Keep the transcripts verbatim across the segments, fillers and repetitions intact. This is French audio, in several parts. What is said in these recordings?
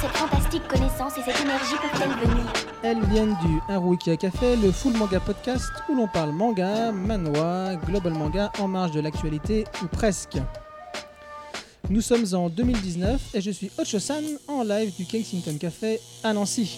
cette fantastique connaissance et cette énergie peuvent-elles venir? Elles viennent du Haruki Café, le full manga podcast où l'on parle manga, manhwa, global manga en marge de l'actualité ou presque. Nous sommes en deux mille dix-neuf et je suis Ocho-san en live du Kensington Café à Nancy.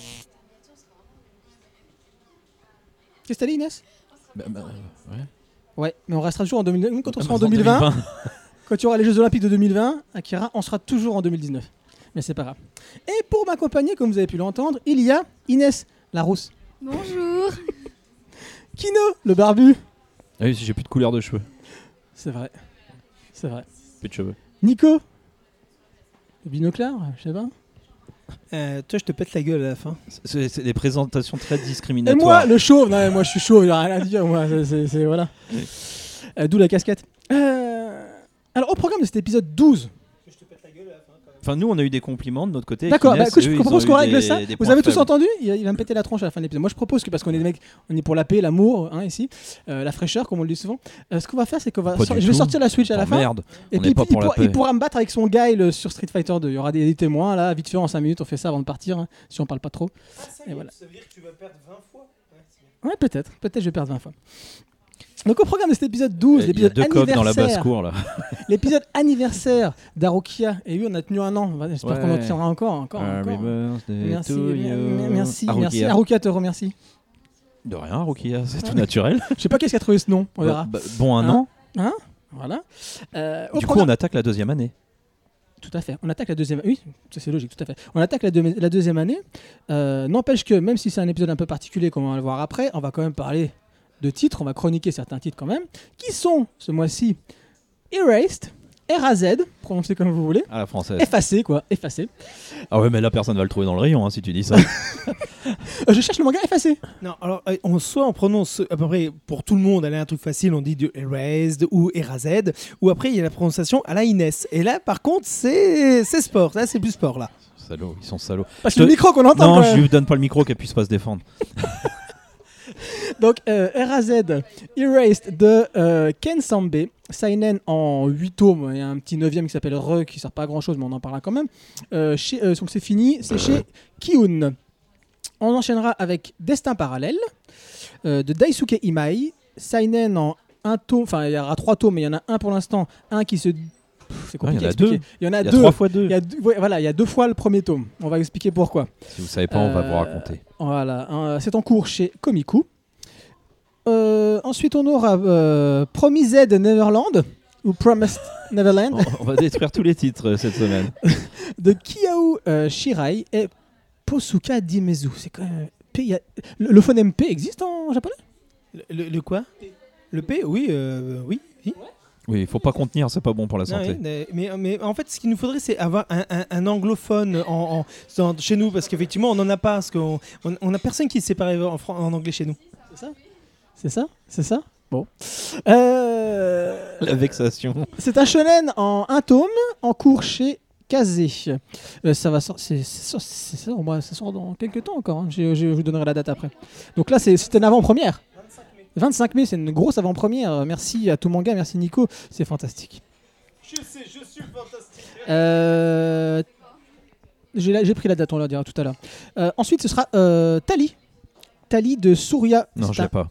Qu'est-ce que t'as dit, Inès? bah, bah, ouais. Ouais, mais on restera toujours en deux mille vingt. Quand on Ah, sera en bah, deux mille vingt, deux mille vingt. quand il y aura les Jeux Olympiques de deux mille vingt, Akira, on sera toujours en deux mille dix-neuf. Mais c'est pas grave. Et pour m'accompagner, comme vous avez pu l'entendre, il y a Inès, la rousse. Bonjour. Kino, le barbu. Ah oui, j'ai plus de couleur de cheveux. C'est vrai. C'est vrai. Plus de cheveux. Nico, le binoclard, je sais pas. Euh, toi, je te pète la gueule à la fin. C'est, c'est des présentations très Et discriminatoires. moi, le chauve. Non, mais moi, je suis chauve, il n'y a rien à dire. Moi, c'est, c'est, c'est- voilà. Oui. Euh, d'où la casquette. Euh, Alors, au programme de cet épisode douze. Enfin, nous, on a eu des compliments de notre côté. D'accord, Inès, bah, écoute, je eux, ils propose ont qu'on eu règle des- ça. des Vous points avez tous faibles. entendu? il, il va me péter la tronche à la fin de l'épisode. Moi, je propose que, parce qu'on est des mecs, on est pour la paix, l'amour, hein, ici, euh, la fraîcheur, comme on le dit souvent. Euh, ce qu'on va faire, c'est qu'on va. Pas sor- du Je vais tout. sortir la Switch à la Oh, fin. merde, Et on puis, n'est pas il, pour la pourra, paix. il pourra me battre avec son guile sur Street Fighter deux. Il y aura des, des témoins, là, vite fait, en cinq minutes. On fait ça avant de partir, hein, si on parle pas trop. Et voilà. Ça veut dire que tu vas perdre vingt fois. Ouais, peut-être. Peut-être je vais perdre vingt fois. Donc, au programme de cet épisode douze, Il y a l'épisode deux coques dans la anniversaire, basse-cour, là. l'épisode anniversaire d'Arukia. Et oui, on a tenu un an. J'espère Ouais. qu'on en tiendra encore. encore, Happy encore. birthday Merci, to you. mer- merci, Harukia. merci. Harukia te remercie. De rien, Harukia, c'est tout naturel. Je sais pas qui est-ce qui a trouvé ce nom. On Bah, verra. bah, bon, un Hein an. Hein Voilà. Euh, au Du coup, programme- on attaque la deuxième année. Tout à fait. On attaque la deuxième. Oui, ça c'est logique. Tout à fait. On attaque la, deux- la deuxième année. Euh, n'empêche que même si c'est un épisode un peu particulier, comme on va le voir après, on va quand même parler de titres. On va chroniquer certains titres quand même, qui sont ce mois-ci Erased, R A Z, prononcé comme vous voulez, À la française. effacé quoi, effacé. Ah ouais, mais là, personne va le trouver dans le rayon, hein, si tu dis ça. Euh, je cherche le manga effacé. Non, alors, euh, on, soit on prononce à peu près pour tout le monde, elle a un truc facile, on dit du erased ou erazed, ou après il y a la prononciation à la Inès. Et là, par contre, c'est, c'est sport. Là, c'est plus sport, là. Salauds, ils sont salauds. Parce Je que le te- micro qu'on entend. Non, quand je même. lui donne pas le micro qu'elle puisse pas se défendre. Donc euh, R A Z, Erased de euh, Ken Sambe, Seinen en huit tomes, il y a un petit neuvième qui s'appelle Re, qui sert pas à grand chose, mais on en parlera quand même. Euh, chez, euh, donc c'est fini, c'est chez Kiun. On enchaînera avec Destin parallèle euh, de Daisuke Imai, Seinen en un tome, enfin il y aura trois tomes, mais il y en a un pour l'instant, un qui se. Pff, c'est compliqué Ah, il y en a à expliquer. deux. Il y en a Il y a deux. trois fois deux. Il y a deux- ouais, voilà, il y a deux fois le premier tome. On va expliquer pourquoi. Si vous savez pas, on va Euh, vous raconter. Voilà, hein, c'est en cours chez Komiku. Euh, ensuite, on aura euh, Promised Neverland ou Promised Neverland On, on va détruire tous les titres euh, cette semaine. de Kiyao euh, Shirai et Posuka Dimezu. C'est quand même P, y a- le, le phonème P existe en japonais? Le, le- le quoi? Le P? Oui, euh, oui. oui. Oui, il faut pas contenir, c'est pas bon pour la Non, santé. oui, mais, mais, mais en fait, ce qu'il nous faudrait, c'est avoir un, un- un anglophone en, en- dans- chez nous, parce qu'effectivement, on n'en a pas, parce qu'on on, on a personne qui sait parler en, fran- en anglais chez nous. C'est ça? C'est ça? C'est ça? Bon. Euh, La vexation. c'est un shonen en un tome en cours chez Kazé. Euh, ça va sor- c'est, c'est, c'est ça, moi, ça sort dans quelques temps encore. hein. Je, je vous donnerai la date après. Donc là, c'est, c'est une avant-première. vingt-cinq mai, c'est une grosse avant-première. Merci à tout manga, merci Nico, c'est fantastique. Je sais, je suis fantastique. Euh, j'ai, la- j'ai pris la date, on la dira tout à l'heure. Euh, ensuite, ce sera euh, Tali. Tali de Surya. Non, C'est je un- l'ai pas.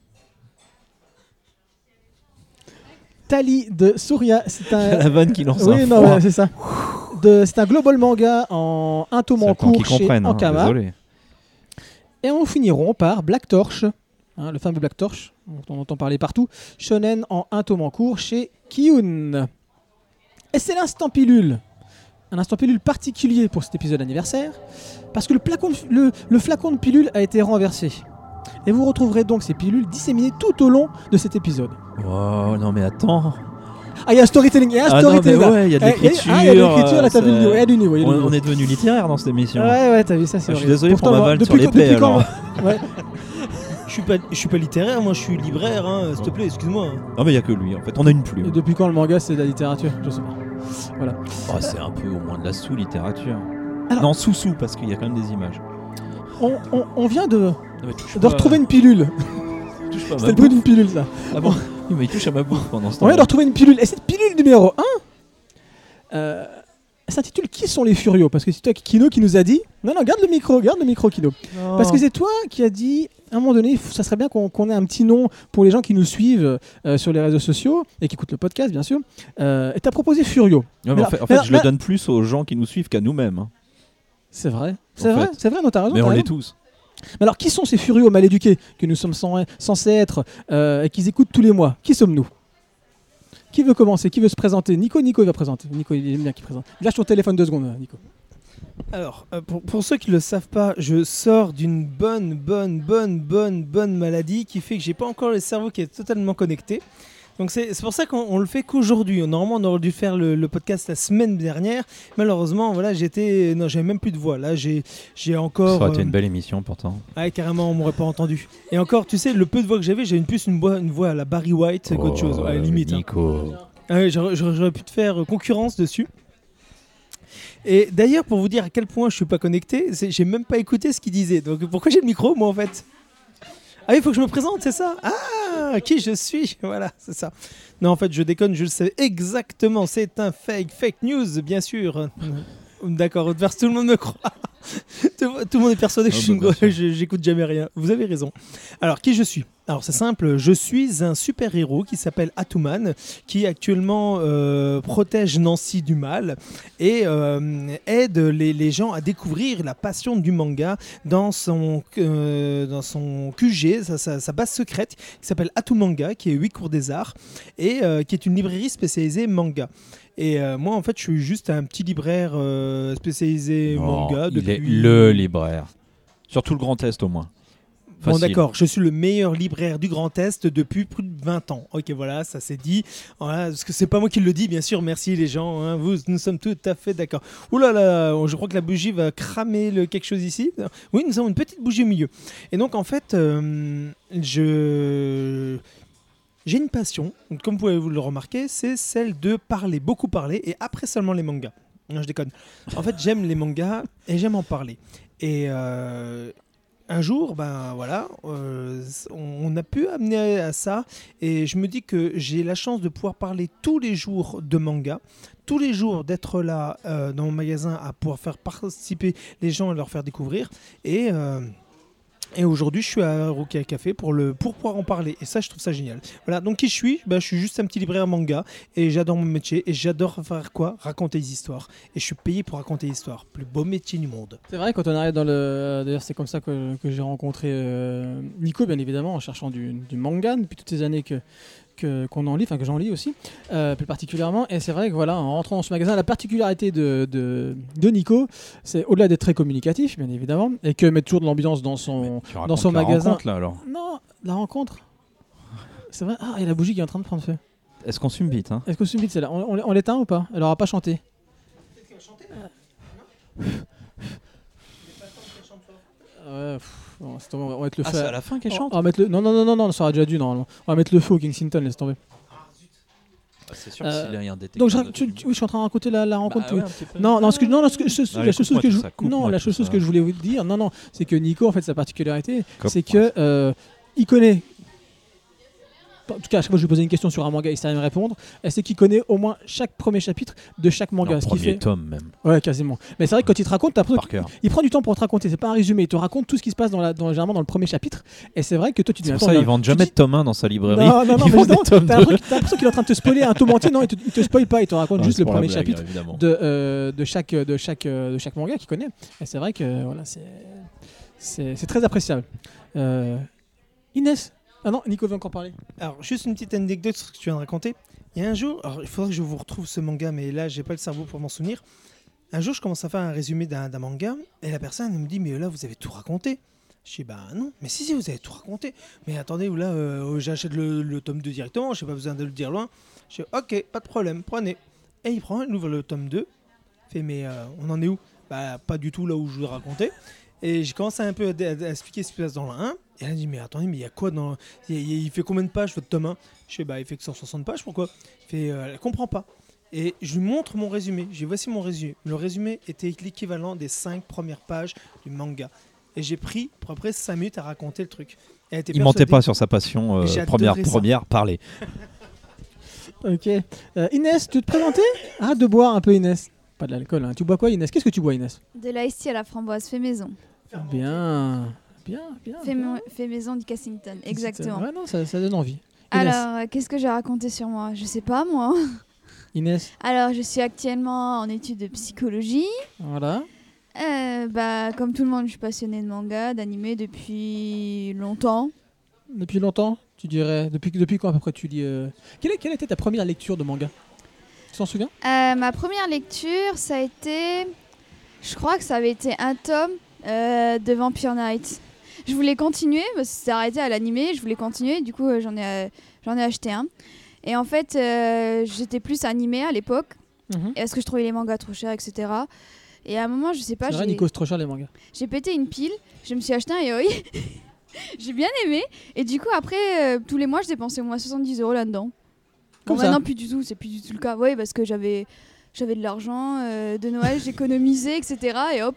Tali de Surya. C'est un. La vanne qui lance un oui, non, froid. ouais, c'est ça. De, c'est un global manga en un tome C'est en le temps cours qu'ils chez comprennent, hein, Ankama. désolé. Et on finiront par Black Torch, hein, le fameux Black Torch, dont on entend parler partout. Shonen en un tome en cours chez Kiun. Et c'est l'instant pilule. Un instant pilule particulier pour cet épisode anniversaire, parce que le, placon de- le, le flacon de pilule a été renversé. Et vous retrouverez donc ces pilules disséminées tout au long de cet épisode. Oh non mais attends. Ah, il y a un storytelling, il y a un Ah non, storytelling. mais là. ouais, il y a de Eh, il y a- l'écriture. Ah, il y a de l'écriture, là, t'as vu le euh, niveau. Il y a du niveau. il y a du On, niveau. on est devenu littéraire dans cette émission. Ouais, ouais, t'as vu ça, c'est Ah, je suis horrible. désolé pour Pourtant, ma moi, vanne depuis sur les quand- depuis plaies, quand- alors. Ouais. Je suis pas, je suis pas littéraire, moi je suis libraire, hein, s'il te plaît, excuse-moi. Non mais il y a que lui en fait. On a une Et plume. depuis quand le manga c'est de la littérature? Je sais pas. Voilà. Oh, c'est un peu au moins de la sous-littérature. Alors- Non, sous-sous parce qu'il y a quand même des images. On, on- on vient de, Non, mais touche de pas- retrouver une pilule. touche pas à ma C'était le bruit bouffe. d'une pilule ça. Ah bon. Oui, mais il touche à ma bouffe pendant ce On temps. vient de retrouver une pilule. Et cette pilule numéro un, euh, s'intitule Qui sont les Furios? Parce que c'est toi, Kino, qui nous a dit. Non, non, garde le micro, garde le micro, Kino. Non. Parce que c'est toi qui as dit. À un moment donné, ça serait bien qu'on, qu'on ait un petit nom pour les gens qui nous suivent euh, sur les réseaux sociaux et qui écoutent le podcast, bien sûr. Euh, et t'as proposé Furio. Ouais, mais Mais en fait, alors- en fait, mais je le alors- donne plus aux gens qui nous suivent qu'à nous-mêmes. hein. C'est vrai, c'est En vrai, fait. c'est vrai, non, t'as raison. Mais t'as on raison. l'est tous. Mais alors, qui sont ces Furios mal éduqués que nous sommes sans- censés être euh, et qu'ils écoutent tous les mois? Qui sommes-nous? Qui veut commencer? Qui veut se présenter? Nico, Nico il va présenter. Nico, il aime bien qu'il présente. Lâche ton téléphone deux secondes, Nico. Alors, euh, pour, pour ceux qui ne le savent pas, je sors d'une bonne, bonne, bonne, bonne, bonne maladie qui fait que j'ai pas encore le cerveau qui est totalement connecté. Donc c'est, c'est pour ça qu'on on le fait qu'aujourd'hui. Normalement, on aurait dû faire le, le podcast la semaine dernière. Malheureusement, voilà, j'étais, non, j'avais même plus de voix. Là, j'ai, j'ai Ça encore. aurait été euh, une belle émission pourtant. Ouais, carrément, on m'aurait pas entendu. Et encore, tu sais, le peu de voix que j'avais, j'avais une plus une voix, une voix à la Barry White qu'autre chose, à la limite. hein. Nico. Ah ouais, j'aurais, j'aurais- j'aurais pu te faire euh, concurrence dessus. Et d'ailleurs, pour vous dire à quel point je suis pas connecté, c'est, j'ai même pas écouté ce qu'il disait. Donc pourquoi j'ai le micro, moi, en fait? Ah oui, il faut que je me présente, c'est ça? Ah, qui je suis? Voilà, c'est ça. Non, en fait, je déconne, je le sais exactement. C'est un fake, fake news, bien sûr. D'accord, vers tout le monde me croit. tout, tout le monde est persuadé que Oh, je suis une bah, bien grosse- sûr. je- j'écoute jamais rien. Vous avez raison. Alors, qui je suis? Alors, c'est simple, je suis un super-héros qui s'appelle Atuman, qui actuellement euh, protège Nancy du mal et euh, aide les, les gens à découvrir la passion du manga dans son, euh, dans son Q G, sa, sa- sa base secrète, qui s'appelle Atumanga, qui est huit cours des arts, et euh, qui est une librairie spécialisée manga. Et euh, moi, en fait, je suis juste un petit libraire euh, spécialisé Non, manga. il est depuis... le libraire. Surtout le Grand Est au moins. Bon, Facile. d'accord, je suis le meilleur libraire du Grand Est depuis plus de vingt ans. Ok, voilà, ça c'est dit. Voilà, parce que c'est pas moi qui le dis, bien sûr, merci les gens. hein, vous, nous sommes tout à fait d'accord. Ouh là là, je crois que la bougie va cramer le quelque chose ici. Oui, nous avons une petite bougie au milieu. Et donc, en fait, euh, je. J'ai une passion, donc, comme vous pouvez vous le remarquer, c'est celle de parler, beaucoup parler, et après seulement les mangas. Non, je déconne. En fait, j'aime les mangas et j'aime en parler. Et euh, un jour, ben voilà, euh, on a pu amener à ça, et je me dis que j'ai la chance de pouvoir parler tous les jours de manga, tous les jours d'être là euh, dans mon magasin à pouvoir faire participer les gens et leur faire découvrir. Et euh, Et aujourd'hui, je suis à Rokia Café pour, le, pour pouvoir en parler. Et ça, je trouve ça génial. Voilà, donc qui je suis? Ben, je suis juste un petit libraire manga. Et j'adore mon métier. Et j'adore faire quoi? Raconter des histoires. Et je suis payé pour raconter des histoires. Plus beau métier du monde. C'est vrai, quand on arrive dans le. D'ailleurs, c'est comme ça que, que j'ai rencontré euh, Nico, bien évidemment, en cherchant du, du manga depuis toutes ces années que. Que, qu'on en lit, enfin que j'en lis aussi, euh, plus particulièrement. Et c'est vrai que voilà, en rentrant dans ce magasin, la particularité de, de, de Nico, c'est au-delà d'être très communicatif, bien évidemment, et que mettre toujours de l'ambiance dans son, Tu racontes dans son la magasin. rencontre, là, alors. Non, la rencontre. C'est vrai. Ah, il y a la bougie qui est en train de prendre feu. Elle se consume vite. Hein. Est-ce qu'on subit celle-là? On, on, on l'éteint ou pas? Elle aura pas chanté. Ouais, pff, bon, c'est tombé, on va mettre le Ah, feu. c'est à la fin qu'elle on- chante on va mettre le... Non, non, non, non, non, ça aurait déjà dû normalement. On va mettre le feu au Kensington, laisse tomber. Ah, C'est sûr Euh, qu'il y a un détecteur. Donc, je, de tu- fumée. tu- oui, je suis en train de raconter la, la rencontre. Bah ouais, un petit peu. Non, non, ce que, non, non, ce que, ce- Allez, la seule chose coupe-moi que tout je, ça, coupe-moi non, la tout seule chose ça. que je voulais vous dire, non, non, c'est que Nico, en fait, sa particularité, Coupe-moi c'est que euh, il connaît. En tout cas, à chaque fois que je lui posais une question sur un manga, il savait me répondre. Et c'est qu'il connaît au moins chaque premier chapitre de chaque manga. Non, ce qui premier fait. tome même, Ouais, quasiment. Mais c'est vrai que quand il te raconte, t'as l'impression par cœur. il prend du temps pour te raconter. C'est pas un résumé. Il te raconte tout ce qui se passe dans la, dans, généralement dans le premier chapitre. Et c'est vrai que toi, tu te dis. C'est pour attends, ça là, qu'ils vendent tu jamais dis- de tome un dans sa librairie. Non, non, non, Ils mais vendent des justement, tomes t'as deux. l'impression t'as l'impression qu'il est en train de te spoiler un tome entier. Non, il te, il te spoil pas. Il te raconte Ouais, juste c'est le pour la premier blague, chapitre évidemment. de, euh, de, chaque, de, chaque, euh, de chaque manga qu'il connaît. Et c'est vrai que voilà, c'est, c'est, c'est très appréciable. Euh, Inès. Ah non, Nico veut encore parler. Alors, juste une petite anecdote sur ce que tu viens de raconter. Il y a un jour, alors il faudrait que je vous retrouve ce manga, mais là, j'ai pas le cerveau pour m'en souvenir. Un jour, je commence à faire un résumé d'un, d'un manga, et la personne elle me dit, mais là, vous avez tout raconté. Je dis, bah non, mais si, si, vous avez tout raconté. Mais attendez, là, euh, j'achète le, le tome deux directement, j'ai pas besoin de le dire loin. Je dis, ok, pas de problème, prenez. Et il prend, il ouvre le tome deux, il fait, mais euh, on en est où? Bah, pas du tout là où je vous ai raconté. Et j'ai commencé un peu à, à, à expliquer ce qui se passe dans le un. Et elle a dit, mais attendez, mais il y a quoi dans. Il, il- il fait combien de pages votre tome un? Je fais, bah, il fait que cent soixante pages, pourquoi? Il fait, euh, elle comprend pas. Et je lui montre mon résumé. J'ai voici mon résumé. Le résumé était l'équivalent des cinq premières pages du manga. Et j'ai pris à peu près cinq minutes à raconter le truc. Elle était Il mentait persuadée- pas sur sa passion euh, J'ai première, adoré ça. première, parler. Ok. Euh, Inès, tu veux te présenter? Arrête de boire un peu, Inès. Pas de l'alcool. Hein. Tu bois quoi, Inès? Qu'est-ce que tu bois, Inès? De l'ice tea à la framboise, fait maison. Bien, bien, bien. Fait, bien. mo- fait maison du Cassington, exactement. Ouais, non, ça, ça donne envie. Inès. Alors, euh, qu'est-ce que j'ai raconté sur moi? Je sais pas, moi. Inès, Alors, je suis actuellement en études de psychologie. voilà. Euh, bah, comme tout le monde, je suis passionnée de manga, d'anime depuis longtemps. Depuis longtemps, tu dirais. Depuis, depuis quand à peu près tu lis euh... quelle, est- quelle était ta première lecture de manga? Tu t'en souviens? Euh, ma première lecture, ça a été... Je crois que ça avait été un tome euh, de Vampire Knight. Je voulais continuer, parce que c'était arrêté à l'animé, je voulais continuer, du coup euh, j'en ai, euh, j'en ai acheté un. Et en fait, euh, j'étais plus animée à l'époque, Mhm. parce que je trouvais les mangas trop chers, et cetera. Et à un moment, je sais pas, C'est vrai, j'ai, Nico, c'est trop cher les mangas. j'ai pété une pile, je me suis acheté un yaoi, j'ai bien aimé, et du coup après, euh, tous les mois, je dépensais au moins soixante-dix euros là-dedans. Comme Bon, ça. maintenant, plus du tout, c'est plus du tout le cas. Oui, parce que j'avais, j'avais de l'argent euh, de Noël, j'économisais, et cetera. Et hop.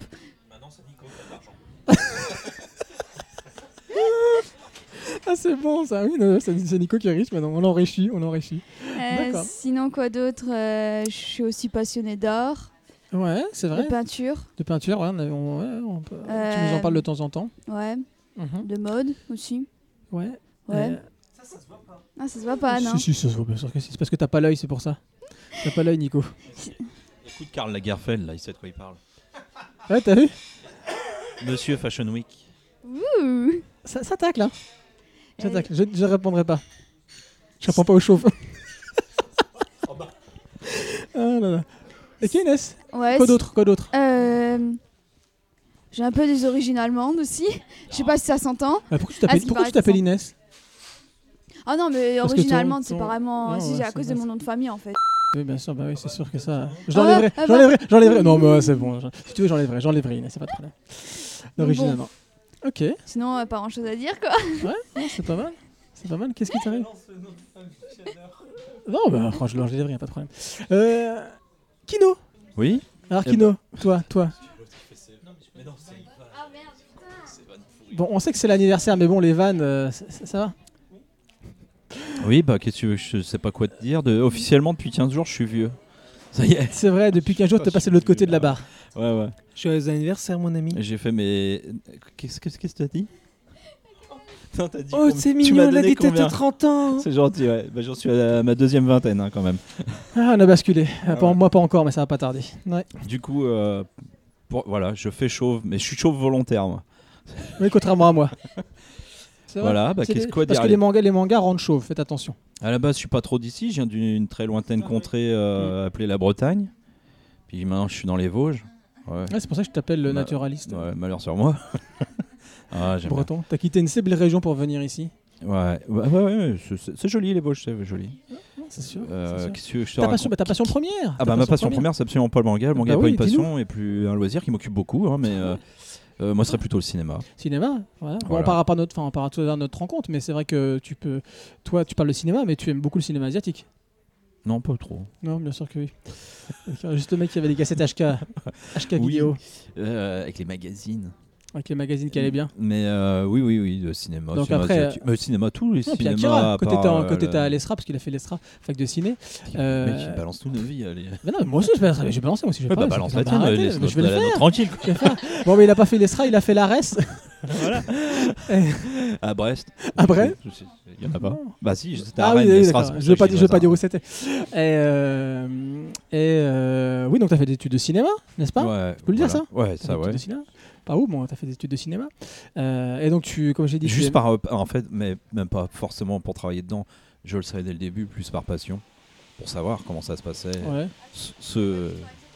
Ah, c'est bon ça, oui, non, c'est c'est Nico qui est riche maintenant. On l'enrichit, on l'enrichit. Euh, D'accord. sinon, quoi d'autre? Euh, Je suis aussi passionnée d'art, Ouais, c'est de vrai. peinture, De peinture, ouais, on a- on- ouais, on peut- tu Euh, nous en parles de temps en temps. ouais, Mhm. de mode aussi. Ouais. Ouais. Euh, Ah, ça se voit pas, non? Si, si, ça se voit bien sûr que si. C'est parce que t'as pas l'œil, c'est pour ça. T'as pas l'œil, Nico. Écoute Karl Lagerfeld, là, il sait de quoi il parle. Ouais, t'as vu? Monsieur Fashion Week. Ouh. Ça, ça tacle, hein. Ça Euh, tacle. Je, je répondrai pas. Je réponds pas aux chauves. Ah là là. Et qui, Inès? Ouais, Quoi si- d'autre? Quoi d'autre? euh, J'ai un peu des origines allemandes aussi. Je sais pas si ça s'entend. Ah, Pourquoi tu t'appelles ce qui pourquoi paraît tu t'appelles que ça- Inès? Ah non, mais Parce que origine ton- allemande, c'est ton- pas vraiment. Non, si, ouais, c'est à c'est cause de vrai. mon nom de famille en fait. Oui, bien sûr, bah oui, c'est sûr que ça. Je Ah, l'enlèverai, ah bah. j'enlèverai, j'enlèverai, j'enlèverai. Non, mais ouais, c'est bon. je- Si tu veux, j'enlèverai, j'enlèverai, Inès, c'est pas de problème. L'origine Bon. allemande. Ok, Sinon, euh, pas grand chose à dire quoi. ouais, non, c'est pas mal. C'est pas mal. Qu'est-ce qui t'arrive? Non, bah, franchement, je l'enlèverai, y a pas de problème. Euh. Kino. Oui. Alors, Eh Kino, toi, toi. Bon, on sait que c'est l'anniversaire, mais bon, les vannes, euh, ça, ça- ça va? Oui, bah qu'est-ce que tu veux, je sais pas quoi te dire. De... Officiellement, depuis quinze jours, je suis vieux. Ça y est. C'est vrai, depuis quinze jours, t'es passé de l'autre côté de la barre. Ouais, ouais. Joyeux anniversaire, mon ami. J'ai fait mes. Qu'est-ce que qu'est-ce que t'as dit? Non, t'as dit Oh, combien- c'est tu mignon, m'as elle a donné des têtes combien à trente ans. C'est gentil, ouais. Bah, j'en suis à ma deuxième vingtaine, hein, quand même. Ah, on a basculé. Euh, pas- ouais. Moi, pas encore, mais ça va pas tarder. Ouais. Du coup, euh, pour- voilà, je fais chauve, mais je suis chauve volontaire, moi. Oui, contrairement à moi. C'est vrai. Voilà, bah C'est qu'est-ce des- quoi Parce dire que les mangas, les mangas rendent chauve, faites attention. À la base, je suis pas trop d'ici, je viens d'une très lointaine contrée euh, appelée la Bretagne. Puis maintenant, je suis dans les Vosges. Ouais, Ouais, c'est pour ça que je t'appelle le Bah, naturaliste. ouais, malheur sur moi. Ah, j'aime bien. Breton. T'as quitté une si belle région pour venir ici. Ouais, ouais, ouais, ouais, c'est- c'est c'est joli les Vosges, c'est joli. C'est sûr. Euh, c'est sûr. qu'est-ce que je te Ta passion, raconte bah, ta passion première. Ah bah ma passion première, c'est absolument pas le manga. Le manga Bah n'est pas oui, une dis-nous. passion et plus un loisir qui m'occupe beaucoup, hein, mais euh, euh, moi, ce serait plutôt le cinéma. Cinéma. Ouais. Bon, Voilà. on parlera pas notre, enfin, on parlera tout à l'heure de notre rencontre, mais c'est vrai que tu peux, toi, tu parles de cinéma, mais tu aimes beaucoup le cinéma asiatique. Non, pas trop. Non, bien sûr que oui. Juste le mec qui avait des cassettes H K, H K Oui. vidéo, Euh, avec les magazines. avec les magazines qui allaient bien. Mais euh, oui, oui, oui, le cinéma. Donc cinéma après, asiatique. Mais le cinéma, tous les Non, puis cinémas. Akira, à quand part, t'étais en- euh, quand t'étais la- à l'Estra, parce qu'il a fait l'Estra, fac de ciné. Le euh, mec, il balance toute nos vies. Allez. Mais non, moi aussi, je vais, je vais balancer, moi aussi, je vais Ouais, pas. bah, balance je- la bah, tienne, arrêtez, laisse mais je vais le notre- faire. notre tranquille. Je vais le faire. Bon, mais il a pas fait l'Estra, il a fait l'Ares. Voilà. À Brest. À Brest Je sais, il y en a pas. Non. Bah si, c'était à Ah Rennes. oui, oui, l'Estra, d'accord. c'est pour Je ça vais que pas, dis je vais pas ça. dire où c'était. Et, euh, et euh, oui, donc t'as fait des études de cinéma, n'est-ce pas? Ouais, Tu peux le dire, voilà. Ouais, T'as fait ça des études ouais. de cinéma. Pas où, bon, t'as fait des études de cinéma. Euh, et donc tu, comme j'ai dit, tu Juste aimes- par, euh, en fait, mais même pas forcément pour travailler dedans. Je le savais dès le début, plus par passion, pour savoir comment ça se passait. Ouais. Ce, ce-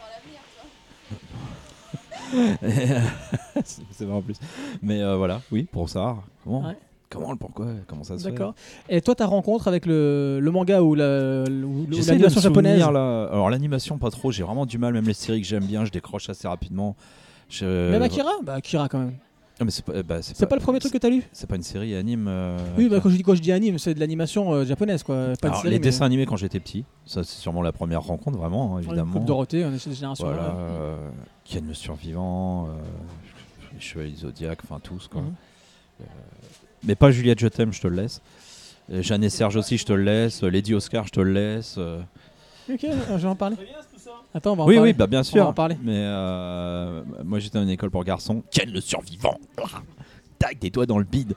c'est c'est vrai en plus. Mais euh, voilà, oui, pour savoir comment, Ouais. comment, le pourquoi, comment ça se fait. D'accord. Et toi, ta rencontre avec le, le manga ou la- ou J'essaie de me l'animation japonaise? souvenir, là. Alors l'animation pas trop, j'ai vraiment du mal, même les séries que j'aime bien, je décroche assez rapidement. Je... Même Akira? Bah Akira quand même. Ah, mais c'est pas, bah, c'est C'est pas le premier truc que t'as lu? C'est pas une série anime. euh, Oui, bah, Akira. quand je dis quand je dis anime, c'est de l'animation euh, japonaise, quoi. Pas de Alors, série, les mais- dessins animés quand j'étais petit, ça c'est sûrement la première rencontre, vraiment, hein, Ouais, évidemment. Coupe Dorothée, on est chez des générations. Voilà, là. euh, Ken le survivant, euh, les Chevaliers Zodiac, enfin tous quoi. Mhm. Euh, mais pas Juliette, je t'aime, je te le laisse. Euh, Jeanne et Serge aussi, je te le laisse. Euh, Lady Oscar, je te le laisse. Euh, Ok, je vais en parler. Attends, on va en Oui, parler. oui, bah bien On sûr. va en parler. Mais euh, moi j'étais dans une école pour garçons. Ken le survivant. Tac, des doigts dans le bide.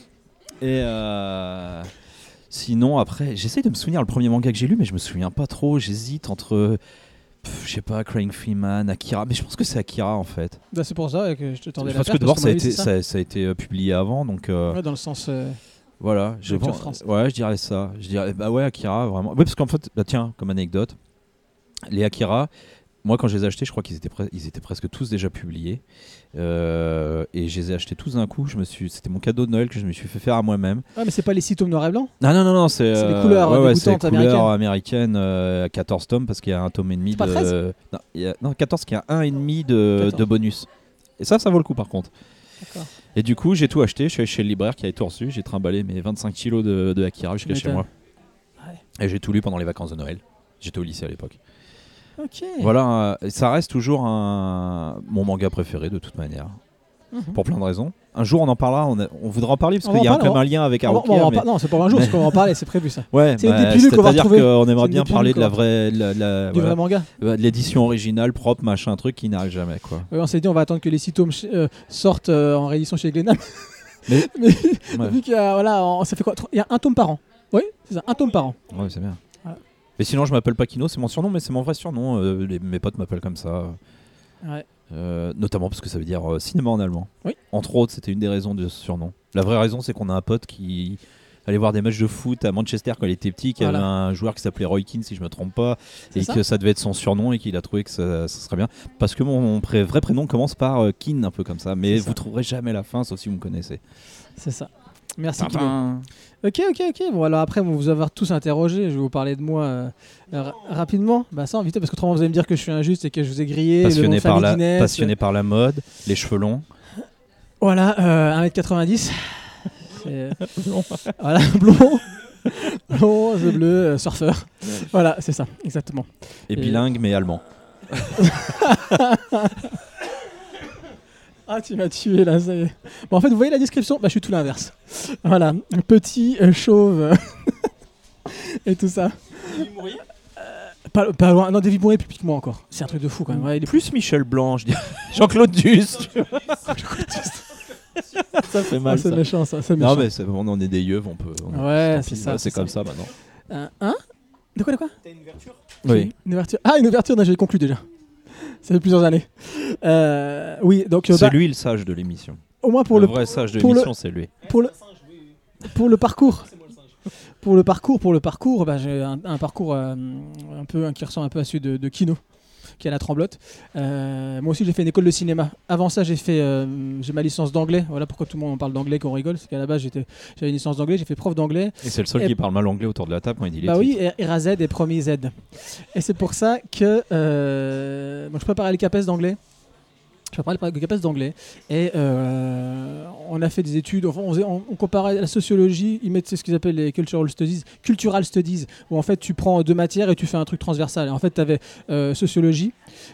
Et euh, sinon, après, j'essaye de me souvenir le premier manga que j'ai lu, mais je me souviens pas trop. J'hésite entre, pff, je sais pas, Crying Freeman, Akira. Mais je pense que c'est Akira en fait. Bah, c'est pour ça que je te tendais la Parce que perche, d'abord qu'à ça a mon avis, été, c'est ça. ça, ça a été euh, publié avant, donc. euh, Ouais, dans le sens. euh, Voilà, je Culture pense- France. ouais, je dirais ça. Je dirais, bah ouais, Akira, vraiment. Oui, parce qu'en fait, bah tiens, comme anecdote, les Akira, moi quand je les ai achetés, je crois qu'ils étaient, pre- ils étaient presque tous déjà publiés. Euh, et je les ai achetés tous d'un coup. Je me suis, c'était mon cadeau de Noël que je me suis fait faire à moi-même. Ah, mais c'est pas les six tomes noir et blanc. Non, non, non, non, c'est, C'est les euh, couleurs, ouais, euh, ouais, c'est les dégoûtantes couleurs américaines. américaines, euh, quatorze tomes parce qu'il y a un tome et demi C'est pas de. treize non, il y a- non, quatorze, qu'il y a un et demi de, quatorze. de bonus. Et ça, ça vaut le coup par contre. D'accord. Et du coup, j'ai tout acheté. Je suis allé chez le libraire qui avait tout reçu. J'ai trimballé mes vingt-cinq kilos de, de Akira jusqu'à chez m'étonnes. moi. Ouais. Et j'ai tout lu pendant les vacances de Noël. J'étais au lycée à l'époque. Ok. Voilà, euh, ça reste toujours un... mon manga préféré de toute manière. Mhm. Pour plein de raisons. Un jour, on en parlera. On, a- on voudra en parler parce On va qu'il y en a parler, quand même on un lien avec On va- Haruki. on va en mais- par- Non, c'est pas un jour, parce qu'on va en parler, c'est prévu ça. Ouais, C'est une bah, des pilules qu'on va c'est-à-dire retrouver. qu'on C'est aimerait une bien des parler de pilules la qu'on vraie, la- la- Du voilà, vrai manga. euh, de l'édition originale, propre, machin, truc qui n'arrive jamais, quoi. Ouais, on s'est dit, on va attendre que les six tomes euh, sortent euh, en réédition chez Glénat. Mais- Mais Ouais. vu qu'il y a, voilà, on- ça fait quoi Il y a un tome par an. Oui, c'est ça, un tome par an. Ouais, c'est bien. Voilà. Mais sinon, je m'appelle pas Kino, c'est mon surnom, mais c'est mon vrai surnom. Euh, les- mes potes m'appellent comme ça. Ouais. Euh, notamment parce que ça veut dire euh, cinéma en allemand. Oui. Entre autres, c'était une des raisons de ce surnom. La vraie raison, c'est qu'on a un pote qui allait voir des matchs de foot à Manchester quand il était petit, qui Voilà. avait un joueur qui s'appelait Roy Keane, si je me trompe pas, C'est et ça que ça devait être son surnom et qu'il a trouvé que ça, ça serait bien. Parce que mon pré- vrai prénom commence par euh, Keane, un peu comme ça, mais C'est ça. vous trouverez jamais la fin, sauf si vous me connaissez. C'est ça. Merci. Kilo. Tintin. Ok, ok, ok. Bon, alors après, bon, vous avoir tous interrogé, je vais vous parler de moi euh, ra- rapidement. Bah, ça, en vite, parce qu'autrement, vous allez me dire que je suis injuste et que je vous ai grillé. le nom Passionné de par, famille la, d'Inès. passionné par la mode, les cheveux longs. Voilà, euh, un mètre quatre-vingt-dix. C'est- Voilà, blond. Blond, yeux bleus, euh, surfeur. Voilà, c'est ça, exactement. Et Et- bilingue, mais allemand. Ah, tu m'as tué là, ça y est. Bon, en fait, vous voyez la description. Bah, je suis tout l'inverse. Voilà, petit, euh, chauve et tout ça. Euh, pas, pas loin. Non, David Bourret, publiquement encore. C'est un truc de fou quand même. Ouais, il est Plus Michel Blanc, je dirais. Jean-Claude Duss. tu vois. Ça fait Ah, mal. c'est ça. méchant, ça. C'est méchant. Non, mais c'est- on en est des yeux, on peut. on- Ouais, tant c'est pis, ça, bah, c'est C'est comme ça. ça maintenant. Un- Hein De quoi, de quoi T'as une ouverture Oui. Une ouverture. Ah, une ouverture, non, j'ai conclu déjà. Ça fait plusieurs années. Euh, oui, donc euh, C'est bah, lui le sage de l'émission. au moins pour le le, vrai sage de pour le- l'émission, c'est lui. pour le, pour le parcours. Pour le parcours, pour le parcours, bah, j'ai un, un parcours euh, un peu un qui ressemble un peu à celui de, de Kino, qui est à la Tremblote. Euh, moi aussi, j'ai fait une école de cinéma. Avant ça, j'ai fait, euh, j'ai ma licence d'anglais. Voilà pourquoi tout le monde en parle d'anglais, qu'on rigole, c'est qu'à la base, j'étais, j'avais une licence d'anglais, j'ai fait prof d'anglais. Et c'est le seul Et- qui parle mal anglais autour de la table quand il dit les Bah oui, titres. et R A Z et premier Z. Et c'est pour ça que euh, moi, je préparais les CAPES d'anglais. Je préparais les CAPES d'anglais. Et euh, on a fait des études, enfin, on, faisait- on- on comparait la sociologie, ils mettent ce qu'ils appellent les cultural studies, cultural studies, où en fait tu prends deux matières et tu fais un truc transversal. Et en fait, tu avais sociologie,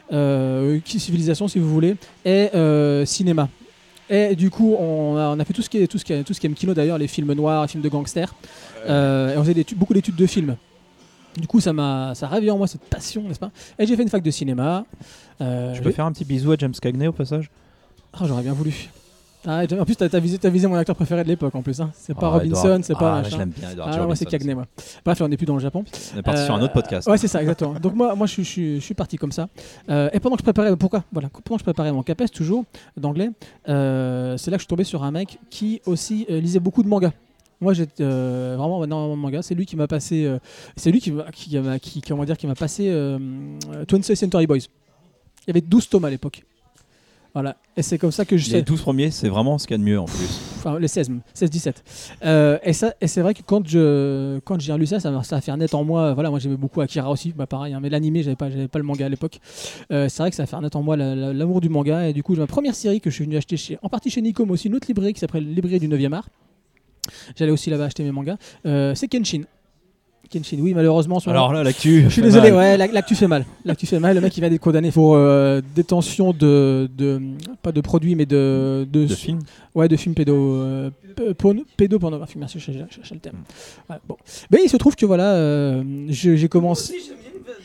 euh, qui- civilisation si vous voulez, et euh, cinéma. Et du coup, on a, on a fait tout ce qui est tout ce qui est, tout ce qui est kino d'ailleurs, les films noirs, les films de gangsters. Euh, et on faisait des études- beaucoup d'études de films. Du coup, ça m'a, ça a ravivé en moi cette passion, n'est-ce pas? Et j'ai fait une fac de cinéma. Euh, Je peux faire un petit bisou à James Cagney au passage? Ah, j'aurais bien voulu. Ah, en plus, t'as, t'as visé, t'as visé mon acteur préféré de l'époque en plus. Hein. C'est pas Ah, Robinson, Edward- c'est pas Ah, machin. je l'aime bien, Edward Ah, G. moi, c'est Robinson. Cagney, moi. Bref, on n'est plus dans le Japon. On est parti sur un autre podcast. Ouais, c'est ça, exactement. Donc moi, moi je, suis- je, suis- je suis parti comme ça. Euh, et pendant que je préparais, pourquoi voilà, pendant que je préparais mon CAPES toujours d'anglais, euh, c'est là que je suis tombé sur un mec qui aussi euh, lisait beaucoup de mangas. Moi, j'étais euh, vraiment énormément de manga. C'est lui qui m'a passé, euh, c'est lui qui m'a, qui, m'a- qui, qui, on va dire, qui m'a passé euh, twentieth Century Boys. Il y avait douze tomes à l'époque. Voilà. Et c'est comme ça que je Les sais. douze premiers, c'est vraiment ce qu'il y a de mieux en plus. Enfin, les seize, seize dix-sept. Euh, et, ça, et c'est vrai que quand, je, quand j'ai relu ça, ça m'a, ça a fait naître en moi. Voilà, moi j'aimais beaucoup Akira aussi, bah, pareil, hein, mais l'animé, j'avais pas, j'avais pas le manga à l'époque. Euh, c'est vrai que ça a fait naître en moi la- la- l'amour du manga. Et du coup, ma première série que je suis venu acheter chez, en partie chez Nico, mais aussi une autre librairie qui s'appelle Librairie du neuvième art. J'allais aussi là-bas acheter mes mangas. Euh, c'est Kenshin. Kenshin, oui, malheureusement. sur- Alors là, l'actu. je suis désolé, ouais, l'ac- l'actu fait mal. L'actu fait mal. Le mec, il vient d'être condamné pour euh, détention de, de. Pas de produits, mais de. De film. Ouais, de films pédo, euh, p- porno- pédopornographiques. Merci, je cherchais le terme. Ouais, bon. Mais il se trouve que voilà, euh, je- j'ai commencé.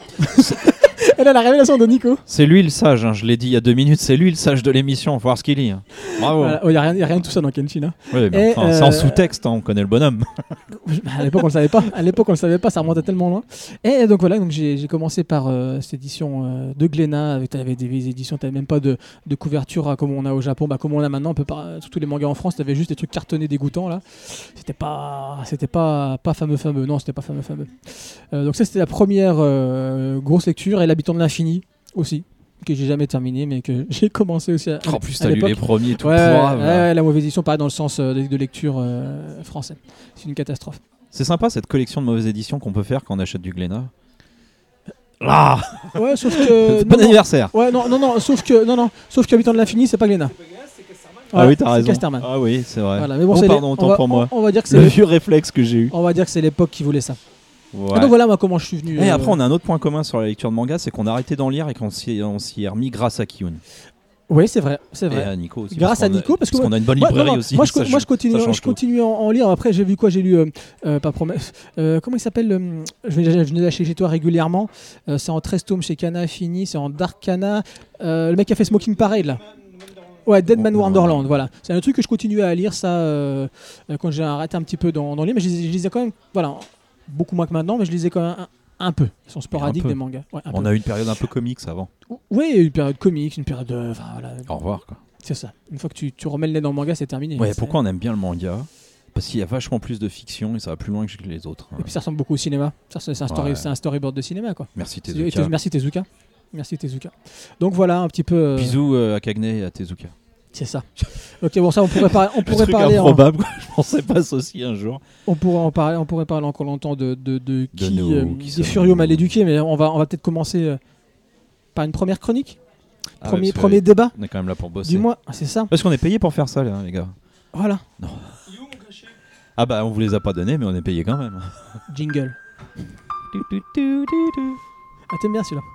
Et là, la révélation de Nico. C'est lui le sage, hein, je l'ai dit il y a deux minutes, c'est lui le sage de l'émission, faut voir ce qu'il lit. hein. Bravo. Il n'y a, rien- y a rien de tout ça dans Kenshin. Hein. Ouais, mais Et, enfin, C'est en euh, sous-texte, hein, on connaît le bonhomme. À l'époque, on le savait pas. À l'époque, on le savait pas. Ça remontait tellement loin. Et donc voilà, donc j'ai j'ai commencé par euh, cette édition euh, de Glénat. Avec t'avais des vieilles éditions, t'avais même pas de, de couverture hein, comme on a au Japon, bah, comme on a maintenant. On peut pas. Tous les mangas en France, t'avais juste des trucs cartonnés dégoûtants là. C'était pas, c'était pas, pas fameux fameux. Non, c'était pas fameux fameux. Euh, donc ça, c'était la première euh, grosse lecture et l'habitant de l'infini aussi, que j'ai jamais terminé, mais que j'ai commencé aussi à, En plus, à t'as lu l'époque. les premiers tout Ouais, pourraves, ouais, là. ouais, la mauvaise édition, pareil dans le sens euh, de, de lecture euh, français. C'est une catastrophe. C'est sympa cette collection de mauvaises éditions qu'on peut faire quand on achète du Glénat. Ah Ouais, sauf que. Bon non, non. anniversaire. Ouais, non, non, non, sauf que, non, non, sauf qu'Habitant de l'Infini, c'est pas Glénat. Ah oui, t'as c'est raison. Casterman. Ah oui, c'est vrai. Voilà, mais bon, Oh, c'est pardon, les- autant on va, pour moi. On, on va dire que Le c'est, vieux réflexe que j'ai eu. on va dire que c'est l'époque qui voulait ça. Ouais. Et donc voilà, moi, comment je suis venu. Et euh, après, on a un autre point commun sur la lecture de manga, c'est qu'on a arrêté d'en lire et qu'on s'y on s'y est remis grâce à Kiyun. Oui, c'est vrai, c'est Et vrai. à Nico aussi. Grâce parce à qu'on a- Nico, parce que qu'on a une bonne Moi, librairie non, non, aussi. Moi, je, ça moi, je change- continue, ça change je tout. continue en, en lire. Après, j'ai vu quoi J'ai lu, euh, euh, pas promesse. euh, comment il s'appelle euh, Je venais je venais d'acheter chez toi régulièrement. Euh, c'est en treize tomes chez Kana Fini, c'est en Dark Kana. Euh, le mec qui a fait Smoking Parade là. Ouais, Dead Man Oh, Wonderland, voilà. C'est un truc que je continuais à lire, ça, euh, euh, quand j'ai arrêté un petit peu d'en d'en lire, mais je, les- je lisais quand même, voilà, beaucoup moins que maintenant, mais je lisais quand même un, un peu. Ils sont sporadiques peu. des mangas. Ouais, un On peu. a eu une période un peu comics avant. Oui, il y a eu une période comique, une période de. Enfin, voilà. Au revoir, quoi. C'est ça. Une fois que tu, tu remets le nez dans le manga, c'est terminé. Ouais, C'est- pourquoi on aime bien le manga? Parce qu'il y a vachement plus de fiction et ça va plus loin que les autres. Et puis ça ressemble beaucoup au cinéma. Ça, c'est c'est un, story, Ouais. c'est un storyboard de cinéma, quoi. Merci Et Tezuka. Te- Merci Tezuka. Merci Tezuka. Donc voilà un petit peu. euh, Bisous euh, à Kagne et à Tezuka. C'est ça. Ok, bon ça on pourrait, par- on Le pourrait truc parler. En, improbable, quoi. Je pensais pas associer un jour. on pourrait en parler. On pourrait parler encore longtemps de de, de, De qui, nous, euh, qui des sommes furieux nous. mal éduqués, mais on va on va peut-être commencer euh, par une première chronique. Ah ouais, Premier parce que premier débat On est quand même là pour bosser. du mois. Ah, c'est ça. Parce qu'on est payé pour faire ça, là, les gars. Voilà. Ah bah, on vous les a pas donnés, mais on est payé quand même. Jingle. Tu, tu, tu, tu, tu. Ah, t'aimes bien celui-là.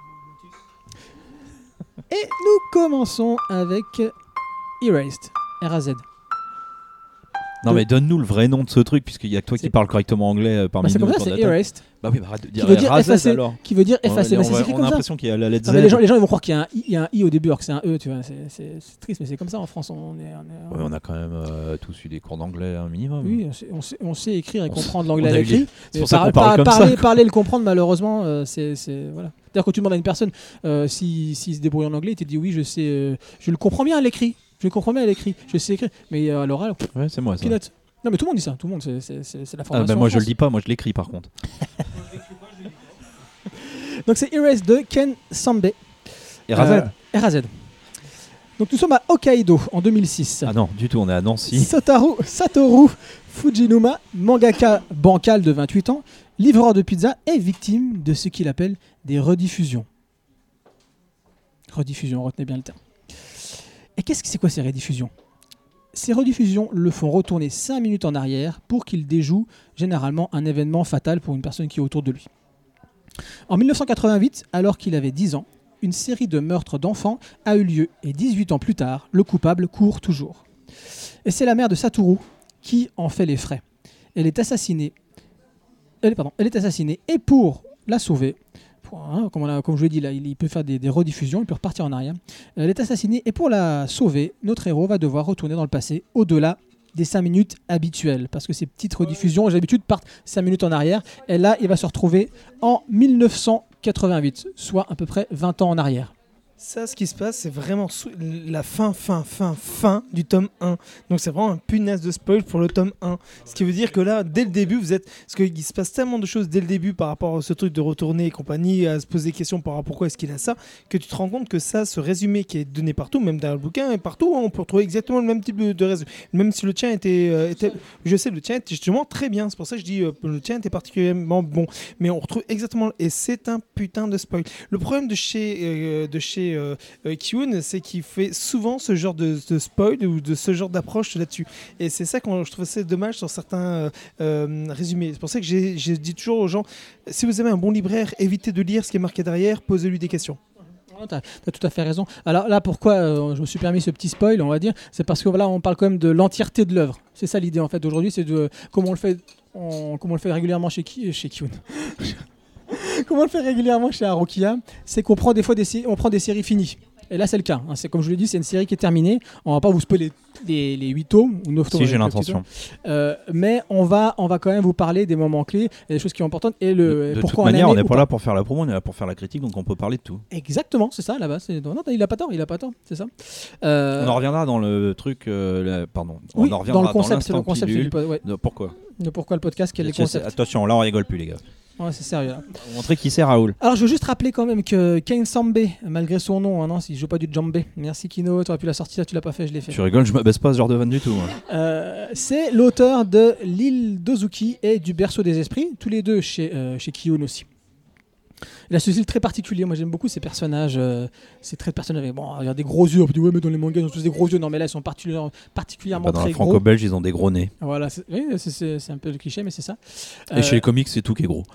Et nous commençons avec Erased. R A Z. Non, De- mais donne-nous le vrai nom de ce truc, puisqu'il y a que toi qui C'est- parles correctement anglais euh, parmi Bah, c'est nous. comme ça, autour de c'est la table. Erased, Bah oui, bah arrête de dire Qui veut dire Razed, effacé. alors. qui veut dire On va effacer. dire- Mais on c'est va- écrit on comme a ça. l'impression qu'il y a la lettre Non, Z. mais les, gens, les gens ils vont croire qu'il y a un I, il y a un I au début alors que c'est un E, tu vois. C'est, c'est- c'est triste, mais c'est comme ça en France. On est, on est- Ouais, on a quand même euh, tous eu des cours d'anglais un minimum. Oui, on sait, on sait- on sait écrire et On comprendre sait- l'anglais on à a eu l'écrit. les- C'est Mais pour ça par- qu'on parle par- comme parler, ça. parler et le comprendre, malheureusement, euh, c'est, c'est voilà. C'est-à-dire quand tu demandes à une personne euh, si- s'il se débrouille en anglais, il te dit oui, je sais, euh, je le comprends bien à l'écrit. Je le comprends bien à l'écrit. Je sais écrire, mais euh, à l'oral, pff, Ouais, c'est moi ça. peanuts. Non, mais tout le monde dit ça. Tout le monde, c'est, c'est, c'est, c'est la Ah, formation. bah, moi en je le France. dis pas, moi je l'écris par contre. Donc c'est Erased de Ken Sambe. Et Razed Euh, R A Z. Donc nous sommes à Hokkaido en deux mille six. Ah non, du tout, on est à Nancy. Sotaru, Satoru Fujinuma, mangaka bancal de vingt-huit ans, livreur de pizza, est victime de ce qu'il appelle des rediffusions. Rediffusions, retenez bien le terme. Et qu'est-ce que c'est quoi ces rediffusions? Ces rediffusions le font retourner cinq minutes en arrière pour qu'il déjoue généralement un événement fatal pour une personne qui est autour de lui. En mille neuf cent quatre-vingt-huit, alors qu'il avait dix ans, une série de meurtres d'enfants a eu lieu et dix-huit ans plus tard, le coupable court toujours. Et c'est la mère de Satoru qui en fait les frais. Elle est assassinée. Elle, pardon, elle est assassinée et pour la sauver, pour, hein, comme, on a- comme je l'ai dit là, il, il peut faire des, des rediffusions, il peut repartir en arrière. Elle est assassinée et pour la sauver, notre héros va devoir retourner dans le passé au-delà des cinq minutes habituelles. Parce que ces petites rediffusions, d'habitude, partent cinq minutes en arrière. Et là, il va se retrouver en mille neuf cent quatre-vingt-huit, soit à peu près vingt ans en arrière. Ça, ce qui se passe, c'est vraiment sou- la fin, fin, fin, fin du tome un. Donc c'est vraiment un punaise de spoil pour le tome un. Ce qui veut dire que là, dès le début, vous êtes... Parce qu'il se passe tellement de choses dès le début par rapport à ce truc de retourner et compagnie, à se poser des questions par rapport à pourquoi est-ce qu'il a ça, que tu te rends compte que ça, ce résumé qui est donné partout, même dans le bouquin et partout, on peut retrouver exactement le même type de, de résumé. Même si le tien était, euh, était... Je sais, le tien était justement très bien. C'est pour ça que je dis euh, le tien était particulièrement bon. Mais on retrouve exactement... Et c'est un putain de spoil. Le problème de chez... euh, de chez Euh, euh, Kiyun, c'est qu'il fait souvent ce genre de, de spoil ou de ce genre d'approche là-dessus. Et c'est ça que je trouve assez dommage sur certains euh, euh, résumés. C'est pour ça que j'ai, j'ai dit toujours aux gens, si vous avez un bon libraire, évitez de lire ce qui est marqué derrière, posez-lui des questions. Non, T'as as tout à fait raison. Alors là, pourquoi euh, je me suis permis ce petit spoil, on va dire, c'est parce que voilà, on parle quand même de l'entièreté de l'œuvre. C'est ça l'idée en fait aujourd'hui, c'est de comment on le fait, on, comme on le fait régulièrement chez qui, chez Kiyun. comment on le fait régulièrement chez Arokia, c'est qu'on prend des fois des, sé- on prend des séries finies. Et là, c'est le cas. Hein. C'est comme je vous l'ai dit, c'est une série qui est terminée. On va pas vous spoiler les, les huit tomes ou neuf tomes. Si j'ai l'intention. Euh, mais on va, on va quand même vous parler des moments clés, et des choses qui sont importantes et le De, de pourquoi toute manière, on on aimait n'est ou pas là pour faire la promo, on est là pour faire la critique, donc on peut parler de tout. Exactement, c'est ça là-bas. C'est... Non, il a pas tort, il a pas tort, c'est ça. Euh... On en reviendra dans le truc, euh, la- pardon. On Oui, en reviendra dans le concept, c'est l'instant le concept pilule. du pod- ouais. De- Pourquoi De pourquoi le podcast, quel est le Tiens, c'est- concept. Attention, là on rigole plus les gars. Ouais, c'est sérieux là. On va montrer qui c'est Raoul. Alors je veux juste rappeler quand même que Kensambe, malgré son nom, hein, non, il joue pas du djembé. Merci Kino, tu aurais pu la sortir, tu l'as pas fait, je l'ai fait. Tu rigoles, je m'abaisse pas à ce genre de vanne du tout. moi. Euh, c'est l'auteur de L'île d'Ozuki et du Berceau des Esprits, tous les deux chez, euh, chez Kiun aussi. Il a ce style très particulier, moi j'aime beaucoup ces personnages, euh, ces traits de personnages. Bon, il y a des gros yeux, on peut dire ouais mais dans les mangas ils ont tous des gros yeux, non mais là ils sont particulièrement, particulièrement Bah, dans très la gros. franco-belge, ils ont des gros nez. Voilà, c'est, oui, c'est, c'est, c'est un peu le cliché mais c'est ça. Et Euh, chez les comics, c'est tout qui est gros.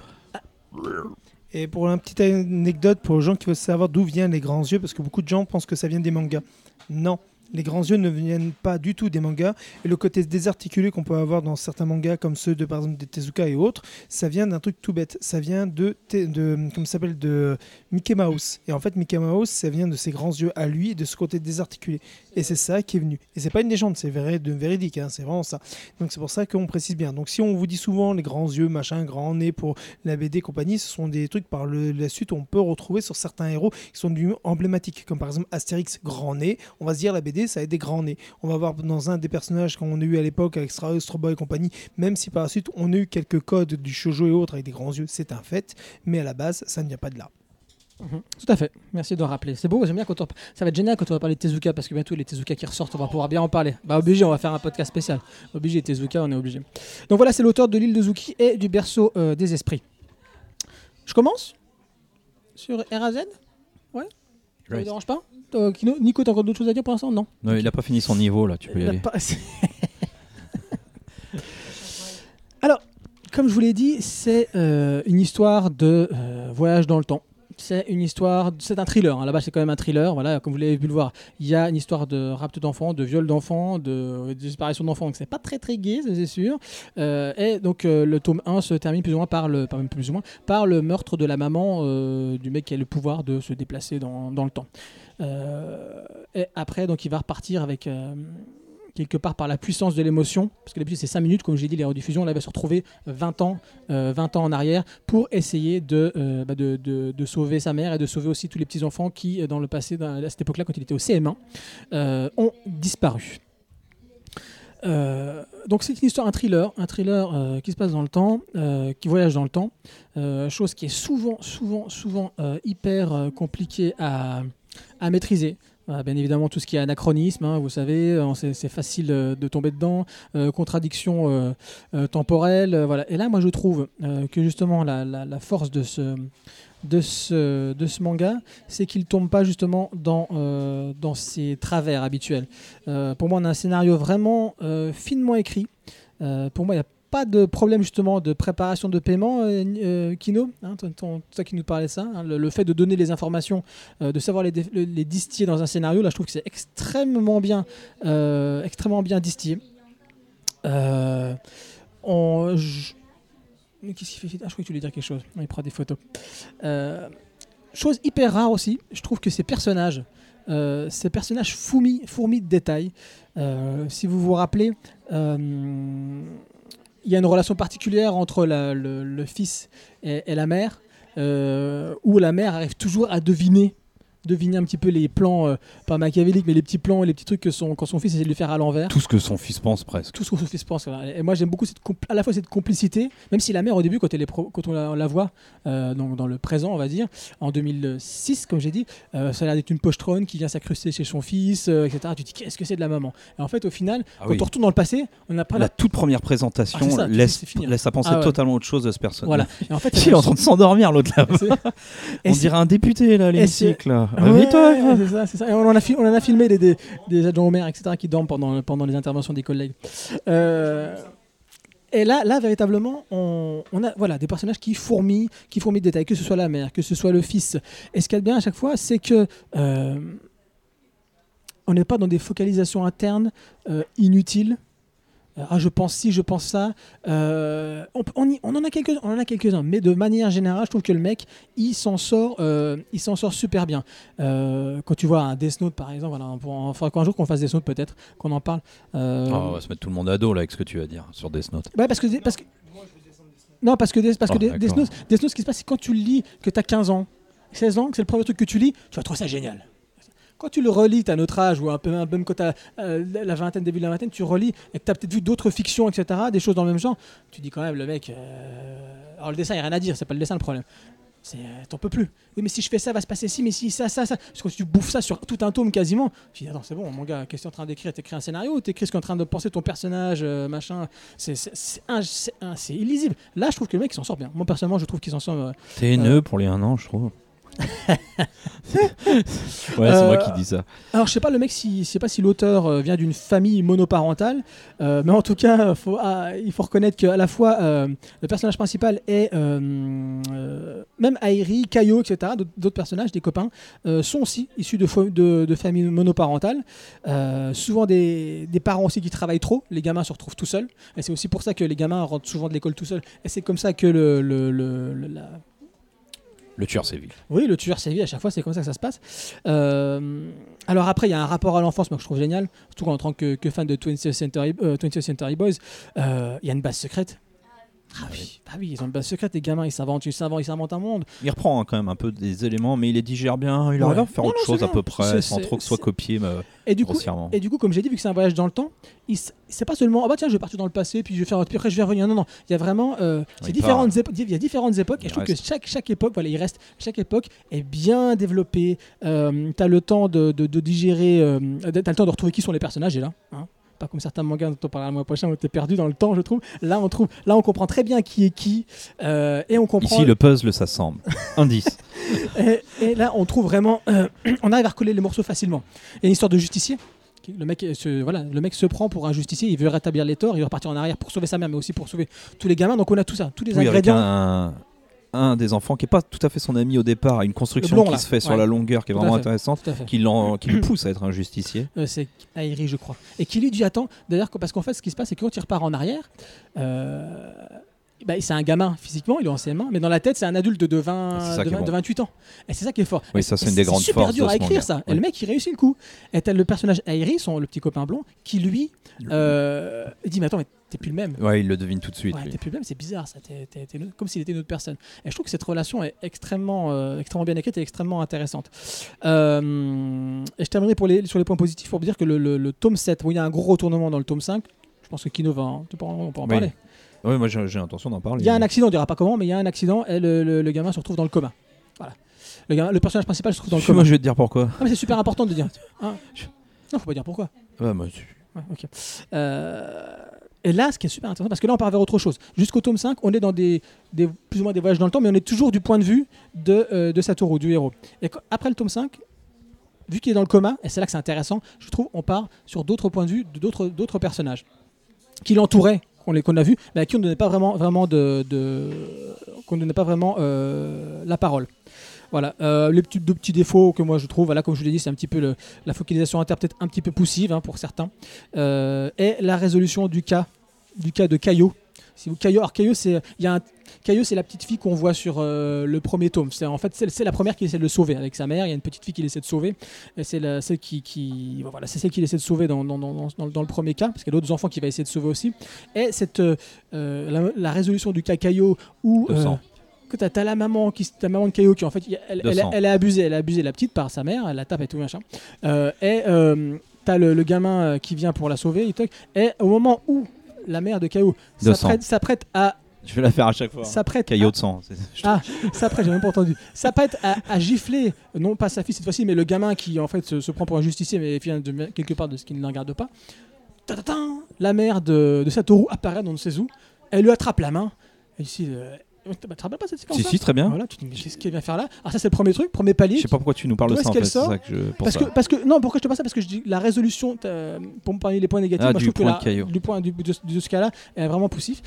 Et pour une petite anecdote, pour les gens qui veulent savoir d'où viennent les grands yeux, parce que beaucoup de gens pensent que ça vient des mangas. Non, les grands yeux ne viennent pas du tout des mangas. Et le côté désarticulé qu'on peut avoir dans certains mangas, comme ceux de par exemple des Tezuka et autres, ça vient d'un truc tout bête. Ça vient de, de, de comment ça s'appelle, de Mickey Mouse. Et en fait, Mickey Mouse, ça vient de ses grands yeux à lui, et de ce côté désarticulé. Et c'est ça qui est venu. Et c'est pas une légende, c'est vrai, de véridique, hein, c'est vraiment ça. Donc c'est pour ça qu'on précise bien. Donc si on vous dit souvent les grands yeux, machin, grand nez pour la B D compagnie, ce sont des trucs par le, la suite où on peut retrouver sur certains héros qui sont devenus emblématiques, comme par exemple Astérix, grand nez. On va se dire la B D, ça a des grands nez. On va voir dans un des personnages qu'on a eu à l'époque avec Astro Boy et compagnie, même si par la suite on a eu quelques codes du shoujo et autres avec des grands yeux, c'est un fait. Mais à la base, ça ne vient pas de là. Mhm. Tout à fait, merci de le rappeler. C'est beau, j'aime bien quand on... Ça va être génial quand on va parler de Tezuka parce que bientôt les Tezuka qui ressortent, on va pouvoir bien en parler. Bah obligé, on va faire un podcast spécial. Obligé, Tezuka, on est obligé. Donc voilà, c'est l'auteur de L'île de Zuki et du Berceau euh, des Esprits. Je commence sur R A Z. Ouais. Ça ne dérange pas. Euh, Kino, Nico, t'as encore d'autres choses à dire pour l'instant? Non. Non, il a pas fini son niveau là, tu peux y Il a aller. pas- Alors, comme je vous l'ai dit, c'est euh, une histoire de euh, voyage dans le temps. C'est une histoire, c'est un thriller. Hein. Là-bas, c'est quand même un thriller. Voilà, comme vous l'avez pu le voir, il y a une histoire de rapt d'enfants, de viol d'enfants, de, de disparition d'enfants. Donc, c'est pas très très gai, ça, c'est sûr. Euh, et donc, euh, le tome un se termine plus ou moins par le, pas même plus ou moins, par le meurtre de la maman euh, du mec qui a le pouvoir de se déplacer dans, dans le temps. Euh, et après, donc, il va repartir avec. Euh, quelque part par la puissance de l'émotion, parce que d'habitude c'est cinq minutes, comme j'ai dit, les rediffusions, là il va se retrouver vingt ans, euh, vingt ans en arrière pour essayer de, euh, bah de, de, de sauver sa mère et de sauver aussi tous les petits-enfants qui, dans le passé, dans, à cette époque-là, quand il était au C M un, euh, ont disparu. Euh, donc c'est une histoire, un thriller, un thriller euh, qui se passe dans le temps, euh, qui voyage dans le temps, euh, chose qui est souvent, souvent, souvent euh, hyper euh, compliquée à, à maîtriser. Voilà, bien évidemment, tout ce qui est anachronisme, hein, vous savez, euh, c'est, c'est facile euh, de tomber dedans, euh, contradiction euh, euh, temporelle, euh, voilà. Et là, moi, je trouve euh, que justement la, la, la force de ce, de ce, de ce manga, c'est qu'il ne tombe pas justement dans, euh, dans ses travers habituels. Euh, pour moi, on a un scénario vraiment euh, finement écrit. Euh, pour moi, il n'y a pas de problème justement de préparation de paiement, euh, euh, Kino, hein, ton, ton, toi qui nous parlais de ça, hein, le, le fait de donner les informations, euh, de savoir les, les, les distiller dans un scénario, là je trouve que c'est extrêmement bien, euh, extrêmement bien distillé. Euh, on, je... Mais qu'est-ce qu'il fait? Ah, je crois que tu voulais dire quelque chose. Non, il prend des photos. Euh, chose hyper rare aussi, je trouve que ces personnages, euh, ces personnages fourmis, fourmis de détails. Euh, si vous vous rappelez. Euh, Il y a une relation particulière entre la, le, le fils et, et la mère, euh, où la mère arrive toujours à deviner, deviner un petit peu les plans, euh, pas machiavéliques, mais les petits plans et les petits trucs que son, quand son fils essaie de lui faire à l'envers. Tout ce que son fils pense presque. Tout ce que son fils pense. Voilà. Et moi j'aime beaucoup cette compl- à la fois cette complicité, même si la mère au début, quand, elle est pro- quand on, la, on la voit euh, donc dans le présent, on va dire, en deux mille six, comme j'ai dit, euh, ça a l'air d'être une pochetronne qui vient s'incruster chez son fils, euh, et cetera. Tu te dis qu'est-ce que c'est de la maman? Et en fait, au final, Ah quand oui. on retourne dans le passé, on a pas La la... toute première présentation Ah, c'est ça, tu laisse, sais, c'est fini. laisse à penser Ah ouais. totalement autre chose de ce personnage. Voilà. Et en fait, Il est en train de s'endormir l'autre là. C'est- On Et c'est- dirait un député là, à et l'hémicycle. là. Ouais, Réveille-toi. c'est ça, c'est ça. Et on en a, fi- on en a filmé des, des, des adjoints au maire, et cetera, qui dorment pendant, pendant les interventions des collègues. Euh, et là, là, véritablement, on, on a voilà, des personnages qui fourmillent, qui fourmillent de détails, que ce soit la mère, que ce soit le fils. Et ce qu'il y a de bien à chaque fois, c'est que euh, on n'est pas dans des focalisations internes euh, inutiles. Euh, ah, je pense ci, je pense ça. Euh, on, on, y- on en a quelques, on en a quelques-uns, mais de manière générale, je trouve que le mec, il s'en sort, euh, il s'en sort super bien. Euh, quand tu vois un Death Note, par exemple, voilà, il faudra qu'un jour qu'on fasse Death Note, peut-être, qu'on en parle. Euh, Oh, on va se mettre tout le monde à dos là avec ce que tu vas dire sur Death Note. Ouais, parce que, parce que, non, parce que, Death- parce que Oh, Death d'accord. Note, Death Note, ce qui se passe, c'est quand tu le lis, que tu as quinze ans, seize ans, que c'est le premier truc que tu lis, tu vas trouver ça génial. Quand tu le relis, tu as notre âge, ou un peu même quand tu as la vingtaine, début de la vingtaine, tu relis et que tu as peut-être vu d'autres fictions, et cetera, des choses dans le même genre, tu dis quand même, le mec. euh, Alors le dessin, il n'y a rien à dire, c'est pas le dessin le problème. C'est, euh, t'en peux plus. Oui, mais si je fais ça, va se passer ci, mais si, ça, ça, ça. Parce que quand tu bouffes ça sur tout un tome quasiment, tu dis, attends, c'est bon, mon gars, qu'est-ce que tu es en train d'écrire? T'écris un scénario ou t'écris ce que tu es en train de penser ton personnage, euh, machin. C'est, c'est, c'est, un- c'est, un- c'est illisible. Là, je trouve que le mec, il s'en sort bien. Moi, personnellement, je trouve qu'il s'en sort. euh, T'es haineux pour les un an, je trouve. Ouais, c'est Euh, moi qui dis ça. Alors, je sais pas le mec si, je sais pas si l'auteur euh, vient d'une famille monoparentale, euh, mais en tout cas, faut, ah, il faut reconnaître qu'à la fois euh, le personnage principal est euh, euh, même Airi, Kaio, et cetera. D'autres, d'autres personnages, des copains, euh, sont aussi issus de, fo- de, de familles monoparentales. Euh, souvent des, des parents aussi qui travaillent trop. Les gamins se retrouvent tout seuls, et c'est aussi pour ça que les gamins rentrent souvent de l'école tout seuls. Et c'est comme ça que le, le, le- le- la, Le tueur séville. oui, le tueur sévit à chaque fois, c'est comme ça que ça se passe. Euh, alors après, il y a un rapport à l'enfance, moi que je trouve génial, surtout en tant que, que fan de twentieth Century, euh, twentieth Century Boys. Euh, Il y a une base secrète. Ah oui, ah oui, ils ont une base secrète, les gamins, ils s'inventent, ils s'inventent, ils s'inventent un monde. Il reprend hein, quand même un peu des éléments, mais il les digère bien. Il Ouais. arrive à faire Non, autre non, chose c'est à peu bien. près, C'est- sans c'est- trop que ce soit c'est- copié mais, Et du coup, grossièrement. et du coup, comme j'ai dit, vu que c'est un voyage dans le temps, il s- c'est pas seulement ah bah tiens, je vais partir dans le passé, puis je vais faire, puis après je vais revenir. Non, non, il y a vraiment, euh, c'est Il différentes époques. Il y a différentes époques, et Il je trouve reste. que chaque chaque époque, voilà, il reste chaque époque est bien développée. Euh, t'as le temps de, de, de digérer, euh, t'as le temps de retrouver qui sont les personnages. Et là, hein, pas comme certains mangas dont on parlera le mois prochain où t'es perdu dans le temps, je trouve. Là, on trouve, là, on comprend très bien qui est qui, euh, et on comprend. Ici, le puzzle s'assemble. Indice. Et, et là, on trouve vraiment, euh, on arrive à recoller les morceaux facilement. Il y a une histoire de justicier. qui- Le mec, se, voilà, le mec se prend pour un justicier, il veut rétablir les torts, il veut repartir en arrière pour sauver sa mère, mais aussi pour sauver tous les gamins. Donc on a tout ça, tous les Oui, avec ingrédients. un, un des enfants qui est pas tout à fait son ami au départ, une construction blond, qui là. se fait sur Ouais. la longueur qui est Tout à vraiment fait. intéressante, Tout à fait. qui, l'en- qui le pousse à être un justicier. Euh, c'est Airi, je crois. Et qui lui dit attends, d'ailleurs, que- parce qu'en fait, ce qui se passe, c'est que quand il repart en arrière, euh, bah, c'est un gamin physiquement, il est anciennement, mais dans la tête, c'est un adulte de, C'est vingt, ça de, qui est vingt bon. de vingt-huit ans. Et c'est ça qui est fort. Oui, Et ça, c'est et une des grandes super forces dur de à ce écrire manga. ça. Et Oui. le mec, il réussit le coup. Et t'as le personnage Airi, son, le petit copain blond, qui lui euh, dit mais attends, mais t'es plus le même. Ouais, il le devine tout de suite. Ouais, lui. t'es plus le même, c'est bizarre, ça. T'es- t'es- t'es une- comme s'il était une autre personne. Et je trouve que cette relation est extrêmement, euh, extrêmement bien écrite et extrêmement intéressante. Euh, et je terminerai pour les, sur les points positifs pour dire que le, le- le tome sept, où il y a un gros retournement dans le tome cinq, je pense que Kino va en, tu peux en- on peut en Oui. parler. Ouais, moi j'ai j'ai l'intention d'en parler. Il y a un accident, on dira pas comment, mais il y a un accident et le, le- le gamin se retrouve dans le coma. Voilà. Le, gamin- le personnage principal se retrouve dans le coma. Moi je vais te dire pourquoi. Ah, mais c'est super important de dire. Hein. Non, faut pas dire pourquoi. Ouais, moi, tu- Ouais, ok. Euh, et là, ce qui est super intéressant, parce que là, on part vers autre chose. Jusqu'au tome cinq, on est dans des, des, plus ou moins des voyages dans le temps, mais on est toujours du point de vue de, euh, de Satoru, du héros. Et qu- après le tome cinq, vu qu'il est dans le coma, et c'est là que c'est intéressant, je trouve, on part sur d'autres points de vue de d'autres, d'autres personnages qui l'entouraient, qu'on, les, qu'on a vus, mais à qui on ne donnait pas vraiment, vraiment, de, de, qu'on ne donnait pas vraiment euh, la parole. Voilà, euh, les petits, deux petits défauts que moi je trouve, voilà, comme je l'ai dit, c'est un petit peu le, la focalisation inter peut-être un petit peu poussive hein, pour certains, euh, et la résolution du cas, du cas de Kaio. Si vous, Kaio, alors Kaio, c'est, il y a un, Kaio, c'est la petite fille qu'on voit sur euh, le premier tome. C'est en fait c'est, c'est la première qui essaie de le sauver avec sa mère. Il y a une petite fille qui essaie de sauver, et c'est la, celle qui, qui voilà, c'est celle qui essaie de sauver dans, dans, dans, dans, dans le premier cas, parce qu'il y a d'autres enfants qui va essayer de sauver aussi. Et cette euh, la, la résolution du cas Kaio où deux cents. que t'as, t'as la maman qui ta maman de Kaio qui en fait elle, elle, deux cents. elle a abusé elle a abusé la petite par sa mère, elle la tape et tout machin, euh, et euh, t'as le, le gamin euh, qui vient pour la sauver il toque, et au moment où la mère de Kaio deux cents. s'apprête, s'apprête à Je vais la faire à chaque fois. s'apprête Caillot à- de sang. c'est- je- ah, s'apprête, j'ai même pas entendu. S'apprête à, à gifler, non pas sa fille cette fois-ci, mais le gamin qui en fait se, se prend pour un justicier, mais vient de quelque part de ce qui ne le regarde pas. Ta-ta-ta, la mère de, de Satoru apparaît dans ne sais où. Elle lui attrape la main. Et ici, euh, tu te rappelles pas cette séquence Si, si, très bien. Voilà, tu te dis, mais qu'est-ce qu'elle vient faire là? Alors, ça, c'est le premier truc, premier palier. Je sais pas pourquoi tu nous parles D'où de est-ce ça en qu'elle fait. C'est sort ça que je. Pour Parce ça. que, parce que, non, pourquoi je te parle ça? Parce que je dis la résolution, t'as- pour me parler des points négatifs, Ah, moi, je du trouve que point la- de Caillot. du point du- de, de ce cas-là est vraiment poussif.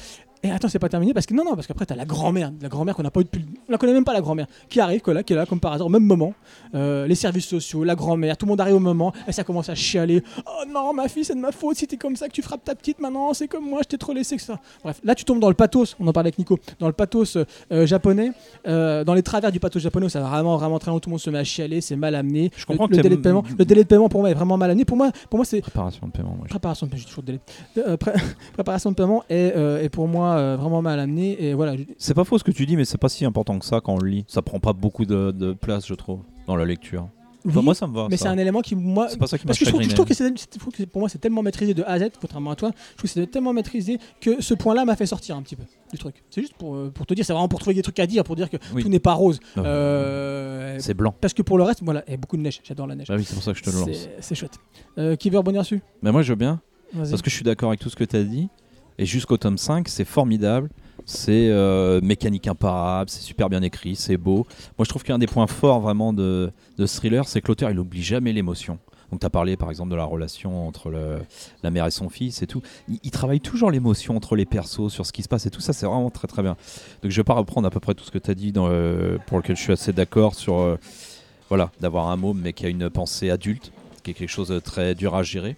Et attends, c'est pas terminé parce que non, non, parce qu'après t'as la grand-mère, la grand-mère qu'on n'a pas eu depuis, on la connaît même pas la grand-mère, qui arrive, quoi, là, qui est là comme par hasard au même moment. Euh, les services sociaux, la grand-mère, tout le monde arrive au moment. Et ça commence à chialer. Oh non, ma fille, c'est de ma faute. Si t'es comme ça que tu frappes ta petite, maintenant c'est comme moi, je t'ai trop laissé que ça. Bref, là tu tombes dans le pathos. On en parlait avec Nico, dans le pathos euh, japonais, euh, dans les travers du pathos japonais, où ça va vraiment, vraiment très long. Tout le monde se met à chialer, c'est mal amené. Je comprends le, que le t'aimes- délai de paiement, le délai de paiement pour moi est vraiment mal amené. Pour moi, pour moi c'est Préparation de paiement, moi. je- préparation de paiement. J'ai toujours le délai. Euh, pré- préparation de paiement est, euh, est pour moi euh, vraiment mal amené. Et voilà. C'est pas faux ce que tu dis, mais c'est pas si important que ça quand on le lit. Ça prend pas beaucoup de, de place, je trouve, dans la lecture. Enfin, Oui, moi, ça me va. mais ça. c'est un élément qui moi C'est pas ça qui m'a parce que je trouve, je chagriné. trouve que, c'est, je trouve que pour moi c'est tellement maîtrisé de A à Z, contrairement à toi. Je trouve que c'est tellement maîtrisé que ce point-là m'a fait sortir un petit peu du truc. C'est juste pour, euh, pour te dire, c'est vraiment pour trouver des trucs à dire, pour dire que Oui. tout n'est pas rose. Non. Euh, C'est blanc. parce que pour le reste, voilà, et beaucoup de neige. J'adore la neige. Ah oui, c'est pour ça que je te le lance. c'est, c'est chouette. Euh, qui veut rebondir dessus? Mais moi, je veux bien. Vas-y. Parce que je suis d'accord avec tout ce que tu as dit. Et jusqu'au tome cinq, c'est formidable. C'est euh, mécanique imparable, c'est super bien écrit, c'est beau. Moi, je trouve qu'un des points forts vraiment de, de ce thriller, c'est que l'auteur, il n'oublie jamais l'émotion. Donc, tu as parlé par exemple de la relation entre le, la mère et son fils et tout. Il, il travaille toujours l'émotion entre les persos, sur ce qui se passe et tout ça, c'est vraiment très très bien. Donc, je vais pas reprendre à peu près tout ce que tu as dit, dans, euh, pour lequel je suis assez d'accord sur euh, voilà, d'avoir un môme mais qui a une pensée adulte, qui est quelque chose de très dur à gérer.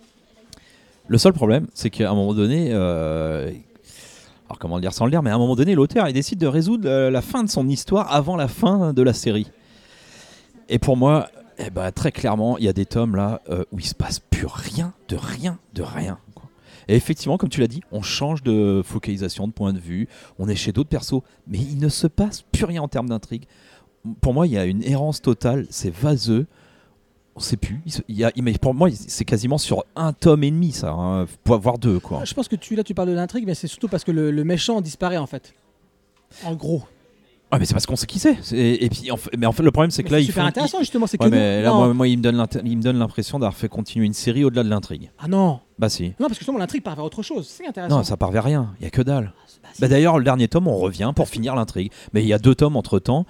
Le seul problème, c'est qu'à un moment donné, euh, alors comment le dire sans le dire, mais à un moment donné, l'auteur il décide de résoudre euh, la fin de son histoire avant la fin de la série. Et pour moi, eh ben, très clairement, il y a des tomes là euh, où il se passe plus rien, de rien, de rien. Quoi. Et effectivement, comme tu l'as dit, on change de focalisation, de point de vue, on est chez d'autres persos, mais il ne se passe plus rien en termes d'intrigue. Pour moi, il y a une errance totale, c'est vaseux. On sait plus. Il se- il y a, il- mais pour moi, c'est quasiment sur un tome et demi, ça. Hein. Faut avoir deux, quoi. Je pense que tu là tu parles de l'intrigue, mais c'est surtout parce que le, le méchant disparaît en fait. En gros. Ah, mais c'est parce qu'on sait qui c'est. C'est- Et puis, en fait, mais en fait, le problème, c'est Mais que là, c'est ils super font. intéressant justement, c'est Ouais, que mais nous- là, non. moi, moi, il me donne l'inter- il me donne l'impression d'avoir fait continuer une série au-delà de l'intrigue. Ah non. Bah si. Non, parce que justement l'intrigue part vers autre chose. C'est intéressant. Non, ça part vers rien. Il y a que dalle. Bah, si. Bah d'ailleurs, le dernier tome, on revient pour finir l'intrigue. Mais il y a deux tomes entre temps.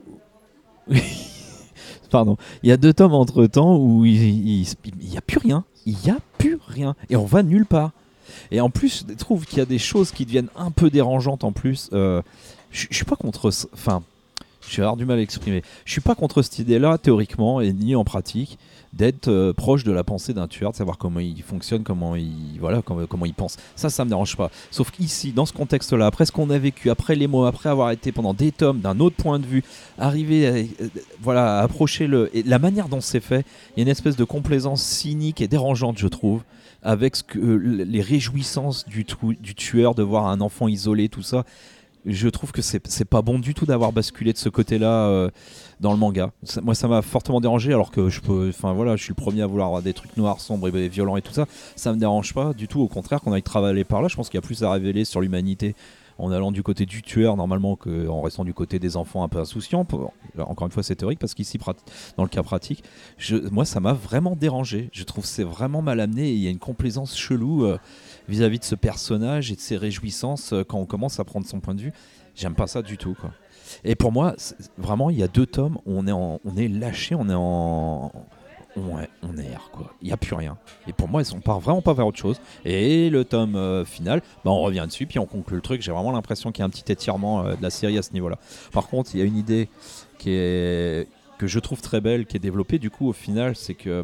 Pardon. Il y a deux tomes entre temps où il n'y a plus rien. Il n'y a plus rien. Et on va nulle part. Et en plus, je trouve qu'il y a des choses qui deviennent un peu dérangeantes en plus. Euh, je je suis pas contre. ce- Enfin, je vais avoir du mal à exprimer. Je suis pas contre cette idée-là, théoriquement, et ni en pratique, d'être euh, proche de la pensée d'un tueur, de savoir comment il fonctionne, comment il, voilà, comment, comment il pense. Ça, ça me dérange pas. Sauf qu'ici, dans ce contexte-là, après ce qu'on a vécu, après les mots, après avoir été pendant des tomes d'un autre point de vue, arriver à, euh, voilà, à approcher le. Et la manière dont c'est fait, il y a une espèce de complaisance cynique et dérangeante, je trouve, avec ce que, euh, les réjouissances du, trou- du tueur de voir un enfant isolé, tout ça. Je trouve que c'est c'est pas bon du tout d'avoir basculé de ce côté-là euh, dans le manga. Ça- moi, ça m'a fortement dérangé, alors que je peux, enfin voilà, je suis le premier à vouloir avoir des trucs noirs, sombres et, et violents et tout ça. Ça me dérange pas du tout. Au contraire, qu'on aille travailler par là, je pense qu'il y a plus à révéler sur l'humanité en allant du côté du tueur normalement qu'en restant du côté des enfants un peu insouciants. Pour- là, encore une fois, c'est théorique parce qu'ici, prat- dans le cas pratique, je, moi, ça m'a vraiment dérangé. Je trouve que c'est vraiment mal amené et il y a une complaisance chelou euh, vis-à-vis de ce personnage et de ses réjouissances euh, quand on commence à prendre son point de vue. J'aime pas ça du tout, quoi. Et pour moi, c'est- vraiment, il y a deux tomes où on est, en- on est lâché, on est en. On est, on erre, quoi. Il n'y a plus rien. Et pour moi, on part vraiment pas vers autre chose. Et le tome euh, final, bah, on revient dessus, puis on conclut le truc. J'ai vraiment l'impression qu'il y a un petit étirement euh, de la série à ce niveau-là. Par contre, il y a une idée qui est, que je trouve très belle, qui est développée. Du coup, au final, c'est que.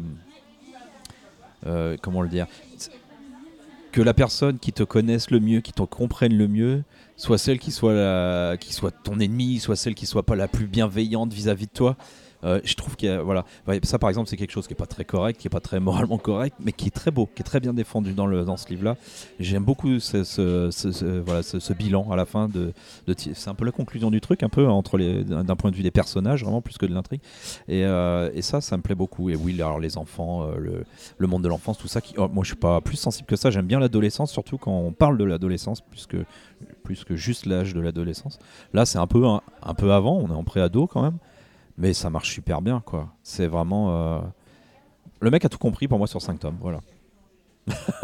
euh, comment le dire C'est- Que la personne qui te connaisse le mieux, qui te comprenne le mieux, soit celle qui soit, la, qui soit ton ennemi, soit celle qui soit pas la plus bienveillante vis-à-vis de toi. Euh, je trouve qu'il y a, voilà, Ouais, ça par exemple c'est quelque chose qui est pas très correct, qui est pas très moralement correct, mais qui est très beau, qui est très bien défendu dans le dans ce livre-là. J'aime beaucoup ce, ce, ce, ce- voilà, ce, ce bilan à la fin de, de ti- c'est un peu la conclusion du truc, un peu entre les d'un d'un point de vue des personnages vraiment plus que de l'intrigue. Et, euh, et ça, ça me plaît beaucoup. Et oui, alors les enfants, euh, le, le monde de l'enfance, tout ça. Qui, oh, moi, je suis pas plus sensible que ça. J'aime bien l'adolescence, surtout quand on parle de l'adolescence, plus que plus que juste l'âge de l'adolescence. Là, c'est un peu un, un peu avant. On est en pré-ado quand même. Mais ça marche super bien, quoi. C'est vraiment... euh, Le mec a tout compris pour moi sur cinq tomes, voilà.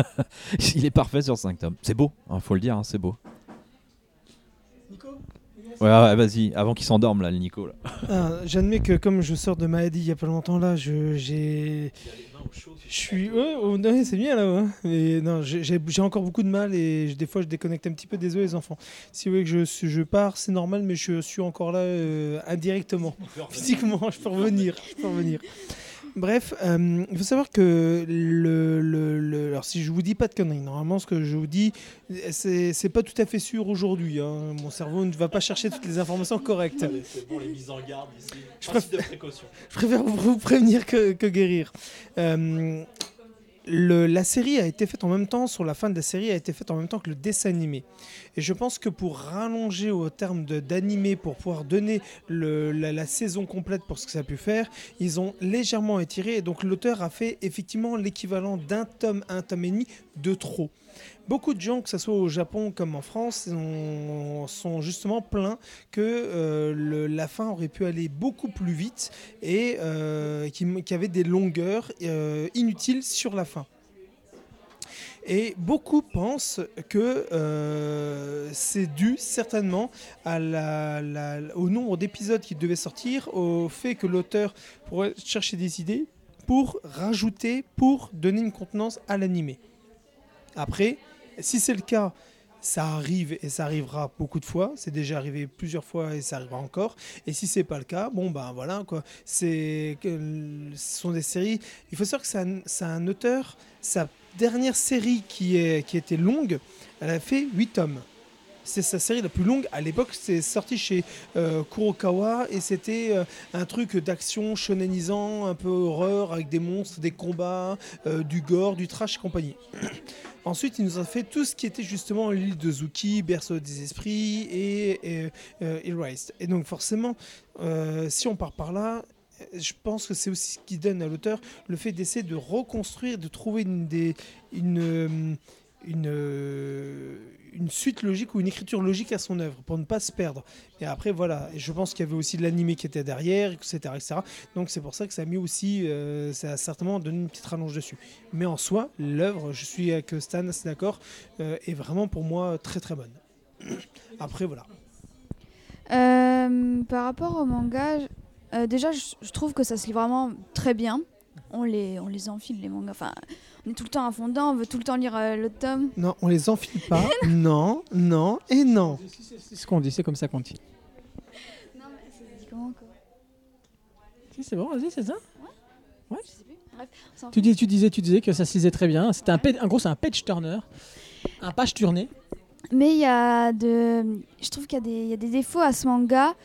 Il est parfait sur cinq tomes. C'est beau, hein, faut le dire, hein, c'est beau. Nico, Ouais, ouais, vas-y, avant qu'il s'endorme là, le Nico. Là. Ah, j'admets que comme je sors de maladie il y a pas longtemps là, je j'ai je suis ouais, oh, ouais, c'est bien là ouais. Mais non, j'ai j'ai j'ai encore beaucoup de mal et je- des fois je déconnecte un petit peu, désolé les enfants. Si vous voulez que je suis- je pars, c'est normal mais je suis encore là euh, indirectement. Physiquement, je peux revenir, je peux revenir. Bref, euh, il faut savoir que le, le, le- alors si je vous dis pas de conneries, normalement ce que je vous dis, c'est c'est pas tout à fait sûr aujourd'hui. hein. Mon cerveau ne va pas chercher toutes les informations correctes. C'est bon, les mises en garde ici. Je Principe de précaution. Je préfère vous prévenir que, que guérir. Euh, le- la série a été faite en même temps, sur la fin de la série a été faite en même temps que le dessin animé. Et je pense que pour rallonger au terme de- d'animé, pour pouvoir donner le- la, la saison complète pour ce que ça a pu faire, ils ont légèrement étiré. Et donc l'auteur a fait effectivement l'équivalent d'un tome, un tome et demi de trop. Beaucoup de gens, que ce soit au Japon comme en France, ont- sont justement plaints que euh, le- la fin aurait pu aller beaucoup plus vite et euh, qu'il qu'il y avait des longueurs euh, inutiles sur la fin. Et beaucoup pensent que euh, c'est dû certainement à la- la- au nombre d'épisodes qui devaient sortir, au fait que l'auteur pourrait chercher des idées pour rajouter, pour donner une contenance à l'animé. Après, si c'est le cas, ça arrive et ça arrivera beaucoup de fois. C'est déjà arrivé plusieurs fois et ça arrivera encore. Et si c'est pas le cas, bon ben voilà quoi. C'est que ce sont des séries. Il faut savoir que c'est un, c'est un auteur. Sa dernière série qui est qui était longue, elle a fait huit tomes. C'est sa série la plus longue. À l'époque, c'est sorti chez euh, Kurokawa et c'était euh, un truc d'action shonenisant, un peu horreur, avec des monstres, des combats, euh, du gore, du trash et compagnie. Ensuite, il nous a fait tout ce qui était justement l'île de Zuki, berceau des esprits et, et euh, Erased. Et donc forcément, euh, si on part par là, je pense que c'est aussi ce qui donne à l'auteur le fait d'essayer de reconstruire, de trouver une, des, une, euh, une, euh, une suite logique ou une écriture logique à son œuvre pour ne pas se perdre. Et après, voilà, et je pense qu'il y avait aussi de l'animé qui était derrière, et cetera, et cetera. Donc c'est pour ça que ça a mis aussi, euh, ça a certainement donné une petite rallonge dessus. Mais en soi, l'œuvre, je suis avec Stan assez d'accord, euh, est vraiment pour moi très très bonne. Après, voilà. Euh, par rapport au manga, je- euh, déjà, je, je trouve que ça se lit vraiment très bien. On les, on les enfile, les mangas. Enfin, on est tout le temps à fond dedans, on veut tout le temps lire euh, le tome. Non, on les enfile pas. non, non et non. C'est ce qu'on dit, c'est comme ça qu'on dit. Non, mais ça se dit comment quoi Si, c'est bon, vas-y, c'est ça. Je sais plus. Bref, on s'en Tu, dis, tu, disais, tu disais que ça se lisait très bien. C'était un, pa- en gros, c'est un page turner, un page tourné. Mais il y a de, je trouve qu'il y a des, il y a des défauts à ce manga.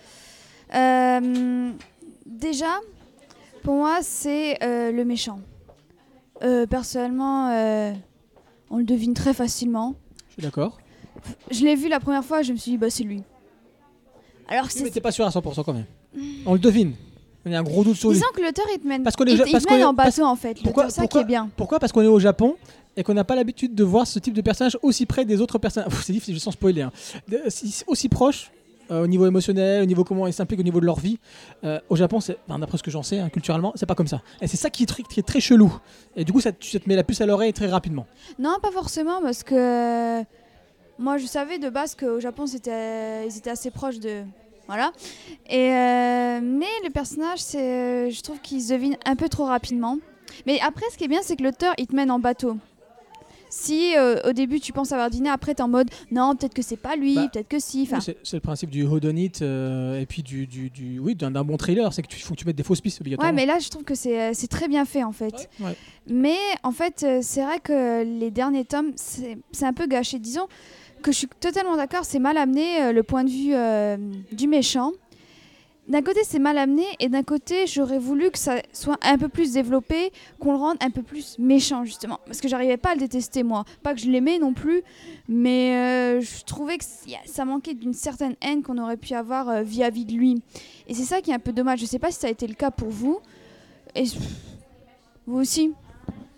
Euh, déjà, pour moi, c'est euh, le méchant. Euh, personnellement, euh, on le devine très facilement. Je suis d'accord. Je l'ai vu la première fois, je me suis dit, bah c'est lui. Alors que Mais c'est, t'es pas sûr à cent pour cent quand même. On le devine. Il y a un gros doute sur lui. disons que l'auteur il te mène, Parce qu'on est il, ja- il parce te mène qu'on est- en bateau parce- en fait. Pourquoi- C'est ça pourquoi- qui est bien. Pourquoi Parce qu'on est au Japon et qu'on n'a pas l'habitude de voir ce type de personnage aussi près des autres personnages. Pff, c'est difficile, sans spoiler. Hein. De- si- aussi proche euh, au niveau émotionnel, au niveau comment ils s'impliquent, au niveau de leur vie. Euh, au Japon, c'est, enfin, d'après ce que j'en sais, hein, culturellement, c'est pas comme ça. Et c'est ça qui est, tr- qui est très chelou. Et du coup, ça, tu- ça te met la puce à l'oreille très rapidement. Non, pas forcément, parce que euh, moi je savais de base qu'au Japon c'était, ils étaient assez proches de. Voilà. Et euh, mais le personnage, c'est, euh, je trouve qu'il se devine un peu trop rapidement. Mais après, ce qui est bien, c'est que l'auteur il te mène en bateau. Si euh, au début tu penses avoir dîné, après t'es en mode non, peut-être que c'est pas lui, Bah, peut-être que si. Enfin, Oui, c'est, c'est le principe du whodunit euh, et puis du, du, du- oui, d'un, d'un bon trailer. C'est qu'il faut que tu mettes des fausses pistes ouais, obligatoirement. mais là je trouve que c'est, euh, c'est très bien fait en fait. Ouais, ouais. Mais en fait, euh, c'est vrai que les derniers tomes, c'est c'est un peu gâché. Disons que je suis totalement d'accord, c'est mal amené euh, le point de vue euh, du méchant. D'un côté, c'est mal amené, et d'un côté, j'aurais voulu que ça soit un peu plus développé, qu'on le rende un peu plus méchant, justement. Parce que j'arrivais pas à le détester, moi. Pas que je l'aimais non plus, mais euh, je trouvais que c- y a- ça manquait d'une certaine haine qu'on aurait pu avoir euh, vis-à-vis de lui. Et c'est ça qui est un peu dommage. Je sais pas si ça a été le cas pour vous. Et vous aussi.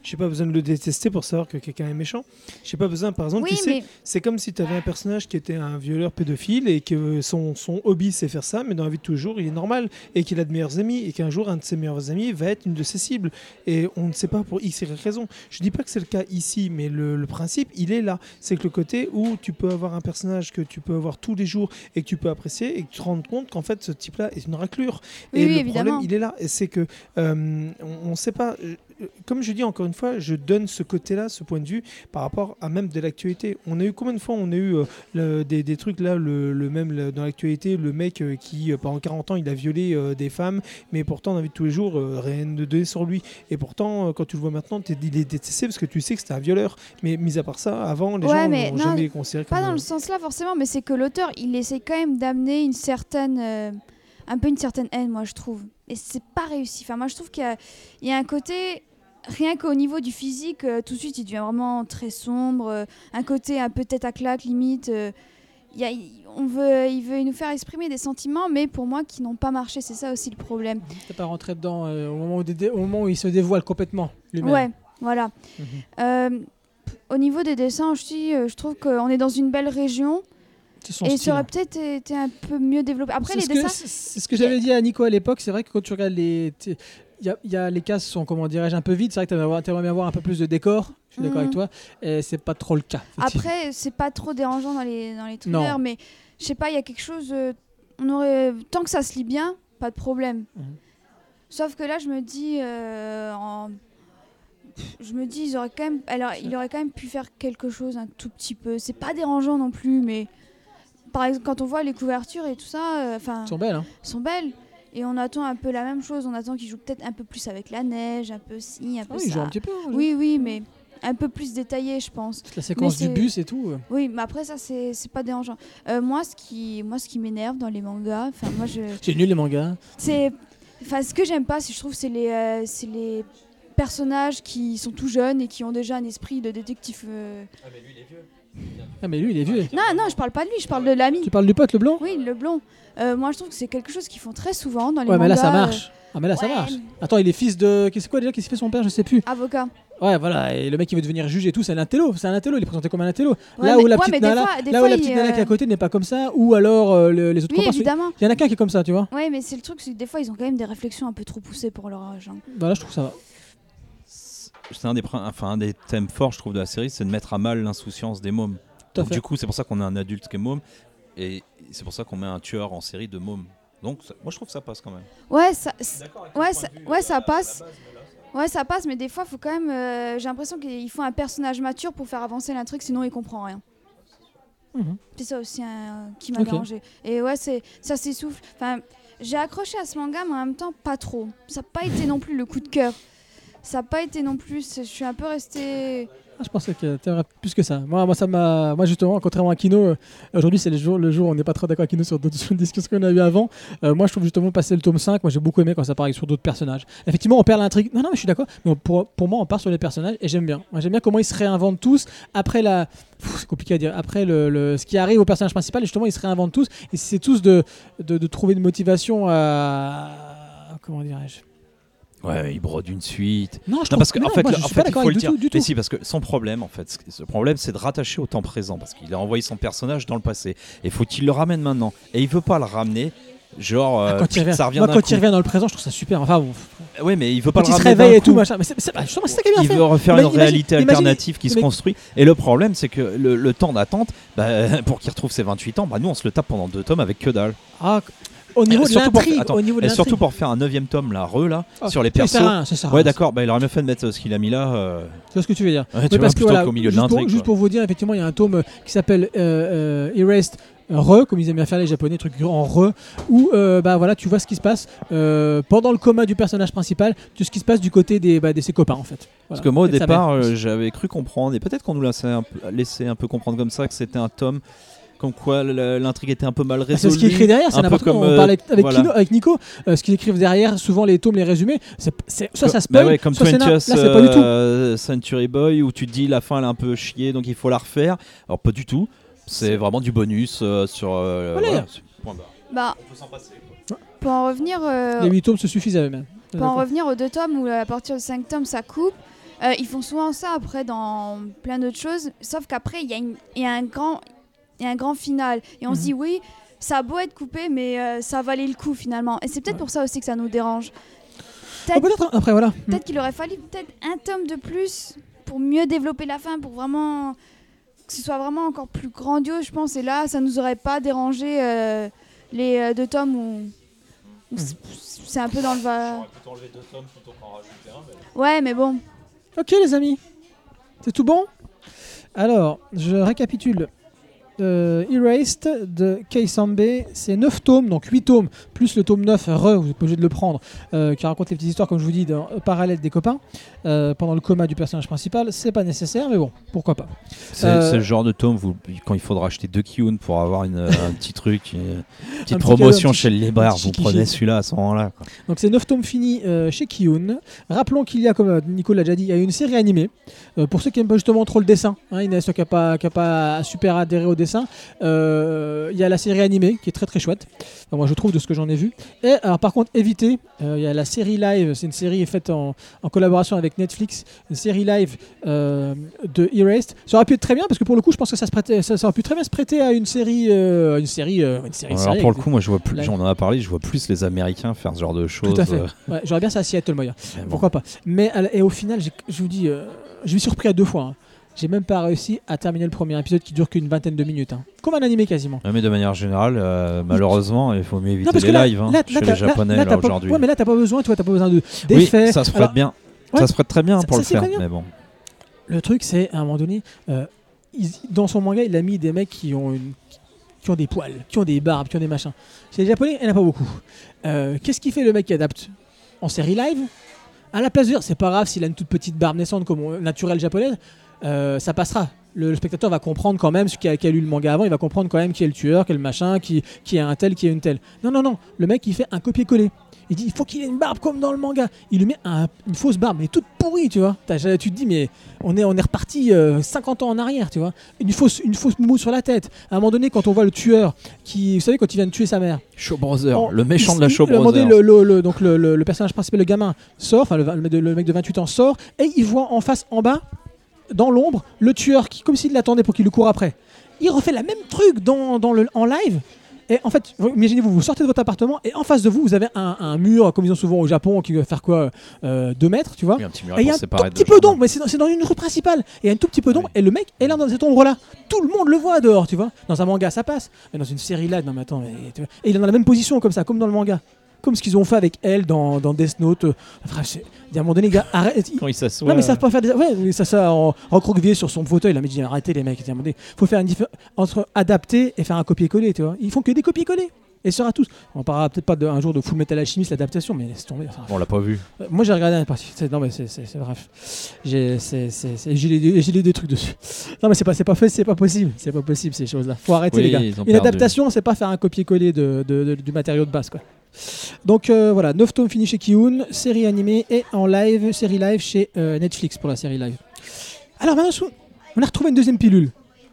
J'ai pas besoin de le détester pour savoir que quelqu'un est méchant. J'ai pas besoin, par exemple, Oui, tu sais, mais c'est comme si tu avais un personnage qui était un violeur pédophile et que son, son hobby c'est faire ça, mais dans la vie de tous les jours il est normal et qu'il a de meilleurs amis et qu'un jour un de ses meilleurs amis va être une de ses cibles. Et on ne sait pas pour X et Y raison. Je dis pas que c'est le cas ici, mais le, le principe il est là. C'est que le côté où tu peux avoir un personnage que tu peux avoir tous les jours et que tu peux apprécier et que tu te rends compte qu'en fait ce type-là est une raclure. Oui, et oui, le évidemment. problème il est là. Et c'est que euh, on ne sait pas. Comme je dis encore une fois, je donne ce côté-là, ce point de vue par rapport à même de l'actualité. On a eu combien de fois on a eu euh, le- des, des trucs là, le, le même le- dans l'actualité, le mec euh, qui euh, pendant quarante ans il a violé euh, des femmes, mais pourtant dans la vie de tous les jours euh, rien de donné sur lui. Et pourtant euh, quand tu le vois maintenant, t'es, il est détesté parce que tu sais que c'était un violeur. Mais mis à part ça, avant les Ouais, gens mais l'ont non, jamais considéré comme pas dans euh, le sens là forcément, mais c'est que l'auteur, il essaie quand même d'amener une certaine, euh, un peu une certaine haine, moi je trouve. Et c'est pas réussi. Enfin, moi je trouve qu'il y a, il y a un côté, rien qu'au niveau du physique, euh, tout de suite il devient vraiment très sombre, euh, un côté un peu tête à claque limite. euh, il y a- il- on veut, il veut nous faire exprimer des sentiments, mais pour moi qui n'ont pas marché, c'est ça aussi le problème. T'es pas rentré dedans euh, au, moment où, dé- au moment où il se dévoile complètement lui-même. Ouais, voilà. Mhm. Euh, au niveau des dessins aussi, euh, je trouve qu'on est dans une belle région. C'est son Et style. ça aurait peut-être été un peu mieux développé. Après, C'est les ce que- dessins. c'est c'est ce que j'avais dit à Nico à l'époque. C'est vrai que quand tu regardes les. t- Il y a, il y a- les cases sont, comment dirais-je, un peu vides. C'est vrai que tu aimerais bien avoir un peu plus de décor. Je suis d'accord Mhm. avec toi. Et c'est pas trop le cas. effectivement. Après, c'est pas trop dérangeant dans les, dans les Non. thrillers, mais je sais pas, il y a quelque chose. euh, on aurait, tant que ça se lit bien, pas de problème. Mhm. Sauf que là, je me dis. euh, en- Je me dis, ils auraient quand même, alors, il aurait quand même pu faire quelque chose un tout petit peu. C'est pas dérangeant non plus, mais par exemple, quand on voit les couvertures et tout ça, enfin, Ils sont belles. Hein. sont belles. Et on attend un peu la même chose. On attend qu'ils jouent peut-être un peu plus avec la neige, un peu ci, un peu Ah oui, ils ça. jouent un petit peu. hein, Oui, oui, mais un peu plus détaillé, je pense. La séquence Mais du c'est- bus et tout. euh. Oui, mais après ça, c'est c'est pas dérangeant. Euh, moi, ce qui, moi, ce qui m'énerve dans les mangas, enfin, moi, je, C'est nul les mangas. c'est, enfin, ce que j'aime pas, c'est je trouve, c'est les, euh, c'est les personnages qui sont tout jeunes et qui ont déjà un esprit de détective. euh. Ah, mais lui, il est vieux. Non, non, je parle pas de lui, je parle de l'ami. Tu parles du pote, le blanc. Oui, le blond. Euh, moi, je trouve que c'est quelque chose qu'ils font très souvent dans les Ouais, mais mangas. là, ça euh, marche. Ah, mais là, ça ouais. marche. Attends, il est fils de. C'est quoi déjà? Qu'est-ce qu'il fait son père? Je sais plus. Avocat. Ouais, voilà. Et le mec, il veut devenir juge et tout. C'est un intello. C'est un intello. Il est présenté comme un intello. Ouais, là mais- où la ouais, petite mais des nana, fois- des là où fois, la il, petite nana euh, qui est à côté n'est pas comme ça. Ou alors euh, le- les autres Oui, copains. sont- évidemment. Il y en a qu'un qui est comme ça, tu vois. Ouais, mais c'est le truc, c'est que des fois, ils ont quand même des réflexions un peu trop poussées pour leur âge. hein. Voilà, je trouve ça va. C'est un des, prin- enfin, un des thèmes forts, je trouve, de la série, c'est de mettre à mal l'insouciance des mômes. Tout à Donc, fait. du coup, c'est pour ça qu'on a un adulte qui est môme, et c'est pour ça qu'on met un tueur en série de mômes. Donc, ça- moi, je trouve que ça passe quand même. Ouais, ça, c- ouais, ça, ouais, ça passe. Ouais, ça passe, mais des fois, faut quand même. euh, j'ai l'impression qu'il faut un personnage mature pour faire avancer l'intrigue, sinon il comprend rien. Mhm. C'est ça aussi hein, qui m'a Ok. dérangé. Et ouais, c'est, ça s'essouffle. Enfin, j'ai accroché à ce manga, mais en même temps, pas trop. Ça n'a pas été non plus le coup de cœur. Ça n'a pas été non plus. c'est- Je suis un peu restée. Ah, je pensais que t'aimerais plus que ça. Moi, moi, ça m'a, moi justement, contrairement à Kino, euh, aujourd'hui c'est le jour, le jour où on n'est pas trop d'accord avec Kino sur d'autres sur une discussion qu'on a eu avant. Euh, moi, je trouve justement passer le tome cinq, moi j'ai beaucoup aimé quand ça parle sur d'autres personnages. Effectivement, on perd l'intrigue. Non, non, mais je suis d'accord. Mais on- pour, pour moi, on part sur les personnages et j'aime bien. Moi, j'aime bien comment ils se réinventent tous après la. Pff, c'est compliqué à dire. Après le, le- ce qui arrive au personnage principal, et justement, ils se réinventent tous. Et c'est tous de, de, de trouver une motivation à. Comment dirais-je? Ouais, il brode une suite. Non, je Non, trouve parce qu'en non, fait, moi, le- je en suis fait pas il d'accord faut avec le du dire. tout, du Mais tout. si, parce que son problème, en fait, ce- ce problème, c'est de rattacher au temps présent, parce qu'il a envoyé son personnage dans le passé. Et faut qu'il le ramène maintenant. Et il veut pas le ramener. Genre, Ah, euh, quand il revient, ça revient moi, d'un quand coup. il revient dans le présent, je trouve ça super. Enfin, bon, Ouais, mais il veut pas quand le il se ramener réveille d'un et tout, coup. machin. Mais c'est, c'est, bah, justement, c'est ça qui est bien Il fait. veut refaire Mais une imagine- réalité imaginez- alternative qui se mais- construit. Et le problème, c'est que le, le temps d'attente, bah, pour qu'il retrouve ses vingt-huit ans, bah, nous on se le tape pendant deux tomes avec que dalle. Ah, au niveau Et de surtout pour- l'intrigue, attends, au niveau de Et surtout l'intrigue. pour faire un neuvième tome, là, re, là, Ah, sur les ça persos. sert à rien, ça sert à Ouais, rien. d'accord, bah, il aurait mieux fait de mettre euh, ce qu'il a mis là. euh, C'est ce que tu veux dire. ouais, Oui, tu vois, parce que plutôt voilà, qu'au milieu de juste, pour, l'intrigue. juste quoi. pour vous dire, effectivement, il y a un tome euh, qui s'appelle euh, euh, Erased Re, comme ils aiment bien faire les japonais, truc en re, où euh, bah voilà, tu vois ce qui se passe euh, pendant le coma du personnage principal, tout ce qui se passe du côté des, bah, de ses copains en fait. Voilà. Parce que moi au Et de sa départ, mère. euh, j'avais cru comprendre, et peut-être qu'on nous l'a laissé un, peu, laissé un peu comprendre comme ça, que c'était un tome, comme quoi le- l'intrigue était un peu mal Ah, résolue. c'est ce qui est écrit derrière, c'est un peu n'importe quoi. comme, On euh, parlait avec, voilà. Kino- avec Nico, euh, ce qu'ils écrivent derrière, souvent les tomes, les résumés, c'est, c'est, soit ça Bah spoil, ouais, comme soit c'est na- twentieth là c'est pas du tout. euh, Century Boy, où tu te dis la fin elle est un peu chiée, donc il faut la refaire. Alors pas du tout. C'est C'est- vraiment du bonus euh, sur. euh, Voilà. voilà, c'est- point barre. Bah, On peut s'en passer. Quoi. pour en revenir. euh, Les huit tomes se suffisent à eux-mêmes. Pour en revenir aux deux tomes où à partir de cinq tomes ça coupe, Euh, ils font souvent ça après dans plein d'autres choses, sauf qu'après il y, y a un grand, il y a un grand final et on Mhm. se dit oui, ça a beau être coupé, mais euh, ça valait le coup finalement. Et c'est peut-être Ouais. pour ça aussi que ça nous dérange. Oh, peut-être après voilà. Peut-être qu'il aurait fallu peut-être un tome de plus pour mieux développer la fin, pour vraiment que ce soit vraiment encore plus grandiose, je pense. Et là, ça nous aurait pas dérangé euh, les euh, deux tomes où, où c'est- c'est un peu dans le va. pu t'enlever deux tomes plutôt qu'en rajouter un. Ouais, mais bon. Ok les amis, c'est tout bon? Alors, je récapitule. Euh, Erased de Kei Sambe, c'est neuf tomes, donc huit tomes, plus le tome neuf, re, vous êtes pas obligé de le prendre, euh, qui raconte les petites histoires, comme je vous dis, dans, euh, parallèles des copains, euh, pendant le coma du personnage principal. C'est pas nécessaire, mais bon, pourquoi pas. C'est Euh, c'est le genre de tome où, quand il faudra acheter deux Kiyun pour avoir une, un petit truc, une petite Un petit promotion cadeau, un petit chez le libraire, un petit vous chichi. prenez celui-là à ce moment-là. quoi. Donc c'est neuf tomes finis euh, chez Kiyun. Rappelons qu'il y a, comme euh, Nico l'a déjà dit, il y a une série animée. Euh, pour ceux qui n'aiment pas justement trop le dessin, hein, Inès qui n'a pas, qui a pas super adhéré au dessin, euh, il y a la série animée qui est très très chouette. Enfin, moi je trouve de ce que j'en ai vu. Et alors par contre évitez, euh, il y a la série live, c'est une série faite en, en collaboration avec Netflix, une série live euh, de Erased. Ça aurait pu être très bien parce que pour le coup je pense que ça, se prêtait, ça, ça aurait pu très bien se prêter à une série, euh, une série, euh, une série. Alors série pour le avec- coup, moi je vois plus, Là- j'en ai parlé, je vois plus les Américains faire ce genre de choses. Tout à fait. euh, Ouais, j'aurais bien ça à Seattle, moi. mais bon. Pourquoi pas. Mais à la- et au final, j'ai- je vous dis, euh, je me suis surpris à deux fois. hein. J'ai même pas réussi à terminer le premier épisode qui dure qu'une vingtaine de minutes. hein. Comme un animé quasiment. Ouais, mais de manière générale, euh, malheureusement, il faut mieux éviter Non, parce les que là, lives hein, là, chez là, les t'as- Japonais là, là, t'as pas- aujourd'hui. Ouais, mais là, t'as pas besoin, toi, t'as pas besoin de Oui, d'effets. ça se Alors, prête bien. ouais. Ça se prête très bien Ça- pour ça, le c'est faire, très bien. mais bon. Le truc, c'est à un moment donné, euh, il- dans son manga, il a mis des mecs qui ont une qui ont des poils, qui ont des barbes, qui ont des machins. Chez les Japonais, il n'y en a pas beaucoup. Euh, Qu'est-ce qu'il fait le mec qui adapte en série live? À la place de dire, c'est pas grave s'il a une toute petite barbe naissante comme on- naturelle japonaise, euh, ça passera. Le, le spectateur va comprendre quand même, celui qui a, qui a lu le manga avant, il va comprendre quand même qui est le tueur, qui est le machin, qui, qui est un tel, qui est une telle. Non, non, non. Le mec, il fait un copier-coller. Il dit, il faut qu'il ait une barbe comme dans le manga. Il lui met un- une fausse barbe, mais toute pourrie, tu vois. T'as- tu te dis, mais on est, on est reparti euh, cinquante ans en arrière, tu vois. Une fausse, une fausse moumoute sur la tête. À un moment donné, quand on voit le tueur, qui, vous savez, quand il vient de tuer sa mère, Show Brother, Oh, le méchant il- de la il- Show à un moment donné, Brother. le, le- le- donc le, le- le personnage principal, le gamin, sort, enfin le, le mec de- le mec de vingt-huit ans sort, et il voit en face, en bas, dans l'ombre, le tueur, qui, comme s'il l'attendait pour qu'il le court après. Il refait la même truc dans, dans le, en live. Et en fait, vous- imaginez-vous, vous sortez de votre appartement et en face de vous, vous avez un, un mur, comme ils ont souvent au Japon, qui va faire quoi, euh, deux mètres, tu vois. Oui, un petit mur Et il y a pour un séparer tout deux petit peu jardins. d'ombre, mais c'est dans, c'est dans une rue principale. Et il y a un tout petit peu d'ombre, Oui. et le mec est là dans cette ombre-là. Tout le monde le voit dehors, tu vois. Dans un manga, ça passe. Mais dans une série là, non mais attends, mais, tu vois. Et il est dans la même position comme ça, comme dans le manga. Comme ce qu'ils ont fait avec elle dans, dans Death Note. Euh, Bref, c'est- à un moment donné, les gars, arrête. Quand il s'assoit. Non mais ils savent pas faire des... Ouais, mais ça, ça en recroquevillé sur son fauteuil. Là, mais je dis, arrêtez les mecs. À un moment donné, faut faire une différence entre adapter et faire un copier-coller, tu vois. Ils font que des copier-coller. Et ce sera tous. On parlera peut-être pas de, un jour de Full Metal Alchemist, l'adaptation, mais laisse tomber. Enfin, On l'a pas vu. euh, moi j'ai regardé une partie. C'est- Non mais c'est c'est- c'est bref. J'ai c'est- c'est- c'est- j'ai les, j'ai les deux trucs dessus. Non mais c'est pas c'est pas fait, c'est pas possible, c'est pas possible ces choses-là. Faut arrêter Oui, les gars. ils ont Une perdu. adaptation, c'est pas faire un copier-coller de, de- de- du matériau de base quoi. Donc euh, voilà, neuf tomes finis chez Kiyun, série animée et en live, série live chez euh, Netflix pour la série live. Alors maintenant sou- on a retrouvé une deuxième pilule.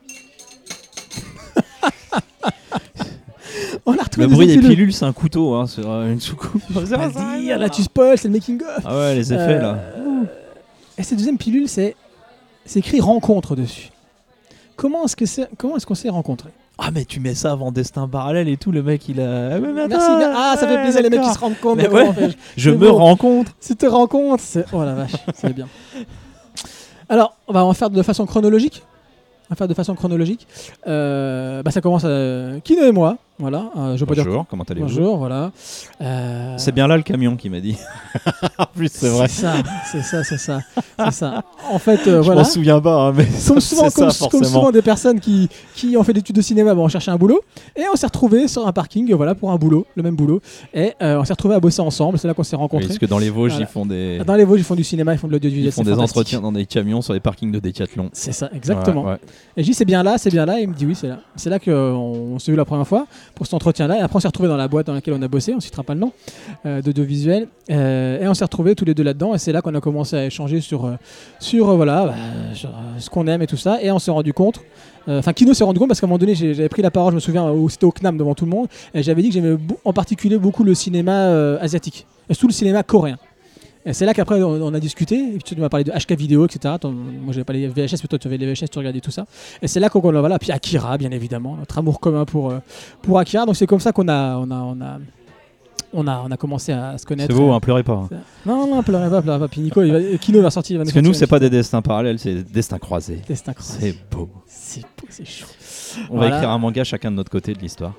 On a retrouvé Le une bruit des deuxième pilule. pilules, c'est un couteau, hein, c'est euh, une soucoupe. Faut pas le dire, là tu spoil, c'est le making of. Ah ouais, les effets là. Euh, Et cette deuxième pilule, c'est c'est écrit rencontre dessus. Comment est-ce que c'est comment est-ce qu'on s'est rencontrés? Ah mais tu mets ça avant Destin Parallèle et tout, le mec il a... Ah, mais attends, Merci. mais- Ah, ça fait ouais, plaisir les mecs qui d'accord. se rendent compte. Mais de comment ouais. on fait. Je c'est me beau. rencontre. Si tu te rends compte, c'est oh la vache, c'est bien. Alors, on va en faire de façon chronologique. On va faire de façon chronologique. Euh, bah, ça commence à Kino et moi. Voilà. Euh, je veux pas dire Bonjour, comment allez-vous? bonjour. Voilà. Euh, C'est bien là le camion qui m'a dit. En plus c'est vrai. C'est ça, c'est ça, c'est ça, c'est ça. En fait, euh, Je voilà. m'en souviens pas, hein, mais Comme c'est souvent, ça comme, forcément. comme souvent des personnes qui, qui ont fait des études de cinéma, bon, on cherchait un boulot et on s'est retrouvés sur un parking, voilà, pour un boulot, le même boulot, et euh, on s'est retrouvés à bosser ensemble. C'est là qu'on s'est Oui, rencontrés. parce que dans les Vosges Voilà. ils font des, Dans les Vosges, ils font du cinéma, ils font de l'audiovisuel. ils font c'est des fantastique. entretiens dans des camions sur les parkings de Décathlon. C'est ça, exactement. Ouais, ouais. Et je dis c'est bien là, c'est bien là, et il me dit oui, c'est là. C'est là qu'on on s'est vu la première fois pour cet entretien-là, et après on s'est retrouvés dans la boîte dans laquelle on a bossé, on ne citera pas le nom, euh, d'audiovisuel, euh, et on s'est retrouvés tous les deux là-dedans, et c'est là qu'on a commencé à échanger sur, euh, sur euh, voilà, bah, sur, euh, ce qu'on aime et tout ça, et on s'est rendu compte. Enfin, Kino s'est rendu compte parce qu'à un moment donné, j'ai- j'avais pris la parole, je me souviens, où c'était au C N A M devant tout le monde, et j'avais dit que j'aimais beau- en particulier beaucoup le cinéma euh, asiatique, et surtout le cinéma coréen. Et c'est là qu'après on, on a discuté, et puis tu m'as parlé de H K vidéo, et cetera. Ton- moi j'avais pas les V H S, mais toi tu avais les V H S, tu regardais tout ça. Et c'est là qu'on voilà, puis Akira bien évidemment, notre amour commun pour euh, pour Akira. Donc c'est comme ça qu'on a on a on a on a on a commencé à se connaître. C'est beau, hein, pleurez pas. hein. Non non, pleurez pas, pleurez pas. Puis Nico, il va, Kino va sortir, il va Parce nous que nous, sortir c'est une pas des destins parallèles, c'est des destins croisés. destin croisé. C'est beau. C'est beau, c'est chaud. On Voilà. va écrire un manga chacun de notre côté de l'histoire.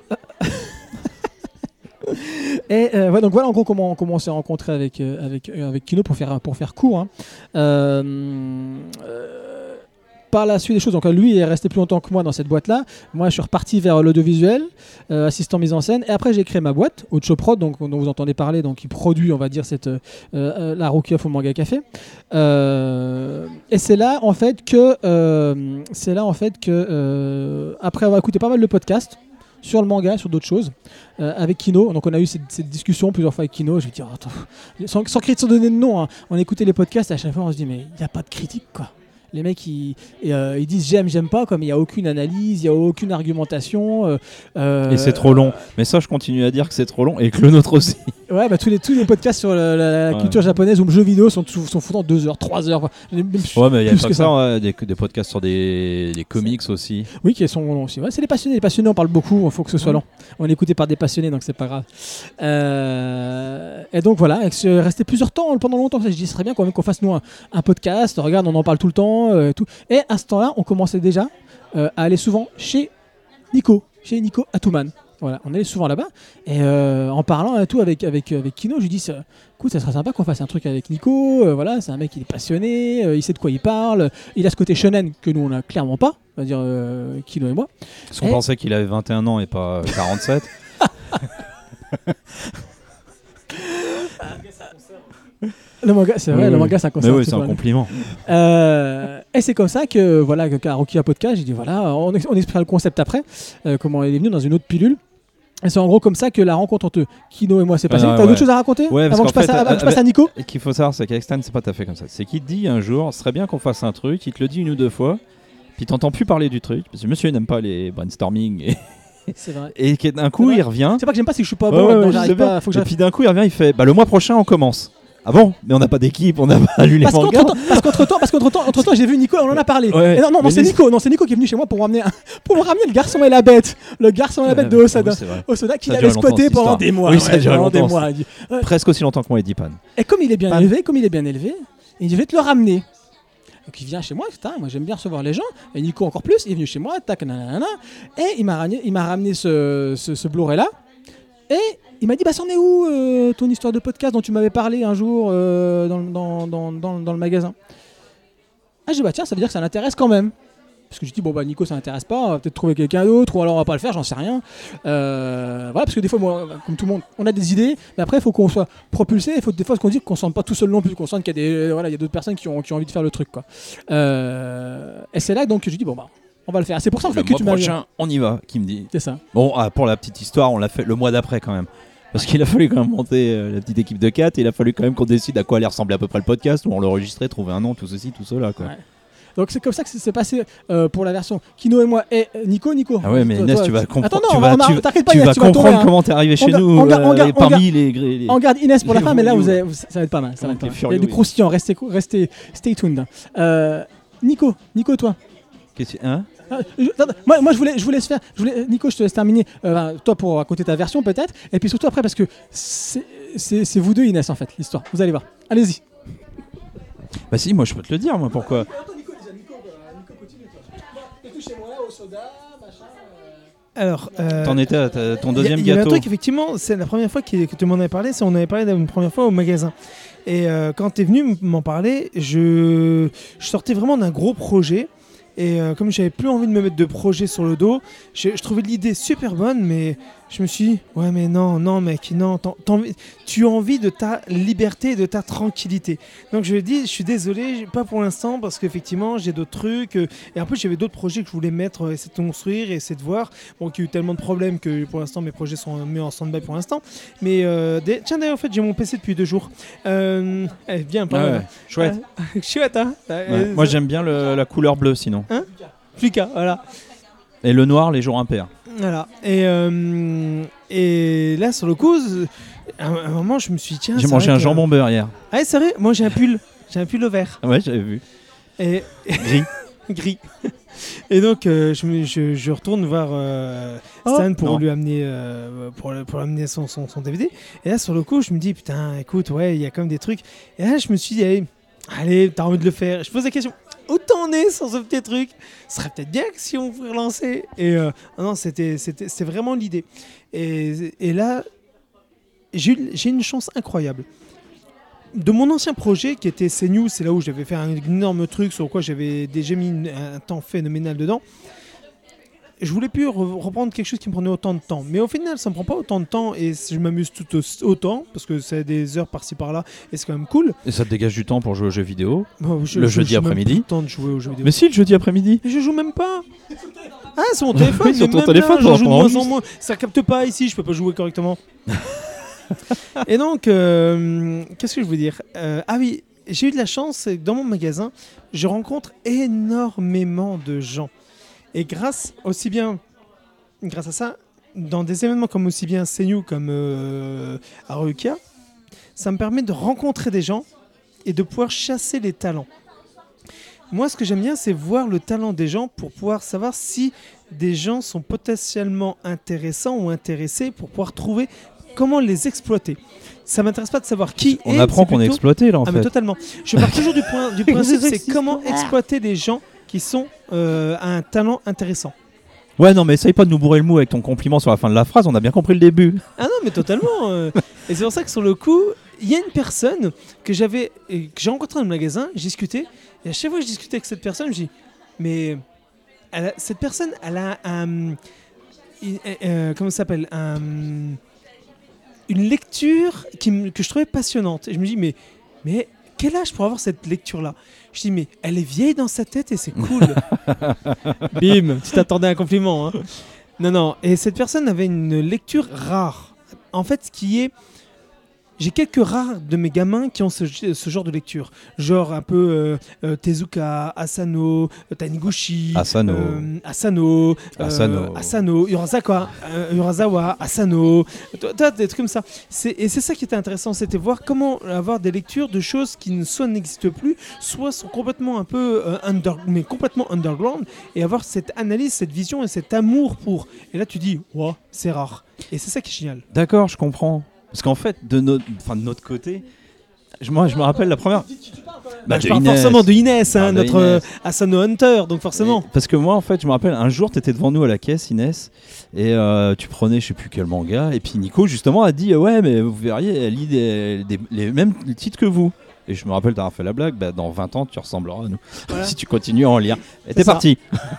Et euh, ouais, donc voilà en gros comment, comment on s'est rencontré avec, euh, avec, euh, avec Kino pour faire, pour faire court. hein. Euh, euh, par la suite des choses, donc euh, lui il est resté plus longtemps que moi dans cette boîte-là. Moi je suis reparti vers l'audiovisuel, euh, assistant mise en scène. Et après j'ai créé ma boîte, Ocho Prod, donc, dont vous entendez parler, donc qui produit on va dire cette, euh, euh, la Rookie of au Manga Café. Euh, et c'est là en fait que, euh, c'est là en fait que euh, après avoir écouté pas mal de podcasts, sur le manga, sur d'autres choses, euh, avec Kino. Donc on a eu cette, cette discussion plusieurs fois avec Kino. Je lui dis, oh, attends, sans, sans, sans donner de nom, hein. On écoutait les podcasts et à chaque fois on se dit, mais il n'y a pas de critique quoi. Les mecs ils, et, euh, ils disent j'aime, j'aime pas, comme il n'y a aucune analyse, il n'y a aucune argumentation. Euh, euh, Et c'est trop long. Mais ça, je continue à dire que c'est trop long et que le nôtre aussi. Ouais, bah tous les, tous les podcasts sur la, la- la Ouais. culture japonaise ou le jeu vidéo sont, sont foutants deux heures, trois heures. quoi. Même Ouais, mais il y a plus pas que que ça, ouais, des, des podcasts sur des, des comics aussi. Oui, qui sont longs aussi. Ouais, c'est les passionnés. Les passionnés, on parle beaucoup. Il faut que ce soit long. On est écouté par des passionnés, donc c'est pas grave. Euh, Et donc voilà, et que c'est resté plusieurs temps, pendant longtemps. Je dis, ce serait bien quand même qu'on fasse nous un, un podcast. Regarde, on en parle tout le temps. euh, et, tout. Et à ce temps-là, on commençait déjà euh, à aller souvent chez Nico, chez Nico Atuman. Voilà, on allait souvent là-bas et euh, en parlant et tout avec, avec, avec Kino, je lui dis ça- écoute, ça serait sympa qu'on fasse un truc avec Nico. euh, voilà, c'est un mec, il est passionné, euh, il sait de quoi il parle, il a ce côté shonen que nous on a clairement pas, on va dire euh, Kino et moi. Parce qu'on Et- pensait qu'il avait vingt et un ans et pas quarante-sept. Le manga, c'est vrai, Oui, le oui. manga, ça Mais conserve. oui, tout c'est un pour la- compliment. Euh, et c'est comme ça que voilà que qu'à Rocky a podcast, j'ai dit voilà, on, ex- on expliquera le concept après, euh, comment il est venu dans une autre pilule. Et c'est en gros comme ça que la rencontre entre Kino et moi s'est passée. Ah, T'as ouais. d'autres choses à raconter Ouais, parce avant que je qu'en passe, fait, à, avant que je passe avec- à Nico? Et qu'il faut savoir, c'est qu'Extan, c'est pas tout à fait comme ça. C'est qu'il te dit un jour, ce serait bien qu'on fasse un truc, il te le dit une ou deux fois, puis t'entends plus parler du truc, parce que monsieur n'aime pas les brainstorming, et, C'est vrai. et que d'un coup C'est vrai. il revient. C'est pas que j'aime pas, c'est que je suis pas Ouais, bon. ouais, là-dedans, ouais, je j'arrive sais bien. pas. Faut que Et j'arrive- puis d'un coup il revient, il fait bah le mois prochain on commence. Ah bon? Mais on n'a pas d'équipe, on n'a pas lu les Parce mangas. qu'entre temps, parce qu'entre temps, parce qu'entre temps, entre temps, j'ai vu Nico, on en a parlé. Ouais. Et non, non, non, Mais c'est les- Nico, non, c'est Nico qui est venu chez moi pour me ramener, un- pour me ramener le garçon et la bête, le garçon et la bête de Ah, Osada, oui, c'est vrai. Osada qu'il Ça a avait duré longtemps, squatté cette pendant histoire. des mois. Oui, ça a ouais, duré pendant des longtemps, mois. Il dit, ouais. Presque aussi longtemps que moi, Eddie Pan. Et comme il est bien Pan. élevé, comme il est bien élevé, il dit je vais te le ramener. Donc il vient chez moi, et cetera. Moi j'aime bien recevoir les gens. Et Nico encore plus, il est venu chez moi, tac, nanana. Et il m'a ramené, il m'a ramené ce, ce, ce Blu-ray là. Et il m'a dit bah c'en est où euh, ton histoire de podcast dont tu m'avais parlé un jour euh, dans, dans, dans, dans, dans le magasin. Ah j'ai dit bah tiens ça veut dire que ça l'intéresse quand même. Parce que je dis bon bah Nico ça l'intéresse pas, on va peut-être trouver quelqu'un d'autre ou alors on va pas le faire, j'en sais rien. Euh, voilà parce que des fois moi, comme tout le monde on a des idées, mais après il faut qu'on soit propulsé, il faut des fois qu'on dise qu'on ne sente pas tout seul non plus, qu'on sente qu'il y a des voilà il y a d'autres personnes qui ont, qui ont envie de faire le truc quoi. Euh, et c'est là donc que je dis bon bah on va le faire. C'est pour ça en fait Le que mois tu m'as prochain, on y va, qui me dit. C'est ça. Bon, ah, pour la petite histoire, on l'a fait le mois d'après quand même. Parce qu'il a fallu quand même monter euh, la petite équipe de quatre, et il a fallu quand même qu'on décide à quoi allait ressembler à peu près le podcast, où on l'enregistrait, trouver un nom, tout ceci, tout cela. Quoi. Ouais. Donc c'est comme ça que c'est passé euh, pour la version Kino et moi et euh, Nico Nico. Ah ouais, mais Toi- Inès, toi, tu vas comprendre. Attends tu non, vas, on a- tu, t'inquiète pas tu Inès, vas tu vas comprendre tomber, hein. comment t'es arrivé chez On ga- nous. on ga- on euh, ga- les- on parmi les, les- On garde Inès pour la les fin, mais là voyous. vous avez, vous- ça va être pas mal. Ça va être Les pas mal. Il y a furieux, du oui. croustillant, restez, cou- restez, stay tuned. Euh, Nico, Nico toi. Qu'est-ce que- hein Ah, je- attends, moi, moi je voulais, je voulais se faire. Je voulais, Nico, je te laisse terminer. euh, toi pour raconter ta version peut-être, et puis surtout après parce que c'est c'est- c'est vous deux Inès en fait l'histoire. Vous allez voir. Allez-y. Bah si, moi je peux te le dire, moi pourquoi. Alors, euh, T'en étais à ta- ton il y a- deuxième il y avait un gâteau. truc, effectivement, c'est la première fois qu'il- que tu m'en avais parlé, c'est on avait parlé une première fois au magasin. Et euh, quand tu es venu m'en parler, je, je sortais vraiment d'un gros projet. Et euh, comme j'avais plus envie de me mettre de projet sur le dos, je, je trouvais l'idée super bonne, mais je me suis dit, ouais, mais non, non, mec, non, t'en- t'as envie- tu as envie de ta liberté, de ta tranquillité. Donc je lui ai dit, je suis désolé, pas pour l'instant, parce qu'effectivement, j'ai d'autres trucs. euh, et en plus, j'avais d'autres projets que je voulais mettre, euh, essayer de construire, et essayer de voir. Bon, qu'il y a eu tellement de problèmes que pour l'instant, mes projets sont mis en stand-by pour l'instant. Mais euh, des- tiens, d'ailleurs, en fait, j'ai mon P C depuis deux jours. Euh, eh, bien, pas Ah mal. ouais, chouette. Euh, chouette, hein. Ouais. Euh, Moi j'aime bien le- la couleur bleue sinon. Lucas, voilà. Et le noir les jours impairs. Voilà. Et, euh, et là, sur le coup, à un, à un moment, je me suis dit, tiens. J'ai c'est mangé vrai un que- jambon beurre hier. Ah, c'est vrai, moi j'ai un pull. J'ai un pull au vert. Ouais, j'avais vu. Et... Gris. Gris. Et donc, euh, je, me- je, je retourne voir euh, Stan pour non. lui amener, euh, pour, le- pour lui amener son, son, son D V D. Et là, sur le coup, je me dis, putain, écoute, ouais, il y a quand même des trucs. Et là, je me suis dit, allez, allez t'as envie de le faire. Je pose la question, où t'en es sur ce petit truc? Ce serait peut-être bien que si on pouvait relancer. Et euh, ah non, c'était, c'était, c'était vraiment l'idée. Et, et là, j'ai, eu- j'ai une chance incroyable. De mon ancien projet qui était CNews, c'est là où j'avais fait un énorme truc sur quoi j'avais déjà mis une- un temps phénoménal dedans. Je voulais plus re- reprendre quelque chose qui me prenait autant de temps. Mais au final, ça me prend pas autant de temps et je m'amuse tout au- autant parce que c'est des heures par-ci par-là et c'est quand même cool. Et ça te dégage du temps pour jouer aux jeux vidéo. Bon, je- Le je- jeudi j'ai même après-midi. plus le temps de jouer aux jeux vidéo. Mais si, le jeudi après-midi. Mais je joue même pas. Ah, c'est mon téléphone. Oui, sur mais ton même téléphone, là, j'en t'en joue de prends moins juste. en moins. Ça capte pas ici, je peux pas jouer correctement. Et donc, euh, qu'est-ce que je veux dire Euh, Ah oui, j'ai eu de la chance, c'est que dans mon magasin, je rencontre énormément de gens. Et grâce aussi bien, grâce à ça, dans des événements comme aussi bien CNews comme euh, Arukia, ça me permet de rencontrer des gens et de pouvoir chasser les talents. Moi, ce que j'aime bien, c'est voir le talent des gens pour pouvoir savoir si des gens sont potentiellement intéressants ou intéressés pour pouvoir trouver comment les exploiter. Ça m'intéresse pas de savoir qui On est, apprend c'est qu'on est plutôt- exploité là en Ah mais fait. totalement. Je pars toujours du, point, du principe, c'est comment exploiter des gens qui sont euh, à un talent intéressant. Ouais, non, mais essaye pas de nous bourrer le mou avec ton compliment sur la fin de la phrase, on a bien compris le début. Ah non, mais totalement. euh. Et c'est pour ça que sur le coup, il y a une personne que j'avais, et que j'ai rencontrée dans le magasin, j'ai discuté, et à chaque fois que je discutais avec cette personne, je dis, mais elle a- cette personne, elle a un, une- euh, comment ça s'appelle, un, une lecture qui me- que je trouvais passionnante. Et je me dis, mais, mais quel âge pour avoir cette lecture-là? Je dis, mais elle est vieille dans sa tête et c'est cool. Bim, tu t'attendais à un compliment. Hein. Non, non. Et cette personne avait une lecture rare. En fait, ce qui est... J'ai quelques rares de mes gamins qui ont ce, ce genre de lecture. Genre un peu euh, euh, Tezuka, Asano, euh, Taniguchi, Asano. euh, Asano, euh, Asano. Asano, Urasawa, euh, Urasawa, Asano, toi, toi, des trucs comme ça. C'est- Et c'est ça qui était intéressant, c'était voir comment avoir des lectures de choses qui ne soit n'existent plus, soit sont complètement un peu euh, under, mais complètement underground, et avoir cette analyse, cette vision et cet amour pour. Et là, tu dis, wow, c'est rare. Et c'est ça qui est génial. D'accord, je comprends. Parce qu'en fait, de notre, enfin, de notre côté, je, moi je me rappelle la première. Bah, je de parle Inès. forcément de Inès, hein, Ah, de notre Inès. euh, Asano Hunter, donc forcément. Et- parce que moi en fait, je me rappelle un jour, tu étais devant nous à la caisse, Inès, et euh, tu prenais je sais plus quel manga, et puis Nico justement a dit euh, ouais, mais vous verriez, elle lit des- des- les mêmes titres que vous. Et je me rappelle d'avoir fait la blague, bah, dans vingt ans tu ressembleras à nous Voilà. si tu continues à en lire. Et C'est t'es ça. parti.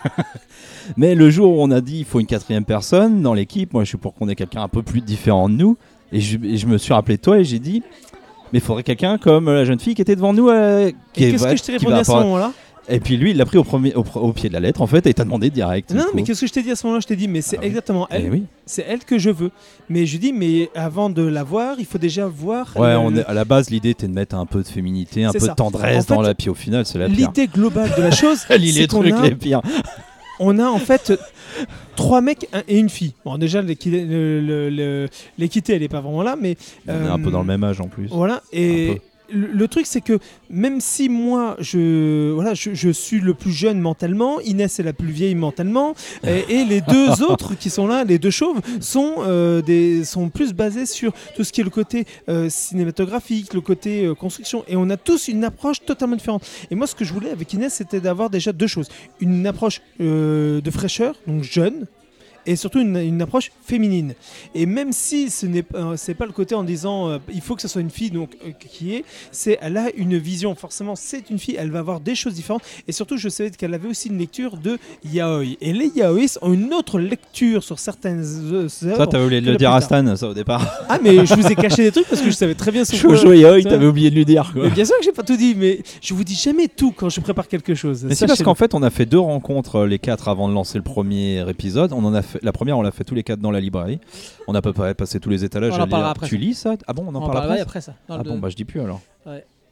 Mais le jour où on a dit il faut une quatrième personne dans l'équipe, moi je suis pour qu'on ait quelqu'un un peu plus différent de nous. Et je, et je me suis rappelé de toi et j'ai dit mais il faudrait quelqu'un comme la jeune fille qui était devant nous. euh, qui Et est qu'est-ce vrai- que je t'ai qui répondu va à ce appara- moment-là? Et puis lui il l'a pris au, premier, au, au pied de la lettre en fait et il t'a demandé direct. Non, du non, mais coup. qu'est-ce que je t'ai dit à ce moment-là? Je t'ai dit, mais c'est Ah oui. exactement Eh elle. oui. C'est elle que je veux. Mais je dis, mais avant de la voir, il faut déjà voir. Ouais, le- on est, à la base l'idée était de mettre un peu de féminité, un C'est peu ça. de tendresse En fait, dans la, puis au final c'est la pire. l'idée globale de la chose. Elle lit c'est les qu'on trucs a- les pires. On a en fait trois mecs un- et une fille. Bon, déjà, l'équi- le- le- le- l'équité, elle est pas vraiment là, mais. On est un peu euh, dans le même âge en plus. Voilà, Un et peu. le, le truc c'est que même si moi je, voilà, je, je suis le plus jeune mentalement, Inès est la plus vieille mentalement, et, et les deux autres qui sont là, les deux chauves, sont, euh, des, sont plus basés sur tout ce qui est le côté euh, cinématographique, le côté euh, construction, et on a tous une approche totalement différente. Et moi ce que je voulais avec Inès c'était d'avoir déjà deux choses, une approche euh, de fraîcheur, donc jeune, et surtout une, une approche féminine. Et même si ce n'est euh, c'est pas le côté en disant euh, il faut que ce soit une fille donc euh, qui est, c'est elle a une vision, forcément c'est une fille, elle va avoir des choses différentes et surtout je savais qu'elle avait aussi une lecture de yaoi et les yaoïs ont une autre lecture sur certaines euh, Ça œuvres. t'avais oublié de que le la dire à plupart. Stan ça au départ. Ah mais je vous ai caché des trucs parce que je savais très bien sur quoi. Shoujo et Yoi, ça- t'avais oublié de lui dire quoi. Mais bien sûr que j'ai pas tout dit, mais je vous dis jamais tout quand je prépare quelque chose. Mais c'est parce Sachez-le. qu'en fait, on a fait deux rencontres, euh, les quatre, avant de lancer le premier épisode. On en a fait, la première, on l'a fait tous les quatre dans la librairie. On a à peu près passé tous les étalages. On en à parlera lire. après Tu ça. lis ça? Ah bon, on en On en parle parlera après, après ça. dans Ah le bon, deux. bah je dis plus alors. Ouais.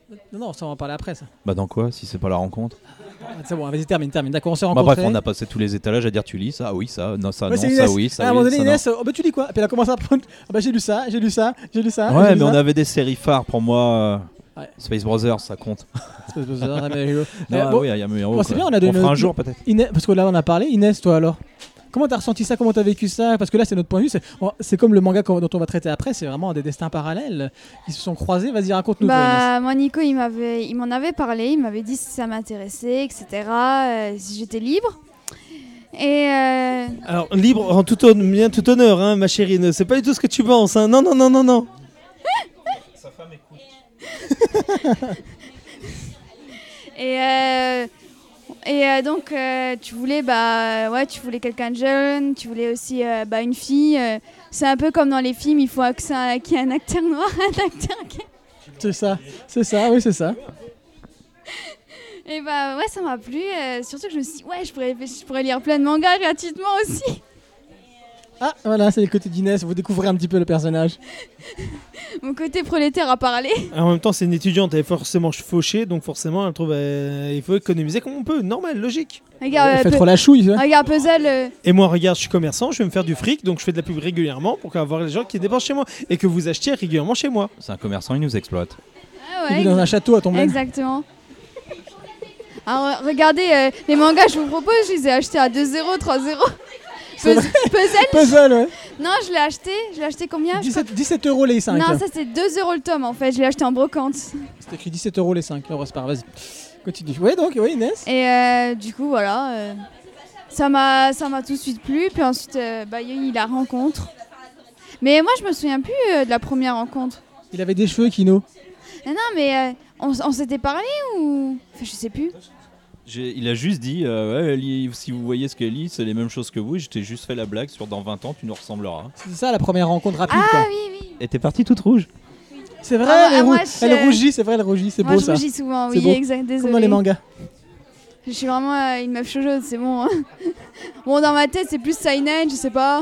Non, non, ça on va en parler après ça. Bah dans quoi si c'est pas la rencontre? Ah, c'est bon, vas-y, termine, termine. D'accord, on s'est Bah rencontrés. bref, on a passé tous les étalages à dire tu lis ça, oui, ça, non, ça, Ouais, non, c'est ça, Inès. oui, ça, à un oui, moment donné, ça, non. Inès, oh, bah, tu lis quoi? Puis elle a commencé à prendre. Ah, bah j'ai lu ça, j'ai lu ça, j'ai lu ça. Ouais, j'ai lu mais on ça. avait des séries phares pour moi. euh, Ouais. Space Brothers, ça compte. C'est pas- c'est pas- mais- Non, Euh, bon, oui, il y a Méo. bon, c'est bien, on a donné fera un notre- jour peut-être. Inès, parce que là on a parlé. Inès, toi alors? Comment t'as ressenti ça? Comment t'as vécu ça? Parce que là c'est notre point de vue. C'est, c'est comme le manga qu'on- dont on va traiter après. C'est vraiment des destins parallèles. Ils se sont croisés. Vas-y, raconte-nous. toi, Inès. Bah, moi, Nico, il, m'avait, il m'en avait parlé, il m'avait dit si ça m'intéressait, et cetera, euh, si j'étais libre. Et euh, Alors, libre en tout, hon- bien tout honneur, hein, ma chérie. Ne- C'est pas du tout ce que tu penses. Hein. Non, non, non, non, non. et, euh, et euh, donc, euh, tu voulais, bah, ouais, tu voulais quelqu'un de jeune, tu voulais aussi euh, bah, une fille. euh, c'est un peu comme dans les films, il faut que ça- qu'il y ait un acteur noir, un acteur gay. C'est ça, c'est ça, oui c'est ça. Et bah ouais, ça m'a plu. euh, surtout que je me suis dit, ouais, je pourrais, je pourrais lire plein de mangas gratuitement aussi. Ah voilà, c'est le côté d'Inès. Vous découvrez un petit peu le personnage. Mon côté prolétaire a parlé. En même temps, c'est une étudiante, elle est forcément fauchée, donc forcément, elle trouve euh, il faut économiser comme on peut. Normal, logique. Regarde, Elle euh, fait Pu- trop la chouille. ça. regarde Puzzle. euh, Et moi, regarde, je suis commerçant, je vais me faire du fric, donc je fais de la pub régulièrement pour avoir les gens qui dépensent chez moi et que vous achetiez régulièrement chez moi. C'est un commerçant, il nous exploite. ah Il ouais, vit dans un château à ton même. exactement. Alors regardez, euh, les mangas que je vous propose, je les ai achetés à deux zéro, trois zéro. C'est Puz- Puzzle, Puzzle, ouais. non, je l'ai acheté, je l'ai acheté combien je dix-sept, dix-sept euros les cinq. crois- Non, ça c'est deux euros le tome en fait, je l'ai acheté en brocante. C'est écrit dix-sept euros les cinq. Alors, c'est pas grave, vas-y. Continue. Oui, donc, oui, Inès. Et euh, du coup, voilà, euh, ça m'a ça m'a tout de suite plu. Puis ensuite, euh, bah, il y a eu la rencontre. Mais moi, je me souviens plus euh, de la première rencontre. Il avait des cheveux, Kino. Non, non, mais euh, on, s- on s'était parlé ou... Enfin, je sais plus. J'ai- il a juste dit euh, ouais, elle lit- si vous voyez ce qu'elle lit, c'est les mêmes choses que vous. Et je t'ai juste fait la blague sur dans vingt ans, tu nous ressembleras. C'est ça la première rencontre rapide, Ah quoi. oui, oui. Et t'es partie toute rouge. C'est vrai, Ah, elle, est moi, rou- je- elle rougit, c'est vrai, elle rougit, c'est Moi, beau je ça. rougis souvent, C'est oui, beau. exact, désolé. Comme dans les mangas. Je suis vraiment euh, une meuf chaude, c'est bon. hein. Bon, dans ma tête, c'est plus seinen, je sais pas.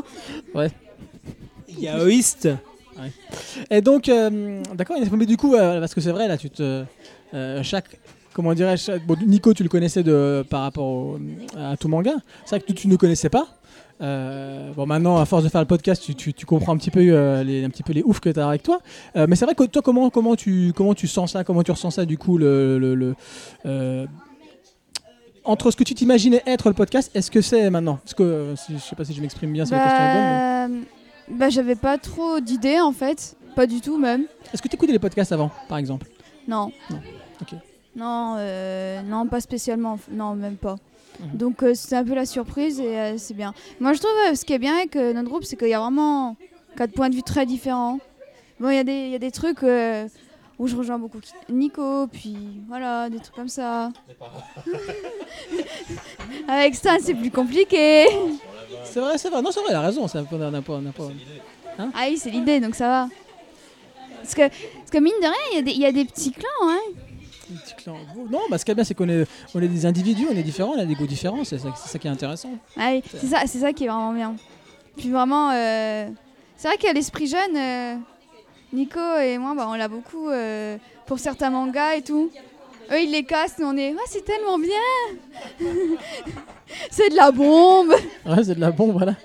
Yaoïste. Et donc, euh, d'accord, Inès, mais du coup, euh, parce que c'est vrai, là, tu te. euh, chaque. Comment dirais-je bon, Nico, tu le connaissais de, par rapport au- à tout manga. C'est vrai que tu, tu ne connaissais pas. Euh, bon, maintenant, à force de faire le podcast, tu, tu, tu comprends un petit peu, euh, les, un petit peu les oufs que tu as avec toi. Euh, mais c'est vrai que toi, comment, comment, tu, comment tu sens ça? Comment tu ressens ça, du coup, le. le, le, euh, entre ce que tu t'imaginais être le podcast, est-ce que c'est maintenant? Parce que euh, si, je sais pas si je m'exprime bien, si la question est bonne. mais- Bah, bah, j'avais pas trop d'idées en fait. Pas du tout, même. Est-ce que tu écoutais les podcasts avant, par exemple? Non. Non, ok. Non, euh, non, pas spécialement. Non, même pas. Mhm. Donc euh, c'est un peu la surprise et euh, c'est bien. Moi je trouve euh, ce qui est bien avec euh, notre groupe, c'est qu'il y a vraiment quatre points de vue très différents. Bon, il y, a des- il y a des trucs euh, où je rejoins beaucoup Ki- Nico, puis voilà, des trucs comme ça. Avec Stan, c'est plus compliqué. C'est vrai, c'est vrai. Non, c'est vrai, il a raison. C'est un peu, un peu, un peu- Ah oui, c'est l'idée, donc ça va. Parce que, parce que mine de rien, il y a des- il y, a des petits clans, hein. un petit clan. Non, bah, ce qui est bien, c'est qu'on est, on est des individus, on est différents, on a des goûts différents. C'est ça, c'est ça qui est intéressant. Ah oui, c'est ça, c'est ça qui est vraiment bien. Puis vraiment, euh, c'est vrai qu'à l'esprit jeune, euh, Nico et moi, bah, on l'a beaucoup euh, pour certains mangas et tout. Eux, ils les cassent, nous on est, ah, c'est tellement bien. C'est de la bombe. Ouais, c'est de la bombe, voilà.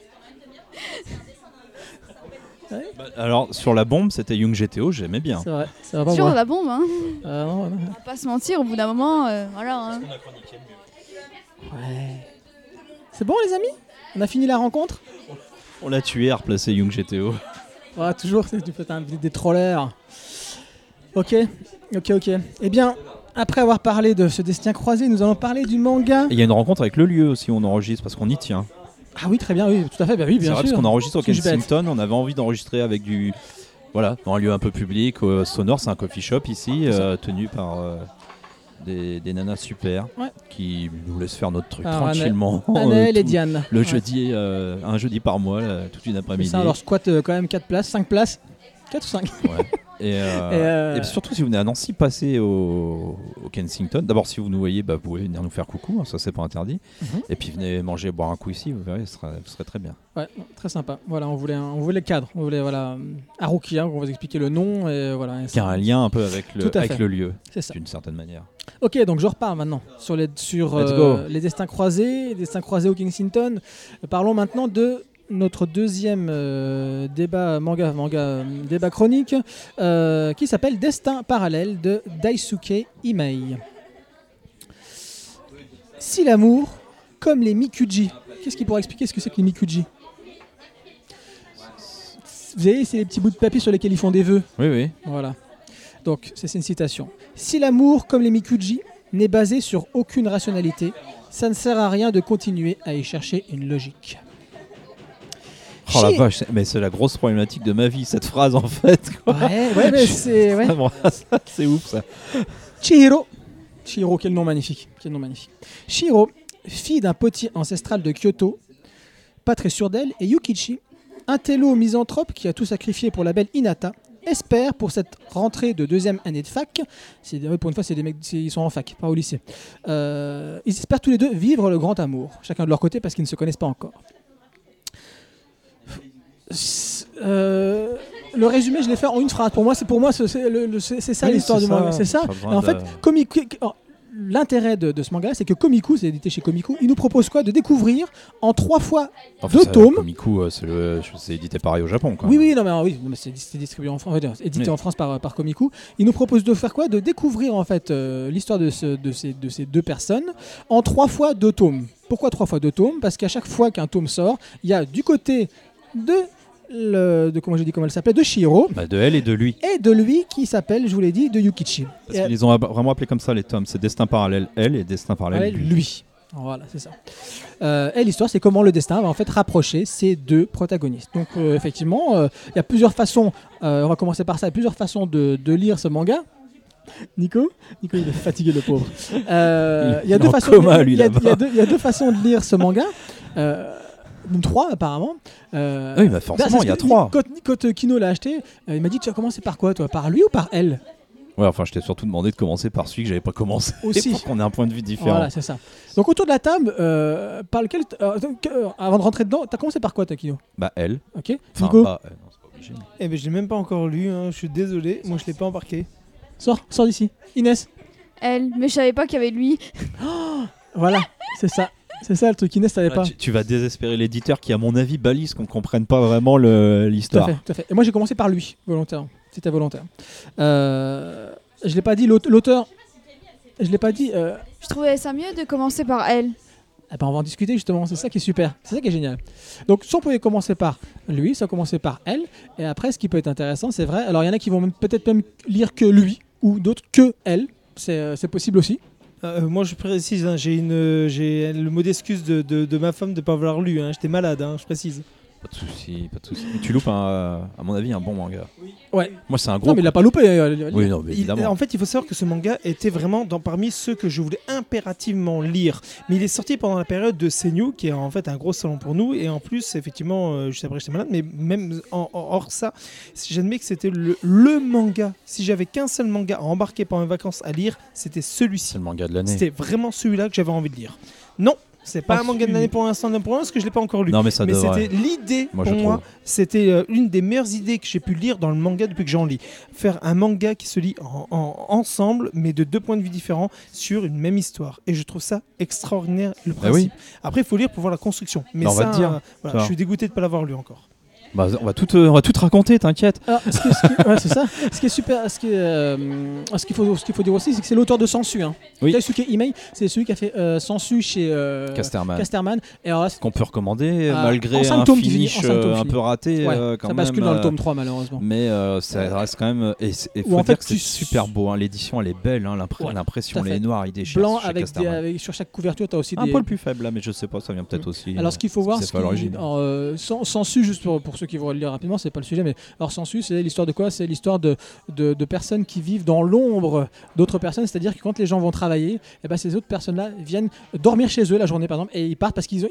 Bah, alors sur la bombe, c'était Young G T O, j'aimais bien. C'est vrai, ça va pas Toujours de moi. la bombe, hein. Ah, non, non. On va pas se mentir, au bout d'un moment, euh, voilà. hein. Ouais. C'est bon, les amis? On a fini la rencontre? On l'a tué à replacer Young G T O. Ah, toujours, c'est- tu fais un, des trollers. Ok, ok, ok. Eh bien, après avoir parlé de ce destin croisé, nous allons parler du manga. Et il y a une rencontre avec le lieu aussi où on enregistre parce qu'on y tient. Ah oui, très bien, oui, tout à fait, bah oui, C'est bien vrai sûr. parce qu'on enregistre au Je suis bête. Kensington, on avait envie d'enregistrer avec du voilà, dans un lieu un peu public, euh, sonore, c'est un coffee shop ici, C'est ça. euh, tenu par euh, des, des nanas super Ouais. qui nous laissent faire notre truc Alors, tranquillement. Annelle euh, et tout- Diane. Le Ouais. jeudi, euh, un jeudi par mois, là, toute une C'est après-midi. ça, alors squat euh, quand même quatre places, cinq places. quatre ou cinq? Ouais. Et, euh, Et, euh, et surtout, si vous venez à Nancy, passez au, au Kensington. D'abord, si vous nous voyez, bah, vous pouvez venir nous faire coucou, hein, ça c'est pas interdit. Mhm. Et puis venez manger, boire un coup ici, vous verrez, ce serait, ce serait très bien. Ouais, très sympa. Voilà, on voulait, un- on voulait le cadre. On voulait voilà, Arukia, on va vous expliquer le nom. Et voilà, et Qui a un lien un peu avec le, Tout à avec fait. le lieu, c'est ça. d'une certaine manière. Ok, donc je repars maintenant sur les, sur, Let's euh, go. les destins croisés, les destins croisés au Kensington. Parlons maintenant de notre deuxième euh, débat manga, manga euh, débat chronique euh, qui s'appelle Destin parallèle de Daisuke Imai. Si l'amour, comme les Mikuji, qu'est-ce qui pourrait expliquer ce que c'est que les Mikuji? Vous voyez, c'est les petits bouts de papier sur lesquels ils font des vœux. Oui, oui. Voilà. Donc, ça, c'est une citation. Si l'amour, comme les Mikuji, n'est basé sur aucune rationalité, ça ne sert à rien de continuer à y chercher une logique. Oh la Chi- vache, c'est- mais c'est la grosse problématique de ma vie, cette phrase en fait. Quoi. Ouais, ouais, mais c'est. Ouais. Vraiment, ça, c'est ouf ça. Chihiro. Chihiro, quel nom magnifique. Quel nom magnifique. Chihiro, fille d'un potier ancestral de Kyoto, pas très sûr d'elle, et Yukichi, un télo misanthrope qui a tout sacrifié pour la belle Hinata, espère pour cette rentrée de deuxième année de fac, c'est, ouais, pour une fois c'est des mecs, c'est- ils sont en fac, pas au lycée, euh, ils espèrent tous les deux vivre le grand amour, chacun de leur côté parce qu'ils ne se connaissent pas encore. C'est- euh, le résumé je l'ai fait en une phrase, pour moi c'est, pour moi, c'est, c'est, le- le- c'est, c'est ça Oui, l'histoire c'est du ça. manga, c'est ça. Pas besoin Et en de- fait, Komiku, alors, l'intérêt de, de ce manga, c'est que Komiku, c'est édité chez Komiku, il nous propose quoi? De découvrir en trois fois Enfin, deux ça, tomes. Komiku, euh, c'est, le, c'est édité pareil au Japon. Quoi. Oui, oui, non, mais, oui, non, mais c'est, c'est distribué en France, édité Oui. en France par, par Komiku. Il nous propose de faire quoi? De découvrir en fait euh, l'histoire de, ce- de, ces, de ces deux personnes en trois fois deux tomes. Pourquoi trois fois deux tomes? Parce qu'à chaque fois qu'un tome sort, il y a du côté de, le, de comment j'ai dit comment elle s'appelait, de Shihiro, Bah, de elle et de lui. et de lui qui s'appelle, je vous l'ai dit, de Yukichi. Parce Et, qu'ils ont ab- vraiment appelé comme ça les tomes. C'est Destin parallèle elle et Destin parallèle ouais, lui. lui. Voilà, c'est ça. Euh, et l'histoire, c'est comment le destin va en fait rapprocher ces deux protagonistes. Donc, euh, effectivement, euh, il y a plusieurs façons. euh, on va commencer par ça. Il y a plusieurs façons de, de lire ce manga. Nico, Nico, il est fatigué, le pauvre. Euh, Il- Il y a il deux est en façons. coma, lui, il y a- là-bas. il y a deux- il y a deux façons de lire ce manga. Euh, même trois apparemment. Euh, Oui, bah, forcément, c'est il y a ce que- trois. Quand, quand, euh, Kino l'a acheté, euh, il m'a dit tu vas commencer par quoi toi? Par lui ou par elle? Ouais, enfin, je t'ai surtout demandé de commencer par celui que j'avais pas commencé. Aussi. Pour qu'on ait un point de vue différent. Voilà, c'est ça. Donc autour de la table, euh, par lequel, t- euh, donc, euh, avant de rentrer dedans, t'as commencé par quoi, toi, Kino? Bah, elle. Ok. Enfin, Nico, bah, euh, non, c'est pas obligé. Eh ben, je l'ai même pas encore lu, hein. Je suis désolé, moi je l'ai pas embarqué. sors, sors d'ici. Inès. Elle, mais je savais pas qu'il y avait lui. Voilà, c'est ça. C'est ça le truc. Inès, savais Ah, pas. tu, tu vas désespérer l'éditeur qui, à mon avis, balise qu'on comprenne pas vraiment le- Tout à l'histoire. fait, tout à fait. Et moi, j'ai commencé par lui, volontaire. C'était volontaire. Euh, je l'ai pas dit, l'aute- l'auteur. Je l'ai pas dit. Euh, Je trouvais ça mieux de commencer par elle. eh ben, on va en discuter justement. C'est ça qui est super. C'est ça qui est génial. Donc, soit on pouvait commencer par lui, soit commencer par elle. Et après, ce qui peut être intéressant, c'est vrai. Alors, il y en a qui vont même, peut-être même lire que lui, ou d'autres que elle. C'est euh, c'est possible aussi. Euh, moi je précise, hein, j'ai une, j'ai le mot d'excuse de, de, de ma femme de pas avoir lu. Hein. J'étais malade, hein, je précise. Pas de soucis, pas de soucis. Mais tu loupes, un, euh, à mon avis, un bon manga. Ouais. Moi, c'est un gros. Non, mais il l'a pas loupé. euh, Oui, non, mais Il- évidemment. en fait, il faut savoir que ce manga était vraiment dans, parmi ceux que je voulais impérativement lire. Mais il est sorti pendant la période de Senyu, qui est en fait un gros salon pour nous. Et en plus, effectivement, euh, juste après, j'étais malade. Mais même en, en- hors ça, j'admets que c'était le, le manga. Si j'avais qu'un seul manga à embarquer pendant mes vacances à lire, c'était celui-ci. C'est le manga de l'année. C'était vraiment celui-là que j'avais envie de lire. Non, c'est pas Ah, un manga de si. l'année pour l'instant, non, pour l'instant, parce que je l'ai pas encore lu. Non, mais ça Mais devrait. c'était l'idée Moi, pour je moi. trouve. C'était euh, une des meilleures idées que j'ai pu lire dans le manga depuis que j'en lis. Faire un manga qui se lit en, en- ensemble, mais de deux points de vue différents sur une même histoire. Et je trouve ça extraordinaire le Bah principe. oui. Après, il faut lire pour voir la construction. Mais Bah, on ça, va te dire. euh, voilà, Ça. je suis dégoûté de pas l'avoir lu encore. Bah, on va tout, te- on va tout te raconter, t'inquiète. Alors, ce qui, ce qui- ouais, c'est ça. Ce qui est super, ce qui est, euh, ce qu'il faut, ce qu'il faut dire aussi, c'est que c'est l'auteur de Sensu. Hein. Oui. Daisuke Imei, c'est celui qui a fait euh, Sensu chez euh, Casterman. Casterman. Et alors, là, c'est- Qu'on peut recommander Ah, malgré en cinq un tomes qui finit, finish en cinq tomes euh, un fini. peu raté ouais, euh, quand ça même. bascule dans le euh, tome trois malheureusement. Mais euh, ça reste quand même. Et il Ou faut en dire fait, que c'est tu- super beau. Hein. L'édition, elle est belle. Hein. L'impr- Ouais, L'impression, tout à fait. les noirs, il déchire. Blanc chez avec, des, Casterman. avec sur chaque couverture, tu as aussi Un des. poil plus faible là, mais je sais pas, ça vient peut-être aussi. Alors, ce qu'il faut euh, voir, c'est ce pas qui- l'origine. alors, euh, sans, Sensu, juste pour, pour ceux qui vont le lire rapidement, c'est pas le sujet, mais alors Sensu, c'est l'histoire de quoi? C'est l'histoire de, de, de personnes qui vivent dans l'ombre d'autres personnes, c'est-à-dire que quand les gens vont travailler, et ben ces autres personnes-là viennent dormir chez eux la journée, par exemple, et ils partent parce qu'ils ont, ils ont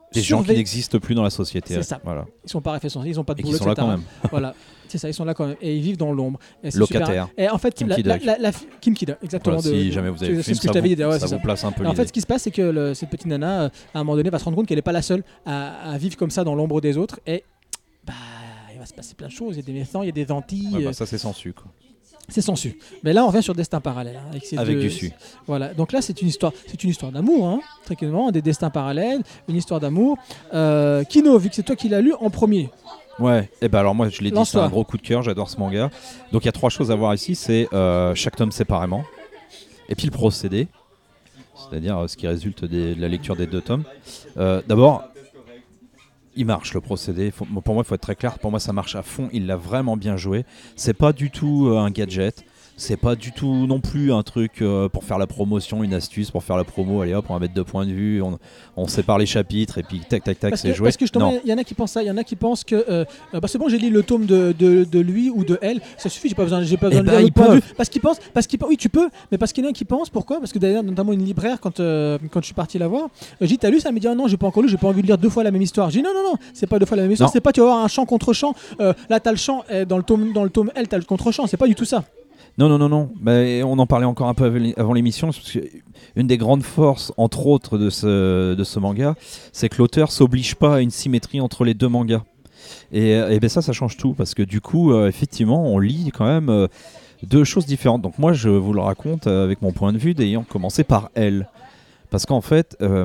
Des gens qui surveillent- n'existent plus dans la société. C'est ça. Voilà. Ils sont pas référencés, ils ont pas de Et qui boulot, sont là et cetera. quand même. Voilà, c'est ça, ils sont là quand même et ils vivent dans l'ombre. Et c'est Locataires. super. Et en fait, Kim la, la, Ki-duk. la, la- Kim Ki-duk, exactement. Voilà, de- si jamais vous avez c'est- le c'est film, ce que je ça, t'avais vous, dit. Ouais, ça c'est vous ça. place un peu Et en l'idée. fait, ce qui se passe, c'est que le- cette petite nana, euh, à un moment donné, va se rendre compte qu'elle n'est pas la seule à, à vivre comme ça dans l'ombre des autres. Et bah, il va se passer plein de choses. Il y a des méchants, il y a des Antilles. Ouais, bah, euh, ça, c'est sans su. Quoi. c'est sensu. Mais là, on revient sur Destin parallèle. hein, avec ces Avec deux- du su. Voilà. Donc là, c'est une histoire, c'est une histoire d'amour, hein, très clairement, des destins parallèles, une histoire d'amour. Euh, Kino, vu que c'est toi qui l'as lu en premier. Ouais, et ben alors moi je l'ai dit, c'est Lance-toi. un gros coup de cœur, j'adore ce manga. Donc il y a trois choses à voir ici, c'est euh, chaque tome séparément, et puis le procédé, c'est-à-dire euh, ce qui résulte des- de la lecture des deux tomes. Euh, D'abord, il marche le procédé, Faut- pour moi il faut être très clair, pour moi ça marche à fond, il l'a vraiment bien joué. C'est pas du tout euh, un gadget. C'est pas du tout non plus un truc euh, pour faire la promotion, une astuce pour faire la promo. Allez hop, on va mettre deux points de vue, on, on sépare les chapitres et puis tac tac tac, Parce c'est que, joué. parce que justement, Non. il y en a qui pensent ça, il y en a qui pensent que euh, euh, bah c'est bon, j'ai lu le tome de, de, de lui ou de elle, ça suffit, j'ai pas besoin, j'ai pas besoin Eh de ben, lire ils le point de peuvent. vue. Parce qu'ils pensent, parce qu'ils, oui, tu peux, mais parce qu'il y en a qui pensent, pourquoi? Parce que d'ailleurs, notamment une libraire, quand, euh, quand je suis parti la voir, euh, j'ai dit, t'as lu ça? Elle me dit, ah non, j'ai pas encore lu, j'ai pas envie de lire deux fois la même histoire. J'ai dit, non, non, non, c'est pas deux fois la même histoire, Non. c'est pas tu vas avoir un chant contre chant, euh, là t'as le chant, euh, dans le tome, dans le tome L, t'as le contre chant, c'est pas du tout ça. Non, non, non, non. Mais on en parlait encore un peu av- avant l'émission. Parce que une des grandes forces, entre autres, de ce, de ce manga, c'est que l'auteur s'oblige pas à une symétrie entre les deux mangas. Et, et ben ça, ça change tout. Parce que du coup, euh, effectivement, on lit quand même euh, deux choses différentes. Donc moi, je vous le raconte euh, avec mon point de vue, d'ayant commencé par elle. Parce qu'en fait, euh,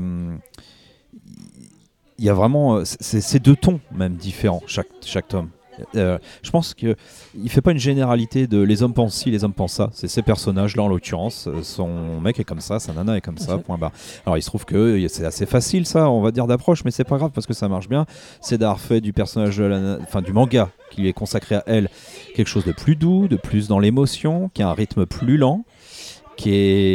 il y a vraiment... euh, C'est c'est deux tons même différents, chaque, chaque tome. Euh, je pense qu'il ne fait pas une généralité de les hommes pensent ci, les hommes pensent ça. C'est ces personnages-là en l'occurrence. euh, Son mec est comme ça, sa nana est comme ça, point barre. Alors il se trouve que euh, c'est assez facile ça, on va dire d'approche, mais c'est pas grave parce que ça marche bien. C'est d'avoir fait du personnage, de la na- enfin du manga qui lui est consacré à elle, quelque chose de plus doux, de plus dans l'émotion, qui a un rythme plus lent, qui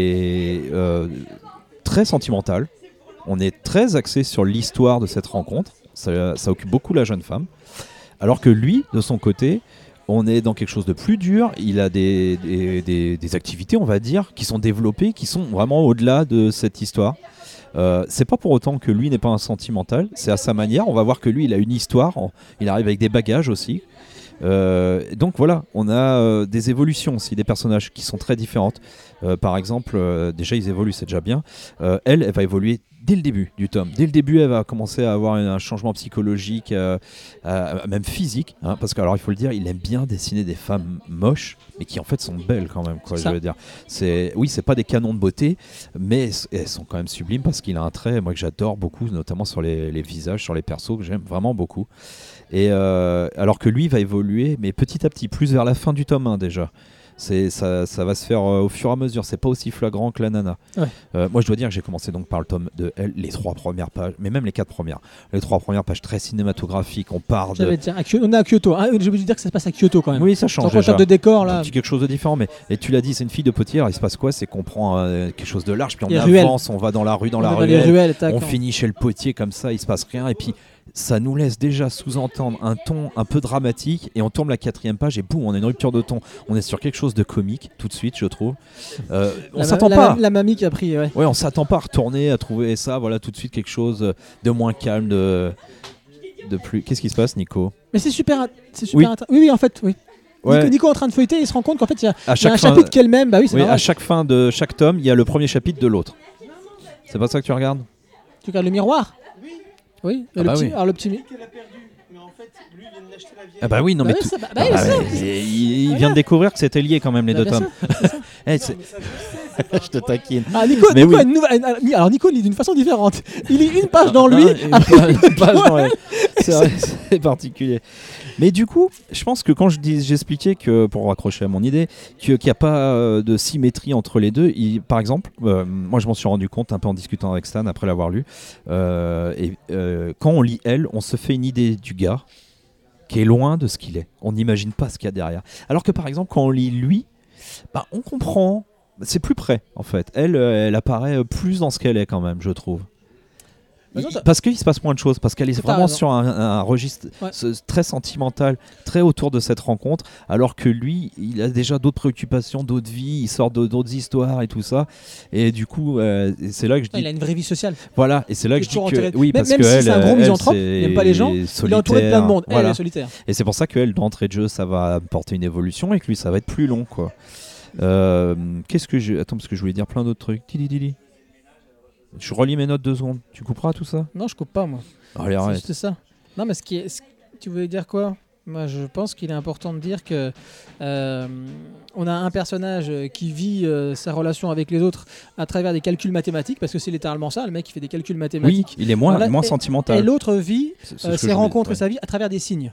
est euh, très sentimental. On est très axé sur l'histoire de cette rencontre. Ça, ça occupe beaucoup la jeune femme. Alors que lui, de son côté, on est dans quelque chose de plus dur. Il a des, des, des- des activités, on va dire, qui sont développées, qui sont vraiment au-delà de cette histoire. Euh, c'est pas pour autant que lui n'est pas un sentimental. C'est à sa manière. On va voir que lui, il a une histoire. On- Il arrive avec des bagages aussi. Euh, donc voilà, on a euh, des évolutions aussi, des personnages qui sont très différentes. Euh, par exemple, euh, déjà ils évoluent, c'est déjà bien. Euh, elle, elle va évoluer dès le début du tome. Dès le début, elle va commencer à avoir un changement psychologique, euh, euh, même physique. Hein, parce que, alors il faut le dire, il aime bien dessiner des femmes moches, mais qui en fait sont belles quand même. Quoi, C'est je ça. veux dire. C'est, oui, c'est pas des canons de beauté, mais elles sont quand même sublimes parce qu'il a un trait, moi que j'adore beaucoup, notamment sur les, les visages, sur les persos que j'aime vraiment beaucoup. Et euh, alors que lui va évoluer, mais petit à petit, plus vers la fin du tome un déjà. C'est, ça, ça va se faire euh, au fur et à mesure, c'est pas aussi flagrant que la nana. Ouais. Euh, moi je dois dire que j'ai commencé donc par le tome de elle, les trois premières pages, mais même les quatre premières. Les trois premières pages très cinématographiques, on part de... J'allais dire, à Kyoto- on est à Kyoto. Ah, je veux dire que ça se passe à Kyoto quand même. Oui, ça Sans change quoi, en déjà. termes de décor là. Un petit quelque chose de différent, mais et tu l'as dit, c'est une fille de potier. Alors il se passe quoi? C'est qu'on prend euh, quelque chose de large, puis on Les ruelles. avance, on va dans la rue, dans on la est dans les ruelle, ruelles, tac, on on- finit chez le potier comme ça, il se passe rien, et puis ça nous laisse déjà sous-entendre un ton un peu dramatique, et on tourne la quatrième page et boum, on a une rupture de ton. On est sur quelque chose de comique tout de suite, je trouve. Euh, on La- s'attend la- pas. La mamie qui a pris, ouais. Ouais, on s'attend pas à retourner à trouver ça, voilà, tout de suite quelque chose de moins calme, de, de plus. Qu'est-ce qui se passe, Nico? Mais c'est super, c'est super Oui. intér- oui, oui, en fait, oui. Ouais. Nico, Nico est en train de feuilleter, il se rend compte qu'en fait, il y a, À il y a chaque un fin, chapitre qu'elle même. Bah oui, c'est oui, normal. à chaque fin de chaque tome, il y a le premier chapitre de l'autre. C'est pas ça que tu regardes? Tu regardes le miroir. Oui. Ah le bah petit, oui. alors le petit. Qu'elle a perdu, mais en fait, lui il vient de l'acheter la vieille. Ah bah oui, non Bah mais oui, tout. ça- bah- bah Ah oui, bah ça. ouais, il, il Voilà. vient de découvrir que c'était lié quand même les Bah, deux bien tomes. sûr. Eh, Non, c'est- mais ça, je sais, c'est pas je te taquine. Ah, Nico, Mais Nico oui. a une nouvelle- une- alors Nico lit d'une façon différente. Il lit une page dans Ah, lui. une après- page- une page dans elle. C'est vrai, c'est particulier. Mais du coup, je pense que quand je dis, j'expliquais que, pour raccrocher à mon idée, que- qu'il n'y a pas euh, de symétrie entre les deux, il- par exemple, euh, moi je m'en suis rendu compte un peu en discutant avec Stan après l'avoir lu, euh, et, euh, quand on lit elle, on se fait une idée du gars qui est loin de ce qu'il est. On n'imagine pas ce qu'il y a derrière. Alors que par exemple, quand on lit lui, bah, on comprend, c'est plus près en fait. Elle, euh, elle apparaît plus dans ce qu'elle est quand même, je trouve. Bah, non, Il- t'as- parce qu'il se passe moins de choses, parce qu'elle est T'as vraiment raison. sur un, un registre Ouais. ce- très sentimental, très autour de cette rencontre, alors que lui, il a déjà d'autres préoccupations, d'autres vies, il sort de- d'autres histoires et tout ça. Et du coup, euh, et c'est là que je dis, Il a une vraie vie sociale. voilà, et c'est là Il que est je dis toujours que entouré de- oui, même- parce même que si elle, c'est un gros elle, misanthrope, c'est il aime pas les gens, il est entouré de plein de monde. Elle, elle Voilà. est solitaire. Et c'est pour ça qu'elle, d'entrée de jeu, ça va apporter une évolution et que lui, ça va être plus long, quoi. Euh, Qu'est-ce que je. Attends, parce que je voulais dire plein d'autres trucs. Dili, dili. Je relis mes notes deux secondes. Tu couperas tout ça? Non, je coupe pas, moi. Allez, C'est arrête. juste ça. Non, mais ce qui est, ce- tu voulais dire quoi? Moi, je pense qu'il est important de dire que euh, on a un personnage qui vit euh, sa relation avec les autres à travers des calculs mathématiques, parce que c'est littéralement ça, le mec qui fait des calculs Oui, mathématiques. il est moins, Voilà, moins et- sentimental. Et l'autre vit C'est- c'est euh, ce que ses je voulais- rencontres ouais. et sa vie à travers des signes.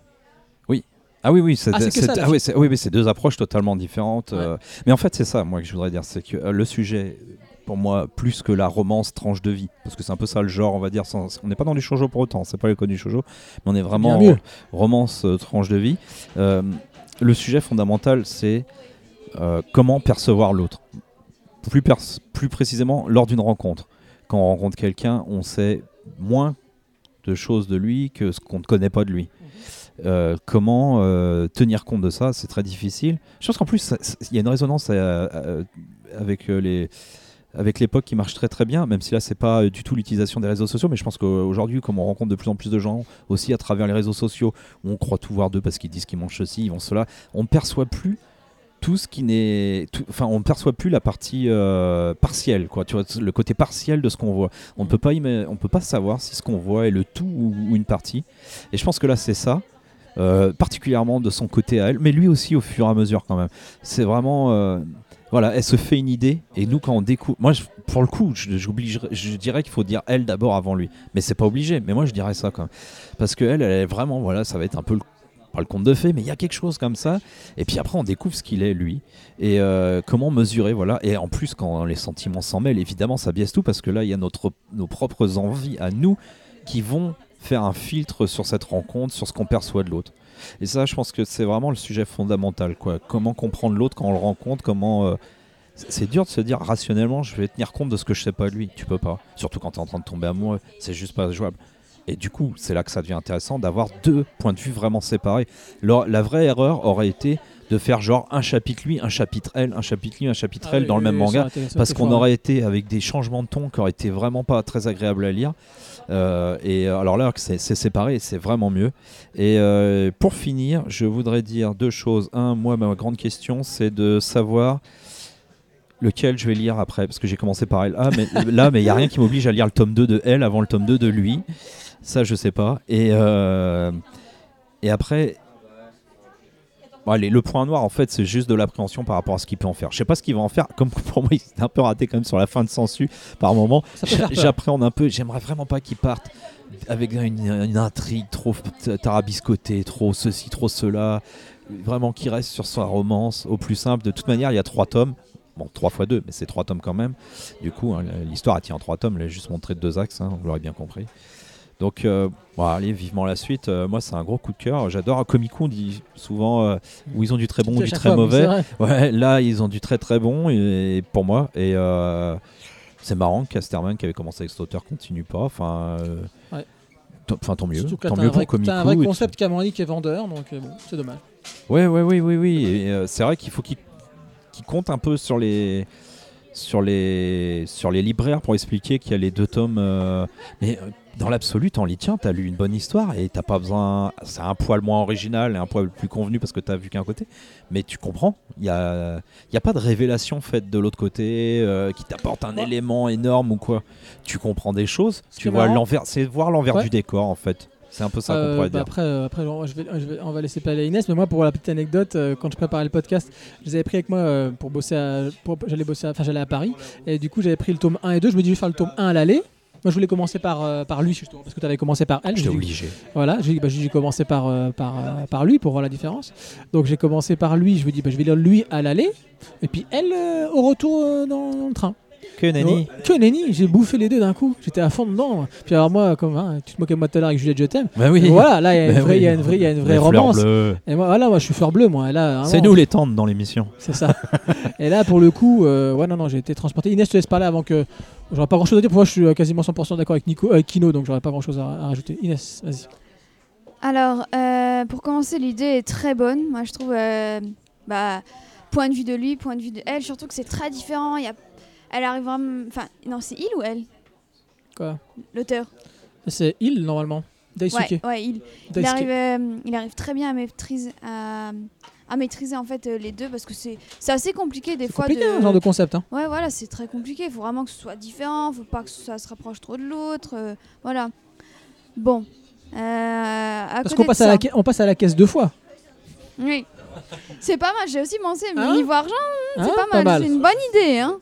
Ah oui, oui, c'est Ah, c'est que c'est- ça, la ah vie. oui, c'est- oui, oui, c'est deux approches totalement différentes. Ouais. euh, mais en fait, c'est ça, moi, que je voudrais dire. C'est que euh, le sujet, pour moi, plus que la romance tranche de vie, parce que c'est un peu ça le genre, on va dire. Sans, on n'est pas dans du shoujo pour autant, c'est pas l'école du shoujo, mais on est vraiment Bien mieux. romance euh, tranche de vie. Euh, le sujet fondamental, c'est euh, comment percevoir l'autre. Plus, pers- plus précisément, lors d'une rencontre. Quand on rencontre quelqu'un, on sait moins de choses de lui que ce qu'on ne connaît pas de lui. Euh, comment euh, tenir compte de ça, c'est très difficile. Je pense qu'en plus, ça- ça- il y a une résonance euh, euh, avec euh, les avec l'époque qui marche très très bien, même si là c'est pas euh, du tout l'utilisation des réseaux sociaux, mais je pense qu'aujourd'hui, comme on rencontre de plus en plus de gens aussi à travers les réseaux sociaux, où on croit tout voir d'eux parce qu'ils disent qu'ils mangent ceci, ils vont cela, on ne perçoit plus tout ce qui n'est, tout- enfin on ne perçoit plus la partie euh, partielle, quoi. Tu vois, le côté partiel de ce qu'on voit. On ne peut pas ima- on peut pas savoir si ce qu'on voit est le tout ou, ou une partie. Et je pense que là c'est ça. Euh, particulièrement de son côté à elle, mais lui aussi au fur et à mesure quand même. C'est vraiment, euh, voilà, elle se fait une idée, et nous quand on découvre, moi je- pour le coup, je, j'obligerais- je dirais qu'il faut dire elle d'abord avant lui, mais c'est pas obligé. Mais moi je dirais ça quand même, parce que elle, elle est vraiment, voilà, ça va être un peu le, pas le conte de fées, mais il y a quelque chose comme ça. Et puis après on découvre ce qu'il est lui, et euh, comment mesurer, voilà. Et en plus quand les sentiments s'en mêlent, évidemment ça biaise tout, parce que là il y a notre, nos propres envies à nous qui vont faire un filtre sur cette rencontre, sur ce qu'on perçoit de l'autre. Et ça, je pense que c'est vraiment le sujet fondamental, quoi. Comment comprendre l'autre quand on le rencontre, comment... euh, c'est c'est dur de se dire rationnellement, je vais tenir compte de ce que je sais pas de lui. Tu peux pas. Surtout quand tu es en train de tomber amoureux, c'est juste pas jouable. Et du coup, c'est là que ça devient intéressant d'avoir deux points de vue vraiment séparés. La, la vraie erreur aurait été de faire genre un chapitre lui, un chapitre elle, un chapitre lui, un chapitre Ah elle oui, dans le oui, même oui, manga. ça aurait été- ça aurait Parce été qu'on fort, aurait été avec des changements de ton qui auraient été vraiment pas très agréables à lire. Euh, et euh, alors là, que c'est c'est séparé, et c'est vraiment mieux. Et euh, pour finir, je voudrais dire deux choses. Un, moi, ma grande question, c'est de savoir lequel je vais lire après, parce que j'ai commencé par elle. Ah, mais là, mais il y a rien qui m'oblige à lire le tome deux de elle avant le tome deux de lui. Ça, je sais pas. Et euh, et après. Bon, allez, le point noir, en fait, c'est juste de l'appréhension par rapport à ce qu'il peut en faire. Je sais pas ce qu'il va en faire. Comme pour moi, il s'est un peu raté quand même sur la fin de Sensu par moment. Ça peut faire peur. J'appréhende un peu. J'aimerais vraiment pas qu'il parte avec une, une intrigue trop tarabiscotée, trop ceci, trop cela. Vraiment qu'il reste sur sa romance au plus simple. De toute manière, il y a trois tomes. Bon, trois fois deux, mais c'est trois tomes quand même. Du coup, hein, l'histoire, elle tient en trois tomes. Elle est juste montrée de deux axes, hein, vous l'aurez bien compris. Donc, euh, bon, allez, vivement la suite. Euh, moi, c'est un gros coup de cœur. J'adore. Comic Con dit souvent euh, où ils ont du très bon ou À du chaque très fois, mauvais. c'est vrai. Ouais, là, ils ont du très très bon et, et pour moi. Et euh, c'est marrant que Casterman, qui avait commencé avec cet auteur, continue pas. Enfin, euh, Ouais. t- enfin, tant mieux. Surtout que là, Tant t'as mieux un vrai, pour Comic t'as un vrai Con. concept Kamandi qui est vendeur, donc euh, bon, c'est dommage. Ouais, ouais, oui, oui, oui. Et euh, c'est vrai qu'il faut qu'il qu'il compte un peu sur les sur les sur les libraires pour expliquer qu'il y a les deux tomes. euh, mais euh, dans l'absolu, t'en lis, tiens, t'as lu une bonne histoire et t'as pas besoin. C'est un poil moins original et un poil plus convenu parce que t'as vu qu'un côté. Mais tu comprends. Il y a il y a pas de révélation faite de l'autre côté euh, qui t'apporte un Ouais. élément énorme ou quoi. Tu comprends des choses. Ce qui Tu est vois marrant- l'envers. C'est voir l'envers Ouais. du décor en fait. C'est un peu ça qu'on Euh, pourrait bah dire. après, euh, après genre, je vais, je vais- on va laisser parler Inès, mais moi, pour la petite anecdote, euh, quand je préparais le podcast, je les avais pris avec moi euh, pour bosser à, pour- j'allais bosser à- enfin j'allais à Paris, et du coup j'avais pris le tome un et deux, je me dis je vais faire le tome un à l'aller. Moi je voulais commencer par, euh, par lui justement, parce que tu avais commencé par elle. J'étais J'ai dit- obligé. Voilà, j'ai dit, bah, j'ai dit, j'ai commencé par, euh, par, euh, par lui pour voir la différence. Donc j'ai commencé par lui, je me dis bah, je vais lire lui à l'aller, et puis elle euh, au retour euh, dans, dans le train. Que nenni. Que nenni, j'ai bouffé les deux d'un coup. J'étais à fond dedans. Moi. Puis alors moi, comme hein, tu te moquais de moi tout à l'heure avec Juliette, je t'aime. Bah oui. Et voilà, là il y a une Bah vraie, oui. il y a une vraie, il y a une vraie Les fleurs romance. bleues. Et moi, voilà, moi je suis fleur bleue, moi. Et là, C'est vraiment, nous les tantes dans l'émission. C'est ça. Et là, pour le coup, euh, ouais, non, non, j'ai été transporté. Inès, je te laisse parler avant que. J'aurais pas grand chose à dire. Pour moi, je suis euh, quasiment cent pour cent d'accord avec Nico, euh, Kino, donc j'aurais pas grand chose à, à rajouter. Inès, vas-y. Alors, euh, pour commencer, l'idée est très bonne. Moi, je trouve, euh, bah, point de vue de lui, point de vue de elle, surtout que c'est très différent. Il y a, elle arrive vraiment, enfin, non, c'est il ou elle, Quoi l'auteur. C'est il, normalement. Daisuke. Ouais, ouais, il. Il Daisuke. arrive, euh, il arrive très bien à maîtriser, à, à maîtriser en fait euh, les deux parce que c'est, c'est assez compliqué des C'est fois compliqué, de. hein, ce genre de concept. Hein. Ouais, voilà, c'est très compliqué. Il faut vraiment que ce soit différent. Il faut pas que ça se rapproche trop de l'autre. euh, voilà. Bon. Euh, à Parce côté qu'on de passe, à ça- la, ca- on passe à la caisse deux fois. Oui. C'est pas mal. J'ai aussi pensé, mais Hein niveau argent, c'est Hein, pas mal. C'est une bonne idée. Hein.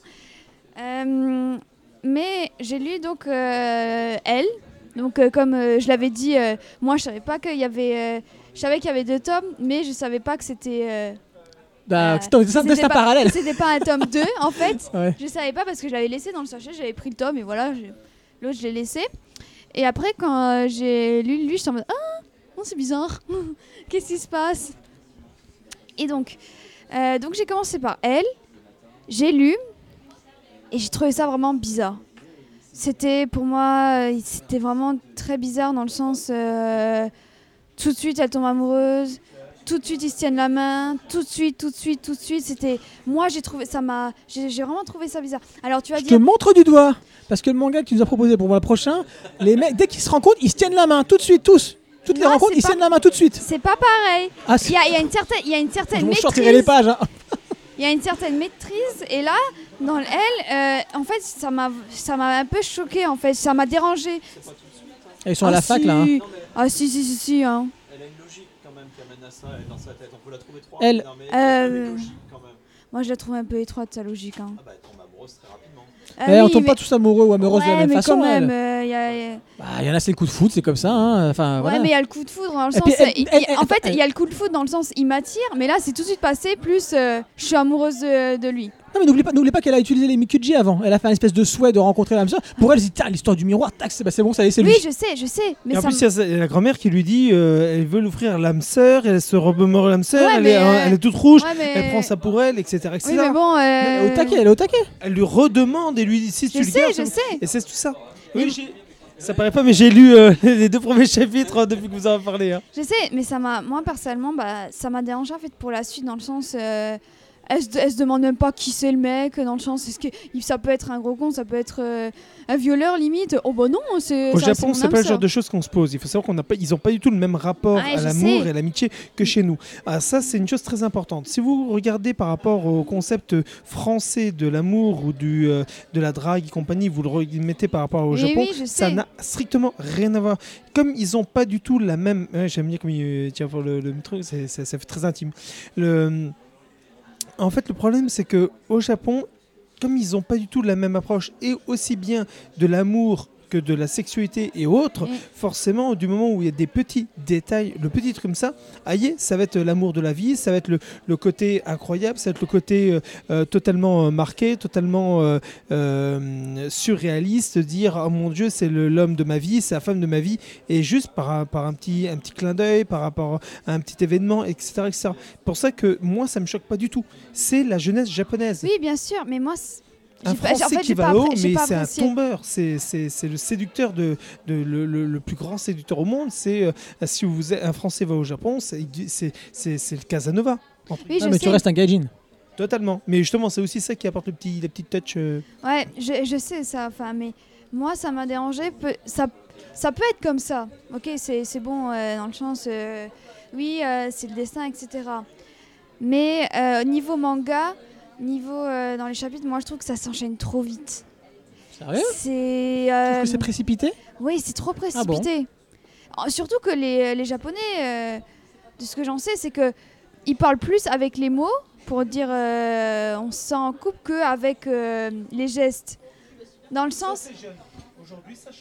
Euh, mais j'ai lu donc euh, Elle. Donc, euh, comme euh, je l'avais dit, euh, moi, je savais pas qu'il y avait. euh, je savais qu'il y avait deux tomes, mais je savais pas que c'était. euh, Bah, euh, c'est un c'était destin pas- parallèle. C'était pas un tome deux, en fait. Ouais. Je savais pas parce que je l'avais laissé dans le sachet, j'avais pris le tome et voilà, je- l'autre je l'ai laissé. Et après quand euh, j'ai lu lui, j'étais en mode ah, non, c'est bizarre, qu'est-ce qui se passe? Et donc, euh, donc j'ai commencé par Elle, j'ai lu et j'ai trouvé ça vraiment bizarre. C'était pour moi, euh, c'était vraiment très bizarre dans le sens euh, tout de suite elle tombe amoureuse. Tout de suite ils se tiennent la main, tout de suite, tout de suite, tout de suite. C'était, moi j'ai trouvé ça m'a, j'ai, j'ai vraiment trouvé ça bizarre. Alors tu vas Je te dire, montre du doigt. Parce que le manga que tu nous as proposé pour le mois prochain, les mecs, dès qu'ils se rencontrent, ils se tiennent la main tout de suite, tous. Toutes les Non, rencontres, c'est ils se pas- tiennent la main tout de suite. c'est pas pareil. Ah, Il c'est- y a, il y a une certaine, il y a une certaine je maîtrise. sortirai les pages. Hein. Il y a une certaine maîtrise et là, dans le Elle, euh, en fait, ça m'a, ça m'a un peu choqué en fait, ça m'a dérangé. Ils sont à la Ah, fac si. là. Hein. Ah si si si si. Hein. Elle a une logique quand même qui amène à ça, elle est dans sa tête. On peut la trouver trop Elle- rapide, hein, mais elle a une elle Euh, logique quand même. Moi je la trouve un peu étroite sa logique. Hein. Ah bah elle tombe amoureuse très rapidement. Ah Eh, on oui, tombe mais- pas tous amoureux ou amoureuses de la Ouais, même mais façon. quand même, elle. euh, il y a- Bah, il y en a, c'est le coup de foot, c'est comme ça. Hein. Enfin, Ouais, voilà. mais il y a le coup de foudre dans le Et sens. puis, elle- euh, il- elle- il- elle- en fait, elle- il y a le coup de foudre dans le sens il m'attire, mais là, c'est tout de suite passé plus euh, je suis amoureuse de, de lui. Non, mais n'oublie pas, n'oublie pas qu'elle a utilisé les Mikuji avant. Elle a fait une espèce de souhait de rencontrer l'âme sœur. Pour elle, elle se dit, tiens, l'histoire du miroir, tac, c'est bah, c'est bon, ça y est, c'est lui. Oui, je sais, je sais. Mais Et en ça plus, me- il y a sa- il y a la grand-mère qui lui dit euh, elle veut l'offrir l'âme sœur, elle se remémore l'âme sœur, Ouais, elle, mais, est, euh, elle est toute rouge, Ouais, mais- elle prend ça pour elle, et cetera et Oui, cetera. mais bon. Mais euh, elle est au taquet, elle est au taquet. Elle lui redemande et lui dit si Je tu le sais, gardes. je ça- sais. Et c'est tout ça. Oui, j'ai- ça paraît pas, mais j'ai lu euh, les deux premiers chapitres euh, depuis que vous en avez parlé. Hein. Je sais, mais ça m'a, moi personnellement, bah, ça m'a dérangé en fait pour la suite dans le sens. euh, elle, se, elle se demande même pas qui c'est le mec, dans le sens, est-ce que il- ça peut être un gros con, ça peut être euh, un violeur limite. Oh bah non, c'est. Au ça, Japon, mon c'est âme pas le sœur. genre de choses qu'on se pose. Il faut savoir qu'on n'a pas, ils ont pas du tout le même rapport Ouais, à je l'amour sais. et à l'amitié que chez nous. Ah, ça, c'est une chose très importante. Si vous regardez par rapport au concept français de l'amour ou du, euh, de la drague et compagnie, vous le remettez par rapport au Oui, Japon, oui, je ça sais. n'a strictement rien à voir. Comme ils n'ont pas du tout la même. Ouais, j'aime bien comme il tiens pour le, le truc, c'est, c'est- ça fait très intime. Le... En fait, le problème, c'est que au Japon, comme ils n'ont pas du tout la même approche, et aussi bien de l'amour que de la sexualité et autres, Mm. forcément, du moment où il y a des petits détails, le petit truc comme ça, aïe, ça va être l'amour de la vie, ça va être le, le côté incroyable, ça va être le côté euh, euh, totalement euh, marqué, totalement euh, euh, surréaliste, dire oh mon Dieu, c'est le- l'homme de ma vie, c'est la femme de ma vie, et juste par, un- par un petit un petit clin d'œil, par rapport à un petit événement, et cetera, et cetera. Pour ça que moi, ça me choque pas du tout. C'est la jeunesse japonaise. Oui, bien sûr, mais moi. c'est- Un j'ai pas- en Français fait, qui j'ai va pas haut, appré- j'ai mais pas c'est un apprécié. tombeur. C'est, c'est, c'est le séducteur de, de le, le- le plus grand séducteur au monde. C'est euh, si vous êtes, un Français va au Japon, c'est, c'est, c'est, c'est le Casanova. entre Oui, Ah, je mais sais. tu restes un gaijin. Totalement. Mais justement, c'est aussi ça qui apporte le petit, la petite touch. euh. Ouais, je, je sais ça, enfin, mais moi ça m'a dérangé. Peu- ça, ça peut être comme ça, ok, c'est, c'est bon euh, dans le sens, euh, oui, euh, c'est le destin, et cetera. Mais euh, niveau manga, niveau euh, dans les chapitres, moi je trouve que ça s'enchaîne trop vite. Sérieux C'est. Tu trouves euh, que c'est précipité? oui, c'est trop Ah bon précipité. Oh, surtout que les, les Japonais, euh, de ce que j'en sais, c'est que ils parlent plus avec les mots pour dire euh, on se sent en couple qu'avec euh, les gestes. Dans le sens. Aujourd'hui, ça change.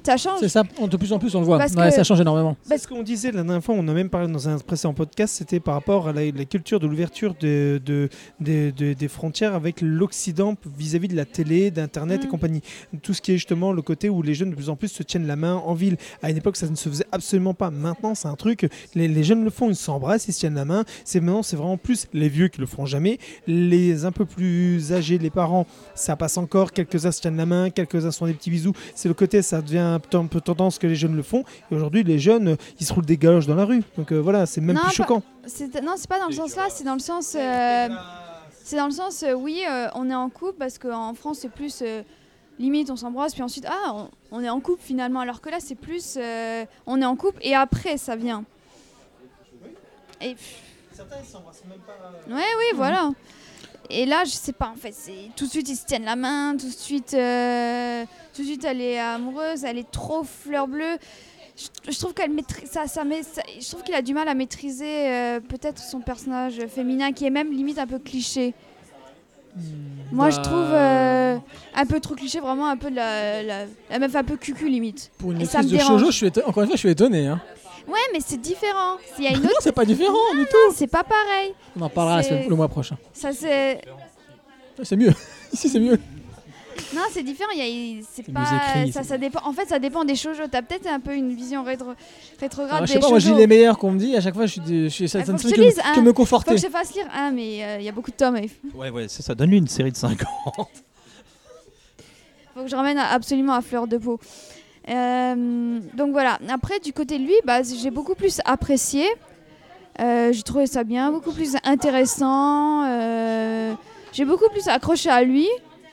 Ça change. C'est ça, on- de plus en plus on le voit. Parce Ouais, que- ça change énormément. C'est ce qu'on disait la dernière fois, on a même parlé dans un précédent podcast, c'était par rapport à la, la culture de l'ouverture de, de, de- de- des frontières avec l'Occident vis-à-vis de la télé, d'Internet Mm. et compagnie. Tout ce qui est justement le côté où les jeunes de plus en plus se tiennent la main en ville. À une époque, ça ne se faisait absolument pas. Maintenant, c'est un truc, les, les jeunes le font, ils s'embrassent, ils se tiennent la main. C'est maintenant, c'est vraiment plus les vieux qui le feront jamais. Les un peu plus âgés, les parents, ça passe encore. Quelques-uns se tiennent la main, quelques-uns se font des petits bisous. C'est le côté, ça devient un peu, un peu tendance que les jeunes le font. Et aujourd'hui, les jeunes, euh, ils se roulent des galoches dans la rue. Donc euh, voilà, c'est même Non, plus pas- choquant. C'est- Non, c'est pas dans le sens là, c'est dans le sens. euh, C'est dans le sens, euh, oui, euh, on est en couple parce qu'en France, c'est plus. euh, limite, on s'embrasse, puis ensuite, ah, on, on est en couple finalement. Alors que là, c'est plus. euh, on est en couple et après, ça vient. Et. Certains, ils s'embrassent même pas. Ouais, oui, voilà. Et là, je sais pas, en fait, c'est tout de suite ils se tiennent la main, tout de suite, euh, tout de suite elle est amoureuse, elle est trop fleur bleue. Je, je trouve qu'elle maîtrise, ça, ça, met- ça- je trouve qu'il a du mal à maîtriser euh, peut-être son personnage féminin qui est même limite un peu cliché. Moi, je Bah, trouve euh, un peu trop cliché, vraiment un peu de la, la, la meuf un peu cucu limite. Pour une Et ça maîtrise me de dérange. shoujo, je suis éton- encore une fois, je suis étonné. Hein. Ouais, mais c'est différent. Il y a une Non, autre, c'est pas différent du tout. c'est pas pareil. On en parlera la C'est- semaine- le mois prochain. Ça c'est. C'est mieux. Ici, c'est mieux. Non, c'est différent. Il y a, c'est C'est pas, mieux écrit, ça, c'est- ça dépend. En fait, ça dépend des shoujo. T'as peut-être un peu une vision rétro, rétrograde Alors, je des sais pas, moi, je shoujo. dis les meilleurs qu'on me dit. À chaque fois, je suis, des- je suis ça, Ah, ça faut ne que fait je que, lise, que hein. me Faut conforter. que je fasse lire un, mais euh, il y a beaucoup de tomes. Il Ouais, ouais, c'est ça. Donne-lui une série de cinquante. faut que je ramène à- absolument à fleur de peau. Euh, donc voilà. Après, du côté de lui, bah, j'ai beaucoup plus apprécié. Euh, j'ai trouvé ça bien, beaucoup plus intéressant. euh, j'ai beaucoup plus accroché à lui.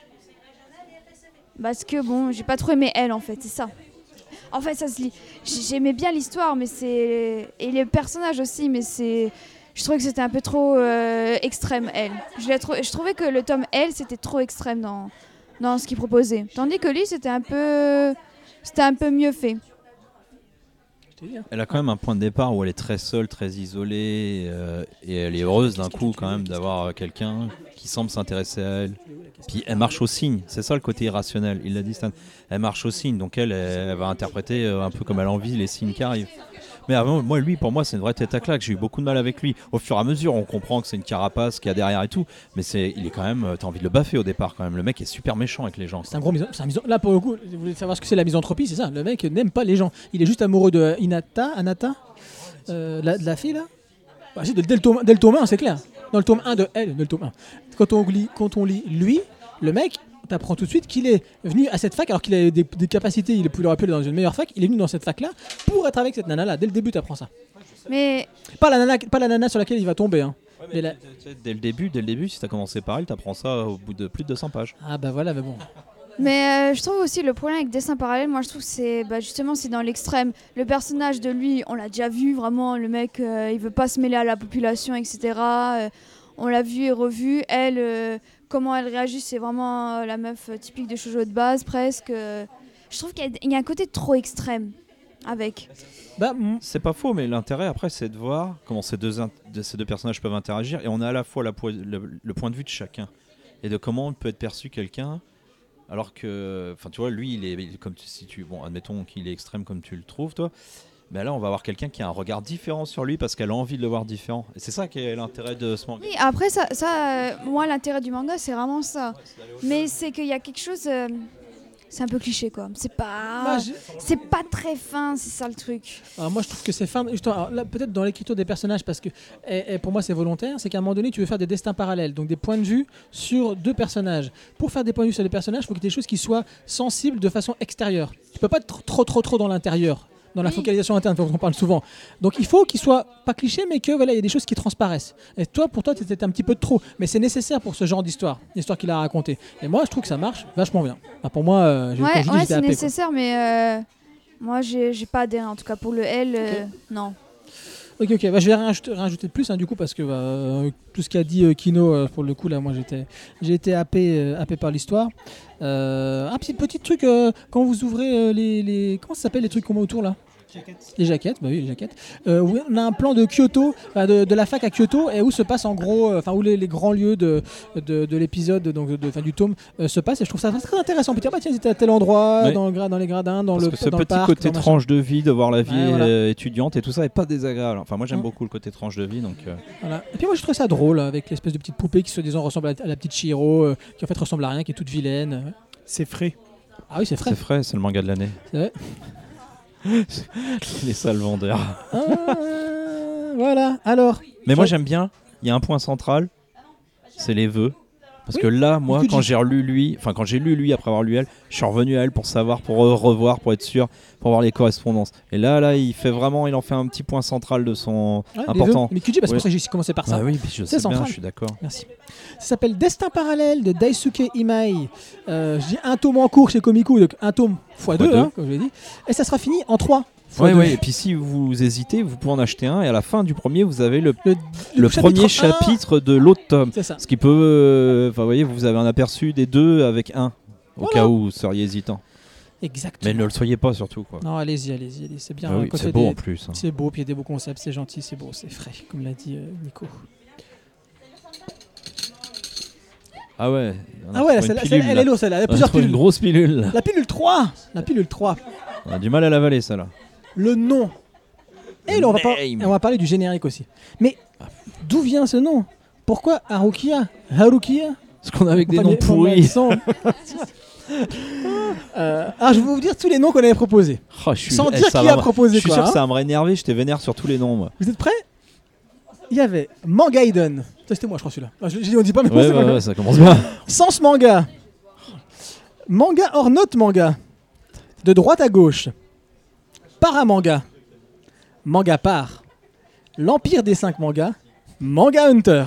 Parce que bon, j'ai pas trop aimé elle en fait, c'est ça. En fait, ça se lit. J- J'aimais bien l'histoire, mais c'est. Et les personnages aussi, mais c'est. Je trouvais que c'était un peu trop euh, extrême, elle. Je, l'ai trou- je trouvais que le tome elle, c'était trop extrême dans, dans ce qu'il proposait. Tandis que lui, c'était un peu. C'était un peu mieux fait. Elle a quand même un point de départ où elle est très seule, très isolée, euh, et elle est heureuse d'un coup quand même d'avoir euh, quelqu'un qui semble s'intéresser à elle. Puis elle marche au signe, c'est ça le côté irrationnel, il l'a dit Stan. Elle marche au signe, donc elle, elle, elle va interpréter euh, un peu comme elle a envie les signes qui arrivent. Mais avant, moi, lui, pour moi, c'est une vraie tête à claque. J'ai eu beaucoup de mal avec lui. Au fur et à mesure, on comprend que c'est une carapace qu'il y a derrière et tout, mais c'est, il est quand même, t'as envie de le baffer au départ quand même. Le mec est super méchant avec les gens. C'est un gros misan- c'est un misan- Là, pour le coup, vous voulez savoir ce que c'est la misanthropie, c'est ça. Le mec n'aime pas les gens. Il est juste amoureux de Hinata, Anata, euh, la, de la fille là. Bah, si, dès, dès le tome, dès le tome un, c'est clair. Dans le tome un de elle, dès le tome un. Quand on lit, quand on lit lui, le mec, t'apprends tout de suite qu'il est venu à cette fac alors qu'il a des, des capacités, il aurait pu aller dans une meilleure fac. Il est venu dans cette fac là pour être avec cette nana là. Dès le début, t'apprends ça. Mais Pas la nana, pas la nana sur laquelle il va tomber. Hein. Mais la- Dès le début, dès le début, si t'as commencé par elle, t'apprends ça au bout de plus de deux cents pages. Ah bah voilà, mais bon. Mais euh, je trouve aussi le problème avec Dessin Parallèle, moi je trouve que c'est bah, justement c'est dans l'extrême. Le personnage de lui, on l'a déjà vu vraiment, le mec euh, il veut pas se mêler à la population, et cetera. Euh, on l'a vu et revu. Elle, euh, comment elle réagit, c'est vraiment euh, la meuf euh, typique de shoujo de base presque. Euh, je trouve qu'il y a- il y a un côté trop extrême avec. Bah, mm, C'est pas faux, mais l'intérêt après, c'est de voir comment ces deux, int- de- ces deux personnages peuvent interagir, et on a à la fois la po- le, le point de vue de chacun, et de comment peut être perçu quelqu'un, alors que, enfin, tu vois, lui, il est, il est comme tu- si tu, bon, admettons qu'il est extrême comme tu le trouves, toi. Mais là, on va avoir quelqu'un qui a un regard différent sur lui parce qu'elle a envie de le voir différent. Et c'est ça qui est l'intérêt de ce manga. Oui, après ça, ça euh, moi l'intérêt du manga c'est vraiment ça. Mais c'est qu'il y a quelque chose, euh, c'est un peu cliché quoi. C'est pas, bah, j'ai- c'est pas très fin, c'est ça le truc. Alors moi je trouve que c'est fin. Justement, alors là, peut-être dans l'écriture des personnages, parce que et, et pour moi c'est volontaire, c'est qu'à un moment donné tu veux faire des destins parallèles, donc des points de vue sur deux personnages. Pour faire des points de vue sur des personnages, il faut qu'il y ait des choses qui soient sensibles de façon extérieure. Tu peux pas être trop trop trop, trop dans l'intérieur, dans la Oui. focalisation interne, dont on parle souvent. Donc il faut qu'il soit pas cliché, mais que voilà il y a des choses qui transparaissent. Et toi pour toi c'était un petit peu de trop, mais c'est nécessaire pour ce genre d'histoire, l'histoire qu'il a racontée. Et moi je trouve que ça marche vachement bien. Enfin, pour moi, euh, j'ai- Ouais, quand je dis, ouais j'étais c'est happé, quoi. nécessaire, mais euh, moi j'ai j'ai pas adhéré en tout cas pour le L, euh, non. Ok, ok, bah, je vais rien rajouter, rien rajouter de plus hein, du coup parce que bah, euh, tout ce qu'a dit euh, Kino, euh, pour le coup là, moi j'étais, j'ai été happé, euh, happé par l'histoire. Euh, un petit, petit truc, euh, quand vous ouvrez euh, les, les... Comment ça s'appelle les trucs qu'on met autour là ? Les jaquettes, bah oui, les jaquettes. Euh, où on a un plan de Kyoto, euh, de, de la fac à Kyoto, et où se passe en gros, enfin euh, où les, les grands lieux de, de, de l'épisode, donc de, de, du tome, euh, se passent. Et je trouve ça très intéressant. On peut dire, bah tiens, ils étaient à tel endroit, oui. dans, le, dans les gradins, dans Parce le que ce dans petit le parc, côté dans tranche de vie, de voir la vie ouais, voilà. euh, étudiante et tout ça est pas désagréable. Enfin, moi j'aime Mmh. beaucoup le côté tranche de vie, donc. Euh... Voilà. Et puis moi je trouve ça drôle avec l'espèce de petite poupée qui soi-disant ressemble à, à la petite Chihiro, euh, qui en fait ressemble à rien, qui est toute vilaine. C'est frais. Ah oui, c'est frais. C'est frais, c'est le manga de l'année. C'est vrai. Les sales vendeurs. Ah, voilà. Alors. Mais moi je- j'aime bien. Il y a un point central, c'est les vœux. Parce que là, moi, Écoute, quand j'ai- j'ai relu lui, enfin quand j'ai lu lui après avoir lu elle, je suis revenu à elle pour savoir, pour re- revoir, pour être sûr, pour voir les correspondances. Et là, là, il fait vraiment, il en fait un petit point central de son Ouais, les important. deux. Mais Kuji, bah, c'est Ouais. pour ça que j'ai commencé par ça. Ah oui, mais je sais bien, central. je suis d'accord. Merci. Ça s'appelle Destin parallèle de Daisuke Imai. Euh, je dis un tome en cours chez Komiku, donc un tome fois deux, deux. hein, comme je l'ai dit. Et ça sera fini en trois. Ouais, ouais, et puis si vous hésitez, vous pouvez en acheter un, et à la fin du premier, vous avez le, Le, le premier un, chapitre de l'autre tome. C'est ça. Ce qui peut. euh, Enfin, vous voyez, vous avez un aperçu des deux avec un, au Voilà. cas où vous seriez hésitant. Exactement. Mais ne le soyez pas surtout, quoi. Non, allez-y, allez-y, allez c'est bien. Ah oui, quand c'est il y a beau des- en plus. hein. C'est beau, puis il y a des beaux concepts, c'est gentil, c'est beau, c'est frais, comme l'a dit euh, Nico. Ah ouais. on a Ah ouais, trouvé celle-là, une celle-là, pilule, elle là. est lourde, celle-là. Il y a On a plusieurs trouvé une pilules. grosse pilule. là. La pilule trois La pilule trois. On a du mal à l'avaler, ça là. Le nom. Et là, on va, par- Name. et on va parler du générique aussi. Mais d'où vient ce nom? Pourquoi Harukia Harukia Parce qu'on a avec des Enfin, noms les- pourris. sont- Euh, alors, je vais vous dire tous les noms qu'on avait proposés. Oh, je suis- Sans eh, dire ça qui va a me- proposé Je suis quoi. sûr que hein. ça va me réénerver, je t'ai vénère sur tous les noms, moi. Vous êtes prêts? Il y avait Mangaiden. Ça, c'était moi, je crois, celui-là. Ah, J'ai dit, on dit pas, mais Ouais, c'est ouais, moi. ouais, ça commence bien. Sens manga. Manga hors note manga. De droite à gauche. Paramanga. Manga par. L'Empire des cinq mangas. Manga Hunter.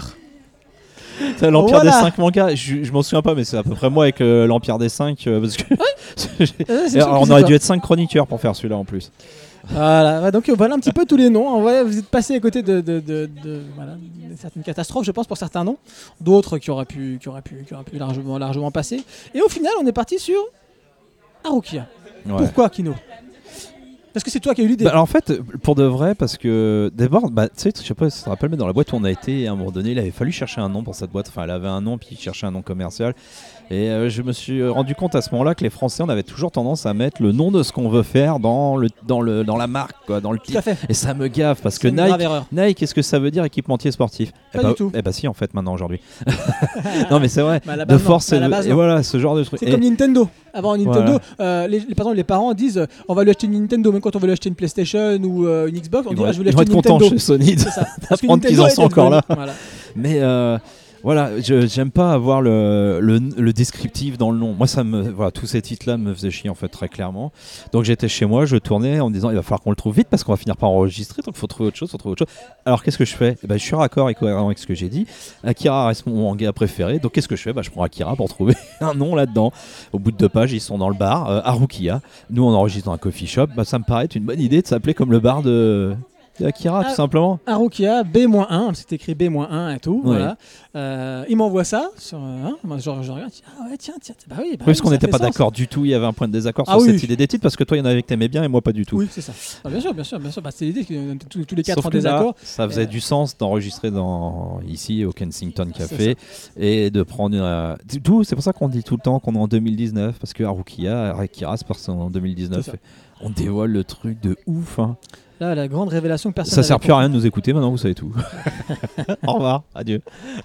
C'est l'Empire Voilà. des cinq mangas, je, je m'en souviens pas, mais c'est à peu près moi avec euh, l'Empire des cinq. euh, parce que j'ai- Euh, c'est Et sûr alors, que on c'est aurait toi. dû être cinq chroniqueurs pour faire celui-là en plus. Voilà, ouais, donc euh, voilà un petit peu tous les noms. Ouais, vous êtes passé à côté de, de, de, de- voilà, de certaines catastrophes, je pense, pour certains noms. D'autres qui auraient pu, qui auraient pu, qui auraient pu largement, largement passer. Et au final, on est parti sur Harukia. Ouais. Pourquoi, Kino? Parce que c'est toi qui as eu l'idée. Bah, alors en fait, pour de vrai, parce que d'abord, bah, tu sais, je sais pas si tu te rappelles, mais dans la boîte où on a été, à un moment donné, il avait fallu chercher un nom pour cette boîte. Enfin, elle avait un nom, puis il cherchait un nom commercial. Et euh, je me suis rendu compte à ce moment-là que les Français, on avait toujours tendance à mettre le nom de ce qu'on veut faire dans, le, dans, le, dans la marque, quoi, dans le Tout à titre. fait. Et ça me gave, parce que C'est une grave Nike, erreur. Nike, qu'est-ce que ça veut dire équipementier sportif? Pas eh bah, du tout. Eh bah si, en fait, maintenant, aujourd'hui. Non, mais c'est vrai. Bah, à la De base, non. force, Bah, à la et, base, et non. voilà, ce genre de truc. C'est Et- comme Nintendo. Avant Nintendo, Voilà. euh, les, les, pardon, les parents disent euh, on va lui acheter une Nintendo, même quand on veut lui acheter une PlayStation ou euh, une Xbox, on ils dit vont ah, être- je vais lui ils vont acheter être une contents Nintendo. chez Sony C'est ça. Parce que d'apprendre qu'ils Nintendo en est sont encore là. devenu- Voilà. Mais euh, voilà, je j'aime pas avoir le, le, le descriptif dans le nom. Moi, ça me, voilà, tous ces titres-là me faisaient chier en fait très clairement. Donc j'étais chez moi, je tournais en me disant il va falloir qu'on le trouve vite parce qu'on va finir par enregistrer, donc il faut trouver autre chose, faut trouver autre chose. Alors qu'est-ce que je fais? Eh ben, je suis raccord et cohérent avec ce que j'ai dit. Akira reste mon manga préféré, donc qu'est-ce que je fais? Bah, je prends Akira pour trouver un nom là-dedans. Au bout de deux pages, ils sont dans le bar, euh, Harukia. Nous, on enregistre dans un coffee shop. Bah, ça me paraît être une bonne idée de s'appeler comme le bar de, de Akira, Ah. tout simplement. Harukia B un, c'est écrit B un et tout. Ouais. Voilà. Euh, il m'envoie ça. Sur, euh, hein, moi, genre, je regarde, je dis, ah ouais, tiens, tiens, bah oui. Bah Oui, oui, parce qu'on ça n'était fait pas sens. d'accord du tout, il y avait un point de désaccord Ah sur oui. cette idée des titres parce que toi, il y en avait que t'aimais bien et moi pas du tout. Oui, c'est ça. Ah, bien sûr, bien sûr, bien sûr. Bah, c'est l'idée que tous, tous les quatre Sauf en que là, désaccord. ça faisait Euh, du sens d'enregistrer dans ici au Kensington C'est Café et de prendre euh, tout. C'est pour ça qu'on dit tout le temps qu'on est en deux mille dix-neuf parce que Harukia, Akira, c'est parce qu'on est en deux mille dix-neuf. C'est ça. et on dévoile le truc de ouf. hein. Là, la grande révélation que personne Ça sert n'avait plus à rien de nous écouter. Maintenant, vous savez tout. Au revoir, adieu.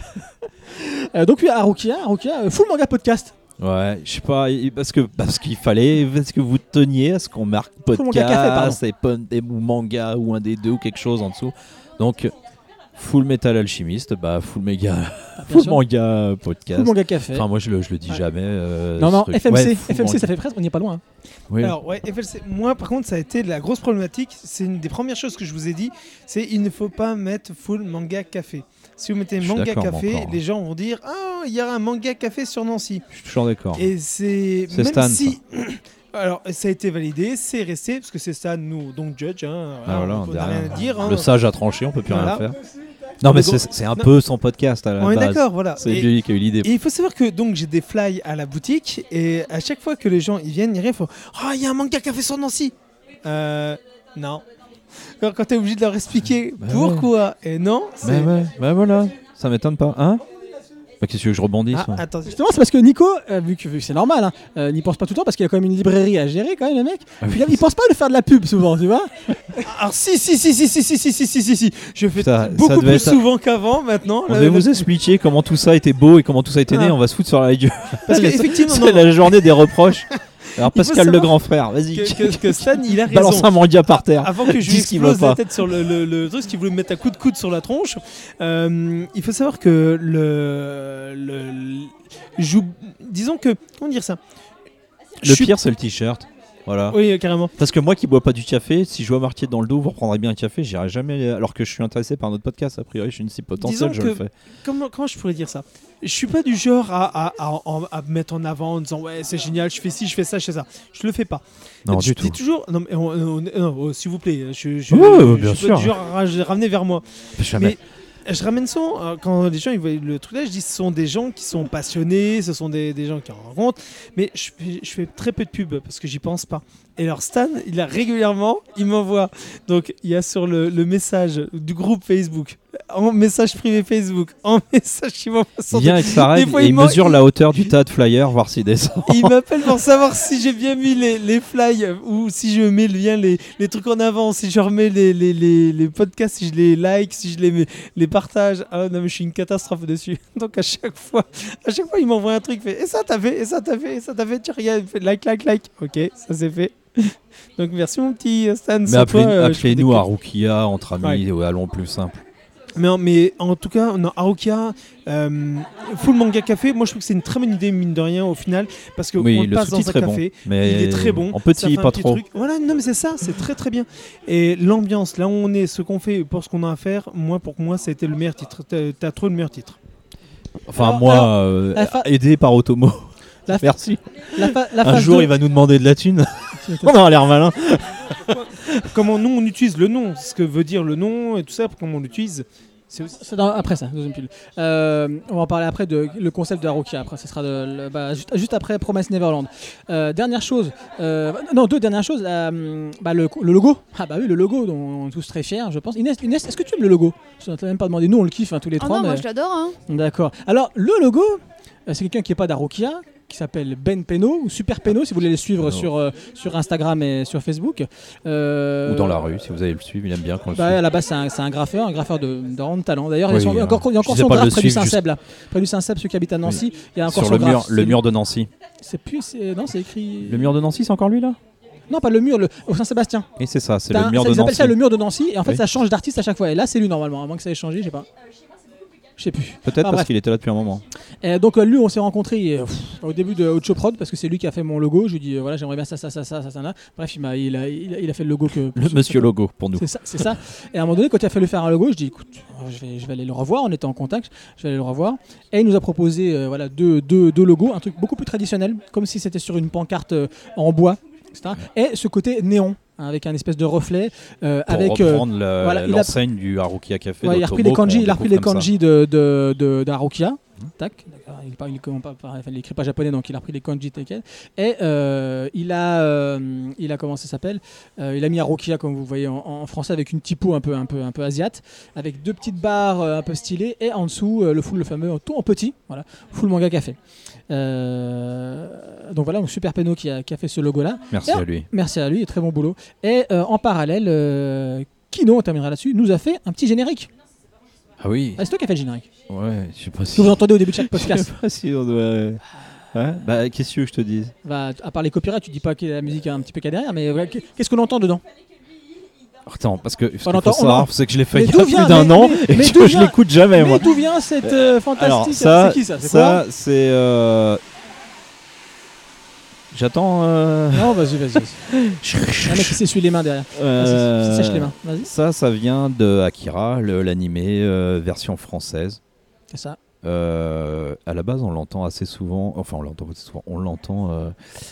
Euh, donc oui, Harukia, Harukia, euh, full manga podcast. Ouais, je sais pas, il- parce que parce qu'il fallait, parce que vous teniez à ce qu'on marque Full Manga Café, pardon. podcast, et pon- et ou manga ou un des deux ou quelque chose en dessous. Donc Full Metal Alchemist, bah full méga, Bien full sûr. manga podcast. Full manga café. Enfin moi je le je le dis Ouais. jamais. euh, non, ce non, truc. F M C, Ouais, full F M C, manga. ça fait presque, on n'y est pas loin. hein. Oui. Alors, ouais, F L C. Moi, par contre, ça a été la grosse problématique. C'est une des premières choses que je vous ai dit. C'est il ne faut pas mettre full manga café. Si vous mettez Je suis manga d'accord, café, moi, encore. les gens vont dire ah, il y a un manga café sur Nancy. Je suis toujours d'accord. Et c'est C'est même Stan, si alors ça a été validé, c'est resté parce que c'est Stan, nous donc judge. Hein, Ah, voilà, on on n'a dit rien rien. à dire. hein. Le sage a tranché, on peut plus Voilà. rien faire. Non, mais Le gros- c'est c'est un Non. peu son podcast à la On est base. d'accord, voilà. C'est Et- lui qui a eu l'idée. Et il faut savoir que donc j'ai des fly à la boutique et à chaque fois que les gens ils viennent, ils rêvent. Ah, il y a un manga qui a fait sur Nancy. Euh, non. Alors, quand t'es obligé de leur expliquer Bah pourquoi et non, c'est. Bah ouais, bah voilà, ça m'étonne pas. Hein bah, qu'est-ce que tu veux que je rebondisse Ah, moi attends. Justement, c'est parce que Nico, euh, vu que, vu que c'est normal, hein, euh, n'y pense pas tout le temps parce qu'il y a quand même une librairie à gérer, quand même, le mec. Ah oui. Puis, il pense pas de faire de la pub souvent, tu vois. Alors si si si si si si si si si si si. Je fais Ça- ça beaucoup devait plus être- souvent qu'avant maintenant. On Là, va là, vous expliquer comment tout ça était beau et comment tout ça était né. Ah. On va se foutre sur la gueule. Parce que effectivement, c'est non, la journée des reproches. Alors Il faut Pascal le savoir grand frère, vas-y. que, que, que Stan il a raison. Balance un manga par terre. Avant que je lui Dis ce qui va explose la pas. tête sur le, le, le truc, qu'il voulait me mettre à coup de coude sur la tronche, euh, il faut savoir que le, le, le- j'oub- disons que comment dire ça. Je Le suis- pire, c'est le t-shirt. Voilà. Oui, euh, carrément. Parce que moi qui bois pas du café, si je vois marqué dans le dos, vous reprendrez bien un café, j'irai jamais. Alors que je suis intéressé par notre podcast, a priori, je suis une cible potentielle, Disons je que- le fais. Comment, comment je pourrais dire ça? Je suis pas du genre à, à, à, à- à me mettre en avant en disant ouais c'est génial, je fais ci, je fais ça, je fais ça. Je le fais pas. Non, je du dis tout. toujours non, mais on- on- non, oh, s'il vous plaît, je, je, Ouais, je, bien suis sûr. pas du genre à ra- ramener vers moi. Jamais. Mais je ramène ça euh, quand les gens ils voient le truc là, je dis ce sont des gens qui sont passionnés, ce sont des, des gens qui en rencontrent, mais je, fais- je fais très peu de pub parce que j'y pense pas. Et alors Stan, il a régulièrement, il m'envoie. Donc il y a sur le, le message du groupe Facebook, en message privé Facebook, en message qui m'envoie son Il vient avec sa Des règle fois, et il il m'en- mesure il- la hauteur du tas de flyers, voir s'il descend. il m'appelle pour savoir si j'ai bien mis les, les fly ou si je mets bien les, les trucs en avant, si je remets les, les, les, les podcasts, si je les like, si je les, mets- les partage. Ah non, mais je suis une catastrophe dessus. Donc à chaque fois, à chaque fois, il m'envoie un truc, il fait et ça t'as fait, et ça t'as fait, et ça t'as fait, tu regardes, il fait like, like, like. Ok, ça c'est fait. Donc merci mon petit Stan. Mais sans appelez- toi, euh, je fais des appelez-nous à co- Rukia entre amis, ouais, allons plus simple. Mais, mais en tout cas, non, Arukia, euh, Full Manga Café, moi je trouve que c'est une très bonne idée, mine de rien, au final, parce qu'on Oui, le le passe dans un sous-titre est bon. café. Mais Il est très bon. En Ça petit, fait un pas petit trop. truc. Voilà, non mais c'est ça, c'est très très bien. Et l'ambiance, là où on est, ce qu'on fait, pour ce qu'on a à faire, moi pour moi ça a été le meilleur titre. T'as t'as trouvé le meilleur titre. Enfin, Alors, moi, alors, euh, la fa- aidé par Otomo. La- Merci. La, fa- la Un phase jour, deux- il va nous demander de la thune. On a l'air malin. Comment nous on utilise le nom, ce que veut dire le nom et tout ça, comment on l'utilise. C'est aussi. C'est dans- après ça, deuxième pile. Euh, on va en parler après de le concept de Harukia. Après, ce sera de, le- bah, juste, juste après Promise Neverland. Euh, dernière chose, euh, non deux dernières choses. euh, bah, le, le logo. Ah bah oui, le logo dont on est tous très fiers, je pense. Inès, Inès, est-ce que tu aimes le logo? Je ne t'ai même pas demandé. Nous, on le kiffe hein, tous les Ah trois. non, moi mais- je l'adore. Hein. D'accord. Alors le logo, euh, c'est quelqu'un qui n'est pas d'Harukia, qui s'appelle Ben Peno ou Super Peno si vous voulez les suivre Non. sur, euh, sur Instagram et sur Facebook. Euh, Ou dans la rue, si vous allez le suivre, il aime bien quand on le Bah, suit. à la base, c'est un, c'est un graffeur, un graffeur de, de rang de talent. D'ailleurs, il y a Oui, son- il y a euh, encore, il y a encore je sais son pas de graphe le près du suivre, Saint-Seb, là. Près du Saint-Seb, ceux qui habitent à Nancy. Il y a encore Sur son le mur, graphe. le C'est- mur de Nancy. C'est plus. c'est- Non, c'est écrit. Le mur de Nancy, c'est encore lui là? Non, pas le mur, le... au Saint-Sébastien. Et c'est ça, c'est T'as le un- mur ça- de Ils appellent Nancy. ça le mur de Nancy, et en fait, Oui. ça change d'artiste à chaque fois. Et là, c'est lui normalement, à moins que ça ait changé, je sais pas. Je sais plus. Peut-être Ah, parce bref. qu'il était là depuis un moment. Et donc euh, lui, on s'est rencontrés euh, pff, au début de Ocho Prod parce que c'est lui qui a fait mon logo. Je lui ai dit euh, voilà, j'aimerais bien ça, ça, ça, ça, ça, ça. Là. Bref, il, m'a, il, a, il, a, il a fait le logo que. Le monsieur logo pour nous. C'est ça, c'est ça. Et à un moment donné, quand il a fallu faire un logo, je dis écoute, euh, je vais, je vais aller le revoir. On était en contact, je vais aller le revoir. Et il nous a proposé euh, voilà deux, deux, deux logos, un truc beaucoup plus traditionnel, comme si c'était sur une pancarte euh, en bois, et cetera. Et ce côté néon. hein, avec un espèce de reflet, euh, Pour avec euh, reprendre le- voilà, il a- l'enseigne du Harukia Café. ouais, il a repris les d'Otomo kanji, qu'on il a repris les découvre comme ça. kanji de de, de, d'Harukia. Tac, d'accord, il parle, il, comment pas- pas- enfin, il écrit pas japonais donc il a repris les kanji tels. Et euh, il a, euh, il a comment ça s'appelle Euh, Il a mis Harukia comme vous voyez en, en français avec une typo un peu un peu un peu asiate, avec deux petites barres euh, un peu stylées et en dessous euh, le full le fameux tout en petit, voilà, full manga café. Euh, donc voilà, donc Super Peno qui a, qui a fait ce logo là. Merci Et- à lui. Merci à lui, très bon boulot. Et euh, en parallèle, euh, Kino, on terminera là-dessus, nous a fait un petit générique. Ah oui. Ah, c'est toi qui as fait le générique. Ouais, je sais pas si. Que vous entendez au début de chaque Je sais podcast. pas si on doit. Ouais. Bah, qu'est-ce que tu veux que je te dise? Bah, à part les copyrights, tu dis pas que la musique est un petit peu qu'il y a derrière, mais voilà, qu'est-ce qu'on entend dedans? Attends, parce que ce qu'il On faut entend- on savoir, en- c'est que je l'ai fait Mais il y d'où a vient- plus d'un mais- an mais- et mais que d'où je vient- l'écoute jamais, Mais moi. d'où vient cette euh, fantastique? Alors, ça, c'est qui ça? C'est ça, c'est. euh, J'attends. euh, quoi? Non, vas-y, vas-y. vas-y. Un mec qui s'essuie les mains derrière. euh, Vas-y, sèche les mains. Vas-y. Ça, ça vient de Akira, le- l'animé euh, version française. C'est ça. Euh, à la base, on l'entend assez souvent. Enfin, on l'entend pas assez souvent. On l'entend euh,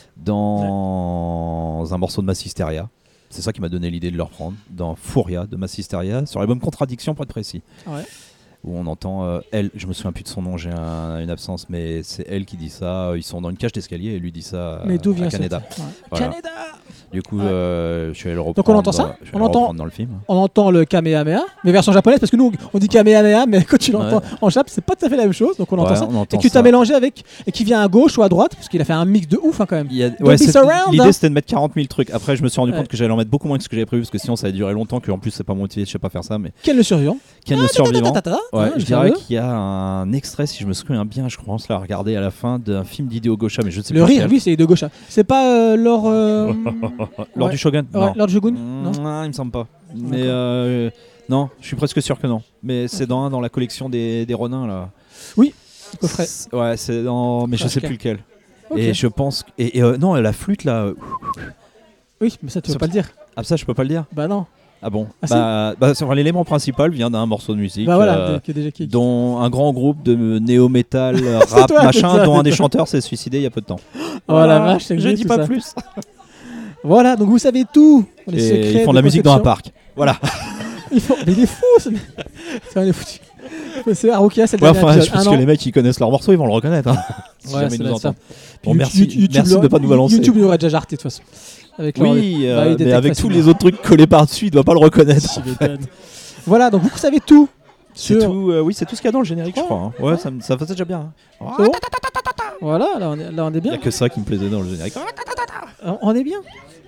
dans un morceau de Massisteria. C'est ça qui m'a donné l'idée de le reprendre. Dans Furia de Massisteria, sur l'album Contradiction, pour être précis. Ouais. où on entend euh, elle, je me souviens plus de son nom, j'ai un- une absence, mais c'est elle qui dit ça. Ils sont dans une cage d'escalier et lui dit ça euh, Mais d'où vient à cette- Canada. Ouais. Voilà. Canada. Du coup, Ouais. euh, je suis allé le reprendre. Donc on entend ça dans- je suis allé On le entend- reprendre dans le film. On entend le Kamehameha, mais version japonaise, parce que nous on dit Kamehameha, mais quand tu l'entends Ouais. en Jap, c'est pas tout à fait la même chose. Donc on entend Ouais, ça. on entend Et que tu ça. as mélangé avec, et qui vient à gauche ou à droite, parce qu'il a fait un mix de ouf hein, quand même. Il y a- Don't ouais, be c'est- surround, l'idée hein. c'était de mettre quarante mille trucs. Après, je me suis rendu Ouais. compte que j'allais en mettre beaucoup moins que ce que j'avais prévu parce que sinon ça allait durer longtemps. Que en plus, c'est pas motivé, je sais pas faire ça. Mais Ken le survivant. Ken le survivant. Ta, ta, ta, ta. Ouais, Ouais, je le dirais fameux. qu'il y a un extrait, si je me souviens bien, je commence là à regarder à la fin d'un film d'Hideo Gosha, mais je sais Le plus. rire, lequel. oui, c'est de gauche. C'est pas euh, Lord. euh, Lors ouais. du Shogun. Ouais, Non. Lord Shogun Non. Mm, il me semble pas. Mais D'accord. euh, non, je suis presque sûr que non. Mais c'est dans un dans la collection des, des Ronin là. Coffret. C'est- Ouais, c'est dans, mais je sais Frashka. plus lequel. Ok. Et je pense que- et, et, euh, non, la flûte là. euh, Oui, mais ça tu veux Ça- pas le dire. Ah ça, je peux pas le dire. Bah non. Ah bon. Ah, bah, bah, c'est- enfin, l'élément principal vient d'un morceau de musique. Bah voilà, euh, de- qui est déjà qui. dont un grand groupe de néo-metal, rap, toi, machin, c'est ça, dont c'est un des toi. chanteurs s'est suicidé il y a peu de temps. Oh la vache, c'est je gay, dis tout pas ça. plus. Voilà, donc vous savez tout. Les Et secrets ils font de la musique dans un conception. parc. Voilà. Ils font... Mais il est fou, ce mec. C'est un des foutus. C'est Arukia, c'est le Ouais, dernier enfin, je épisode. pense Un que an. les mecs qui connaissent leur morceau, ils vont le reconnaître. hein, si Ouais, jamais ça ils doit nous être ça. entendent. Puis Bon, YouTube- merci, YouTube merci l'aurait- de pas nous balancer. YouTube nous aurait déjà jarté de toute façon. Avec leur- Oui, Bah, euh, il mais détecte avec tous facilement. les autres trucs collés par-dessus, il doit pas le reconnaître. Tu m'étonnes. Voilà, donc vous savez tout. C'est sur- tout, euh, oui, c'est tout ce qu'il y a dans le générique, je Ouais. crois. hein. Ouais, ça, me- ça faisait déjà bien. hein. C'est bon Voilà, là on est, là, on est Il y bien. a que ça qui me plaisait dans le générique. On- On est bien.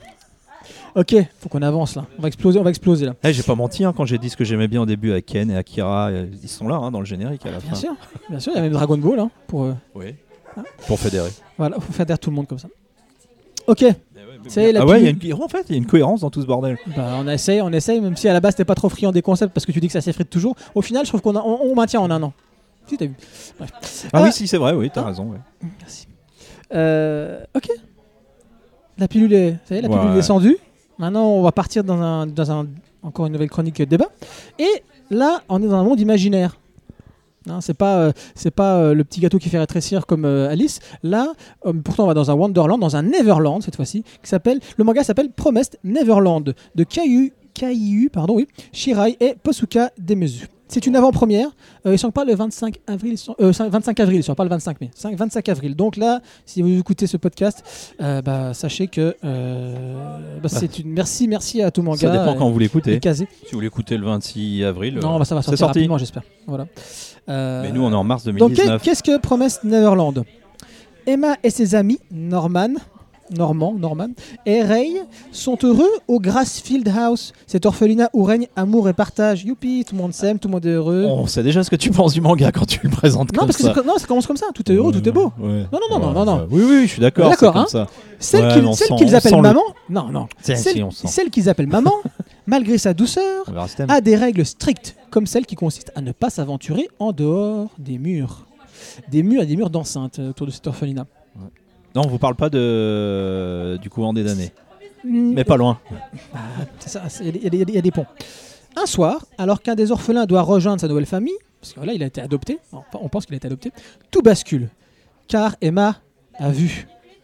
Ok, faut qu'on avance là. On va exploser, on va exploser là. Eh, j'ai pas menti hein, quand j'ai dit ce que j'aimais bien au début avec Ken et Akira. euh, Ils sont là hein, dans le générique à la Bien fin. sûr, bien sûr, il y a même Dragon Ball hein, pour euh, Oui. Hein Pour fédérer. voilà, faut faire taire tout le monde comme ça. Ok, Ça y est, la Ah ouais, il y a pilule- une... en fait, il y a une cohérence dans tout ce bordel. bah, on essaye, on essaye, même si à la base t'es pas trop friand des concepts parce que tu dis que ça s'effrite toujours. Au final, je trouve qu'on a- on, on maintient en un an. Si t'as vu. Bref. Ah, Ah. oui, si, c'est vrai, oui, t'as Ah. raison. ouais. Merci. Euh, ok. La pilule est, ça y est, la pilule Ouais. est descendue. Maintenant, on va partir dans un, dans un, encore une nouvelle chronique euh, débat. Et là, on est dans un monde imaginaire. Hein, c'est pas, euh, c'est pas euh, le petit gâteau qui fait rétrécir comme euh, Alice. Là, euh, pourtant, on va dans un Wonderland, dans un Neverland cette fois-ci, qui s'appelle. Le manga s'appelle Promised Neverland de Kaiu, Kaiu, pardon, oui, Shirai et Posuka Demezu. C'est une avant-première. Euh, ils sont pas le vingt-cinq avril, ils sont- euh, vingt-cinq avril, ils sont pas le vingt-cinq mai, cinq- vingt-cinq avril. Donc là, si vous écoutez ce podcast, euh, bah, sachez que euh, bah, c'est une merci, merci à tout manga. Ça dépend quand vous Et l'écoutez. casé. Si vous l'écoutez le vingt-six avril, Non, euh, bah, ça va c'est sortir sorti. rapidement, j'espère. Voilà. Euh, Mais nous, on est en mars donc, qu'est- deux mille dix-neuf. qu'est-ce que Promised Neverland? Emma et ses amis, Norman, Normand, Norman, et Ray sont heureux au Grassfield House, cet orphelinat où règne amour et partage. Youpi, tout le monde s'aime, tout le monde est heureux. On sait déjà ce que tu penses du manga quand tu le présentes non, comme parce que ça. c'est- non, ça commence comme ça. Tout est heureux, tout est beau. Ouais. Non, non, non, Ouais, non, non. ouais. Oui, oui, je suis d'accord. D'accord, c'est comme hein. ça. Celle Ouais, qu'ils mais on celle sent- qu'ils on appellent sent le- maman, non, non. Tiens, Celle, si, on sent. celle qu'ils appellent maman, malgré sa douceur, On verra ce thème. a des règles strictes, comme celle qui consiste à ne pas s'aventurer en dehors des murs. Des murs et des murs d'enceinte euh, autour de cet orphelinat. Non, on vous parle pas de du couvent des damnés. Mm, Mais pas loin. bah, c'est ça, c'est- il y, a des- il y a des- il y a des ponts. Un soir, alors qu'un des orphelins doit rejoindre sa nouvelle famille, parce que là il a été adopté, enfin, on pense qu'il a été adopté, tout bascule, car Emma a vu.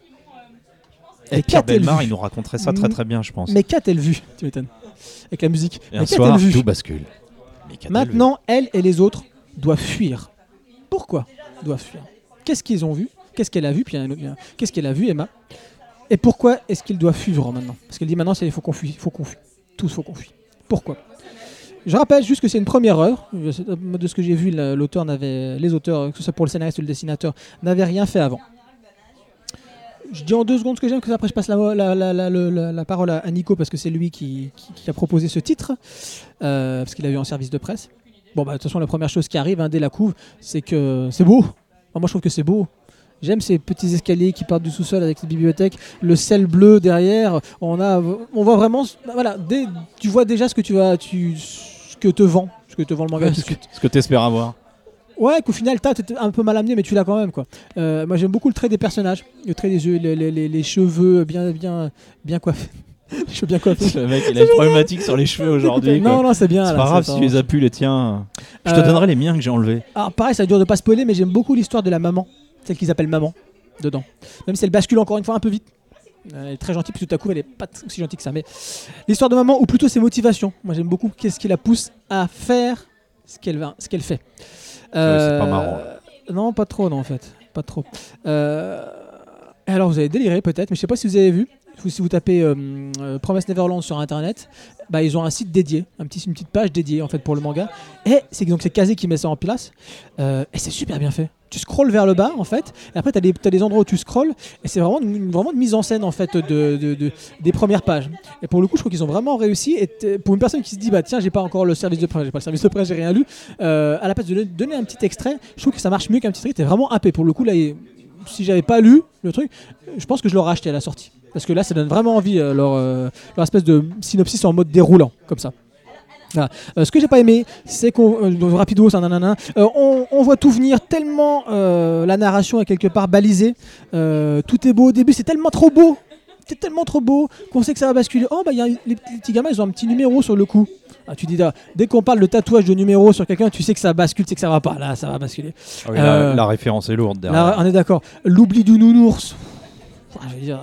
Et Et Pierre qu'a-t-elle Belmar, vu il nous raconterait ça très très bien, je pense. Mais qu'a-t-elle vu? Tu m'étonnes. Avec la musique. Et un Mais soir, qu'a-t-elle vu? tout bascule. Mais qu'a-t-elle Maintenant, elle et les autres doivent fuir. Pourquoi doivent fuir? Qu'est-ce qu'ils ont vu? Qu'est-ce qu'elle a vu? Puis il y a un autre- il y a- Qu'est-ce qu'elle a vu, Emma? Et pourquoi est-ce qu'ils doivent fuir maintenant? Parce qu'elle dit maintenant, il faut qu'on fuit, faut qu'on fuit. Tous, faut qu'on fuit. Pourquoi? Je rappelle juste que c'est une première œuvre. Je- De ce que j'ai vu, la- l'auteur n'avait, les auteurs, que ce soit pour le scénariste ou le dessinateur, n'avaient rien fait avant. Je dis en deux secondes ce que j'aime, que après je passe la, la, la, la, la- la parole à Nico parce que c'est lui qui, qui- qui a proposé ce titre, euh, parce qu'il a eu en service de presse. Bon, bah, de toute façon, la première chose qui arrive hein, dès la couve, c'est que c'est beau. Enfin, moi, je trouve que c'est beau. J'aime ces petits escaliers qui partent du sous-sol avec cette bibliothèque, le ciel bleu derrière. On a, on voit vraiment, voilà, dès, tu vois déjà ce que tu vas, tu, ce que te vend, ce que te vend le manga Ouais, tout de ce que, suite. ce que t'espères avoir. Ouais, qu'au final, t'as t'es un peu mal amené, mais tu l'as quand même, quoi. Euh, moi, j'aime beaucoup le trait des personnages, le trait des yeux, les, les, les, les cheveux bien, bien, bien coiffés. Les cheveux bien coiffés. Le mec, il a une problématique sur les cheveux aujourd'hui. Non, non, c'est bien. C'est là, pas grave ça, si tu les as pu les tiens. Je te Euh, donnerai les miens que j'ai enlevés. Alors pareil, ça dure de pas spoiler, mais j'aime beaucoup l'histoire de la maman, celle qu'ils appellent maman, dedans. Même si elle bascule encore une fois un peu vite. Elle est très gentille, puis tout à coup elle est pas t- aussi gentille que ça. Mais l'histoire de maman, ou plutôt ses motivations. Moi j'aime beaucoup qu'est-ce qui la pousse à faire ce qu'elle, va- ce qu'elle fait. c'est pas marrant. Non, pas trop, non, en fait. Pas trop. Euh, alors, vous avez déliré peut-être, mais je sais pas si vous avez vu. Si vous tapez euh, euh, Promise Neverland sur internet, bah, ils ont un site dédié, un petit, une petite page dédiée en fait pour le manga. Et c'est donc c'est Kazé qui met ça en place. Euh, et c'est super bien fait. Tu scrolles vers le bas en fait, et après tu as des, t'as des endroits où tu scrolles, et c'est vraiment une, vraiment une mise en scène en fait de, de, de- des premières pages. Et pour le coup, je trouve qu'ils ont vraiment réussi. Et t- pour une personne qui se dit bah tiens, j'ai pas encore le service de presse, j'ai pas le service de presse, j'ai rien lu, euh, à la place de le- donner un petit extrait, je trouve que ça marche mieux qu'un petit extrait. T'es vraiment happé. Pour le coup là, il- si j'avais pas lu le truc, je pense que je l'aurais acheté à la sortie. Parce que là, ça donne vraiment envie, euh, leur, euh, leur espèce de synopsis en mode déroulant, comme ça. Voilà. Euh, ce que j'ai pas aimé, c'est qu'on. Euh, rapido, ça, nanana, euh, on, on voit tout venir tellement. Euh, la narration est quelque part balisée. Euh, tout est beau au début, c'est tellement trop beau. C'est tellement trop beau qu'on sait que ça va basculer. Oh, bah, y a, les, les petits gamins, ils ont un petit numéro sur le coup. Ah, tu dis, là, dès qu'on parle de tatouage de numéro sur quelqu'un, tu sais que ça bascule, tu sais que ça va pas. Là, ça va basculer. Ah oui, Euh, la, la référence est lourde derrière. Là, on est d'accord. L'oubli du nounours. Ah, je veux dire.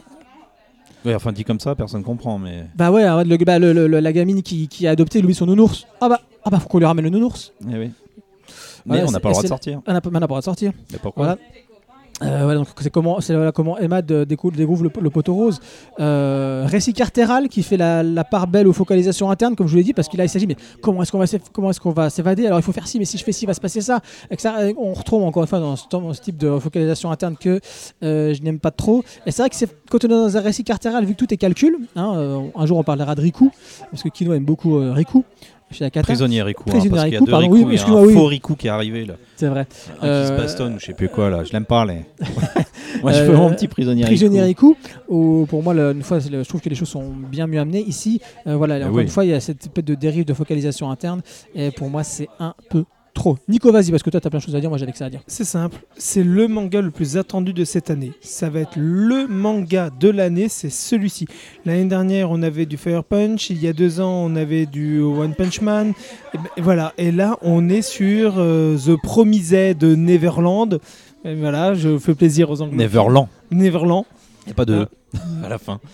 Oui, enfin, dit comme ça, personne comprend, mais. Bah ouais, hein, le, bah, le- le- la gamine qui, qui a adopté Louis son nounours. Ah bah, ah bah faut qu'on lui ramène le nounours. Eh oui. Mais Voilà, on c'est- n'a pas le droit c'est- de sortir. On n'a pas on n'a pas le droit de sortir. Mais pourquoi Voilà. Euh, voilà, donc c'est comment, c'est voilà, comment Emma de- découvre, découvre le, le poteau rose. Euh, récit cartéral qui fait la, la part belle aux focalisations internes, comme je vous l'ai dit, parce qu'il a- il s'agit, mais comment est-ce qu'on va, s'eff- comment est-ce qu'on va s'évader? Alors il faut faire ci, mais si je fais ci, il va se passer ça. Et que ça euh, on retrouve encore une fois dans ce, dans ce type de focalisation interne que euh, je n'aime pas trop. Et c'est vrai que c'est, quand on est dans un récit cartéral, vu que tout est calcul, hein, euh, un jour on parlera de Riku, parce que Kino aime beaucoup euh, Riku. Chez Akata. Prisonnier Riku, hein, Prisonnier parce qu'il y a Riku, deux pardon, Riku, oui, il y a excuse-moi, un oui. faux Riku qui est arrivé là. C'est vrai. Un Euh, qui se bastonne, je sais plus quoi là, je l'aime pas. Les... Moi je Euh, veux mon petit prisonnier Prisonnier Riku. Riku, où, pour moi, le- une fois, c'est le- je trouve que les choses sont bien mieux amenées. Ici, euh, voilà, Ah encore oui. une fois, il y a cette espèce de dérive de focalisation interne, et pour moi, c'est un peu trop. Nico, vas-y, parce que toi, tu as plein de choses à dire, moi, j'ai que ça à dire. C'est simple, c'est le manga le plus attendu de cette année. Ça va être le manga de l'année, c'est celui-ci. L'année dernière, on avait du Fire Punch, il y a deux ans, on avait du One Punch Man. Et ben, voilà, et là, on est sur euh, The Promised de Neverland. Et voilà, je fais plaisir aux Anglais. Neverland. Neverland. Il n'y a pas de Ah. à la fin.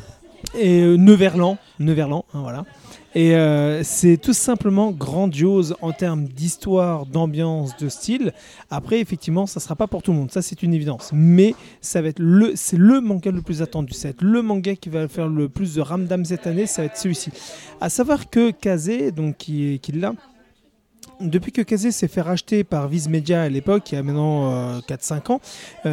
Et euh, Neverland, Neverland, hein, voilà. Et euh, c'est tout simplement grandiose en termes d'histoire, d'ambiance, de style. Après, effectivement, ça sera pas pour tout le monde, ça c'est une évidence. Mais ça va être le, c'est le manga le plus attendu. Ça va être le manga qui va faire le plus de ramdam cette année. Ça va être celui-ci. À savoir que Kazé, donc qui est qui l'a. Depuis que Kazé s'est fait racheter par Viz Media à l'époque, il y a maintenant euh, quatre cinq ans,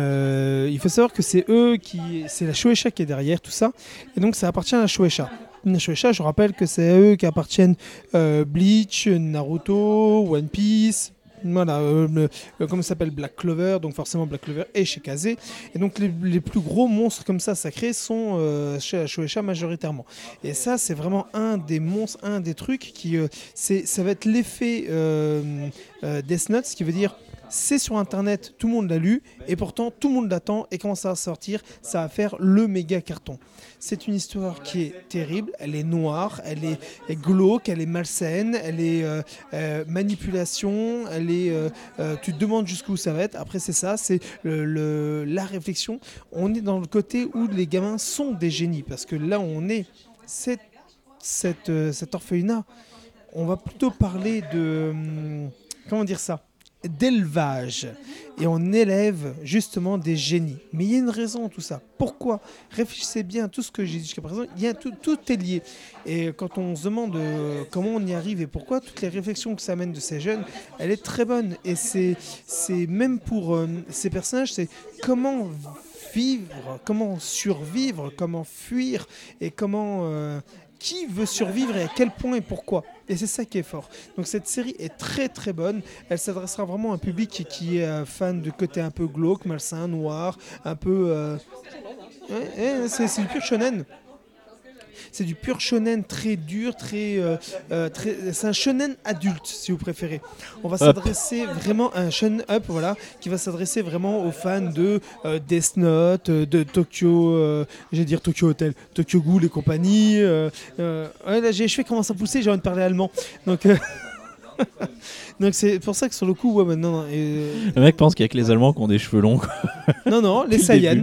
euh, il faut savoir que c'est eux qui. C'est la Shueisha qui est derrière tout ça. Et donc ça appartient à la Shueisha. La Shueisha, je rappelle que c'est à eux qu'appartiennent euh, Bleach, Naruto, One Piece. Voilà, euh, le- euh, comment ça s'appelle Black Clover, donc forcément Black Clover est chez Kazé. Et donc les, les plus gros monstres comme ça sacrés sont euh, chez la Shueisha majoritairement. Et ça, c'est vraiment un des monstres, un des trucs qui. Euh, c'est, ça va être l'effet euh, euh, Death Note, ce qui veut dire. C'est sur internet, tout le monde l'a lu, et pourtant tout le monde l'attend, et quand ça va sortir, ça va faire le méga carton. C'est une histoire qui est terrible, elle est noire, elle est, elle est glauque, elle est malsaine, elle est euh, euh, manipulation, elle est, euh, euh, tu te demandes jusqu'où ça va être. Après c'est ça, c'est le, le- la réflexion. On est dans le côté où les gamins sont des génies, parce que là où on est, cette, cette, euh, cet orphelinat, on va plutôt parler de... hum, comment dire ça d'élevage, et on élève justement des génies. Mais il y a une raison à tout ça. Pourquoi? Réfléchissez bien à tout ce que j'ai dit jusqu'à présent. Il y a tout, tout est lié. Et quand on se demande euh, comment on y arrive et pourquoi, toutes les réflexions que ça amène de ces jeunes, elle est très bonne. Et c'est, c'est même pour euh, ces personnages, c'est comment vivre, comment survivre, comment fuir, et comment... euh, qui veut survivre et à quel point et pourquoi. Et c'est ça qui est fort. Donc cette série est très très bonne. Elle s'adressera vraiment à un public qui est euh, fan de côté un peu glauque, malsain, noir, un peu... euh, ouais, ouais, c'est, c'est du pur shonen. C'est du pur shonen très dur, très, euh, euh, très... C'est un shonen adulte, si vous préférez. On va s'adresser vraiment à un shonen up, voilà, qui va s'adresser vraiment aux fans de euh, Death Note, euh, de Tokyo, euh, j'allais dire Tokyo Hotel, Tokyo Ghoul et compagnie. Euh, euh, ouais, là, j'ai les cheveux qui commencent à pousser, j'ai envie de parler allemand. Donc... Euh, donc c'est pour ça que sur le coup, ouais, maintenant, non, euh, Le mec pense qu'il y a que les Allemands qui ont des cheveux longs. Quoi. non, non, les Depuis le Saiyans. début.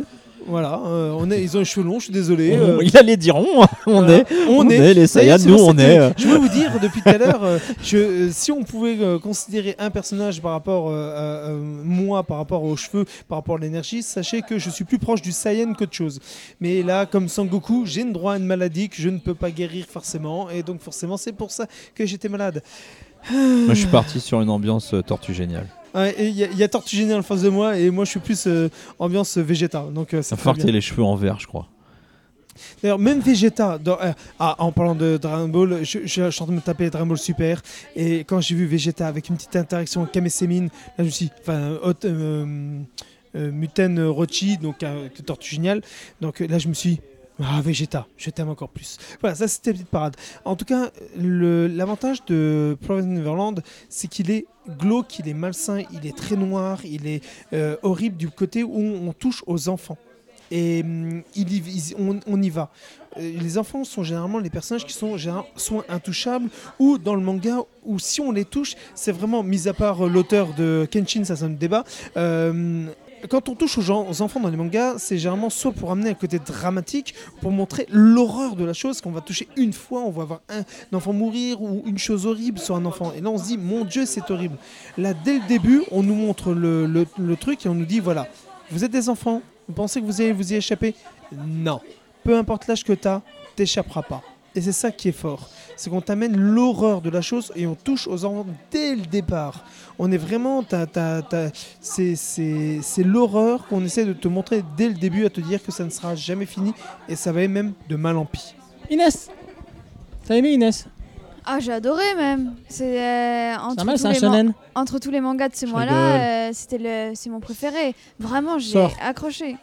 Voilà, euh, on est, ils ont les cheveux longs, je suis désolé. euh, Il allait dire on, on voilà. est, on est les D'ailleurs, Saiyans, c'est nous pour ça on que est. euh, Je veux vous dire depuis tout à l'heure, euh, je- euh, si on pouvait euh, considérer un personnage par rapport euh, à euh, moi, par rapport aux cheveux, par rapport à l'énergie, sachez que je suis plus proche du Saiyan qu'autre chose. Mais là, comme Sangoku, j'ai une droit à une maladie que je ne peux pas guérir forcément, et donc forcément c'est pour ça que j'étais malade. Moi je suis parti sur une ambiance euh, Tortue Géniale. Ouais, et Il y, a- il y a Tortue Géniale en face de moi, et moi je suis plus euh, ambiance Vegeta. Donc euh, Ça c'est fait très que bien. t'aies les cheveux en vert, je crois. D'ailleurs, même Vegeta, dans- euh, ah, en parlant de Dragon Ball, je, je, je suis en train de me taper Dragon Ball Super, et quand j'ai vu Vegeta avec une petite interaction avec Kame Sennin, là je me suis, enfin, Hot, euh, euh, Muten Rochi, donc euh, Tortue Géniale, donc euh, là je me suis, ah Vegeta, je t'aime encore plus. Voilà, ça c'était une petite parade. En tout cas, le- l'avantage de Promised Neverland, c'est qu'il est glauque, il est malsain, il est très noir, il est euh, horrible du côté où on touche aux enfants. Et hum, il y- il- on, on y va. Euh, les enfants sont généralement les personnages qui sont généralement soit intouchables ou dans le manga où si on les touche, c'est vraiment, mis à part euh, l'auteur de Kenshin, ça c'est un débat. euh, quand on touche aux, gens, aux enfants dans les mangas, c'est généralement soit pour amener un côté dramatique, pour montrer l'horreur de la chose, qu'on va toucher une fois, on va voir un, un enfant mourir ou une chose horrible sur un enfant. Et là on se dit, mon Dieu, c'est horrible. Là, dès le début, on nous montre le, le- le truc et on nous dit, voilà, vous êtes des enfants, vous pensez que vous allez vous y échapper? Non. Peu importe l'âge que tu as, t'échapperas pas. Et c'est ça qui est fort. C'est qu'on t'amène l'horreur de la chose et on touche aux enfants dès le départ. On est vraiment... t'as- t'as- t'as- c'est, c'est, c'est l'horreur qu'on essaie de te montrer dès le début, à te dire que ça ne sera jamais fini et ça va aller même de mal en pis. Inès, t'as aimé Inès? Ah, j'ai adoré même. C'est euh, C'est entre, pas mal, tous c'est un les man- shonen. entre tous les mangas de ce Je mois-là, euh, c'était le, c'est mon préféré. Vraiment, j'ai Sors. accroché.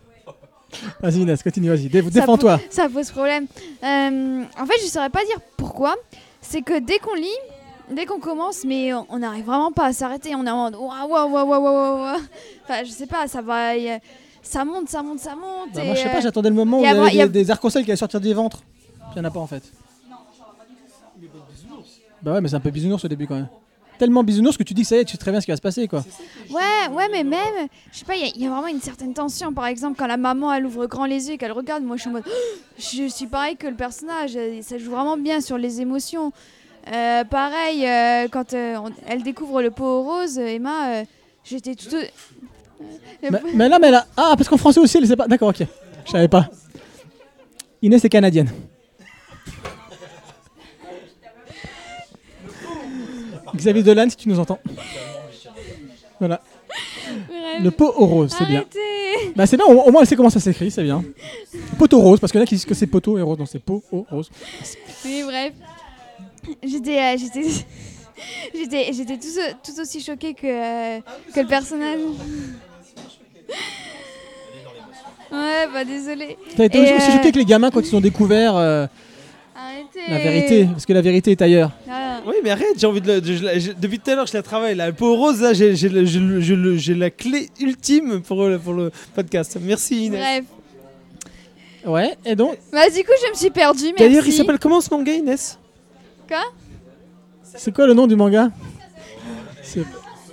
Vas-y Inès, continue, vas-y, Dé- Ça défends-toi. Ça pose problème. Euh, en fait, je saurais pas dire pourquoi. C'est que dès qu'on lit, dès qu'on commence, mais on n'arrive vraiment pas à s'arrêter. On est en mode waouh, waouh, waouh, waouh, waouh, waouh. Enfin, je sais pas, ça va. y a- Ça monte, ça monte, ça monte. Bah, et, moi, je sais euh, pas, j'attendais le moment où y il a y vra- avait y a- des, des arcs-en-ciel qui allaient sortir des ventres. Il y en a pas en fait. Bah ouais, mais c'est un peu bisounours au début quand même. Tellement bisounours que tu dis que ça y est, tu sais très bien ce qui va se passer quoi. Ouais, ouais, mais même, je sais pas, il y, a- il y a vraiment une certaine tension. Par exemple, quand la maman elle ouvre grand les yeux et qu'elle regarde, moi je suis en mode, je suis pareil que le personnage. euh, Ça joue vraiment bien sur les émotions. Euh, pareil, euh, quand euh, on- elle découvre le pot rose, Emma, euh, j'étais tout. Euh, Mais, mais là, mais là. Ah, parce qu'en français aussi, elle sait pas. D'accord, ok. Je savais pas. Inès est canadienne. Xavier Dolan, si tu nous entends. Voilà. bref. Le pot au rose, c'est bien. Arrêtez. Bah c'est bien, au, au moins elle sait comment ça s'écrit, c'est bien. Poteau rose, parce que là qui disent que c'est poteau et rose, donc c'est pot au rose. Oui, bref. J'étais, euh, j'étais, j'étais, j'étais tout, tout aussi choquée que, euh, que le personnage. Ouais, bah désolée. T'as été Et, aussi, aussi euh, choqué que les gamins quand ils ont découvert euh, Arrêtez. la vérité, parce que la vérité est ailleurs. Ah. Oui, mais arrête, j'ai envie de. le- je- je- depuis tout à l'heure, je la travaille. La peau rose, là, j'ai, j'ai, le- j'ai le- j'ai le- j'ai la clé ultime pour, le- pour le podcast. Merci Inès. Bref. Ouais, et donc, Bah du coup, je me suis perdue, merci. D'ailleurs, il s'appelle comment ce manga, Inès? Quoi? c'est quoi le nom du manga? C'est-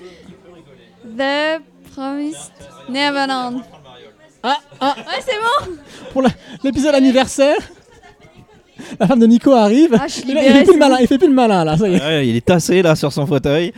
The Promised Neverland. Ah, ah, Ouais, c'est bon. pour la- l'épisode anniversaire, la femme de Nico arrive. Ah, je suis Et là, il libérée, fait plus le c'est malin, bon. il fait plus le malin là, ça y est. Ouais, il est tassé là sur son fauteuil.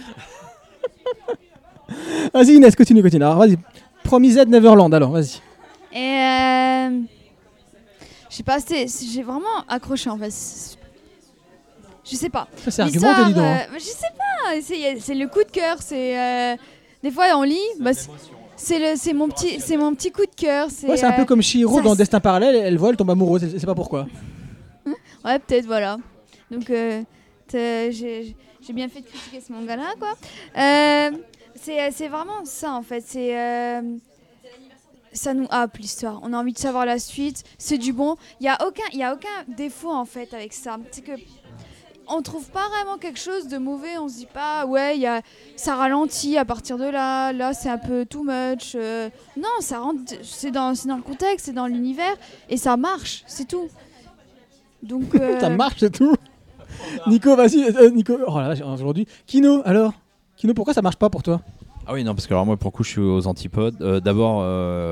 Vas-y Inès, continue, continue. Alors vas-y, Promised Neverland alors, vas-y. Et euh... je sais pas, c'est- c'est- j'ai vraiment accroché en fait. C'est- Je sais pas. Ça c'est L'histoire, argumenté, dis donc. hein. euh, je sais pas, c'est c'est le coup de cœur. C'est euh, des fois on lit, bah, c'est- c'est le, c'est mon petit, c'est mon petit coup de cœur. C'est Ouais, c'est un euh, peu comme Chihiro ça, dans c'est- Destin Parallèle, elle voit, elle tombe amoureuse, elle sait pas pourquoi. Ouais, peut-être, voilà. Donc, euh, t'as- j'ai j'ai bien fait de critiquer ce manga-là, quoi. Euh, c'est c'est vraiment ça, en fait. C'est... euh, ça nous happe, l'histoire. On a envie de savoir la suite. C'est du bon. Il n'y a, aucun- y a aucun défaut, en fait, avec ça. C'est que... On trouve pas vraiment quelque chose de mauvais. On se dit pas, ouais, y a, ça ralentit à partir de là. Là, c'est un peu too much. euh, non, ça rentre. C'est dans, c'est dans le contexte, c'est dans l'univers. Et ça marche, c'est tout. Donc, euh, Ça marche, c'est tout. Nico, vas-y, euh, Nico. Oh là là, aujourd'hui. Kino, alors Kino, pourquoi ça marche pas pour toi? Ah oui, non, parce que alors moi, pour le coup, je suis aux antipodes. Euh, D'abord, euh,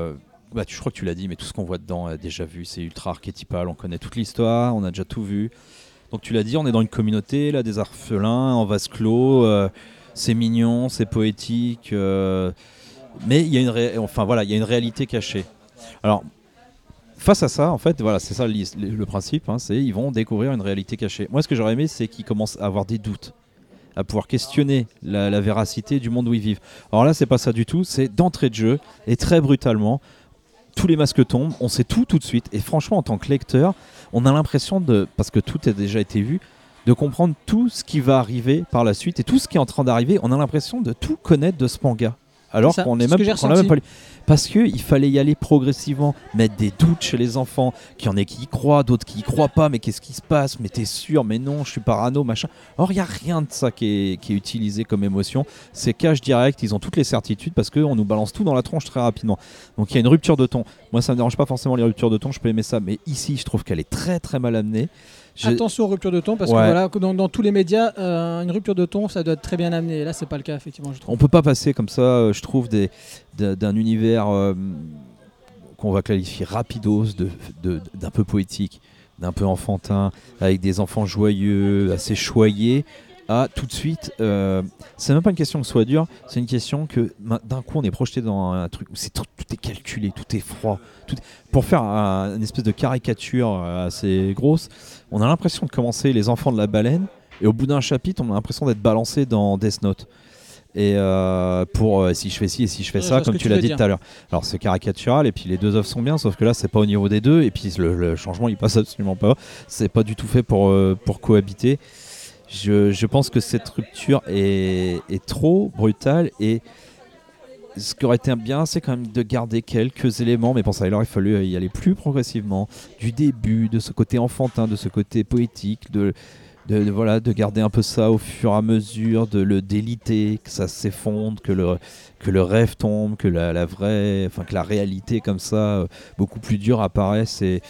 bah, tu, je crois que tu l'as dit, mais tout ce qu'on voit dedans, on a déjà vu, c'est ultra archétypal, on connaît toute l'histoire, on a déjà tout vu. Donc tu l'as dit, on est dans une communauté, là, des orphelins, en vase clos, euh, c'est mignon, c'est poétique, euh, mais il y a une, ré... enfin, voilà, il y a une réalité cachée. Alors, face à ça, en fait, voilà, c'est ça le, le principe, hein, c'est ils vont découvrir une réalité cachée. Moi, ce que j'aurais aimé, c'est qu'ils commencent à avoir des doutes, à pouvoir questionner la, la véracité du monde où ils vivent. Alors là, c'est pas ça du tout, c'est d'entrée de jeu, et très brutalement, tous les masques tombent, on sait tout tout de suite, et franchement, en tant que lecteur, on a l'impression de, parce que tout a déjà été vu, de comprendre tout ce qui va arriver par la suite et tout ce qui est en train d'arriver. On a l'impression de tout connaître de ce manga, alors ça, qu'on c'est est ce même, que j'ai qu'on l'a même ressenti. pas lu. Parce qu'il fallait y aller progressivement, mettre des doutes chez les enfants, qu'il y en ait qui y croient, d'autres qui y croient pas, mais qu'est-ce qui se passe, mais t'es sûr, mais non, je suis parano, machin. Or, il n'y a rien de ça qui est, qui est utilisé comme émotion. C'est cash direct, ils ont toutes les certitudes parce qu'on nous balance tout dans la tronche très rapidement. Donc il y a une rupture de ton. Moi, ça me dérange pas forcément les ruptures de ton, je peux aimer ça, mais ici, je trouve qu'elle est très très mal amenée. J'ai- Attention aux ruptures de ton, parce Ouais. que voilà, dans, dans tous les médias, euh, une rupture de ton, ça doit être très bien amené. Et là, c'est pas le cas, effectivement, je trouve. On peut pas passer comme ça, euh, je trouve, des, d'un, d'un univers euh, qu'on va qualifier rapidos, de, de- d'un peu poétique, d'un peu enfantin, avec des enfants joyeux, assez choyés, à tout de suite. Euh, c'est même pas une question que ce soit dur, c'est une question que ma- d'un coup on est projeté dans un truc où c'est tout, tout est calculé, tout est froid. Tout est- Pour faire un- une espèce de caricature euh, assez grosse, on a l'impression de commencer Les Enfants de la Baleine, et au bout d'un chapitre, on a l'impression d'être balancé dans Death Note. Et euh, pour euh, si je fais ci et si je fais Ouais, je ça, vois ce comme que tu tu l'as veux dit dire. tout à l'heure. Alors c'est caricatural et puis les deux œuvres sont bien, sauf que là c'est pas au niveau des deux et puis le, le changement il passe absolument pas. C'est pas du tout fait pour, euh, pour cohabiter. Je, je pense que cette rupture est, est trop brutale et ce qui aurait été bien, c'est quand même de garder quelques éléments, mais pour ça, alors, il fallait y aller plus progressivement, du début, de ce côté enfantin, de ce côté poétique, de, de, de- voilà, de garder un peu ça au fur et à mesure, de le déliter, que ça s'effondre, que le, que le rêve tombe, que la, la vraie, enfin que la réalité comme ça, euh, beaucoup plus dure apparaisse. Et,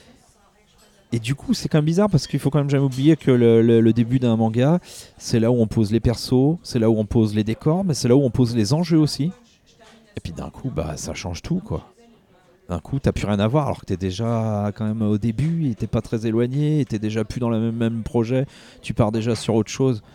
et du coup, c'est quand même bizarre parce qu'il faut quand même jamais oublier que le, le- le début d'un manga, c'est là où on pose les persos, c'est là où on pose les décors, mais c'est là où on pose les enjeux aussi. Et puis d'un coup, bah, ça change tout, quoi. D'un coup, t'as plus rien à voir, alors que t'es déjà quand même au début, et t'es pas très éloigné, et t'es déjà plus dans le même, même projet, tu pars déjà sur autre chose.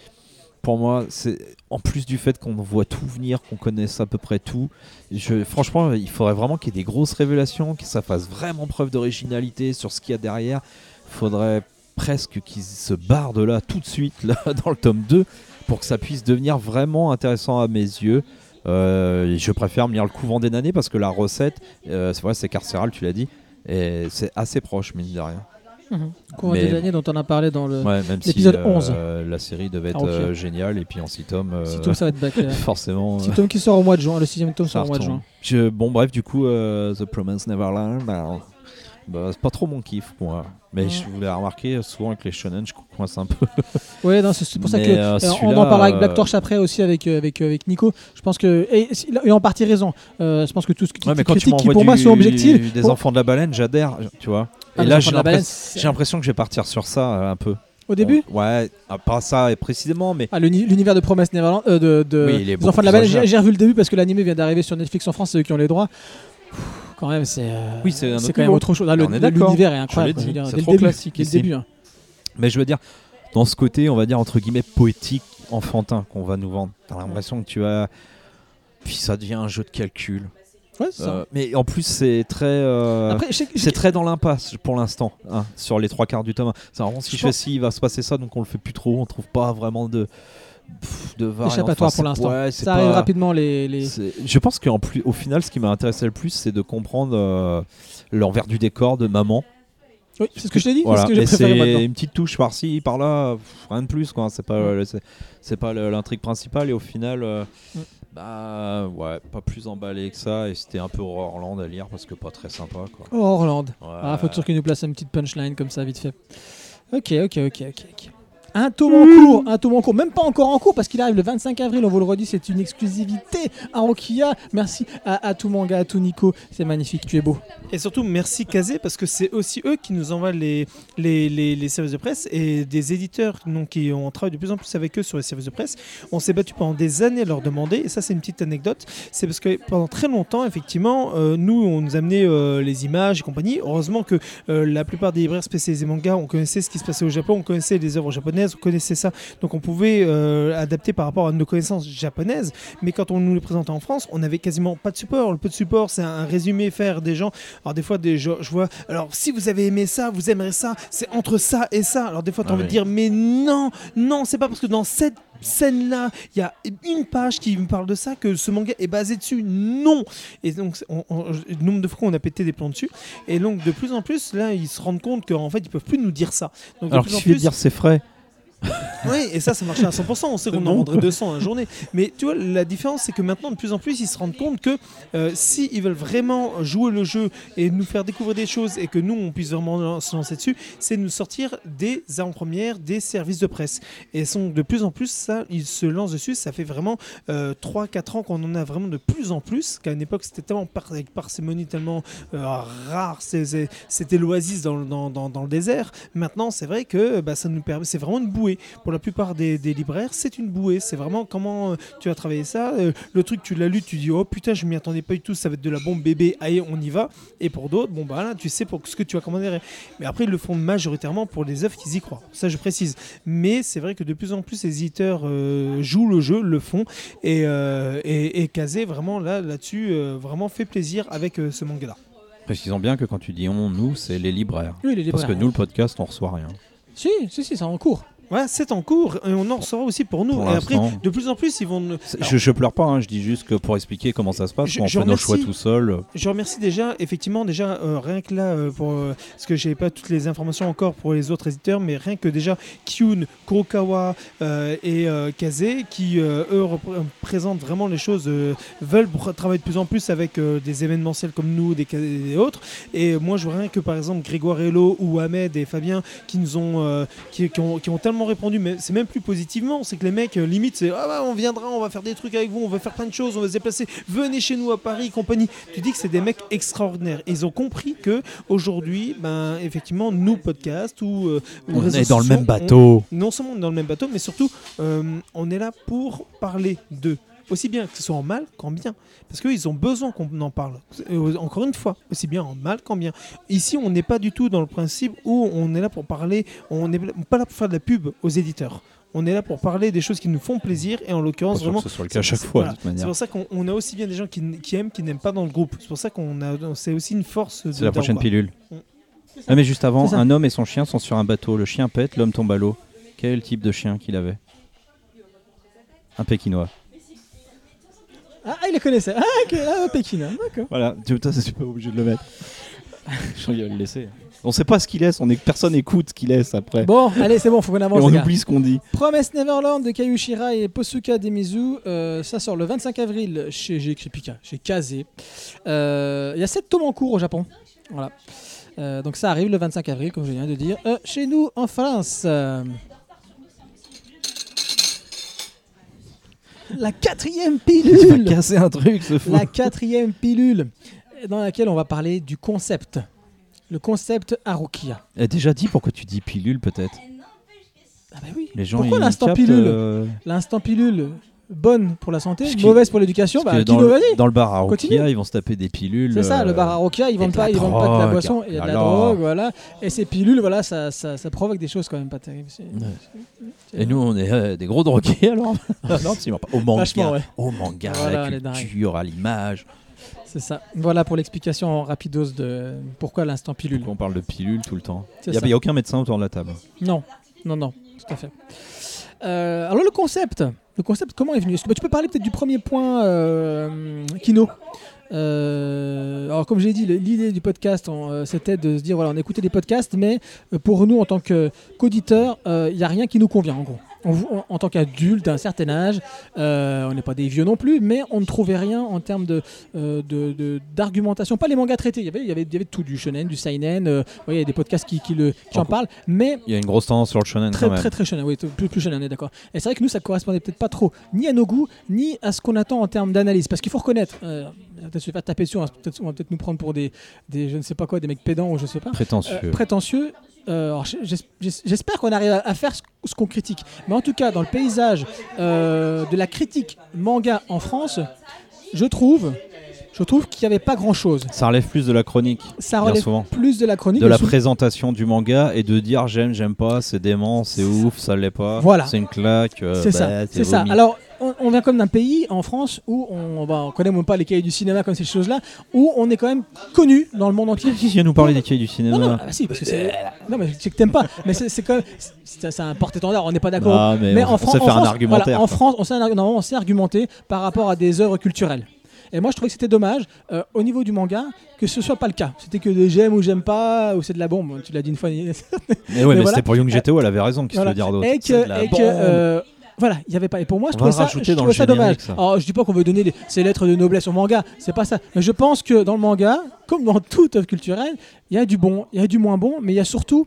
Pour moi, c'est en plus du fait qu'on voit tout venir, qu'on connaisse à peu près tout. Je, franchement, il faudrait vraiment qu'il y ait des grosses révélations, que ça fasse vraiment preuve d'originalité sur ce qu'il y a derrière. Il faudrait presque qu'ils se barrent de là tout de suite, là, dans le tome deux, pour que ça puisse devenir vraiment intéressant à mes yeux. Euh, je préfère me lire le couvent des Nanés parce que la recette, euh, c'est vrai, c'est carcéral, tu l'as dit, et c'est assez proche, mine de rien. Mhm. Courant Mais- des années dont on a parlé dans le. Ouais, même si l'épisode euh, onze. la série devait être Ah, ok. euh, géniale, et puis en six tomes, euh, Six tomes, ça va être bâclé. forcément. Six euh, tomes qui sort au mois de juin. Le sixième tome ça sort au mois de retombe. juin. Je- bon, bref, du coup, euh, The Promised Neverland, bah, bah, c'est pas trop mon kiff, moi. Mais Ouais. je voulais remarquer, souvent avec les shonen, je coince un peu. Ouais, non, c'est c'est pour ça Mais, que euh, euh, on celui-là, en parlera avec euh, Black Torch après aussi avec euh, avec euh, avec Nico. Je pense que et, et en partie raison. Euh, je pense que tout ce que Ouais, mais tu quand tu critiques qui m'envoies pour moi du- sont objectives. des Pour- enfants de la baleine, j'adhère, tu vois. Ah, et les là, enfants j'ai de la baleine, l'impression c'est- j'ai l'impression que je vais partir sur ça euh, un peu. au début. On- ouais, ah, pas ça précisément, mais Ah, l'uni- l'univers de Promise Neverland, euh, de, de Oui, il est des beaucoup enfants de la plus baleine. J'ai original. j'ai revu le début parce que l'animé vient d'arriver sur Netflix en France, c'est eux qui ont les droits. Pff, quand même, c'est euh, Oui, c'est un autre quand même niveau. autre chose. Ah, le- On est d'accord. L'univers est Je l'ai incroyable. dit, je veux dire, c'est dès le trop début, classique dès le ici. début, hein. Mais je veux dire, dans ce côté, on va dire entre guillemets poétique, enfantin qu'on va nous vendre. T'as l'impression que tu as. Puis ça devient un jeu de calcul. Ouais, c'est ça. Euh, mais en plus, c'est très. euh, Après, je sais que- c'est très dans l'impasse pour l'instant, hein, sur les trois quarts du tome un. C'est vraiment si Je je fais pense- ci, il va se passer ça, donc on le fait plus trop. On trouve pas vraiment de. pff, de variante. échappatoire Enfin, pour c'est- l'instant. ouais, c'est Ça arrive pas- rapidement les. les... c'est- Je pense qu'en plus, au final, ce qui m'a intéressé le plus, c'est de comprendre euh, l'envers du décor de maman. Oui, c'est ce que je t'ai dit. Voilà. C'est ce que j'ai Et préféré c'est maintenant. une petite touche par-ci, par-là, pff, rien de plus, quoi. C'est pas, euh, c'est, c'est pas le- l'intrigue principale, et au final, euh, Mm. bah ouais, pas plus emballé que ça. Et c'était un peu Horrorland à lire parce que pas très sympa, quoi. Oh, Orland. Ouais. Ah, faut toujours qu'il nous place une petite punchline comme ça, vite fait. Ok, ok, ok, ok. ok. Un tome en cours, un tome en cours, même pas encore en cours parce qu'il arrive le vingt-cinq avril, on vous le redit, c'est une exclusivité à Rokia. Merci à, à tout manga, à tout Nico, c'est magnifique, tu es beau. Et surtout, merci Kazé, parce que c'est aussi eux qui nous envoient les, les, les, les services de presse et des éditeurs donc, qui ont travaillé de plus en plus avec eux sur les services de presse. On s'est battu pendant des années à leur demander, et ça c'est une petite anecdote, c'est parce que pendant très longtemps, effectivement, euh, nous on nous amenait euh, les images et compagnie. Heureusement que euh, la plupart des libraires spécialisés manga, on connaissait ce qui se passait au Japon, on connaissait les œuvres japonaises, on connaissait ça, donc on pouvait euh, adapter par rapport à nos connaissances japonaises, mais quand on nous les présentait en France, on n'avait quasiment pas de support. Le peu de support, c'est un résumé faire des gens. Alors des fois, des gens, je vois, alors si vous avez aimé ça, vous aimerez ça, c'est entre ça et ça. Alors des fois, tu as Ah envie oui. de dire, mais non, non, c'est pas parce que dans cette scène-là, il y a une page qui me parle de ça, que ce manga est basé dessus. Non. Et donc, on, on, le nombre de fois qu'on a pété des plombs dessus. Et donc, de plus en plus, là, ils se rendent compte qu'en fait, ils peuvent plus nous dire ça. Donc, de Alors plus qu'il en suffit de plus, dire c'est frais. oui, et ça, ça marchait à cent pour cent. On sait qu'on en Bon. vendrait deux cents à la journée. Mais tu vois, la différence, c'est que maintenant, de plus en plus, ils se rendent compte que euh, si ils veulent vraiment jouer le jeu et nous faire découvrir des choses et que nous, on puisse vraiment se lancer dessus, c'est de nous sortir des avant-premières, des services de presse. Et sont de plus en plus, ça, ils se lancent dessus. Ça fait vraiment euh, trois quatre ans qu'on en a vraiment de plus en plus. Qu'à une époque, c'était tellement par- avec parcimonie, tellement euh, rare. C'est- c'est- c'était l'oasis dans, dans, dans, dans le désert. Maintenant, c'est vrai que bah, ça nous permet, c'est vraiment une bouée. Pour la plupart des, des libraires, c'est une bouée. C'est vraiment comment euh, tu as travaillé ça. Euh, le truc, tu l'as lu, tu dis oh putain, je m'y attendais pas du tout, ça va être de la bombe bébé, allez, on y va. Et pour d'autres, bon bah là, tu sais pour ce que tu vas commander. Mais après, ils le font majoritairement pour les œuvres qu'ils y croient. Ça, je précise. Mais c'est vrai que de plus en plus, les éditeurs euh, jouent le jeu, le font. Et, euh, et, et Kazé, vraiment là, là-dessus, euh, vraiment fait plaisir avec euh, ce manga-là. Précisons bien que quand tu dis on, nous, c'est les libraires. Oui, les Parce libraires. que nous, le podcast, on reçoit rien. Si, si, si, c'est en cours. Ouais, c'est en cours et on en ressort aussi pour nous. Pour et après, l'instant. de plus en plus, ils vont. ne- C'est- Alors, Je, je pleure pas, hein, je dis juste que pour expliquer comment ça se passe, Je- quand on je fait nos remercie. choix tout seul. Je remercie déjà, effectivement, déjà euh, rien que là, euh, pour, euh, parce que j'ai pas toutes les informations encore pour les autres éditeurs, mais rien que déjà Kyun, Kurokawa euh, et euh, Kazé, qui euh, eux repré- présentent vraiment les choses, euh, veulent pr- travailler de plus en plus avec euh, des événementiels comme nous, des, des autres. Et moi, je vois rien que par exemple Grégoire Hello ou Ahmed et Fabien qui nous ont, euh, qui, qui ont, qui ont tellement répondu, mais c'est même plus positivement, c'est que les mecs, euh, limite, c'est ah bah, on viendra, on va faire des trucs avec vous, on va faire plein de choses, on va se déplacer, venez chez nous à Paris, compagnie. Tu dis que c'est des mecs extraordinaires. Et ils ont compris que aujourd'hui, ben effectivement, nous podcast ou, euh, ou On réseaux est dans le sociaux, même bateau. on- non seulement on est dans le même bateau, mais surtout euh, on est là pour parler d'eux. Aussi bien que ce soit en mal qu'en bien. Parce qu'ils ont besoin qu'on en parle. Euh, Encore une fois, aussi bien en mal qu'en bien. Ici, on n'est pas du tout dans le principe où on est là pour parler, on n'est pas là pour faire de la pub aux éditeurs. On est là pour parler des choses qui nous font plaisir et en Pas l'occurrence, sûr vraiment. que ce soit le cas à c'est- chaque c'est- fois, voilà. de toute C'est manière. pour ça qu'on on a aussi bien des gens qui, qui aiment, qui n'aiment pas dans le groupe. C'est pour ça qu'on a, c'est aussi une force. de- C'est la prochaine d'avoir- pilule. Mm. Ah, mais juste avant, C'est ça. un homme et son chien sont sur un bateau. Le chien pète, l'homme tombe à l'eau. Quel est le type de chien qu'il avait? Un pékinois. Ah, il les connaissait. Ah, ok, ah, Pékin, hein, d'accord. Voilà, tu putain, c'est pas obligé de le mettre. Je crois qu'il va le laisser. On sait pas ce qu'il laisse, on est... personne écoute ce qu'il laisse après. Bon, allez, c'est bon, faut qu'on et avance. on les gars. oublie ce qu'on dit. Promise Neverland de Kayushira et Posuka Demizu, euh, ça sort le vingt-cinq avril chez, j'ai écrit Pika, chez Kazé. Euh, Il y a sept tomes en cours au Japon. Voilà. Euh, donc ça arrive le vingt-cinq avril, comme je viens de dire, euh, chez nous en France. Euh, La quatrième Il va pilule. casser un truc, ce fou. La quatrième pilule dans laquelle on va parler du concept. Le concept Harukia. Elle a déjà dit pourquoi tu dis pilule, peut-être. Ah bah oui. Les gens, Pourquoi ils l'instant captent, pilule euh, L'instant pilule, bonne pour la santé, Parce que- mauvaise pour l'éducation. parce Bah, que dans, Kino, le, vas-y. dans le bar à Continue. Rokia, ils vont se taper des pilules. C'est ça, euh, le bar à Rokia, ils et vendent de pas, la ils vendent pas de la drogue. boisson, il y a de la Alors. drogue, voilà. Et ces pilules, voilà, ça, ça, ça provoque des choses quand même pas terribles. C'est- Et nous, on est euh, des gros drogués alors. Non, absolument pas. Au manga, Vachement, ouais. au manga, Voilà, à on la est dingue. culture, à l'image. C'est ça. Voilà pour l'explication rapidos de pourquoi l'instant pilule. Pourquoi on parle de pilules tout le temps. C'est Il n'y ça. a, y a aucun médecin autour de la table. Non, non, non, tout à fait. Euh, alors le concept, le concept, comment est venu? Est-ce que bah, tu peux parler peut-être du premier point, euh, Kino? Euh, alors comme j'ai dit, le- l'idée du podcast, on, euh, c'était de se dire voilà, on écoutait des podcasts, mais euh, pour nous en tant que qu'auditeurs, il n'y a rien qui nous convient en gros. on, on- en tant qu'adulte d'un certain âge, euh, on n'est pas des vieux non plus, mais on ne trouvait rien en termes de, euh, de- de- d'argumentation. Pas les mangas traités, il y avait, il y avait, il y avait tout, du shonen, du seinen, euh, ouais, il y a des podcasts qui, qui, le, qui en En- parlent, mais Il y a une grosse tendance sur le shonen très quand même. très très shonen, oui, t- plus, plus shonen, on est d'accord. Et c'est vrai que nous, ça correspondait peut-être pas trop ni à nos goûts, ni à ce qu'on attend en termes d'analyse, parce qu'il faut reconnaître, euh, peut-être se faire taper dessus, on va peut-être, on va peut-être nous prendre pour des, des, je ne sais pas quoi, des mecs pédants ou je sais pas. Prétentieux. Euh, prétentieux. Euh, alors, j'es- j'es- j'espère qu'on arrive à, à faire ce, ce qu'on critique. Mais en tout cas, dans le paysage euh, de la critique manga en France, je trouve, je trouve qu'il n'y avait pas grand-chose. Ça relève plus de la chronique. Ça bien relève souvent. plus de la chronique. De la sous- présentation du manga et de dire j'aime, j'aime pas, c'est dément, c'est ouf, ça l'est pas, Voilà. c'est une claque. euh, C'est bah, ça, c'est ça. vomi. Alors, on, on vient comme d'un pays en France où on, bah, on connaît même pas les cahiers du cinéma comme ces choses-là, où on est quand même connu dans le monde entier. Qui vient nous parler des cahiers du cinéma? Non, non, ah, si, parce que c'est. Non, mais c'est que t'aimes pas. Mais c'est c'est quand même. C'est c'est un porte-étendard, on n'est pas d'accord. Ah, mais on- en on Fran- sait en faire un France, argumentaire, voilà, en quoi. France, on sait, un- normalement, on sait argumenter par rapport à des œuvres culturelles. Et moi, je trouvais que c'était dommage, euh, au niveau du manga, que ce soit pas le cas. C'était que de j'aime ou j'aime pas, ou c'est de la bombe. Tu l'as dit une fois. Mais ouais, Mais mais, voilà. c'était pour Young G T O, elle avait raison. Qu'est-ce que Voilà. tu veux dire d'autre? Et C'est que, de la et que, bombe. euh, voilà, il y avait pas. Et pour moi, je On trouvais va ça, rajouter je dans trouvais le ça dommage. générique, ça. Alors, je dis pas qu'on veut donner les- ces lettres de noblesse au manga, c'est pas ça. Mais je pense que dans le manga, comme dans toute œuvre culturelle, il y a du bon, il y a du moins bon, mais il y a surtout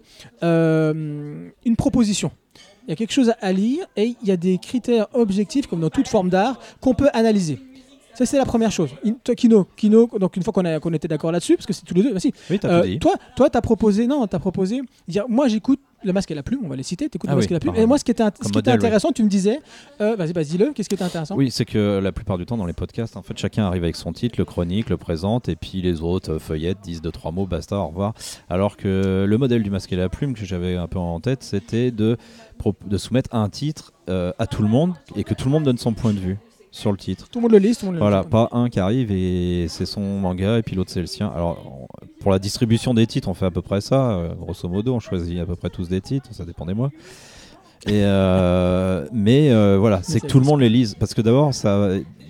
euh, une proposition. Il y a quelque chose à lire et il y a des critères objectifs, comme dans toute forme d'art, qu'on peut analyser. Ça, c'est la première chose. In- toi, Kino, Kino, donc une fois qu'on a- qu'on était d'accord là-dessus, parce que c'est tous les deux, bah si, Oui, t'as euh, tout dit. toi, toi, t'as proposé, non, t'as proposé, dire, moi, j'écoute Le Masque et la Plume, on va les citer, t'écoutes Ah Le Masque oui, et la Plume. pardon. Et moi, ce qui était, int- ce Comme qui était modèle, oui. intéressant, tu me disais, euh, vas-y, vas-y, dis-le, qu'est-ce qui était intéressant? Oui, c'est que la plupart du temps dans les podcasts, en fait, chacun arrive avec son titre, le chronique, le présente, et puis les autres euh, feuillettent, disent deux trois mots, basta, au revoir. Alors que le modèle du Masque et la Plume que j'avais un peu en tête, c'était de, pro- de soumettre un titre euh, à tout le monde et que tout le monde donne son point de vue sur le titre. Tout le monde le lit, tout le monde le Voilà, lit. pas un qui arrive et c'est son manga et puis l'autre c'est le sien. Alors on- pour la distribution des titres, on fait à peu près ça. euh, grosso modo, on choisit à peu près tous des titres, ça dépend des mois. Et euh, mais euh, voilà, c'est que ça tout le existe. monde les lise parce que d'abord ça,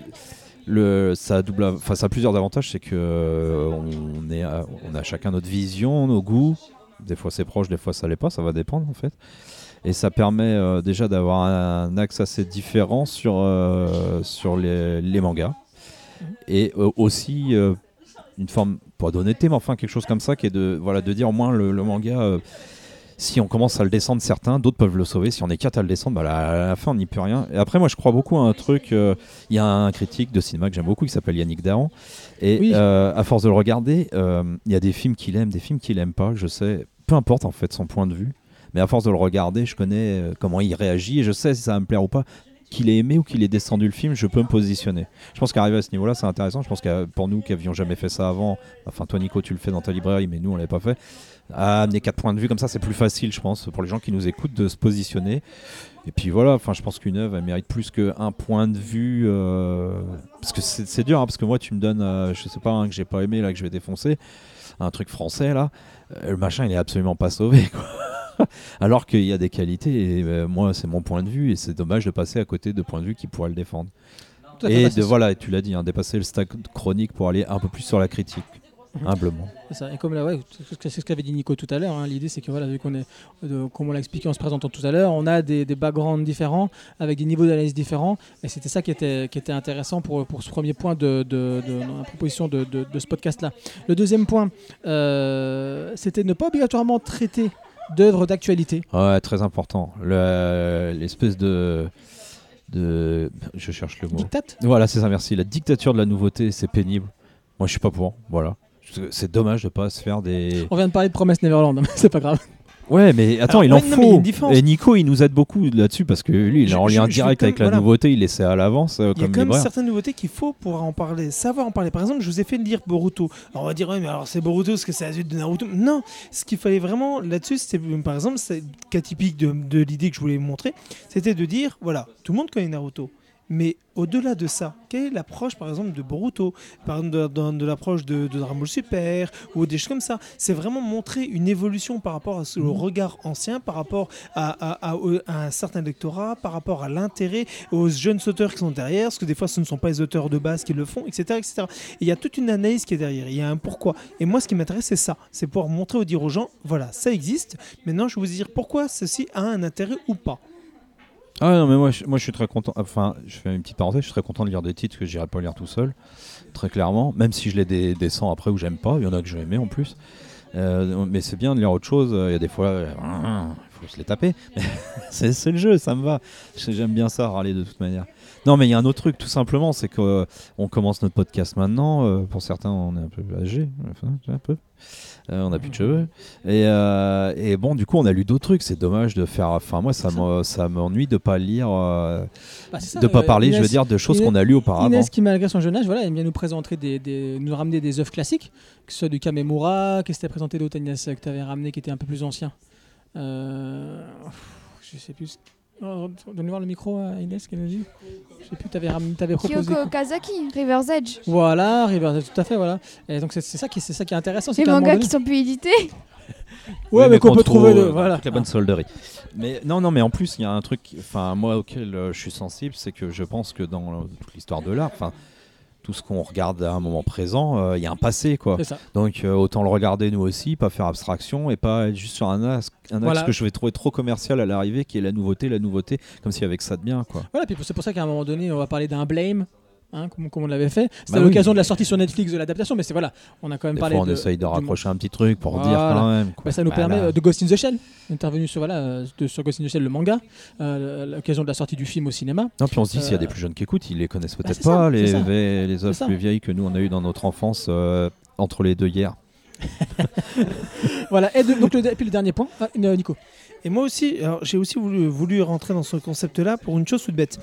le, ça a double, enfin ça a plusieurs avantages, c'est que euh, on est, à- on a chacun notre vision, nos goûts. Des fois c'est proche, des fois ça l'est pas, ça va dépendre en fait. Et ça permet euh, déjà d'avoir un axe assez différent sur, euh, sur les, les mangas. Et euh, aussi euh, une forme, pas d'honnêteté, mais enfin quelque chose comme ça, qui est de, voilà, de dire au moins le, le manga, euh, si on commence à le descendre certains, d'autres peuvent le sauver. Si on est quatre à le descendre, bah, à la fin on n'y peut rien. Et après moi je crois beaucoup à un truc, euh, il y a un critique de cinéma que j'aime beaucoup qui s'appelle Yannick Dahan. Et Oui. euh, à force de le regarder, euh, il y a des films qu'il aime, des films qu'il aime pas, je sais, peu importe en fait son point de vue. Mais à force de le regarder, je connais euh, comment il réagit et je sais si ça va me plaire ou pas. Qu'il ait aimé ou qu'il ait descendu le film, je peux me positionner. Je pense qu'arriver à ce niveau-là, c'est intéressant. Je pense que pour nous qui avions jamais fait ça avant, enfin toi Nico, tu le fais dans ta librairie, mais nous on l'avait pas fait. À amener quatre points de vue comme ça, c'est plus facile, je pense, pour les gens qui nous écoutent, de se positionner. Et puis voilà, enfin je pense qu'une œuvre, elle mérite plus qu'un point de vue, euh, parce que c'est c'est dur, hein, parce que moi tu me donnes, euh, je sais pas, un que j'ai pas aimé là que je vais défoncer, un truc français là, euh, le machin il est absolument pas sauvé, quoi. Alors qu'il y a des qualités, et euh, moi c'est mon point de vue, et c'est dommage de passer à côté de points de vue qui pourraient le défendre. Tout à fait, Et bah, de c'est- voilà, et tu l'as dit, hein, dépasser le stack chronique pour aller un peu plus sur la critique, Mhm. humblement. C'est ça. Et comme là, ouais, c'est ce qu'avait dit Nico tout à l'heure. hein, L'idée, c'est que voilà, vu qu'on est, de- comme on l'a expliqué en se présentant tout à l'heure, on a des, des backgrounds différents avec des niveaux d'analyse différents. Et c'était ça qui était, qui était intéressant pour, pour ce premier point de, de, de- dans la proposition de, de, de ce podcast-là. Le deuxième point, euh, c'était ne pas obligatoirement traiter d'œuvres d'actualité. Ouais, très important. Le- L'espèce de, de. Je cherche le mot. Dictate. Voilà, c'est ça, merci. La dictature de la nouveauté, c'est pénible. Moi, je suis pas pour. Voilà. C'est dommage de pas se faire des. On vient de parler de Promesse Neverland, mais c'est pas grave. Ouais, mais attends, Alors, il ouais, en non, mais il y a faut. une différence. Et Nico, il nous aide beaucoup là-dessus parce que lui, il est Je- en je- lien je direct veux avec comme- la voilà. nouveauté. Il essaie à l'avance euh, Il y a comme quand même libraire. certaines nouveautés qu'il faut pouvoir en parler, savoir en parler. Par exemple, je vous ai fait lire Boruto. Alors on va dire, ouais, mais alors c'est Boruto parce que c'est la suite de Naruto. Non, ce qu'il fallait vraiment là-dessus, c'était par exemple, c'est le cas typique de, de l'idée que je voulais vous montrer, c'était de dire, voilà, tout le monde connaît Naruto. Mais au-delà de ça, quelle est l'approche par exemple de Boruto, par exemple de, de- de l'approche de, de Dragon Ball Super ou des choses comme ça? C'est vraiment montrer une évolution par rapport à ce- au regard ancien, par rapport à, à- à- au- à un certain lectorat, par rapport à l'intérêt aux jeunes auteurs qui sont derrière, parce que des fois ce ne sont pas les auteurs de base qui le font, et cetera, et cetera. Et il y a toute une analyse qui est derrière, il y a un pourquoi. Et moi ce qui m'intéresse c'est ça, c'est pouvoir montrer ou dire aux gens, voilà, ça existe, maintenant je vais vous dire pourquoi ceci a un intérêt ou pas. Ah non, mais moi je, moi je suis très content. Enfin, je fais une petite parenthèse, je suis très content de lire des titres que j'irai pas lire tout seul, très clairement. Même si je les dé- descends après ou j'aime pas, il y en a que je vais aimer en plus. Euh, mais c'est bien de lire autre chose. Il y a des fois, il euh, faut se les taper. c'est, c'est le jeu, ça me va. J'aime bien ça, râler de toute manière. Non, mais il y a un autre truc, tout simplement, c'est qu'on euh, commence notre podcast maintenant. Euh, pour certains, on est un peu âgés, enfin, un peu. Euh, on n'a plus de cheveux. Et, euh, et bon, du coup, on a lu d'autres trucs. C'est dommage de faire. Enfin, moi, ça, me, ça m'ennuie de pas lire, euh, Bah, c'est ça, de pas euh, parler, Inès- je veux dire, de choses Inès- qu'on a lues auparavant. Inès, qui malgré son jeune âge, voilà, aime bien nous présenter des, des- nous ramener des œuvres classiques, que ce soit du Kamemura, qu'est-ce que tu as présenté d'autre, Inès, que tu avais ramené, qui était un peu plus ancien. Euh, je sais plus. Oh, donne-nous voir le micro à Inès, qu'elle nous dit. Je sais plus, tu avais, avais proposé. Kyoko quoi. Okazaki, River's Edge. Voilà, River, tout à fait, voilà. Et donc c'est, c'est ça qui, c'est ça qui est intéressant, c'est Les qu'à un moment mangas donné- qui sont plus édités. Ouais, mais qu'on peut trouver de, euh, voilà. toutes les bonnes solderies. Mais non, non, mais en plus, il y a un truc, enfin, moi auquel euh, je suis sensible, c'est que je pense que dans euh, toute l'histoire de l'art, enfin, tout ce qu'on regarde à un moment présent, euh, il y a un passé, quoi. C'est ça. Donc euh, autant le regarder nous aussi, pas faire abstraction et pas être juste sur un axe, un axe Voilà. que je vais trouver trop commercial à l'arrivée, qui est la nouveauté, la nouveauté, comme s'il y avait que ça de bien, quoi. Voilà, puis c'est pour ça qu'à un moment donné, on va parler d'un Blame. Hein, comme, comme on l'avait fait. C'était Bah à oui. l'occasion de la sortie sur Netflix de l'adaptation, mais c'est voilà, on a quand même Des parlé fois, on de. essaye de du- raccrocher un petit truc pour Voilà. dire quand même, quoi. Bah, ça nous Voilà. permet euh, de Ghost in the Shell, intervenu sur voilà euh, de, sur Ghost in the Shell le manga, euh, à l'occasion de la sortie du film au cinéma. Non, puis on se dit, s'il y a Euh, des plus jeunes qui écoutent, ils les connaissent peut-être c'est ça, pas, c'est les, ça. les, les œuvres ça. plus vieilles que nous on a eues dans notre enfance, euh, entre les deux hier. Voilà. Et de- donc le, et puis le dernier point, ah, euh, Nico. Et moi aussi, alors, j'ai aussi voulu, voulu rentrer dans ce concept-là pour une chose toute bête.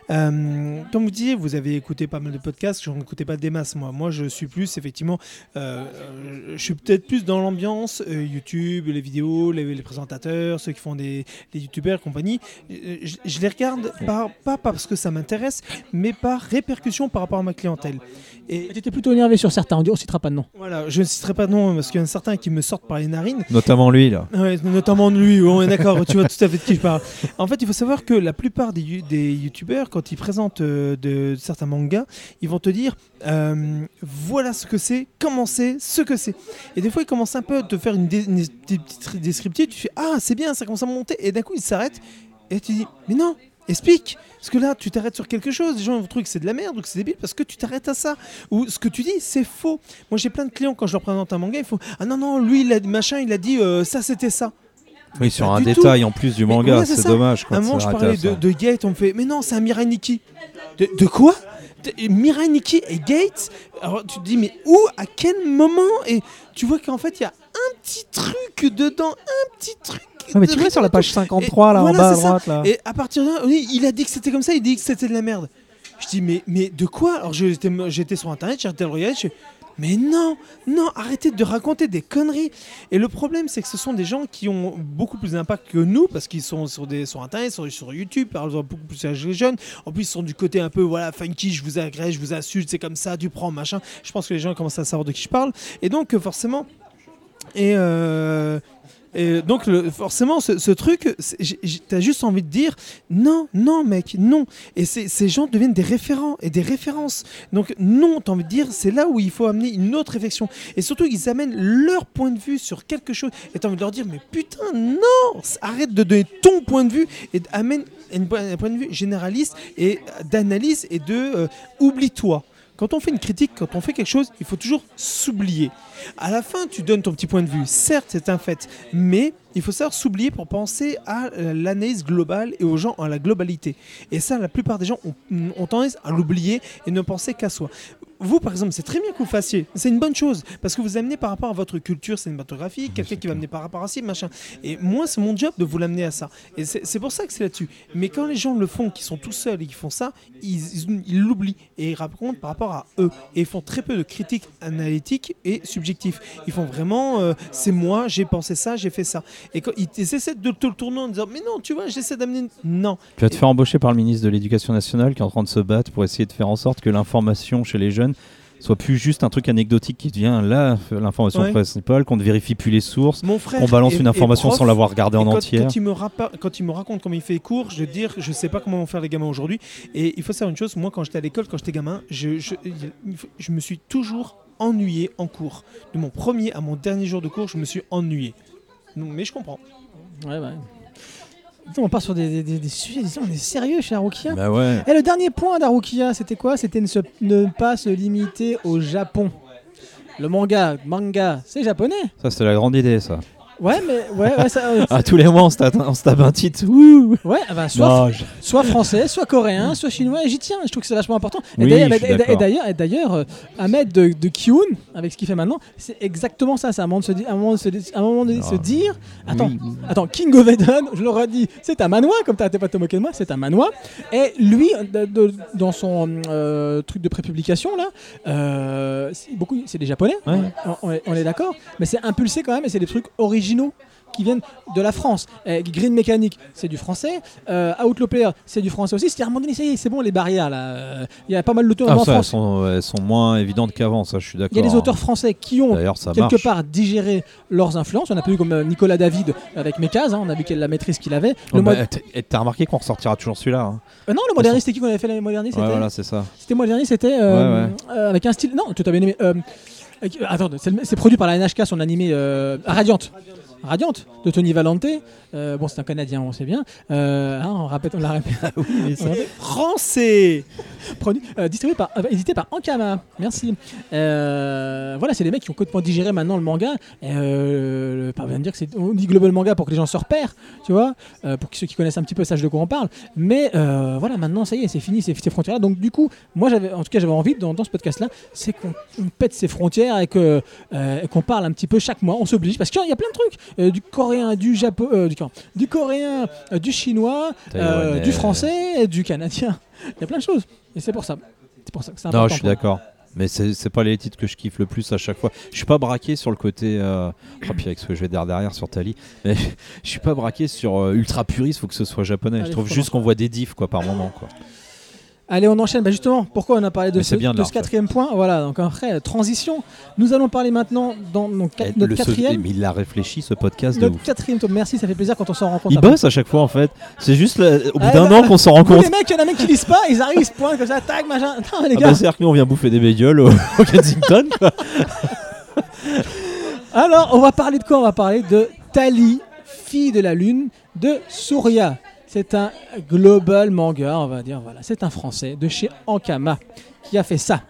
Euh, comme vous disiez, vous avez écouté pas mal de podcasts, j'en écoutais pas des masses moi. Moi, je suis plus, effectivement, euh, euh, je suis peut-être plus dans l'ambiance euh, YouTube, les vidéos, les, les présentateurs, ceux qui font des les youtubeurs et compagnie. Euh, Je, je les regarde par, pas parce que ça m'intéresse, mais par répercussion par rapport à ma clientèle. Et Tu étais plutôt énervé sur certains, on dit on citera pas de nom. voilà, je ne citerai pas de nom parce qu'il y en a certains qui me sortent par les narines. Notamment lui, là. Ouais, notamment de lui, on est d'accord, tu vois tout à fait de qui je parle. En fait, il faut savoir que la plupart des, you- des youtubeurs, quand ils présentent euh, de, certains mangas, ils vont te dire euh, voilà ce que c'est, comment c'est, ce que c'est. Et des fois, ils commencent un peu à te faire une, dé- une des petites descriptives, tu fais ah, c'est bien, ça commence à monter, et d'un coup, ils s'arrêtent, et tu dis mais non, explique. Parce que là, tu t'arrêtes sur quelque chose, les gens vont trouver que c'est de la merde ou que c'est débile parce que tu t'arrêtes à ça. Ou ce que tu dis, c'est faux. Moi, j'ai plein de clients, quand je leur présente un manga, ils font ah non, non, lui, il a, machin, il a dit euh, ça, c'était ça. Oui, sur Pas un du détail en plus du Mais manga, ouais, c'est c'est ça. dommage. Quand À un moment, c'est je arrêté parlais à ça. de, de Gate, on me fait mais non, c'est un Mirai Nikki. De, de quoi De- Mirai Nikki et Gate. Alors tu te dis mais où, à quel moment? Et tu vois qu'en fait, il y a un petit truc dedans, un petit truc. Ah, mais tu de vois sur la rigolo. page cinquante-trois, Et là, voilà, en bas à c'est ça. droite, là. Et à partir de là, oui, il a dit que c'était comme ça, il dit que c'était de la merde. Je dis, mais, mais de quoi? Alors j'étais, j'étais sur internet, j'ai arrêté de le regarder, je fais, mais non, non, arrêtez de raconter des conneries. Et le problème, c'est que ce sont des gens qui ont beaucoup plus d'impact que nous, parce qu'ils sont sur, des, sur internet, sur, sur YouTube, par exemple, beaucoup plus âgés les jeunes. En plus, ils sont du côté un peu, voilà, funky, je vous agresse, je vous insulte, c'est comme ça, tu prends, machin. Je pense que les gens commencent à savoir de qui je parle. Et donc, euh, forcément, et... Euh, Et donc le, forcément ce, ce truc, c'est- j'ai- j'ai- t'as juste envie de dire non, non mec, non. Et c'est- ces gens deviennent des référents et des références. Donc non, t'as envie de dire, c'est là où il faut amener une autre réflexion. Et surtout ils amènent leur point de vue sur quelque chose. Et t'as envie de leur dire, mais putain non, arrête de donner ton point de vue et amène un point de vue généraliste et d'analyse et de euh, oublie-toi. Quand on fait une critique, quand on fait quelque chose, il faut toujours s'oublier. À la fin, tu donnes ton petit point de vue. Certes, c'est un fait, mais il faut savoir s'oublier pour penser à euh, l'analyse globale et aux gens à la globalité. Et ça, la plupart des gens ont, ont tendance à l'oublier et ne penser qu'à soi. Vous, par exemple, c'est très bien que vous le fassiez. C'est une bonne chose parce que vous amenez par rapport à votre culture cinématographique, quelqu'un qui va amener par rapport à ci, machin. Et moi, c'est mon job de vous l'amener à ça. Et c'est c'est pour ça que c'est là-dessus. Mais quand les gens le font, qui sont tout seuls et qui font ça, ils ils- ils l'oublient et ils racontent par rapport à eux. Et ils font très peu de critiques analytiques et subjectives. Ils font vraiment, euh, c'est moi, j'ai pensé ça, j'ai fait ça. Et quand ils essaient de te le tourner en disant, mais non, tu vois, j'essaie d'amener. Une... Non. Tu vas te faire embaucher par le ministre de l'Éducation nationale qui est en train de se battre pour essayer de faire en sorte que l'information chez les jeunes soit plus juste un truc anecdotique qui devient là l'information Ouais. principale, qu'on ne vérifie plus les sources, Mon frère. qu'on balance est- une est information prof, sans l'avoir regardée en et quand, entière. Quand il, me rapa- quand il me raconte comment il fait les cours, je veux dire, je sais pas comment vont faire les gamins aujourd'hui. Et il faut savoir une chose, moi quand j'étais à l'école, quand j'étais gamin, je, je, il faut- je me suis toujours ennuyé en cours. De mon premier à mon dernier jour de cours, je me suis ennuyé. Donc, mais je comprends. Ouais, ouais. On part sur des, des, des, des sujets, on est sérieux chez Harukiya. Bah ouais. Et le dernier point d'Harukiya, c'était quoi? C'était ne, se, ne pas se limiter au Japon. Le manga, manga, c'est japonais. Ça, c'est la grande idée, ça. Ouais, mais ouais, ouais, ça, euh, Ah, tous les mois, on se tape, on se tape un titre. Ouh. ouais, bah, soit, Non, je- soit français, soit coréen, soit chinois. Et j'y tiens. Je trouve que c'est vachement important. Et Oui, d'ailleurs, je suis et- et- d'accord. et d'ailleurs, et d'ailleurs, euh, Ahmed de, de Kiun, avec ce qu'il fait maintenant, c'est exactement ça. C'est un moment de se dire, un moment de se, di- un moment de Ah. se dire. Attends, Oui. attends, King of Eden, je leur ai dit, c'est un manoir, comme t'arrêtais pas de te moquer de moi, c'est un manoir. Et lui, de- de- dans son euh, truc de prépublication là, euh, c'est beaucoup, c'est des japonais. Ouais. On, on est, on est d'accord, mais c'est impulsé quand même, et c'est des trucs originaux qui viennent de la France. Et Green Mechanic, c'est du français. Euh, Outlaw Player, c'est du français aussi. C'est à un moment donné, ça y est, c'est bon, les barrières là. Euh, Il y a pas mal d'auteurs Ah, en ça, elles France. sont, elles sont moins évidentes qu'avant, ça, je suis d'accord. Il y a des auteurs français qui ont D'ailleurs, ça quelque marche. part digéré leurs influences. On a pas eu comme euh, Nicolas David avec Mécase, hein, on a vu quelle la maîtrise qu'il avait. Le Oh, mois- bah, t- et t'as remarqué qu'on ressortira toujours celui-là hein. Euh, non, le mois dernier, c'était qui qu'on avait fait le mois dernier? C'était Ouais, voilà, c'est ça. c'était le mois dernier, c'était euh, Ouais, ouais. euh, avec un style. Non, tu t'as bien aimé. euh, avec- euh, attends, c'est, le- c'est produit par la N H K, son animé euh, Radiante. Radiante de Tony Valente. Euh, bon, c'est un Canadien, on sait bien. Euh, hein, on répète, on la répète. Ouais. Français. Produit, euh, distribué par, euh, édité par Ankama. Merci. Euh, voilà, c'est les mecs qui ont complètement digéré maintenant le manga. Et, euh, le- pas besoin de dire que c'est, on dit global manga pour que les gens se repèrent, tu vois, euh, pour que ceux qui connaissent un petit peu sachent de quoi on parle. Mais euh, voilà, maintenant ça y est, c'est fini ces, ces frontières-là. Donc du coup, moi j'avais, en tout cas, j'avais envie dans, dans ce podcast-là, c'est qu'on on pète ces frontières et que euh, et qu'on parle un petit peu chaque mois. On s'oblige parce qu'il y a plein de trucs, euh, du coréen, du japon, euh, du, du coréen, euh, du chinois, euh, Taïwanais. du français, du canadien. Il y a plein de choses. Et c'est pour ça. C'est pour ça que c'est important. Non, je suis d'accord. Mais c'est c'est pas les titres que je kiffe le plus à chaque fois. Je suis pas braqué sur le côté. Euh... Oh, puis avec ce que je vais dire derrière sur Tali. Mais je suis pas braqué sur euh, ultra puriste, faut que ce soit japonais. Allez, je trouve faut juste qu'on voit des diffs quoi, par moment. Quoi. Allez, on enchaîne. Bah justement, pourquoi on a parlé de Mais ce, c'est bien de de la ce refaire. quatrième point? Voilà, donc après, transition. Nous allons parler maintenant dans notre, Eh, notre le so- quatrième. Mais il a réfléchi ce podcast de Notre ouf. quatrième tome. Merci, ça fait plaisir quand on s'en rend compte. Il après. bosse à chaque fois en fait. C'est juste là, au bout Ah, d'un bah, an qu'on s'en rend Vous, compte. les mecs, il y en a même qui lisent pas, ils arrivent, ils se pointent comme ça, tac, machin. Attends, les Ah gars. bah, c'est-à-dire que nous on vient bouffer des bagels au, au Kensington. Quoi. Alors, on va parler de quoi? On va parler de Tali, fille de la lune, de Surya. C'est un global manga, on va dire. Voilà, c'est un français de chez Ankama qui a fait ça.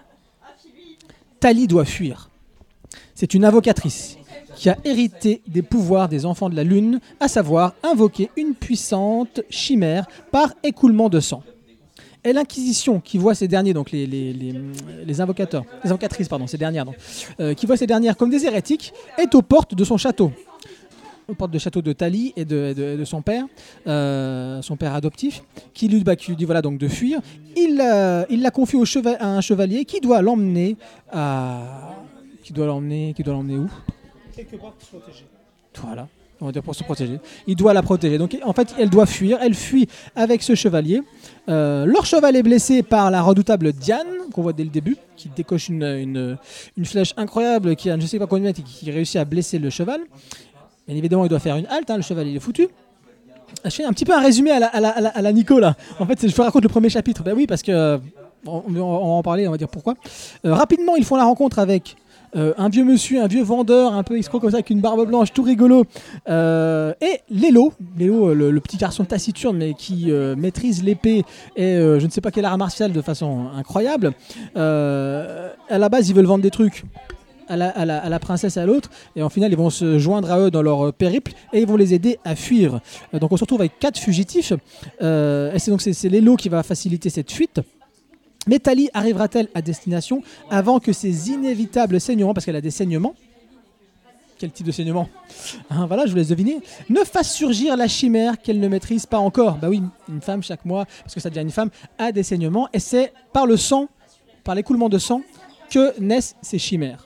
Tali doit fuir. C'est une invocatrice qui a hérité des pouvoirs des enfants de la lune, à savoir invoquer une puissante chimère par écoulement de sang. Et l'Inquisition, qui voit ces derniers, donc les, les, les, les invocateurs, les invocatrices, pardon, ces dernières, donc, euh, qui voit ces dernières comme des hérétiques, est aux portes de son château. Aux portes du château de Tali et de, de, de son père, euh, son père adoptif, qui lui, bah, qui lui dit voilà, donc de fuir. Il, euh, il la confie au cheva- à un chevalier qui doit l'emmener à... Qui doit l'emmener, qui doit l'emmener où? Quelque part pour se protéger. Voilà, on va dire pour se protéger. Il doit la protéger. Donc en fait, elle doit fuir. Elle fuit avec ce chevalier. Euh, leur cheval est blessé par la redoutable Diane, qu'on voit dès le début, qui décoche une, une, une flèche incroyable, qui a je sais pas combien, et qui réussit à blesser le cheval. Bien évidemment, il doit faire une halte. Hein, le cheval, il est foutu. Je fais un petit peu un résumé à la, à la, à la, à la Nico là. En fait, je vous raconte le premier chapitre. Ben oui, parce que euh, on, on va en parler, on va dire pourquoi. Euh, rapidement, ils font la rencontre avec Euh, un vieux monsieur, un vieux vendeur, un peu escroc comme ça, avec une barbe blanche, tout rigolo. Euh, et Lélo, Lélo euh, le, le petit garçon taciturne, mais qui euh, maîtrise l'épée et euh, je ne sais pas quel art martial de façon incroyable. Euh, à la base, ils veulent vendre des trucs à la, à la, à la princesse et à l'autre, et en final, ils vont se joindre à eux dans leur euh, périple et ils vont les aider à fuir. Euh, donc, on se retrouve avec quatre fugitifs. Euh, et c'est donc c'est, c'est Lélo qui va faciliter cette fuite. Mais Tali arrivera-t-elle à destination avant que ces inévitables saignements, parce qu'elle a des saignements, quel type de saignement, hein, voilà, je vous laisse deviner, ne fassent surgir la chimère qu'elle ne maîtrise pas encore. Bah oui, une femme chaque mois, parce que ça devient une femme, a des saignements, et c'est par le sang, par l'écoulement de sang, que naissent ces chimères.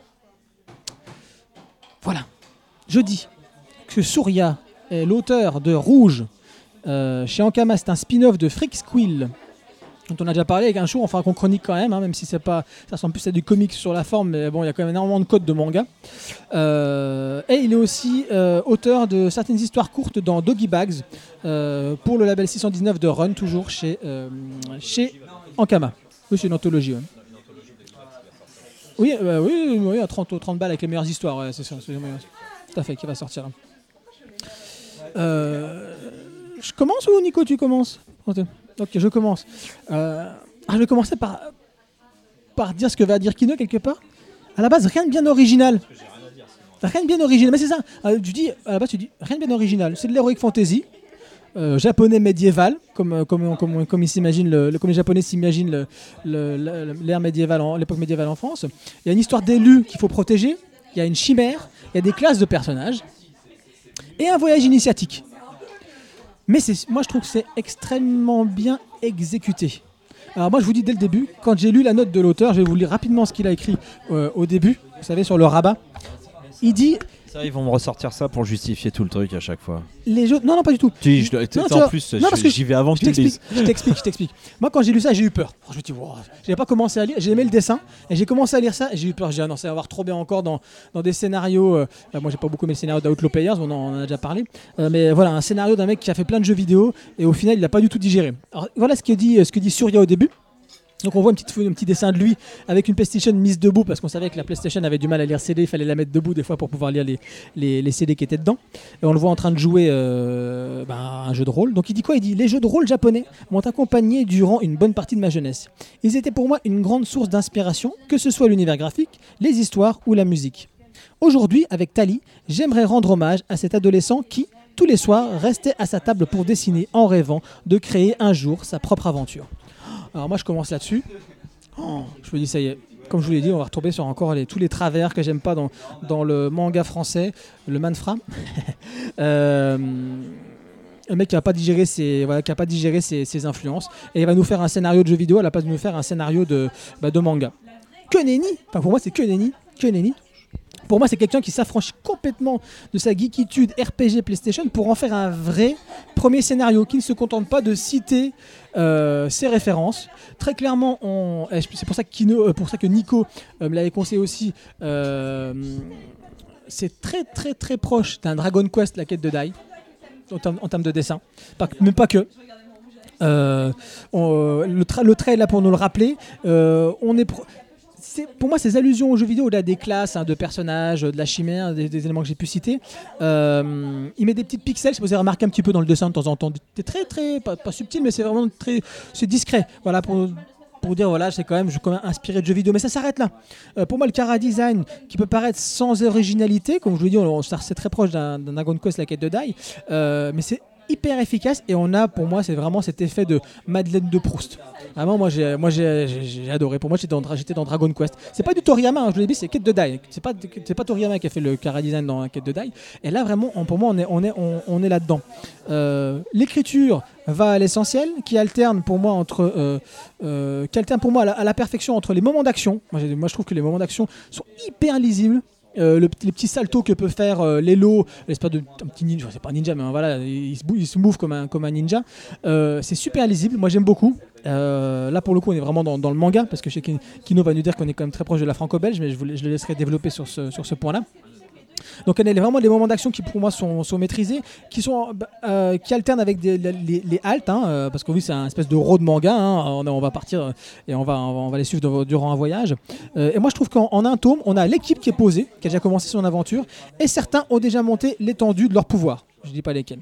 Voilà, je dis que Surya est l'auteur de Rouge, euh, chez Ankama, c'est un spin-off de Freak Squill, dont on a déjà parlé avec un show, enfin qu'on chronique quand même, hein, même si c'est pas, ça ressemble plus à du comics sur la forme, mais bon, il y a quand même énormément de codes de manga. Euh, et il est aussi euh, auteur de certaines histoires courtes dans Doggy Bags, euh, pour le label six cent dix-neuf de Run, toujours chez, euh, chez Ankama. Oui, c'est une anthologie. Ouais. Oui, euh, oui, oui, à trente, trente balles avec les meilleures histoires, ouais, c'est ça, c'est tout à fait, qui va sortir. Euh, je commence ou Nico, tu commences? Ok, je commence. Euh, ah, je vais commencer par, par dire ce que va dire Kino quelque part. À la base, rien de bien original. Rien de bien original, mais c'est ça. Euh, tu dis, à la base, tu dis rien de bien original. C'est de l'heroic fantasy. Euh, japonais médiéval, comme, comme, comme, comme, ils s'imaginent le, le, comme les Japonais s'imaginent le, le, le, l'ère médiévale, en, l'époque médiévale en France. Il y a une histoire d'élus qu'il faut protéger, il y a une chimère, il y a des classes de personnages, et un voyage initiatique. Mais c'est, moi je trouve que c'est extrêmement bien exécuté. Alors moi je vous dis dès le début, quand j'ai lu la note de l'auteur, je vais vous lire rapidement ce qu'il a écrit euh, au début, vous savez, sur le rabat. Il dit... Ça, ils vont me ressortir ça pour justifier tout le truc à chaque fois. Les jeux... Non, non, pas du tout. Tu, je, non, en vois... plus, non, je, j'y vais avant que tu le dises. Je t'explique, je t'explique. Moi, quand j'ai lu ça, j'ai eu peur. Je me dis, wow. J'avais pas commencé à lire. J'ai aimé le dessin et j'ai commencé à lire ça et j'ai eu peur. J'ai dit, ah non, ça va avoir trop bien encore dans, dans des scénarios. Euh... Moi, j'ai pas beaucoup aimé le scénario d'Outlaw Players, on en, on en a déjà parlé. Euh, mais voilà, un scénario d'un mec qui a fait plein de jeux vidéo et au final, il a pas du tout digéré. Alors, voilà ce que dit, ce que dit Surya au début. Donc on voit un petit, un petit dessin de lui avec une PlayStation mise debout parce qu'on savait que la PlayStation avait du mal à lire C D, il fallait la mettre debout des fois pour pouvoir lire les, les, les C D qui étaient dedans. Et on le voit en train de jouer euh, ben, un jeu de rôle. Donc il dit quoi? Il dit: les jeux de rôle japonais m'ont accompagné durant une bonne partie de ma jeunesse. Ils étaient pour moi une grande source d'inspiration, que ce soit l'univers graphique, les histoires ou la musique. Aujourd'hui, avec Tali, j'aimerais rendre hommage à cet adolescent qui, tous les soirs, restait à sa table pour dessiner en rêvant de créer un jour sa propre aventure. Alors moi je commence là-dessus, oh, je me dis ça y est, comme je vous l'ai dit, on va retomber sur encore les, tous les travers que j'aime pas dans, dans le manga français, le manfra. euh, un mec qui n'a pas digéré, ses, voilà, qui a pas digéré ses, ses influences, et il va nous faire un scénario de jeu vidéo à la place de nous faire un scénario de, bah, de manga. Que nenni, enfin pour moi c'est que nenni, que nenni. Pour moi, c'est quelqu'un qui s'affranchit complètement de sa geekitude R P G PlayStation pour en faire un vrai premier scénario, qui ne se contente pas de citer euh, ses références. Très clairement, on... c'est pour ça que, Kino, pour ça que Nico euh, me l'avait conseillé aussi. Euh, c'est très très très proche d'un Dragon Quest, la quête de Dai, en termes, en termes de dessin. Pas, mais pas que. Euh, on, le, tra- le trait est là pour nous le rappeler. Euh, on est... Pro- C'est, pour moi, ces allusions aux jeux vidéo, au-delà des classes, hein, de personnages, de la chimère, des, des éléments que j'ai pu citer, euh, il met des petites pixels, si vous avez remarqué un petit peu dans le dessin de temps en temps. C'est très, très, pas, pas subtil, mais c'est vraiment très, c'est discret. Voilà, pour, pour dire, voilà, c'est quand même, je suis quand même inspiré de jeux vidéo, mais ça s'arrête là. Euh, pour moi, le chara design, qui peut paraître sans originalité, comme je vous l'ai dit, on, on, c'est très proche d'un, d'un Dragon Quest, la quête de Dai, euh, mais c'est hyper efficace et on a, pour moi, c'est vraiment cet effet de Madeleine de Proust. Vraiment, moi j'ai, moi j'ai, j'ai, j'ai adoré. Pour moi, j'étais dans, j'étais dans Dragon Quest. C'est pas du Toriyama, hein, je l'ai dit, c'est Quête de Dai. C'est pas, c'est pas Toriyama qui a fait le chara design dans Quête de Dai. Et là, vraiment, on, pour moi, on est, on est, on, on est là-dedans. Euh, l'écriture va à l'essentiel, qui alterne pour moi entre, euh, euh, qui alterne pour moi à la, à la perfection entre les moments d'action. Moi, j'ai, moi, je trouve que les moments d'action sont hyper lisibles. Euh, le, les petits saltos que peut faire euh, Lelo, l'espèce de un petit ninja, c'est pas un ninja, mais hein, voilà, il se, bou- il se move comme un, comme un ninja. Euh, c'est super lisible, moi j'aime beaucoup. Euh, là pour le coup, on est vraiment dans, dans le manga, parce que je sais que Kino va nous dire qu'on est quand même très proche de la franco-belge, mais je, vous, je le laisserai développer sur ce, sur ce point-là. Donc il y a vraiment les moments d'action qui pour moi sont, sont maîtrisés, qui, sont, euh, qui alternent avec des, les, les haltes, hein, euh, parce que oui c'est un espèce de road manga, hein, on, on va partir et on va, on va les suivre de, durant un voyage. Euh, et moi je trouve qu'en en un tome, on a l'équipe qui est posée, qui a déjà commencé son aventure, et certains ont déjà monté l'étendue de leur pouvoir. Je ne dis pas lesquels.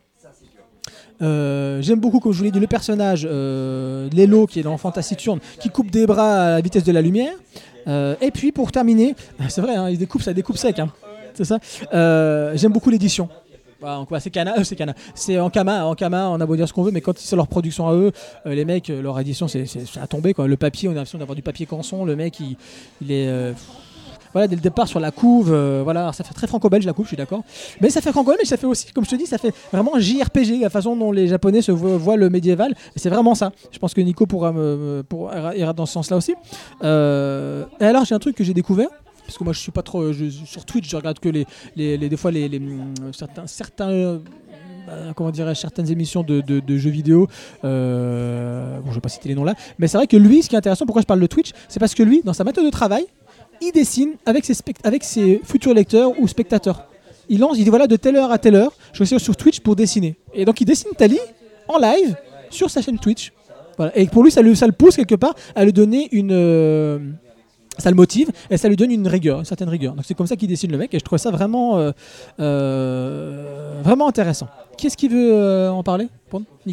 Euh, j'aime beaucoup, comme je vous l'ai dit, le personnage euh, Lelo, qui est l'enfant taciturne, qui coupe des bras à la vitesse de la lumière. Euh, et puis pour terminer, c'est vrai, hein, il découpe, ça découpe sec. Hein. C'est ça. Euh, j'aime beaucoup l'édition. Voilà, c'est Kana, euh, c'est Kana. C'est Ankama, Ankama, on a beau dire ce qu'on veut, mais quand c'est leur production à eux, euh, les mecs, leur édition, c'est, c'est, c'est à tomber quoi. Le papier, on a l'impression d'avoir du papier canson. Le mec, il, il est, euh, voilà, dès le départ sur la couve. Euh, voilà, alors, ça fait très franco-belge la couve, je suis d'accord. Mais ça fait franco-belge, mais ça fait aussi, comme je te dis, ça fait vraiment J R P G, la façon dont les Japonais se voient, voient le médiéval. Et c'est vraiment ça. Je pense que Nico pourra me, pourra, ira dans ce sens-là aussi. Euh, et alors, j'ai un truc que j'ai découvert. Parce que moi je suis pas trop je, sur Twitch, je regarde que les, les, les des fois les, les certains certains euh, comment dirais-je certaines émissions de, de, de jeux vidéo. Euh, bon, je vais pas citer les noms là, mais c'est vrai que lui, ce qui est intéressant, pourquoi je parle de Twitch, c'est parce que lui, dans sa méthode de travail, il dessine avec ses spect- avec ses futurs lecteurs ou spectateurs. Il lance, il dit voilà, de telle heure à telle heure, je suis sur Twitch pour dessiner. Et donc il dessine Tali en live sur sa chaîne Twitch. Voilà. Et pour lui, ça le, ça le pousse quelque part à lui donner une euh, ça le motive et ça lui donne une rigueur, une certaine rigueur. Donc c'est comme ça qu'il dessine le mec et je trouve ça vraiment, euh, euh, vraiment intéressant. Qui est-ce qui veut euh, en parler répondre. Nico ?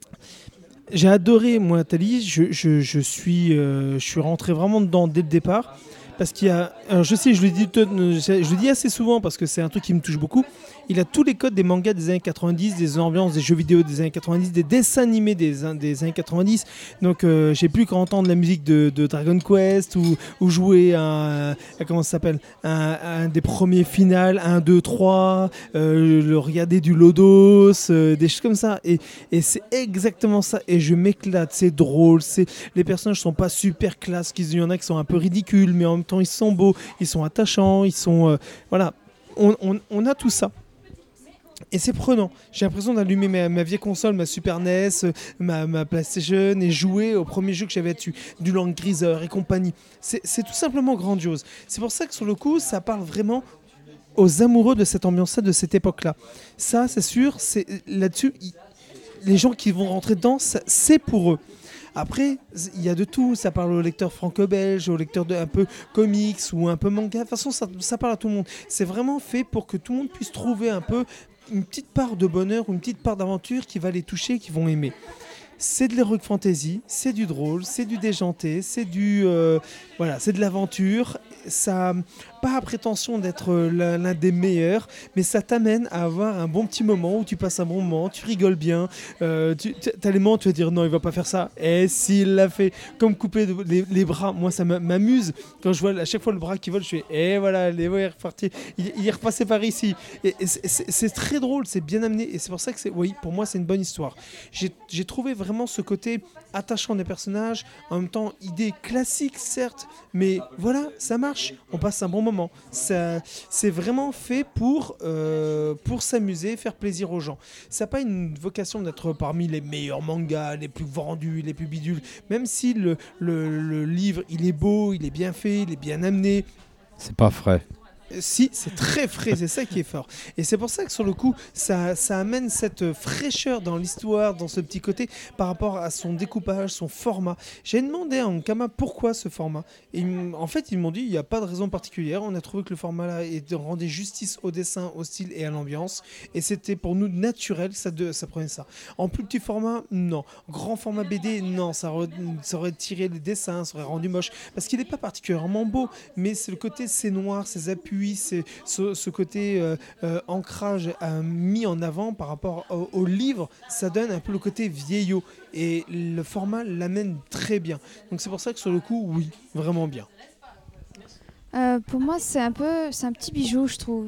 J'ai adoré, moi, Nathalie. Je, je, je, suis, euh, je suis rentré vraiment dedans dès le départ. Parce qu'il y a. Alors je sais, je le, dis, je le dis assez souvent parce que c'est un truc qui me touche beaucoup. Il a tous les codes des mangas des années quatre-vingt-dix, des ambiances des jeux vidéo des années quatre-vingt-dix, des dessins animés des, des années quatre-vingt-dix. Donc euh, j'ai plus qu'à entendre la musique de, de Dragon Quest ou, ou jouer un, un. Comment ça s'appelle un, un des premiers finales, un, deux, trois, euh, le regarder du Lodos, euh, des choses comme ça. Et, et c'est exactement ça. Et je m'éclate, c'est drôle. C'est, les personnages sont pas super classe. Il y en a qui sont un peu ridicules, mais en même temps ils sont beaux, ils sont attachants, ils sont. Euh, voilà, on, on, on a tout ça. Et c'est prenant. J'ai l'impression d'allumer ma, ma vieille console, ma Super N E S, ma, ma PlayStation et jouer au premier jeu que j'avais dessus, du Land Greaser et compagnie. C'est, c'est tout simplement grandiose. C'est pour ça que sur le coup, ça parle vraiment aux amoureux de cette ambiance-là, de cette époque-là. Ça, c'est sûr, c'est, là-dessus, y, les gens qui vont rentrer dedans, ça, c'est pour eux. Après, il y a de tout. Ça parle aux lecteurs franco-belges, aux lecteurs de, un peu comics ou un peu manga. De toute façon, ça, ça parle à tout le monde. C'est vraiment fait pour que tout le monde puisse trouver un peu une petite part de bonheur ou une petite part d'aventure qui va les toucher, qui vont aimer. C'est de l'heroic fantasy, c'est du drôle, c'est du déjanté, c'est du euh, voilà, c'est de l'aventure. Ça n'a pas la prétention d'être l'un, l'un des meilleurs, mais ça t'amène à avoir un bon petit moment où tu passes un bon moment, tu rigoles bien. Euh, tu as les moments où tu vas dire non, il va pas faire ça. Et s'il l'a fait, comme couper de, les, les bras, moi ça m'amuse quand je vois à chaque fois le bras qui vole, je fais et voilà, les voix est reparti, il, il est repassé par ici. Et, et c'est, c'est, c'est très drôle, c'est bien amené, et c'est pour ça que c'est, oui, pour moi c'est une bonne histoire. J'ai, j'ai trouvé vraiment Vraiment ce côté attachant des personnages, en même temps idée classique certes, mais voilà, ça marche, on passe un bon moment. Ça, c'est vraiment fait pour, euh, pour s'amuser, faire plaisir aux gens. Ça n'a pas une vocation d'être parmi les meilleurs mangas, les plus vendus, les plus bidules, même si le, le, le livre il est beau, il est bien fait, il est bien amené. C'est pas frais. Si, c'est très frais, c'est ça qui est fort. Et c'est pour ça que sur le coup, ça, ça amène cette fraîcheur dans l'histoire, dans ce petit côté, par rapport à son découpage, son format. J'ai demandé à Ankama pourquoi ce format. Et en fait, ils m'ont dit, il n'y a pas de raison particulière. On a trouvé que le format-là rendait justice au dessin, au style et à l'ambiance. Et c'était pour nous naturel, ça, de, ça prenait ça. En plus petit format, non. Grand format B D, non. Ça, re, ça aurait tiré les dessins, ça aurait rendu moche. Parce qu'il n'est pas particulièrement beau, mais c'est le côté, c'est noir, ses appuis, c'est ce, ce côté euh, euh, ancrage euh, mis en avant par rapport au, au livre, ça donne un peu le côté vieillot et le format l'amène très bien. Donc c'est pour ça que sur le coup, oui, vraiment bien. Euh, pour moi, c'est un peu, c'est un petit bijou, je trouve.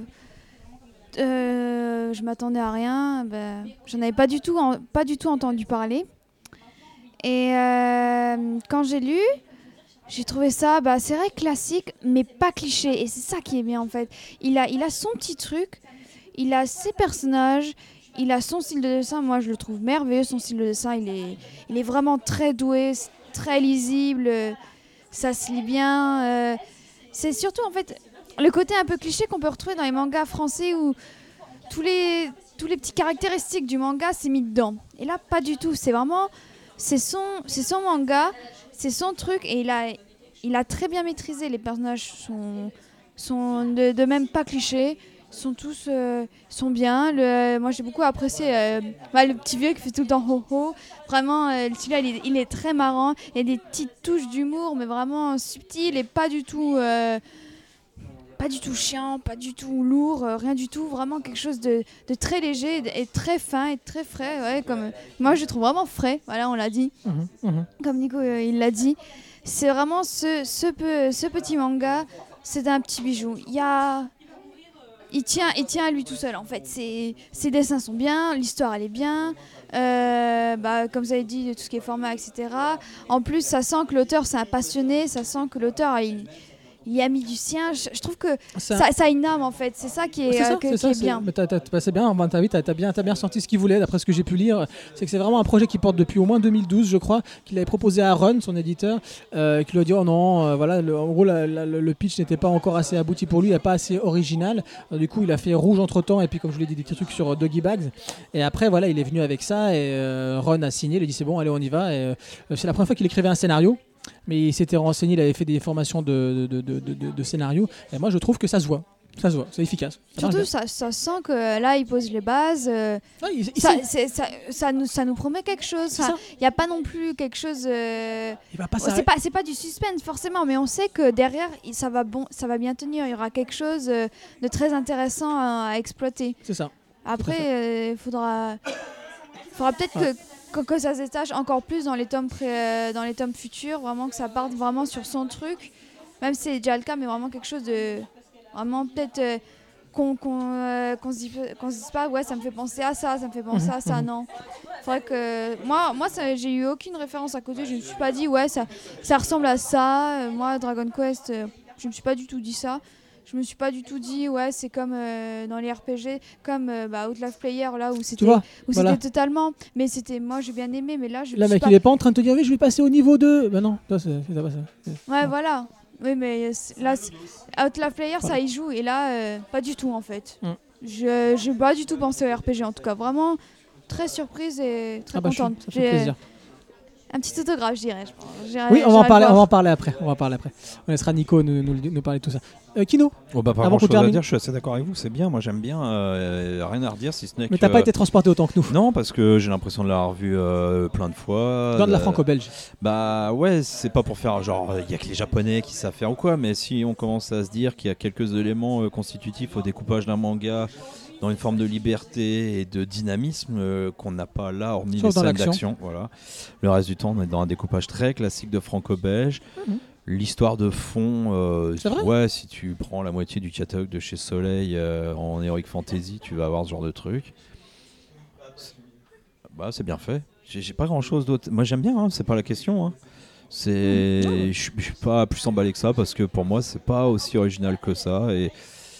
Euh, je m'attendais à rien, ben, j'en avais pas du tout, en, pas du tout entendu parler. Et euh, quand j'ai lu, j'ai trouvé ça, bah, c'est vrai, classique, mais pas cliché. Et c'est ça qui est bien, en fait. Il a, il a son petit truc, il a ses personnages, il a son style de dessin. Moi, je le trouve merveilleux, son style de dessin. Il est, il est vraiment très doué, très lisible, ça se lit bien. Euh, c'est surtout, en fait, le côté un peu cliché qu'on peut retrouver dans les mangas français où tous les, tous les petits caractéristiques du manga, c'est mis dedans. Et là, pas du tout. C'est vraiment... C'est son, c'est son manga, c'est son truc, et il a, il a très bien maîtrisé. Les personnages sont, sont de, de même pas clichés, sont tous euh, sont bien. Le, moi j'ai beaucoup apprécié euh, bah, le petit vieux qui fait tout le temps ho ho. Vraiment, euh, celui-là il est, il est très marrant. Il y a des petites touches d'humour, mais vraiment subtiles et pas du tout, euh, pas du tout chiant, pas du tout lourd, euh, rien du tout. Vraiment quelque chose de, de très léger et très fin et très frais. Ouais, comme, moi je le trouve vraiment frais, voilà, on l'a dit. Mmh, mmh. Comme Nico euh, il l'a dit. C'est vraiment ce, ce, peu, ce petit manga, c'est un petit bijou. Il y a... Il tient, il tient à lui tout seul en fait. Ses, ses dessins sont bien, l'histoire elle est bien, euh, bah, comme vous avez dit, de tout ce qui est format, et cetera. En plus, ça sent que l'auteur c'est un passionné, ça sent que l'auteur il, il y a mis du sien. Je, je trouve que ça... Ça, ça a une âme en fait. C'est ça qui est, c'est ça, euh, que, c'est qui ça, est c'est... bien. Mais t'as, t'as, t'as, c'est bien, enfin, t'as, t'as, t'as bien, t'as bien ressenti ce qu'il voulait, d'après ce que j'ai pu lire. C'est que c'est vraiment un projet qui porte depuis au moins deux mille douze, je crois, qu'il avait proposé à Run, son éditeur, euh, qui lui a dit oh non, euh, voilà, le, en gros la, la, le pitch n'était pas encore assez abouti pour lui, il n'est pas assez original. Euh, du coup, il a fait Rouge entre temps, et puis comme je vous l'ai dit, des petits trucs sur euh, Doggy Bags. Et après, voilà, il est venu avec ça, et euh, Run a signé, il a dit c'est bon, allez, on y va. Et, euh, c'est la première fois qu'il écrivait un scénario. Mais il s'était renseigné, il avait fait des formations de, de, de, de, de, de scénario. Et moi, je trouve que ça se voit. Ça se voit, c'est efficace. Ça marche Surtout, bien. ça, ça sent que euh, là, ils posent les bases. euh, Ah, il- il- ça, il- c'est- ça, ça nous, ça nous promet quelque chose. C'est Enfin, ça. il n'y a pas non plus quelque chose. euh, il va pas ouais, s'arrêter. c'est pas, c'est pas du suspense forcément, mais on sait que derrière, il- ça va, bon, ça va bien tenir. Il y aura quelque chose euh, de très intéressant à, à exploiter. C'est ça. Après, il faudra, faudra peut-être Ouais. que, que, que ça s'étage encore plus dans les tomes, pré- euh, dans les tomes futurs, vraiment que ça parte vraiment sur son truc. Même si c'est déjà le cas, mais vraiment quelque chose de vraiment peut-être euh, qu'on qu'on euh, qu'on se dise qu'on se dise pas ouais ça me fait penser à ça, ça me fait penser Mhm, à ça, mhm. non. Faudrait que moi moi ça, j'ai eu aucune référence à côté, je me suis pas dit ouais ça ça ressemble à ça. Euh, moi Dragon Quest, euh, je me suis pas du tout dit ça. Je me suis pas du tout dit ouais c'est comme euh, dans les R P G comme euh, bah, Outlive Player là où Tu c'était vois, où voilà. c'était totalement mais c'était moi j'ai bien aimé mais là je me Là, suis mec, pas... il est pas en train de te dire, oui, je vais passer au niveau deux. Ben non, toi, c'est c'est pas ça. C'est- Ouais, voilà. Oui, mais c'est- là, c'est- Outlive Player, ça y joue. Et là, euh, pas du tout, en fait. Mm. Je n'ai pas du tout pensé au R P G, en tout cas. Vraiment très surprise et très Ah bah, je suis- contente. ça fait J'ai plaisir. un petit autographe, je dirais. je pense. J'irai- Oui, on va en j'irai parler, voir. on va en parler après. On va en parler après. On laissera Nico nous, nous, nous parler de tout ça. Euh, Kino, Oh, bah, pas Avant grand qu'on chose à termine. dire, je suis assez d'accord avec vous, c'est bien. Moi j'aime bien, euh, rien à redire si ce n'est que. mais t'as pas été transporté autant que nous. Non, parce que j'ai l'impression de l'avoir vu euh, plein de fois. Dans de la Euh, franco-belge. Bah ouais, c'est pas pour faire genre il y a que les japonais qui savent faire ou quoi, mais si on commence à se dire qu'il y a quelques éléments euh, constitutifs au découpage d'un manga dans une forme de liberté et de dynamisme euh, qu'on n'a pas là hormis Sauf les dans scènes l'action. d'action, voilà. Le reste du temps, on est dans un découpage très classique de franco-belge. Mhm. L'histoire de fond, euh, C'est vrai ouais, si tu prends la moitié du catalogue de chez Soleil euh, en Heroic Fantasy, tu vas avoir ce genre de truc. C'est- Bah, c'est bien fait. J'ai j'ai pas grand chose d'autre. Moi, j'aime bien, hein, c'est pas la question. Hein. C'est, je suis je suis pas plus emballé que ça parce que pour moi, c'est pas aussi original que ça. Et,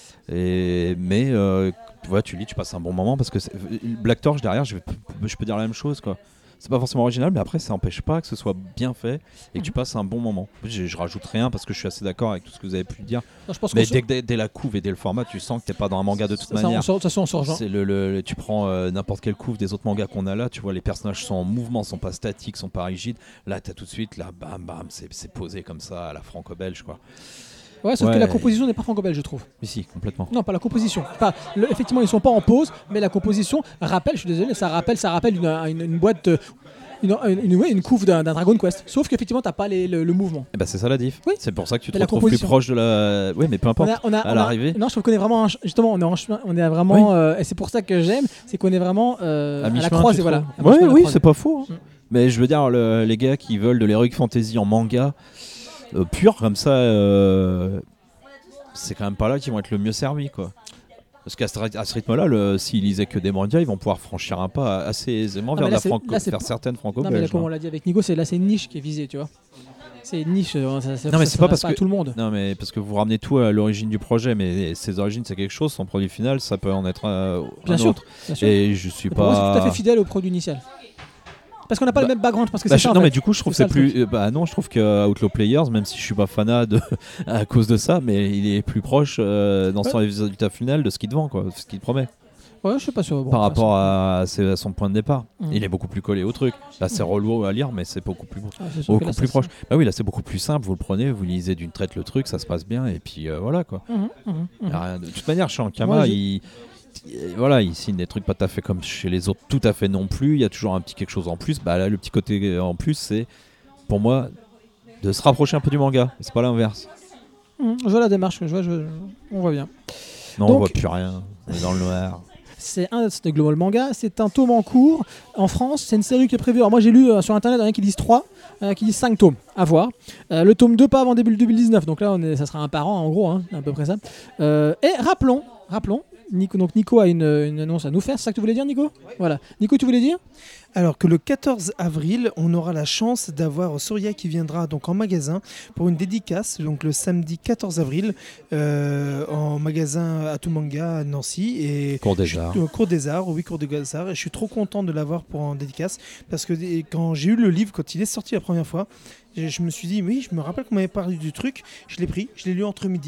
et mais euh, ouais, tu lis, tu passes un bon moment parce que c'est- Black Torch derrière, je, vais- je peux dire la même chose, quoi. C'est pas forcément original, mais après, ça n'empêche pas que ce soit bien fait et que tu passes un bon moment. Je, je rajoute rien parce que je suis assez d'accord avec tout ce que vous avez pu dire. Non, je pense Mais qu'on dès, que- dès, dès la couve et dès le format, tu sens que t'es pas dans un manga de toute ça, ça, on manière. sort- de toute façon, on se rejoint. C'est le, le- le- tu prends euh, n'importe quelle couve des autres mangas qu'on a là, tu vois, les personnages sont en mouvement, sont pas statiques, sont pas rigides. Là, t'as tout de suite, là, bam, bam, c'est c'est posé comme ça à la franco-belge, quoi. Ouais, sauf Ouais. que la composition n'est pas franco-belge, je trouve. Mais si, complètement. Non, pas la composition. Pas, le- effectivement, ils sont pas en pause, mais la composition rappelle, je suis désolé, ça rappelle, ça rappelle une, une- une boîte, euh, une, une, ouais, une couve d'un d'un Dragon Quest. Sauf qu'effectivement, t'as pas les- le, le mouvement. Et bah, c'est ça la diff. Oui. C'est pour ça que tu te Mais la retrouves plus composition. proche de la. Oui, mais peu On importe. a, on a, à on a- l'arrivée. Non, je trouve qu'on est vraiment, en ch- justement, on est en chemin, on est vraiment, euh, et c'est pour ça que j'aime, c'est qu'on est vraiment euh, à, mi-chemin, la croisée, tu voilà. trouves À Ouais, mi-chemin de la oui, croisée. c'est pas faux. hein. Mm. Mais je veux dire, le- les gars qui veulent de l'heroic fantasy en manga euh, pur comme ça, euh, c'est quand même pas là qu'ils vont être le mieux servis, quoi. Parce qu'à ce, à ce rythme-là, le- s'ils lisaient que des mangas, ils vont pouvoir franchir un pas assez aisément Ah, vers, mais là, la c'est- franco- là, c'est vers pour- certaines Non, mais là, franco-belges. comme on hein. l'a dit avec Nico, c'est là, c'est une niche qui est visée, tu vois. C'est une niche, euh, ça, ça, Non, mais ça c'est pas s'adresse parce à que- tout le monde. Non, mais parce que vous ramenez tout à l'origine du projet, mais ses origines, c'est quelque chose, son produit final, ça peut en être euh, Bien un sûr, autre. bien sûr. Et je suis Et pour moi, c'est pas. tout à fait fidèle au produit initial. Parce qu'on n'a pas Bah- le même background, parce que Bah, c'est je- ça, en non fait. mais du coup je trouve que C'est c'est ça, le plus euh, bah non je trouve que Outlaw Players même si je suis pas fanat de à cause de ça mais il est plus proche euh, dans son résultat final de ce qu'il te vend quoi ce qu'il te promet Ouais, je sais pas sûr. Bon, par de toute rapport à, ses- à son point de départ. Mhm. Il est beaucoup plus collé au truc. Là c'est relou à lire mais c'est beaucoup plus façon. Ah, c'est sûr que beaucoup là, plus ça- proche. Bah oui là c'est beaucoup plus simple, vous le prenez, vous lisez d'une traite le truc, ça se passe bien et puis euh, voilà quoi. Mhm, mhm, mhm. Y a rien de... de toute manière Shankama Moi, j'ai- il... il- voilà, il signe des trucs pas tout à fait comme chez les autres, tout à fait non plus. Il y a toujours un petit quelque chose en plus. Bah là, le petit côté en plus, c'est pour moi de se rapprocher un peu du manga. C'est pas l'inverse. Mhm, Je vois la démarche, je vois, je- on voit bien. Non, Donc- on voit plus rien. On est dans le noir. C'est un de Global Manga, c'est un tome en cours en France, c'est une série qui est prévue. Alors moi j'ai lu euh, sur internet, il y en a qui disent trois, euh, qui disent cinq tomes, à voir. Euh, le tome deux pas avant début deux mille dix-neuf, donc là on est, ça sera un par an en gros, hein, à peu près ça. Euh, et rappelons, rappelons, Nico, donc Nico a une, une annonce à nous faire, c'est ça que tu voulais dire Nico ? Voilà. Nico, tu voulais dire ? Alors que le quatorze avril, on aura la chance d'avoir Soria qui viendra donc en magasin pour une dédicace, donc le samedi quatorze avril, euh, en magasin à tout manga à Nancy. Et Cours des je suis- Arts. euh, Cours des Arts, oui, Cours des Arts. Et je suis trop content de l'avoir pour en dédicace parce que dé- quand j'ai eu le livre, quand il est sorti la première fois, je, je me suis dit, oui, je me rappelle qu'on m'avait parlé du truc, je l'ai pris, je l'ai lu entre midi.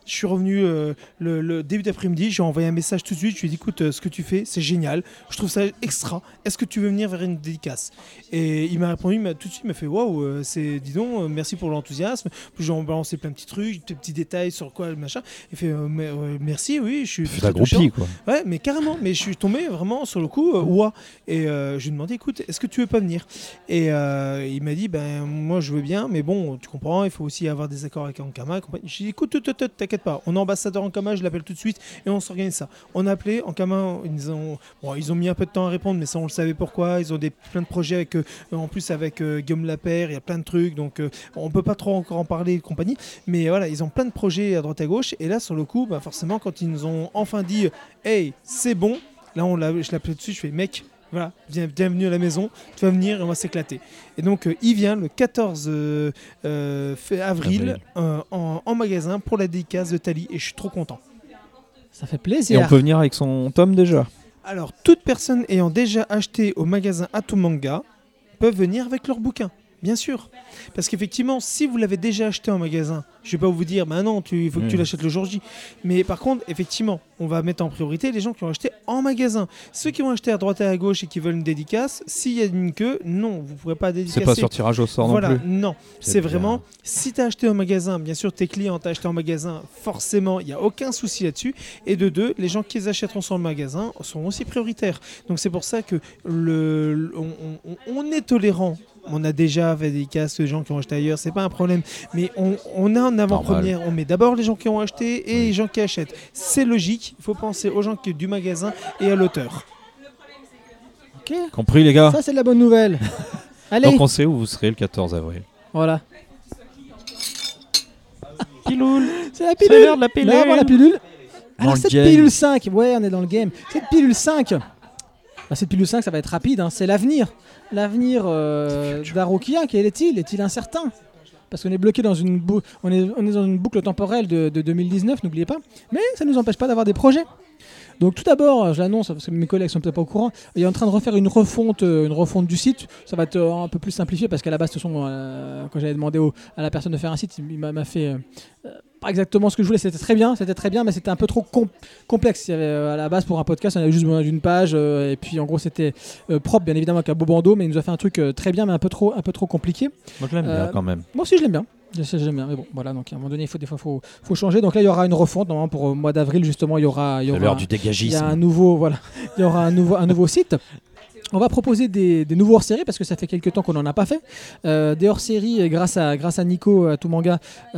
Je suis revenu euh, le, le début d'après-midi, j'ai envoyé un message tout de suite, je lui ai dit écoute, euh, ce que tu fais, c'est génial, je trouve ça extra, est-ce que tu veux venir vers une dédicace? Et il m'a répondu, il m'a, tout de suite, il m'a fait waouh, euh, c'est, dis donc, euh, merci pour l'enthousiasme. Puis j'ai balancé plein de petits trucs, des petits détails sur quoi, le machin. Il fait euh, mais, euh, merci, oui, je suis C'est très la groupie, quoi. Ouais, mais carrément, mais je suis tombé vraiment sur le coup, euh, ouah. Et euh, je lui ai demandé écoute, est-ce que tu veux pas venir? Et euh, il m'a dit ben moi je veux bien, mais bon, tu comprends, il faut aussi avoir des accords avec Ankama. Je lui ai dit écoute, t'inquiète pas, on est ambassadeur Ankama, je l'appelle tout de suite et on s'organise ça. On a appelé Ankama, ils ont, bon, ils ont mis un peu de temps à répondre, mais ça on le savait pourquoi. Ils ont des, plein de projets avec, euh, en plus avec euh, Guillaume Lapère, il y a plein de trucs, donc euh, on peut pas trop encore en parler de compagnie, mais voilà, ils ont plein de projets à droite à gauche. Et là sur le coup, bah, forcément, quand ils nous ont enfin dit hey, c'est bon, là on l'a, je l'appelais dessus, je fais mec. Voilà, bien, bienvenue à la maison, tu vas venir et on va s'éclater. Et donc euh, il vient le quatorze euh, euh, avril euh, en, en magasin pour la dédicace de Tali et je suis trop content. Ça fait Et plaisir. on peut venir avec son tome déjà. Alors toute personne ayant déjà acheté au magasin Atomanga peuvent venir avec leur bouquin. Bien sûr. Parce qu'effectivement, si vous l'avez déjà acheté en magasin, je ne vais pas vous dire, bah non, il faut que mmh. tu l'achètes le jour J. Mais par contre, effectivement, on va mettre en priorité les gens qui ont acheté en magasin. Ceux qui ont acheté à droite et à gauche et qui veulent une dédicace, s'il y a une queue, non, vous ne pourrez pas dédicacer. C'est pas sur tirage au sort voilà, non plus. Non, C'est c'est bien. vraiment, si tu as acheté en magasin, bien sûr, tes clients t'ont acheté en magasin, forcément, il n'y a aucun souci là-dessus. Et de deux, les gens qui les achèteront sur le magasin sont aussi prioritaires. Donc c'est pour ça que le, le- on, on- on est tolérant. On a déjà fait des casques de gens qui ont acheté ailleurs, c'est pas un problème. Mais on, on a en avant-première, on met d'abord les gens qui ont acheté et Oui. les gens qui achètent. C'est logique, il faut penser aux gens qui du magasin et à l'auteur. Ok. Compris les gars. Ça, c'est de la bonne nouvelle. Allez, Donc on sait où vous serez le quatorze avril. voilà. Piloule. C'est la C'est pilule. l'heure de la pilule. Là, voilà la pilule. Dans Alors, le cette game. pilule cinq, ouais, on est dans le game. Cette pilule cinq, bah, cette pilule cinq, ça va être rapide, hein. C'est l'avenir. L'avenir euh, d'Arokia, quel est-il? Est-il incertain? Parce qu'on est bloqué dans une, bou- on est, on est dans une boucle temporelle de, de deux mille dix-neuf, n'oubliez pas. Mais ça ne nous empêche pas d'avoir des projets. Donc tout d'abord, je l'annonce parce que mes collègues sont peut-être pas au courant, il est en train de refaire une refonte, euh, une refonte du site. Ça va être euh, un peu plus simplifié parce qu'à la base, de toute façon, euh, quand j'avais demandé au- à la personne de faire un site, il m'a m'a fait euh, euh, pas exactement ce que je voulais. C'était très bien, c'était très bien, mais c'était un peu trop com- complexe. Il y avait, euh, à la base, pour un podcast, on avait juste besoin d'une page euh, et puis en gros, c'était euh, propre, bien évidemment, avec un beau bandeau, mais il nous a fait un truc euh, très bien, mais un peu trop, un peu trop compliqué. Moi je l'aime Euh, bien quand même. Moi aussi, je l'aime bien. Je sais, j'aime bien, mais bon, voilà. Donc à un moment donné, il faut des fois, faut, faut changer. Donc là, il y aura une refonte. Normalement, pour le mois d'avril, justement, il y aura, il y C'est aura l'heure du il y a dégagisme. un nouveau, voilà, il y aura un nouveau, un nouveau site. On va proposer des, des nouveaux hors-séries parce que ça fait quelques temps qu'on n'en a pas fait. Euh, des hors-séries grâce à, grâce à Nico, à Toumanga.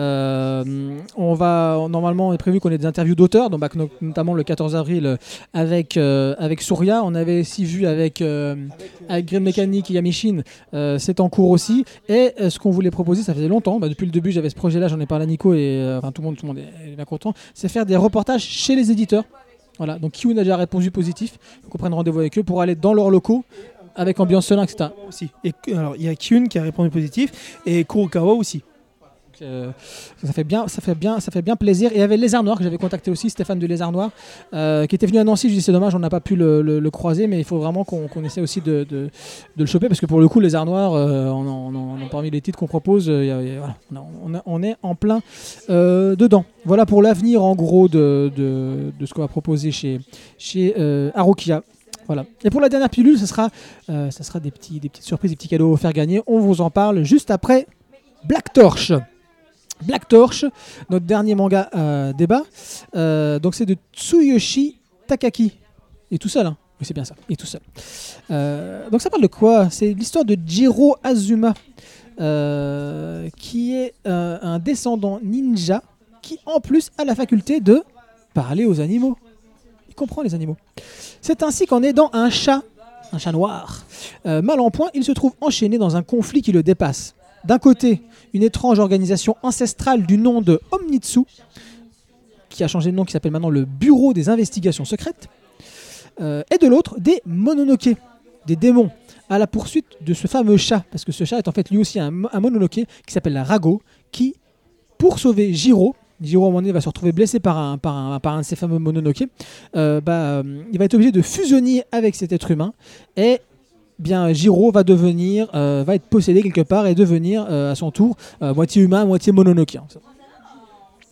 Euh, on va, normalement, il est prévu qu'on ait des interviews d'auteurs, donc, bah, no- notamment le quatorze avril euh, avec, euh, avec Surya. On avait aussi vu avec, euh, avec Green Mechanic et Yamishin. Euh, c'est en cours aussi. Et euh, ce qu'on voulait proposer, ça faisait longtemps. Bah, depuis le début, j'avais ce projet-là, j'en ai parlé à Nico et euh, enfin, tout le monde, tout le monde est, est bien content. C'est faire des reportages chez les éditeurs. Voilà, donc Kyun a déjà répondu positif. Donc on prenne rendez-vous avec eux pour aller dans leurs locaux avec ambiance sonore, et cetera. Aussi. Et, alors, il y a Kyun qui a répondu positif et Kurokawa aussi. Donc, euh, ça fait bien, ça fait bien, ça fait bien plaisir. Et il y avait Lézard Noir que j'avais contacté aussi, Stéphane de Lézard Noir, euh, qui était venu à Nancy. Je dis c'est dommage, on n'a pas pu le, le- le croiser, mais il faut vraiment qu'on qu'on essaie aussi de, de, de le choper parce que pour le coup, Lézard Noir, euh, on, en- on en- on en- parmi les titres qu'on propose, euh, il y a- il y a- voilà, on, a- on a- on est en plein euh, dedans. Voilà pour l'avenir en gros de, de, de ce qu'on va proposer chez, chez euh, Arokia. Voilà. Et pour la dernière pilule, ce sera, euh, ça sera des, petits, des petites surprises, des petits cadeaux à faire gagner. On vous en parle juste après Black Torch. Black Torch, notre dernier manga euh, débat. Euh, donc c'est de Tsuyoshi Takaki. Il est tout seul, hein. Oui, c'est bien ça. Il est tout seul. Euh, donc ça parle de quoi? C'est l'histoire de Jiro Azuma, euh, qui est euh, un descendant ninja qui en plus a la faculté de parler aux animaux. Il comprend les animaux. C'est ainsi qu'en aidant un chat, un chat noir, euh, mal en point, il se trouve enchaîné dans un conflit qui le dépasse. D'un côté, une étrange organisation ancestrale du nom de Omnitsu, qui a changé de nom, qui s'appelle maintenant le Bureau des investigations secrètes, euh, et de l'autre, des Mononoke, des démons, à la poursuite de ce fameux chat, parce que ce chat est en fait lui aussi un, un Mononoke qui s'appelle la Rago, qui, pour sauver Jiro, Jiro à un moment donné va se retrouver blessé par un, par un, par un de ces fameux Mononoke, euh, bah, euh, il va être obligé de fusionner avec cet être humain, et bien Jiro va devenir, euh, va être possédé quelque part et devenir euh, à son tour euh, moitié humain, moitié Mononoke.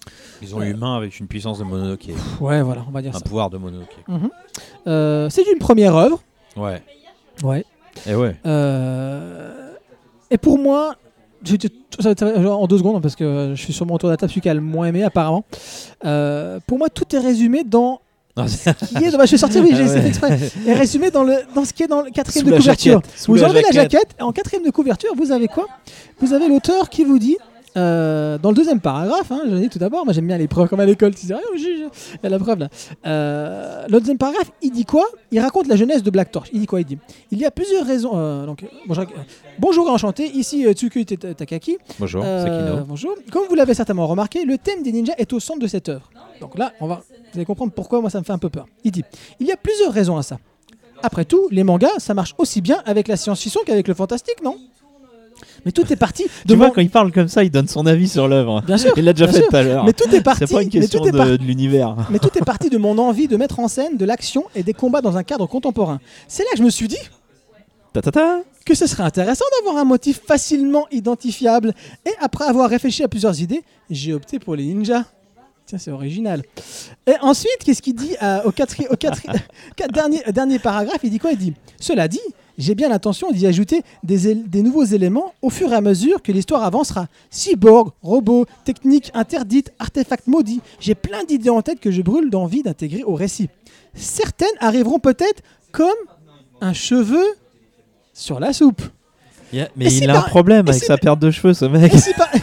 Ils ont eu main avec une puissance de Mononoke. Ouais, voilà, on va dire Un ça. pouvoir de Mononoke. Mhm. Euh, c'est une première œuvre. Ouais. Ouais. Et ouais. Euh, Et pour moi, je, je- ça va être genre en deux secondes parce que je suis sur mon tour de la table, celui qui a le moins aimé apparemment. Euh, pour moi, tout est résumé dans Non, c'est- ce qui est. Bah, je suis sorti, oui, j'ai Ah ouais. fait exprès. Est résumé dans le dans ce qui est dans le quatrième Sous de la couverture. jaquette, sous Vous la enlevez la jaquette. jaquette. Et en quatrième de couverture, vous avez quoi? Vous avez l'auteur qui vous dit. euh, dans le deuxième paragraphe, hein, je l'ai dit tout d'abord, moi j'aime bien les preuves comme à l'école, tu dis rien au juge, il y a la preuve là. Euh, le deuxième paragraphe, il dit quoi? Il raconte la jeunesse de Black Torch. Il dit quoi? Il dit il y a plusieurs raisons. euh, donc, bonjour, euh, bonjour et enchanté, ici euh, Tsuku Takaki. Bonjour, Euh, c'est Kino. bonjour. Comme vous l'avez certainement remarqué, le thème des ninjas est au centre de cette œuvre. Donc là, on va, vous allez comprendre pourquoi moi ça me fait un peu peur. Il dit il y a plusieurs raisons à ça. Après tout, les mangas, ça marche aussi bien avec la science-fiction qu'avec le fantastique, non? Mais tout est parti de Tu vois, mon- quand il parle comme ça, il donne son avis sur l'œuvre. Bien sûr, Il l'a déjà bien fait sûr. tout à l'heure. Mais tout est parti. C'est pas une mais question tout est de, par- de l'univers. mais tout est parti de mon envie de mettre en scène de l'action et des combats dans un cadre contemporain. C'est là que je me suis dit Ta ta ta. que ce serait intéressant d'avoir un motif facilement identifiable. Et après avoir réfléchi à plusieurs idées, j'ai opté pour les ninjas. Tiens, c'est original. Et ensuite, qu'est-ce qu'il dit euh, au, quatri- au quatri- quatre- dernier, dernier paragraphe? Il dit quoi? Il dit cela dit, j'ai bien l'intention d'y ajouter des, él- des nouveaux éléments au fur et à mesure que l'histoire avancera. Cyborg, robots, techniques interdites, artefacts maudits. J'ai plein d'idées en tête que je brûle d'envie d'intégrer au récit. Certaines arriveront peut-être comme un cheveu sur la soupe. Il y a- Mais Et il si a par- un problème et avec si- sa perte de cheveux, ce mec. Et si pas-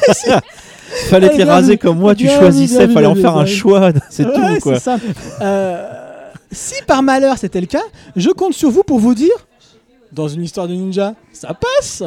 Fallait te Ouais, les bien raser vu. comme moi, tu Bien vu, choisissais, bien vu, fallait bien en vu, faire bien un vu. choix, c'est Ouais, tout quoi. c'est ça. Euh, si par malheur c'était le cas, je compte sur vous pour vous dire, dans une histoire de ninja, ça passe.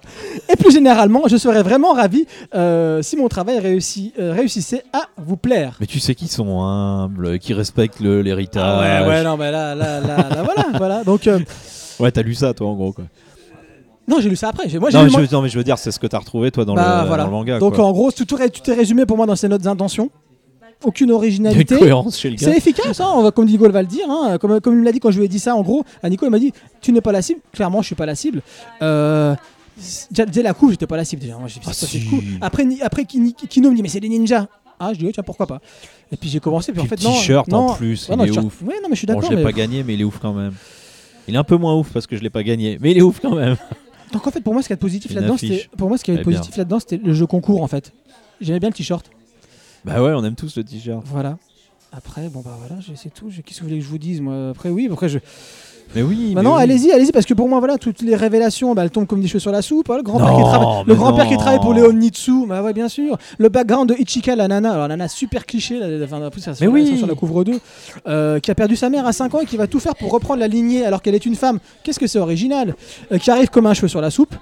Et plus généralement, je serais vraiment ravi euh, si mon travail réussit, euh, réussissait à vous plaire. Mais tu sais qu'ils sont humbles, qui respectent le- l'héritage. ouais, ouais, non, mais là, là, là, là, voilà, voilà. Donc, euh, Ouais, t'as lu ça toi en gros quoi. non, j'ai lu ça après. J'ai- Moi, j'ai Non lu mais, le je, non, mais je veux dire, c'est ce que t'as retrouvé toi dans, Bah, le, voilà. dans le manga. Donc, quoi. en gros, tout, tout, ré- tout est résumé pour moi dans ces notes d'intention. Aucune Il y a une originalité. cohérence chez le gars. C'est efficace, hein, on va, comme Nico va le dire. Hein, comme, comme il me l'a dit quand je lui ai dit ça, en gros, à Nico, il m'a dit tu n'es pas la cible. Clairement, je suis pas la cible. Euh, déjà, dès la coupe, j'étais pas la cible. Déjà. Moi, j'ai Ah, c'est pas si. fait de coup. Après, Ni- après Ki- Kino me dit mais c'est des ninjas. Ah, je dis ouais, tiens, pourquoi pas. Et puis j'ai commencé. Puis, Puis en fait, le non. t-shirt non, en plus, ouais, il non, est le t-shirt- ouf. Ouais, non, mais je suis Bon, d'accord. je l'ai mais- pas gagné, mais il est ouf quand même. Il est un peu moins ouf parce que je l'ai pas gagné, mais il est ouf quand même. Donc en fait, pour moi, ce qui est positif Une là-dedans, affiche. c'était pour moi ce qui avait Eh positif là-dedans, c'était le jeu concours en fait. J'aimais bien le t-shirt. Bah ouais, on aime tous le t-shirt. Voilà. Après, bon bah voilà, j'ai- c'est tout. J'ai- Qu'est-ce que vous voulez que je vous dise moi? Après, oui, après je. Mais oui. Bah mais non, oui. allez-y, allez-y, parce que pour moi, voilà, toutes les révélations, bah, elles tombent comme des cheveux sur la soupe. hein. Le grand-père Non, qui, travaille, le mais grand-père qui non. travaille pour Léonitsu, bah ouais, bien sûr. Le background de Ichika, la nana, alors la nana super cliché, là, enfin, en plus, ça, Mais sur, oui. ça, sur la couvre deux, euh, qui a perdu sa mère à cinq ans et qui va tout faire pour reprendre la lignée alors qu'elle est une femme. Qu'est-ce que c'est original. Euh, Qui arrive comme un cheveu sur la soupe.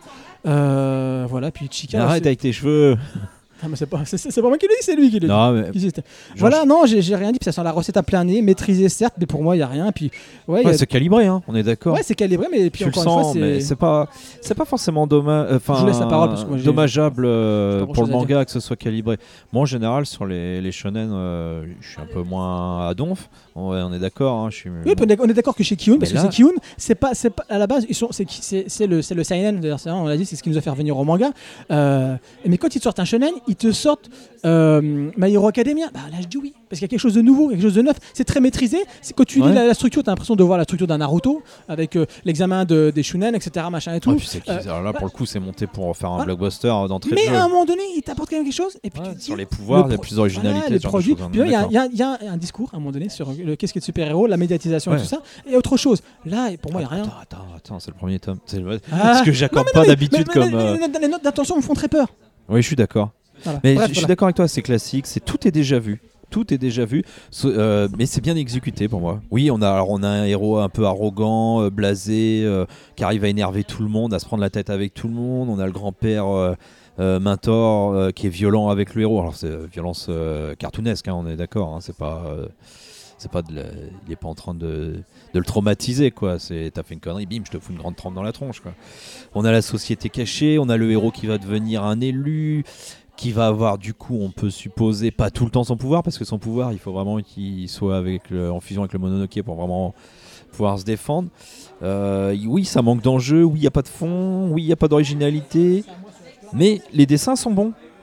Euh, voilà, puis Ichika. Mais arrête c'est- avec tes cheveux. Ah, mais c'est pas, c'est, c'est pas moi qui le dis, c'est lui qui le dit. Non, mais Qui c'est- Voilà, non, j'ai, j'ai rien dit, puis ça sent la recette à plein nez, maîtrisée certes, mais pour moi, il n'y a rien. Puis, ouais, il y a- ouais, c'est calibré, hein. On est d'accord. ouais, c'est calibré, mais puis tu le encore sens, une fois, c'est. mais c'est pas, c'est pas forcément dommage, enfin, Je vous laisse la parole parce que moi, j'ai- dommageable euh, j'ai pas pour le grand-chose à manga que ce soit calibré. Moi, en général, sur les, les shonen, euh, je suis un peu moins à donf. Ouais, on est d'accord. Hein, je suis. Oui, on est- on est d'accord que chez Kiun, parce Mais que là- c'est Kiun, c'est pas, c'est pas à la base, ils sont, c'est, c'est, c'est le, c'est le seinen, d'ailleurs, c'est, on l'a dit, c'est ce qui nous a fait revenir au manga. Euh, mais quand ils te sortent un shonen, ils te sortent euh, My Hero Academia. Bah là, je dis oui, parce qu'il y a quelque chose de nouveau, quelque chose de neuf. C'est très maîtrisé. C'est quand tu lis Ouais. la, la structure, t'as l'impression de voir la structure d'un Naruto avec euh, l'examen de, des shonen, et cetera, machin et tout. Ouais, puis c'est qu'ils- Euh, alors là, pour le coup, c'est monté pour faire un voilà. blockbuster d'entrée de mais jeu. à un moment donné, il t'apporte quand même quelque chose. Et puis Ouais, tu te dis, sur les pouvoirs, le il y a pro- plus d'originalité. voilà, les ce genre de produits. choses, on est Puis il y, a- d'accord. il y a- il y a un discours à un moment donné sur le qu'est-ce qui est de super-héros, la médiatisation Ouais. et tout ça, et autre chose. Là, pour moi, il n'y a rien. Attends, attends, attends, c'est le premier tome. C'est le... Ah. Ce que j'accorde Non, mais pas non, mais- d'habitude mais- mais- comme. euh, mais- mais- Les notes d'attention me font très peur. Oui, je suis d'accord. Voilà. Mais Bref, je je suis voilà. d'accord avec toi, c'est classique, c'est tout est déjà vu. Tout est déjà vu, So- euh, mais c'est bien exécuté pour moi. Oui, on a, alors on a un héros un peu arrogant, euh, blasé, euh, qui arrive à énerver tout le monde, à se prendre la tête avec tout le monde. On a le grand-père euh, euh, Mentor euh, qui est violent avec le héros. Alors c'est euh, violence euh, cartoonesque, hein, on est d'accord. Hein, c'est pas, euh, c'est pas, de la- il est pas en train de, de le traumatiser, quoi. C'est, t'as fait une connerie, bim, je te fous une grande trempe dans la tronche, quoi. On a la société cachée, on a le héros qui va devenir un élu, qui va avoir du coup, on peut supposer, pas tout le temps son pouvoir, parce que son pouvoir, il faut vraiment qu'il soit avec le- en fusion avec le Mononoke pour vraiment pouvoir se défendre. Euh, oui, ça manque d'enjeu, oui, il n'y a pas de fond, oui, il n'y a pas d'originalité, mais les dessins sont bons.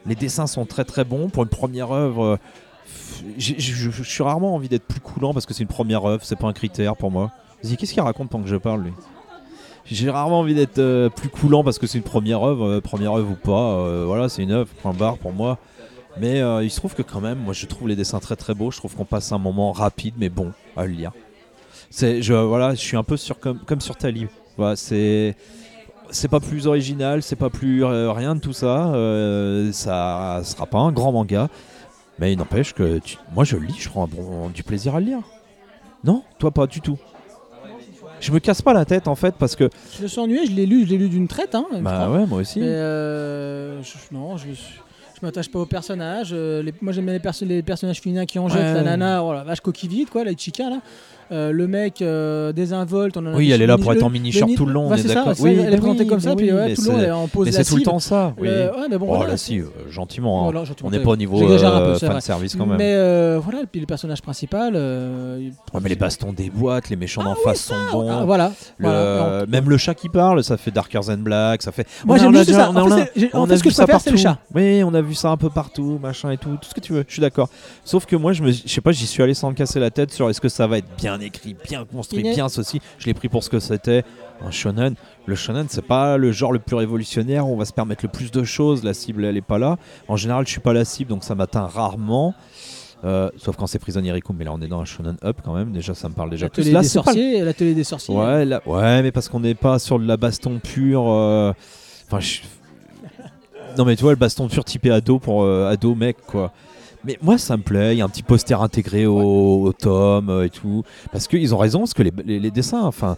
Les dessins sont très très bons pour une première œuvre. euh, j'ai- Je je- je suis rarement envie d'être plus coulant parce que c'est une première œuvre, c'est pas un critère pour moi. Vas-y, qu'est-ce qu'il raconte pendant que je parle lui? J'ai rarement envie d'être euh, plus coulant parce que c'est une première œuvre, euh, première œuvre ou pas. euh, voilà, c'est une œuvre, point barre pour moi. Mais euh, il se trouve que quand même, moi je trouve les dessins très très beaux. Je trouve qu'on passe un moment rapide mais bon à le lire. C'est, je, voilà, je suis un peu sur, comme, comme sur Tali. Voilà, c'est, c'est pas plus original, c'est pas plus euh, rien de tout ça. Euh, ça sera pas un grand manga. Mais il n'empêche que tu- moi je le lis, je prends un bon, du plaisir à le lire. Non? Toi pas du tout. Je me casse pas la tête en fait parce que. Je me suis ennuyé, je l'ai lu, je l'ai lu d'une traite. Hein, je Bah crois. ouais, moi aussi. Mais euh, je- non, je, je m'attache pas aux personnages. euh, les- moi j'aime bien les, perso- les personnages féminins qui en jettent. Ouais. La nana, oh la vache coquille vide, quoi, la Ichika là. Euh, le mec euh, désinvolte. On en a Oui, dit- elle est là le- pour être en le- mini-shirt le- tout le long, ouais, on est c'est ça, d'accord. c'est ça, elle est mais présentée oui, comme ça, mais puis oui, ouais, mais tout le long c'est- elle est en pose Mais c'est tout le lascive. temps ça. Oui. Euh, ouais, mais bon, Oh voilà, là c'est- si, euh, gentiment. hein. Voilà, gentiment, On n'est t'as- pas au niveau j'exagère un peu, euh, c'est fan vrai. service quand même. Mais euh, voilà, et puis le personnage principal. euh, il- Ouais, mais les bastons déboîtent, les méchants d'en face sont bons. ah, voilà. Le- voilà. Même le chat qui parle, ça fait Darker Than Black, ça fait. Moi On a- j'aime on a juste déjà- ça. on a- En on a- fait, c'est- j'ai- on en a fait, ce vu que je ça préfère, c'est le partout. chat. Oui, on a vu ça un peu partout, machin et tout, tout ce que tu veux. Je suis d'accord. Sauf que moi, je me, je sais pas, j'y suis allé sans me casser la tête sur est-ce que ça va être bien écrit, bien construit, Il est- bien ceci. Je l'ai pris pour ce que c'était. Un shonen. Le shonen, c'est pas le genre le plus révolutionnaire où on va se permettre le plus de choses. La cible, elle est pas là. En général, je suis pas la cible, donc ça m'atteint rarement. Euh, sauf quand c'est Prison Rikum, mais là on est dans un shonen up quand même. Déjà, ça me parle déjà plus. L'atelier Là, des c'est pas sorciers, l'atelier des sorciers. Ouais, là- ouais, mais parce qu'on n'est pas sur de la baston pure. euh, Enfin, je- non, mais tu vois, le baston pur typé ado pour euh, ado mec, quoi. Mais moi, ça me plaît. Il y a un petit poster intégré au, au tome euh, et tout. Parce qu'ils ont raison, parce que les, les- les dessins, enfin.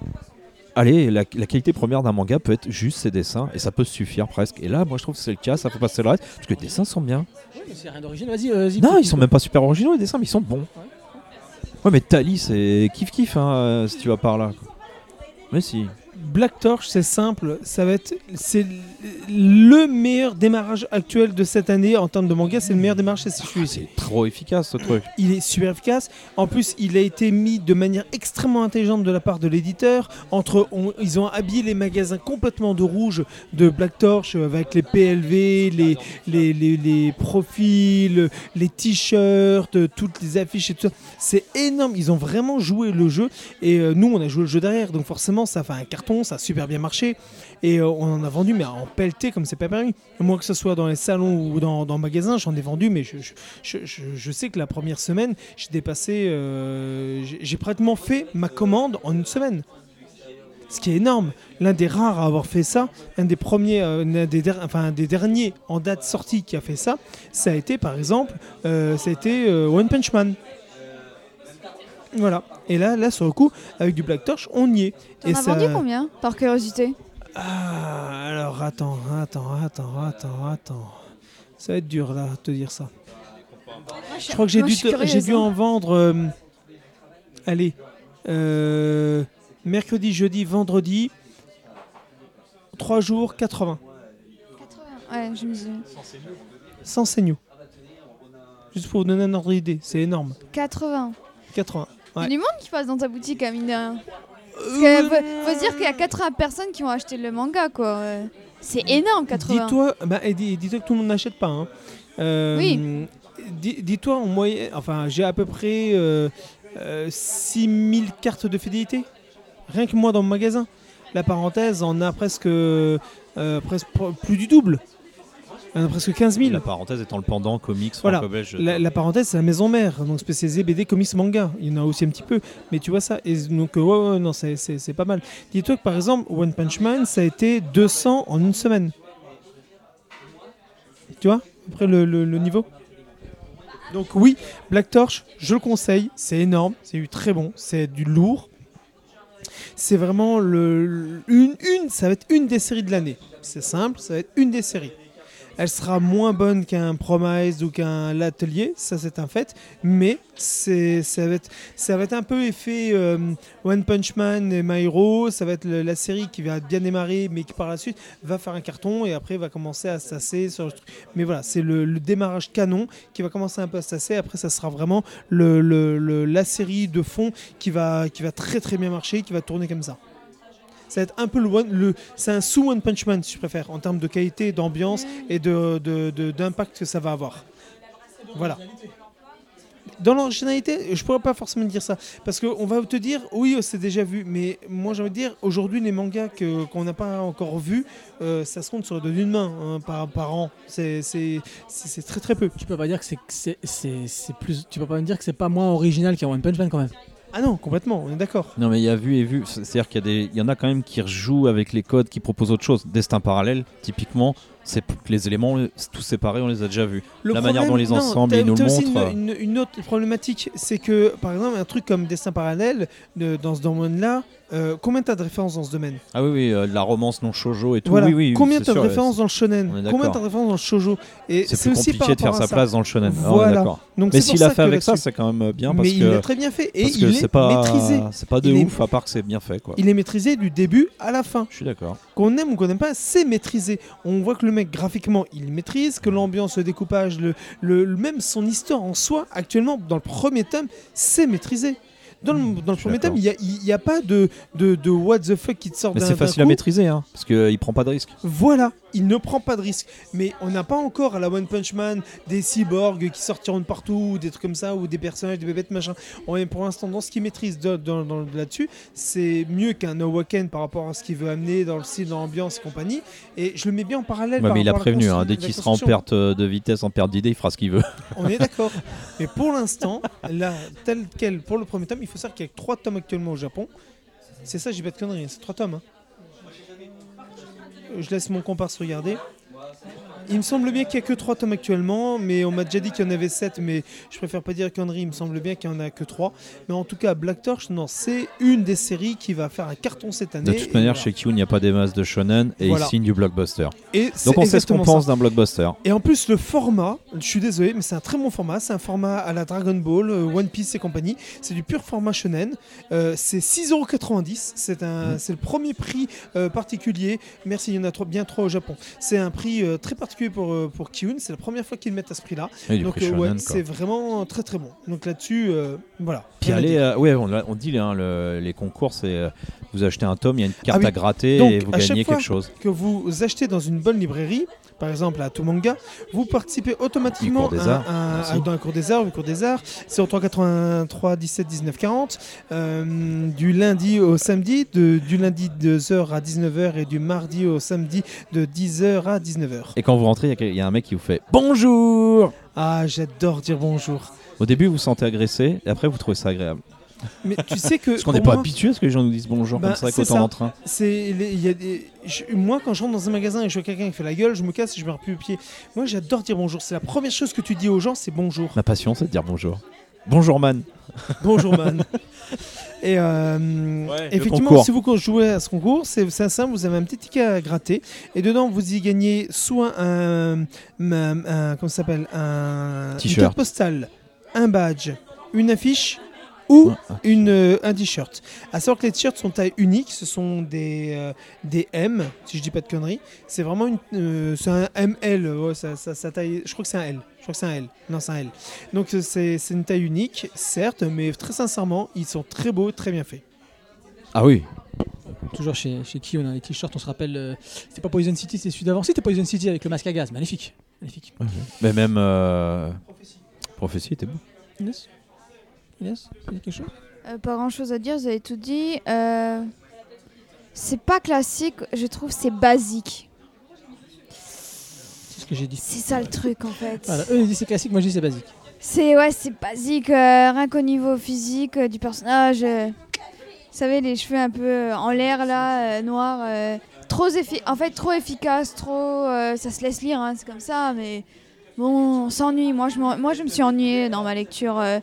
Allez, la, la qualité première d'un manga peut être juste ses dessins, et ça peut suffire presque. Et là, moi, je trouve que c'est le cas, ça fait passer le reste, parce que les dessins sont bien. Ouais, mais c'est rien d'original. Vas-y, euh, vas-y. Non, peux- ils sont même pas super originaux, les dessins, mais ils sont bons. Ouais, mais Tali, c'est kiff-kiff, hein, euh, si tu vas par là. Mais si. Black Torch, c'est simple, ça va être c'est le meilleur démarrage actuel de cette année en termes de manga, c'est le meilleur démarrage chez Shueisha. C'est trop efficace, ce truc. Il est super efficace. En plus, il a été mis de manière extrêmement intelligente de la part de l'éditeur. Entre, on- ils ont habillé les magasins complètement de rouge de Black Torch euh, avec les P L V, les, les, les, les profils, les t-shirts, euh, toutes les affiches et tout ça. C'est énorme. Ils ont vraiment joué le jeu. Et euh, nous, on a joué le jeu derrière. Donc forcément, ça fait un carton, ça a super bien marché. Et euh, on en a vendu, mais en pelleté comme c'est pas permis. Moi, que ce soit dans les salons ou dans, dans le magasin, j'en ai vendu, mais je, je, je, je- je sais que la première semaine, j'ai dépassé. euh, j'ai j'ai pratiquement fait ma commande en une semaine. Ce qui est énorme. L'un des rares à avoir fait ça, un des premiers, euh, l'un des, der- enfin, un des derniers en date sortie qui a fait ça, ça a été par exemple, euh, ça a été euh, One Punch Man. Voilà. Et là, là, sur le coup, avec du Black Torch, on y est. T'en Et as ça- vendu combien, par curiosité? Ah, alors attends, attends, attends, attends, attends. Ça va être dur là, de te dire ça. Je crois que j'ai Moi, dû, je suis te- curieuse, j'ai dû hein. en vendre. euh, allez, euh, mercredi, jeudi, vendredi, trois jours, quatre-vingts. Ouais, je me dis. Sans seignou. Juste pour vous donner un ordre d'idée, c'est énorme. quatre-vingts. quatre-vingts. Il y a Ouais. du monde qui passe dans ta boutique, à mine de rien. Parce que faut, faut se dire qu'il y a quatre-vingts personnes qui vont acheter le manga, quoi. ouais. C'est énorme, quatre-vingts. Dis-toi, bah, et dis- dis-toi que tout le monde n'achète pas. Hein. Euh, Oui. dis- Dis-toi, en moyenne, enfin, j'ai à peu près euh, euh, six mille cartes de fidélité. Rien que moi dans mon magasin. La parenthèse en a presque, euh, presque p- plus du double. On a presque quinze La mille. parenthèse étant le pendant comics Voilà. franco-belge. La, la parenthèse, c'est la maison mère, donc spécialisée B D, comics, manga. Il y en a aussi un petit peu, mais tu vois ça. Et donc, euh, ouais, ouais, non, c'est, c'est, c'est pas mal. Dis-toi que par exemple, One Punch Man, ça a été deux cents en une semaine. Tu vois, après le, le- le niveau. Donc, oui, Black Torch, je le conseille. C'est énorme, c'est du très bon, c'est du lourd. C'est vraiment le, une, une, ça va être une des séries de l'année. C'est simple, ça va être une des séries. Elle sera moins bonne qu'un Promise ou qu'un L'Atelier, ça c'est un fait, mais c'est, ça, va être, ça va être un peu effet euh, One Punch Man et My Hero, ça va être le- la série qui va bien démarrer, mais qui par la suite va faire un carton et après va commencer à se tasser sur le truc. Mais voilà, c'est le, le démarrage canon qui va commencer un peu à se tasser, après ça sera vraiment le, le- le- la série de fond qui va, qui va très très bien marcher, qui va tourner comme ça. Ça va être un peu le one, le, c'est un sous One Punch Man si je préfère, en termes de qualité, d'ambiance et de, de, de- d'impact que ça va avoir. Voilà. Dans l'originalité, je pourrais pas forcément dire ça, parce qu'on va te dire, oui, c'est déjà vu, mais moi j'ai envie de dire, aujourd'hui les mangas que, qu'on n'a pas encore vus, euh, ça se compte sur les doigts d'une main hein, par, par an. C'est, c'est, c'est, c'est très très peu. Tu peux pas dire que c'est, que c'est, c'est, c'est plus. Tu peux pas me dire que c'est pas moins original qu'un One Punch Man quand même. Ah non, complètement, on est d'accord. Non mais il y a vu et vu, c'est-à-dire qu'il y, a des... il y en a quand même qui rejouent avec les codes, qui proposent autre chose. Destin parallèle, typiquement, c'est p- que les éléments tous séparés, on les a déjà vus. Le La problème- manière dont les non, ensembles, t'as- ils nous t'as le aussi montrent. Une, une- une autre problématique, c'est que par exemple un truc comme Destin parallèle, de- dans ce domaine-là, euh, combien t'as de références dans ce domaine? Ah oui, oui, euh, la romance non shoujo et tout. Voilà. Oui, oui, oui, Combien c'est t'as de sûr, références c'est- dans le shonen? on est Combien d'accord. t'as de références dans le shoujo? Et C'est plus aussi par compliqué de faire rapport à sa ça. place dans le shonen. Ah, on est Voilà. d'accord. Donc Mais c'est pour s'il ça a fait que avec ça, là-dessus- c'est quand même bien parce mais il que l'a très bien fait et parce que il c'est est pas maîtrisé. c'est pas de Il est- ouf à part que c'est bien fait quoi. Il est maîtrisé du début à la fin. Je suis d'accord. Qu'on aime ou qu'on n'aime pas, c'est maîtrisé. On voit que le mec, graphiquement, il maîtrise, que l'ambiance, le découpage, le, le, le- même son histoire en soi, actuellement, dans le premier tome, c'est maîtrisé. Dans le, dans le suis premier d'accord. tome, il n'y a, a pas de, de, de what the fuck qui te sort Mais d'un c'est d'un facile à coup. maîtriser hein, parce qu'il prend pas de risque. Voilà, il ne prend pas de risque. Mais on n'a pas encore à la One Punch Man des cyborgs qui sortiront de partout, ou des trucs comme ça, ou des personnages, des bébêtes, machin. On est pour l'instant dans ce qu'il maîtrise de- dans- dans- là-dessus. C'est mieux qu'un Awaken par rapport à ce qu'il veut amener dans le style, dans l'ambiance et compagnie. Et je le mets bien en parallèle. Ouais, par mais il a rapport à la prévenu, hein, constru- dès la qu'il sera en construction. perte euh, de vitesse, en perte d'idée, il fera ce qu'il veut. On est d'accord. Mais pour l'instant, là, tel quel, pour le premier tome, il faut savoir qu'il y a que trois tomes actuellement au Japon. C'est ça, j'ai pas de conneries, c'est trois tomes. hein. Je laisse mon comparse regarder. Il me semble bien qu'il n'y a que trois tomes actuellement, mais on m'a déjà dit qu'il y en avait sept, mais je préfère pas dire conneries, il me semble bien qu'il n'y en a que trois. Mais en tout cas, Black Torch, non, c'est une des séries qui va faire un carton cette année. De toute manière, et voilà. chez Q, il n'y a pas des masses de shonen et Voilà. il signe du blockbuster. Et c'est Donc on sait ce exactement qu'on ça. pense d'un blockbuster. Et en plus, le format, je suis désolé, mais c'est un très bon format. C'est un format à la Dragon Ball, euh, One Piece et compagnie. C'est du pur format shonen. Euh, c'est six euros quatre-vingt-dix. C'est un, Mmh. c'est le premier prix euh, particulier. Merci, il y en a trois, bien trois au Japon. C'est un prix euh, très particulier pour, euh, pour Kiun. C'est la première fois qu'ils le mettent à ce prix-là. Et du Donc prix euh, shonen, ouais, quoi. c'est vraiment très très bon. Donc là-dessus, euh, voilà. Puis Rien à allez, dire. euh, ouais, on, l'a- on dit hein, le- les concours, c'est euh, vous achetez un tome, il y a une carte Ah oui. à gratter Donc, et vous à chaque gagnez fois quelque chose. Que vous achetez dans une bonne librairie, par exemple à Tomanga, vous participez automatiquement Du cours des à- arts, à- merci. à- dans un cours des arts, le cours des arts. C'est au trois quatre-vingt-trois dix-sept dix-neuf quarante, euh, du lundi au samedi, de, du lundi de deux heures à dix-neuf heures et du mardi au samedi de dix heures à dix-neuf heures. Et quand vous rentrez, il y a quel- il y, a un mec qui vous fait bonjour. Ah, j'adore dire bonjour. Au début, vous vous sentez agressé et après, vous trouvez ça agréable. Mais tu sais que Parce qu'on pour n'est pas moi, habitué à ce que les gens nous disent bonjour Bah, comme ça, c'est qu'autant ça. en train. c'est les- il y a des- je- moi, quand je rentre dans un magasin et je vois quelqu'un qui fait la gueule, je me casse et je me replie le pied. Moi, j'adore dire bonjour. C'est la première chose que tu dis aux gens, c'est bonjour. Ma passion, c'est de dire bonjour. Bonjour, man. Bonjour man. Et euh, Ouais, le effectivement, concours. si vous jouez à ce concours, c'est c'est simple, vous avez un petit ticket à gratter et dedans vous y gagnez soit un, un, un- comment ça s'appelle, un une T-shirt. carte postale, un badge, une affiche ou Ouais. une, euh, un t-shirt. À savoir que les t-shirts sont taille unique, ce sont des, euh, des M, si je dis pas de conneries. C'est vraiment une, euh, c'est un M L, ouais, ça, ça, ça taille, je crois que c'est un L. Je crois que c'est un L. Non, c'est un L. Donc euh, c'est c'est une taille unique, certes, mais très sincèrement, ils sont très beaux, très bien faits. Ah oui. Toujours chez, chez qui on a les t-shirts, on se rappelle. euh, c'était pas Poison City, c'est celui d'avant. C'était Poison City avec le masque à gaz. Magnifique. Magnifique. Mais même euh... Prophétie était beau. Inès Inès tu dis quelque chose Euh, pas grand chose à dire, vous avez tout dit. Euh, c'est pas classique, je trouve c'est basique. C'est ce que j'ai dit. C'est ça le truc en fait. Voilà, eux ils disent c'est classique, moi je dis c'est basique. C'est ouais, c'est basique, euh, rien qu'au niveau physique euh, du personnage. euh, vous savez, les cheveux un peu euh, en l'air là, euh, noirs. euh, trop effi- en fait, trop efficace, trop. euh, ça se laisse lire, hein, c'est comme ça, mais bon, on s'ennuie. Moi, je m'en- moi, je me suis ennuyée dans ma lecture. euh,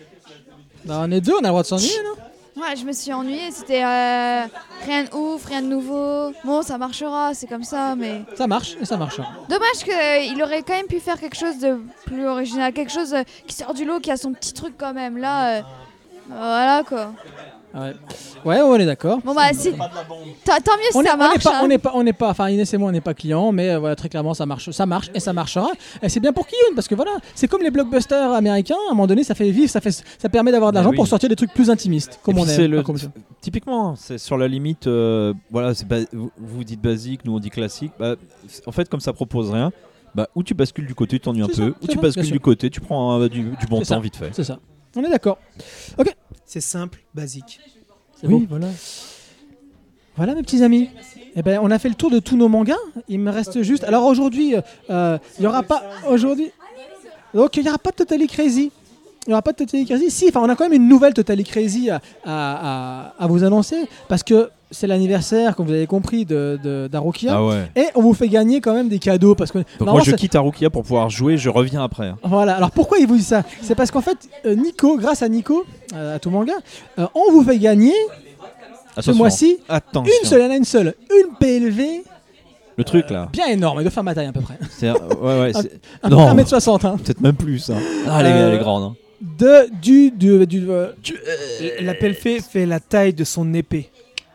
Bah, on est deux, on a le droit de s'ennuyer, non Ouais, je me suis ennuyée, c'était euh, rien de ouf, rien de nouveau. Bon, ça marchera, c'est comme ça, mais... Ça marche et ça marche. Dommage qu'il aurait quand même pu faire quelque chose de plus original, quelque chose euh, qui sort du lot, qui a son petit truc quand même, là... euh, voilà, quoi. Ouais, ouais on est d'accord. Bon bah si. Tant tant mieux si On est- ça on n'est marche. pas, hein. on n'est pas, on n'est pas, enfin Inès et moi on n'est pas clients, mais euh, voilà très clairement ça marche, ça marche et ça marchera. Et c'est bien pour Kiyun parce que voilà, c'est comme les blockbusters américains. À un moment donné, ça fait vivre, ça fait, ça permet d'avoir de Mais l'argent oui. pour sortir des trucs plus intimistes, comme Et on puis aime. c'est le- pas comme ça. Typiquement, c'est sur la limite. euh, voilà, c'est ba- vous, vous dites basique, nous on dit classique. Bah, c'est- en fait, comme ça propose rien, bah, ou tu bascules du côté, tu t'ennuies un C'est ça, peu, ou c'est tu vrai, bien bascules sûr. du côté, tu prends euh, du, du bon C'est temps ça. vite fait. C'est ça. On est d'accord. C'est simple, basique. C'est Oui, beau. voilà. Voilà mes petits amis. Eh ben, on a fait le tour de tous nos mangas. Il me reste juste. Alors aujourd'hui, euh, il y aura pas aujourd'hui. Donc il y aura pas de Totally Crazy. Il n'y aura pas de Totally Crazy. Si, enfin on a quand même une nouvelle Totally Crazy à, à, à, à vous annoncer parce que c'est l'anniversaire, comme vous avez compris, de, de d'Arukia. Ah ouais. Et on vous fait gagner quand même des cadeaux parce que Donc normalement, moi je ça- quitte Arukia pour pouvoir jouer, je reviens après. hein. Voilà, alors pourquoi il vous dit ça? C'est parce qu'en fait, euh, Nico, grâce à Nico, euh, à tout manga, euh, on vous fait gagner ce Attention. mois-ci Attention. une seule, il y en a une seule, une P L V Le truc là. bien énorme, elle doit faire ma taille à peu près. C'est, ouais, ouais, c'est- Un Non. un mètre soixante, hein. Peut-être même plus. hein. Ah, elle, est, Euh, elle est grande. hein. De, du, du, du, euh, La P L V fait la taille de son épée.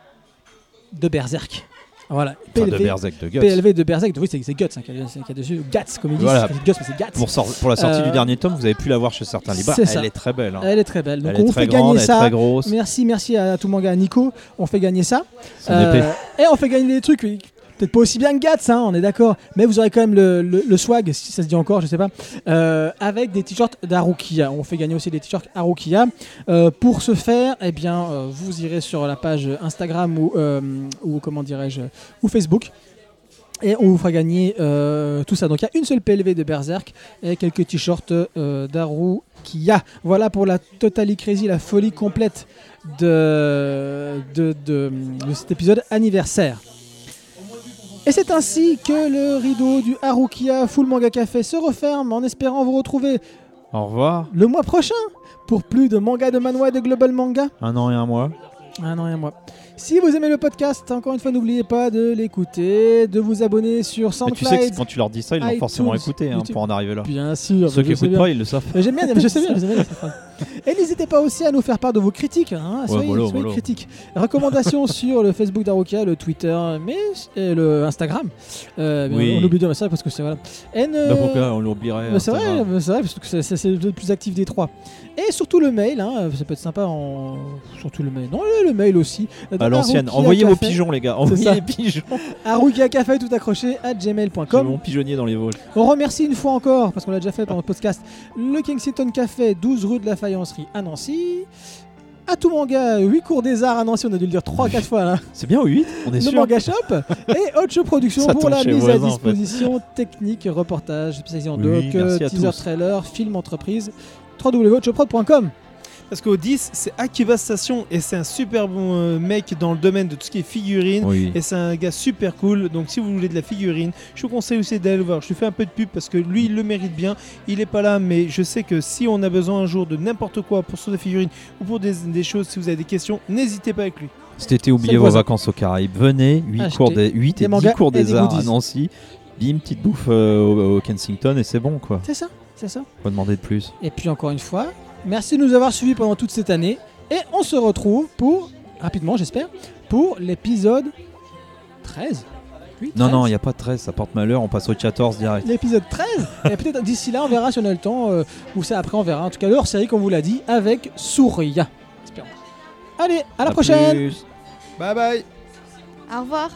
de Berserk. Voilà, Enfin, de P L V, Berserk, de Guts. P L V de Berserk, oui c'est, c'est Guts hein, qu'il y a- qu'il y a dessus, Guts comme ils disent, Voilà. c'est Guts mais c'est Guts. Pour, sor- pour la sortie Euh, du dernier tome, vous avez pu la voir chez certains libraires. c'est Elle ça. est très belle. hein. Elle est très belle, donc Elle on est vous très fait grande, gagner elle est ça. très grosse. Merci, merci à tout manga, à Nico, on fait gagner ça. Son Euh, épée. et on fait gagner des trucs, oui. Peut-être pas aussi bien que Gats, hein, on est d'accord, mais vous aurez quand même le, le- le swag, si ça se dit encore, je sais pas, euh, avec des t-shirts d'Arukia. On fait gagner aussi des t-shirts Arukia. Euh, pour ce faire, eh bien, euh, vous irez sur la page Instagram ou, euh, ou comment dirais-je, ou Facebook. Et on vous fera gagner euh, tout ça. Donc il y a une seule P L V de Berserk et quelques t-shirts euh, d'Arukia. Voilà pour la Totally Crazy, la folie complète de, de, de, de cet épisode anniversaire. Et c'est ainsi que le rideau du Harukia Full Manga Café se referme en espérant vous retrouver Au revoir. le mois prochain pour plus de manga de manhwa et de global manga. Un an et un mois. Un an et un mois. Si vous aimez le podcast, encore une fois, n'oubliez pas de l'écouter, de vous abonner sur Mais SoundCloud. tu sais que quand tu leur dis ça, ils l'ont iTunes, forcément écouté hein, YouTube. pour en arriver là. Bien sûr. Ceux je qui sais écoutent bien. pas, ils le savent. Mais j'aime bien, je sais bien, je sais bien, c'est fun. Et n'hésitez pas aussi à nous faire part de vos critiques. Hein. Soyez, mollo, soyez mollo. critiques. Recommandations sur le Facebook d'Arukia, le Twitter, mais et le Instagram. Euh, mais Oui. On oublie de dire ça parce que c'est voilà. Et ne- Bah pourquoi on l'oublierait Mais c'est vrai, Instagram. mais c'est vrai parce que c'est, c'est- c'est le plus actif des trois. Et surtout le mail, hein, ça peut être sympa en surtout le mail. Non, le, le mail aussi. À l'ancienne. Harukia Envoyez vos Café, pigeons, les gars. Envoyez ça. les pigeons. Harukia Café tout accroché à gmail point J'ai com. mon pigeonnier dans les Vosges. On remercie une fois encore, parce qu'on l'a déjà fait pendant le podcast, le Kensington Café, douze rue de la Faïencerie à Nancy. À tout manga, huit cours des arts à Nancy, on a dû le dire trois quatre fois là. C'est bien, huit On est Le sûr. Manga Shop et Ocho Productions Ça pour tombe la chez mise voisin, à en fait. disposition technique, reportage, spécialisé en Oui, doc, merci à teaser tous. trailer, film entreprise, w w w point ochoprod point com. Parce qu'au dix, c'est Akiva Station et c'est un super bon euh, mec dans le domaine de tout ce qui est figurine. Oui. Et c'est un gars super cool. Donc si vous voulez de la figurine, je vous conseille aussi d'aller le voir. Je lui fais un peu de pub parce que lui, il le mérite bien. Il est pas là, mais je sais que si on a besoin un jour de n'importe quoi pour sur des figurines ou pour des, des choses, si vous avez des questions, n'hésitez pas avec lui. Cet été, C'est oubliez le vos voisin. vacances aux Caraïbes. Venez, huit Achetez cours des huit des et mangas dix cours et des des arts à goodies. Nancy. Bim, petite bouffe euh, au, au Kensington et c'est bon quoi. C'est ça, c'est ça. Pas demander de plus. Et puis encore une fois, merci de nous avoir suivis pendant toute cette année. Et on se retrouve pour, rapidement j'espère, pour l'épisode treize. Oui, Non, treize. non, il n'y a pas de treize, ça porte malheur, on passe au quatorze direct. L'épisode treize. Et peut-être d'ici là, on verra si on a le temps. Euh, ou ça après, on verra. En tout cas, le hors-série, comme on vous l'a dit, avec Souria. Espérons. Allez, à la À prochaine. plus. Bye bye. Au revoir.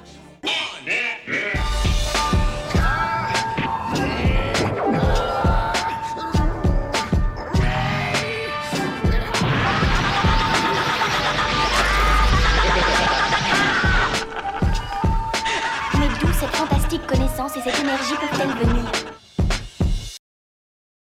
Mais d'où cette fantastique connaissance et cette énergie peuvent-elles venir?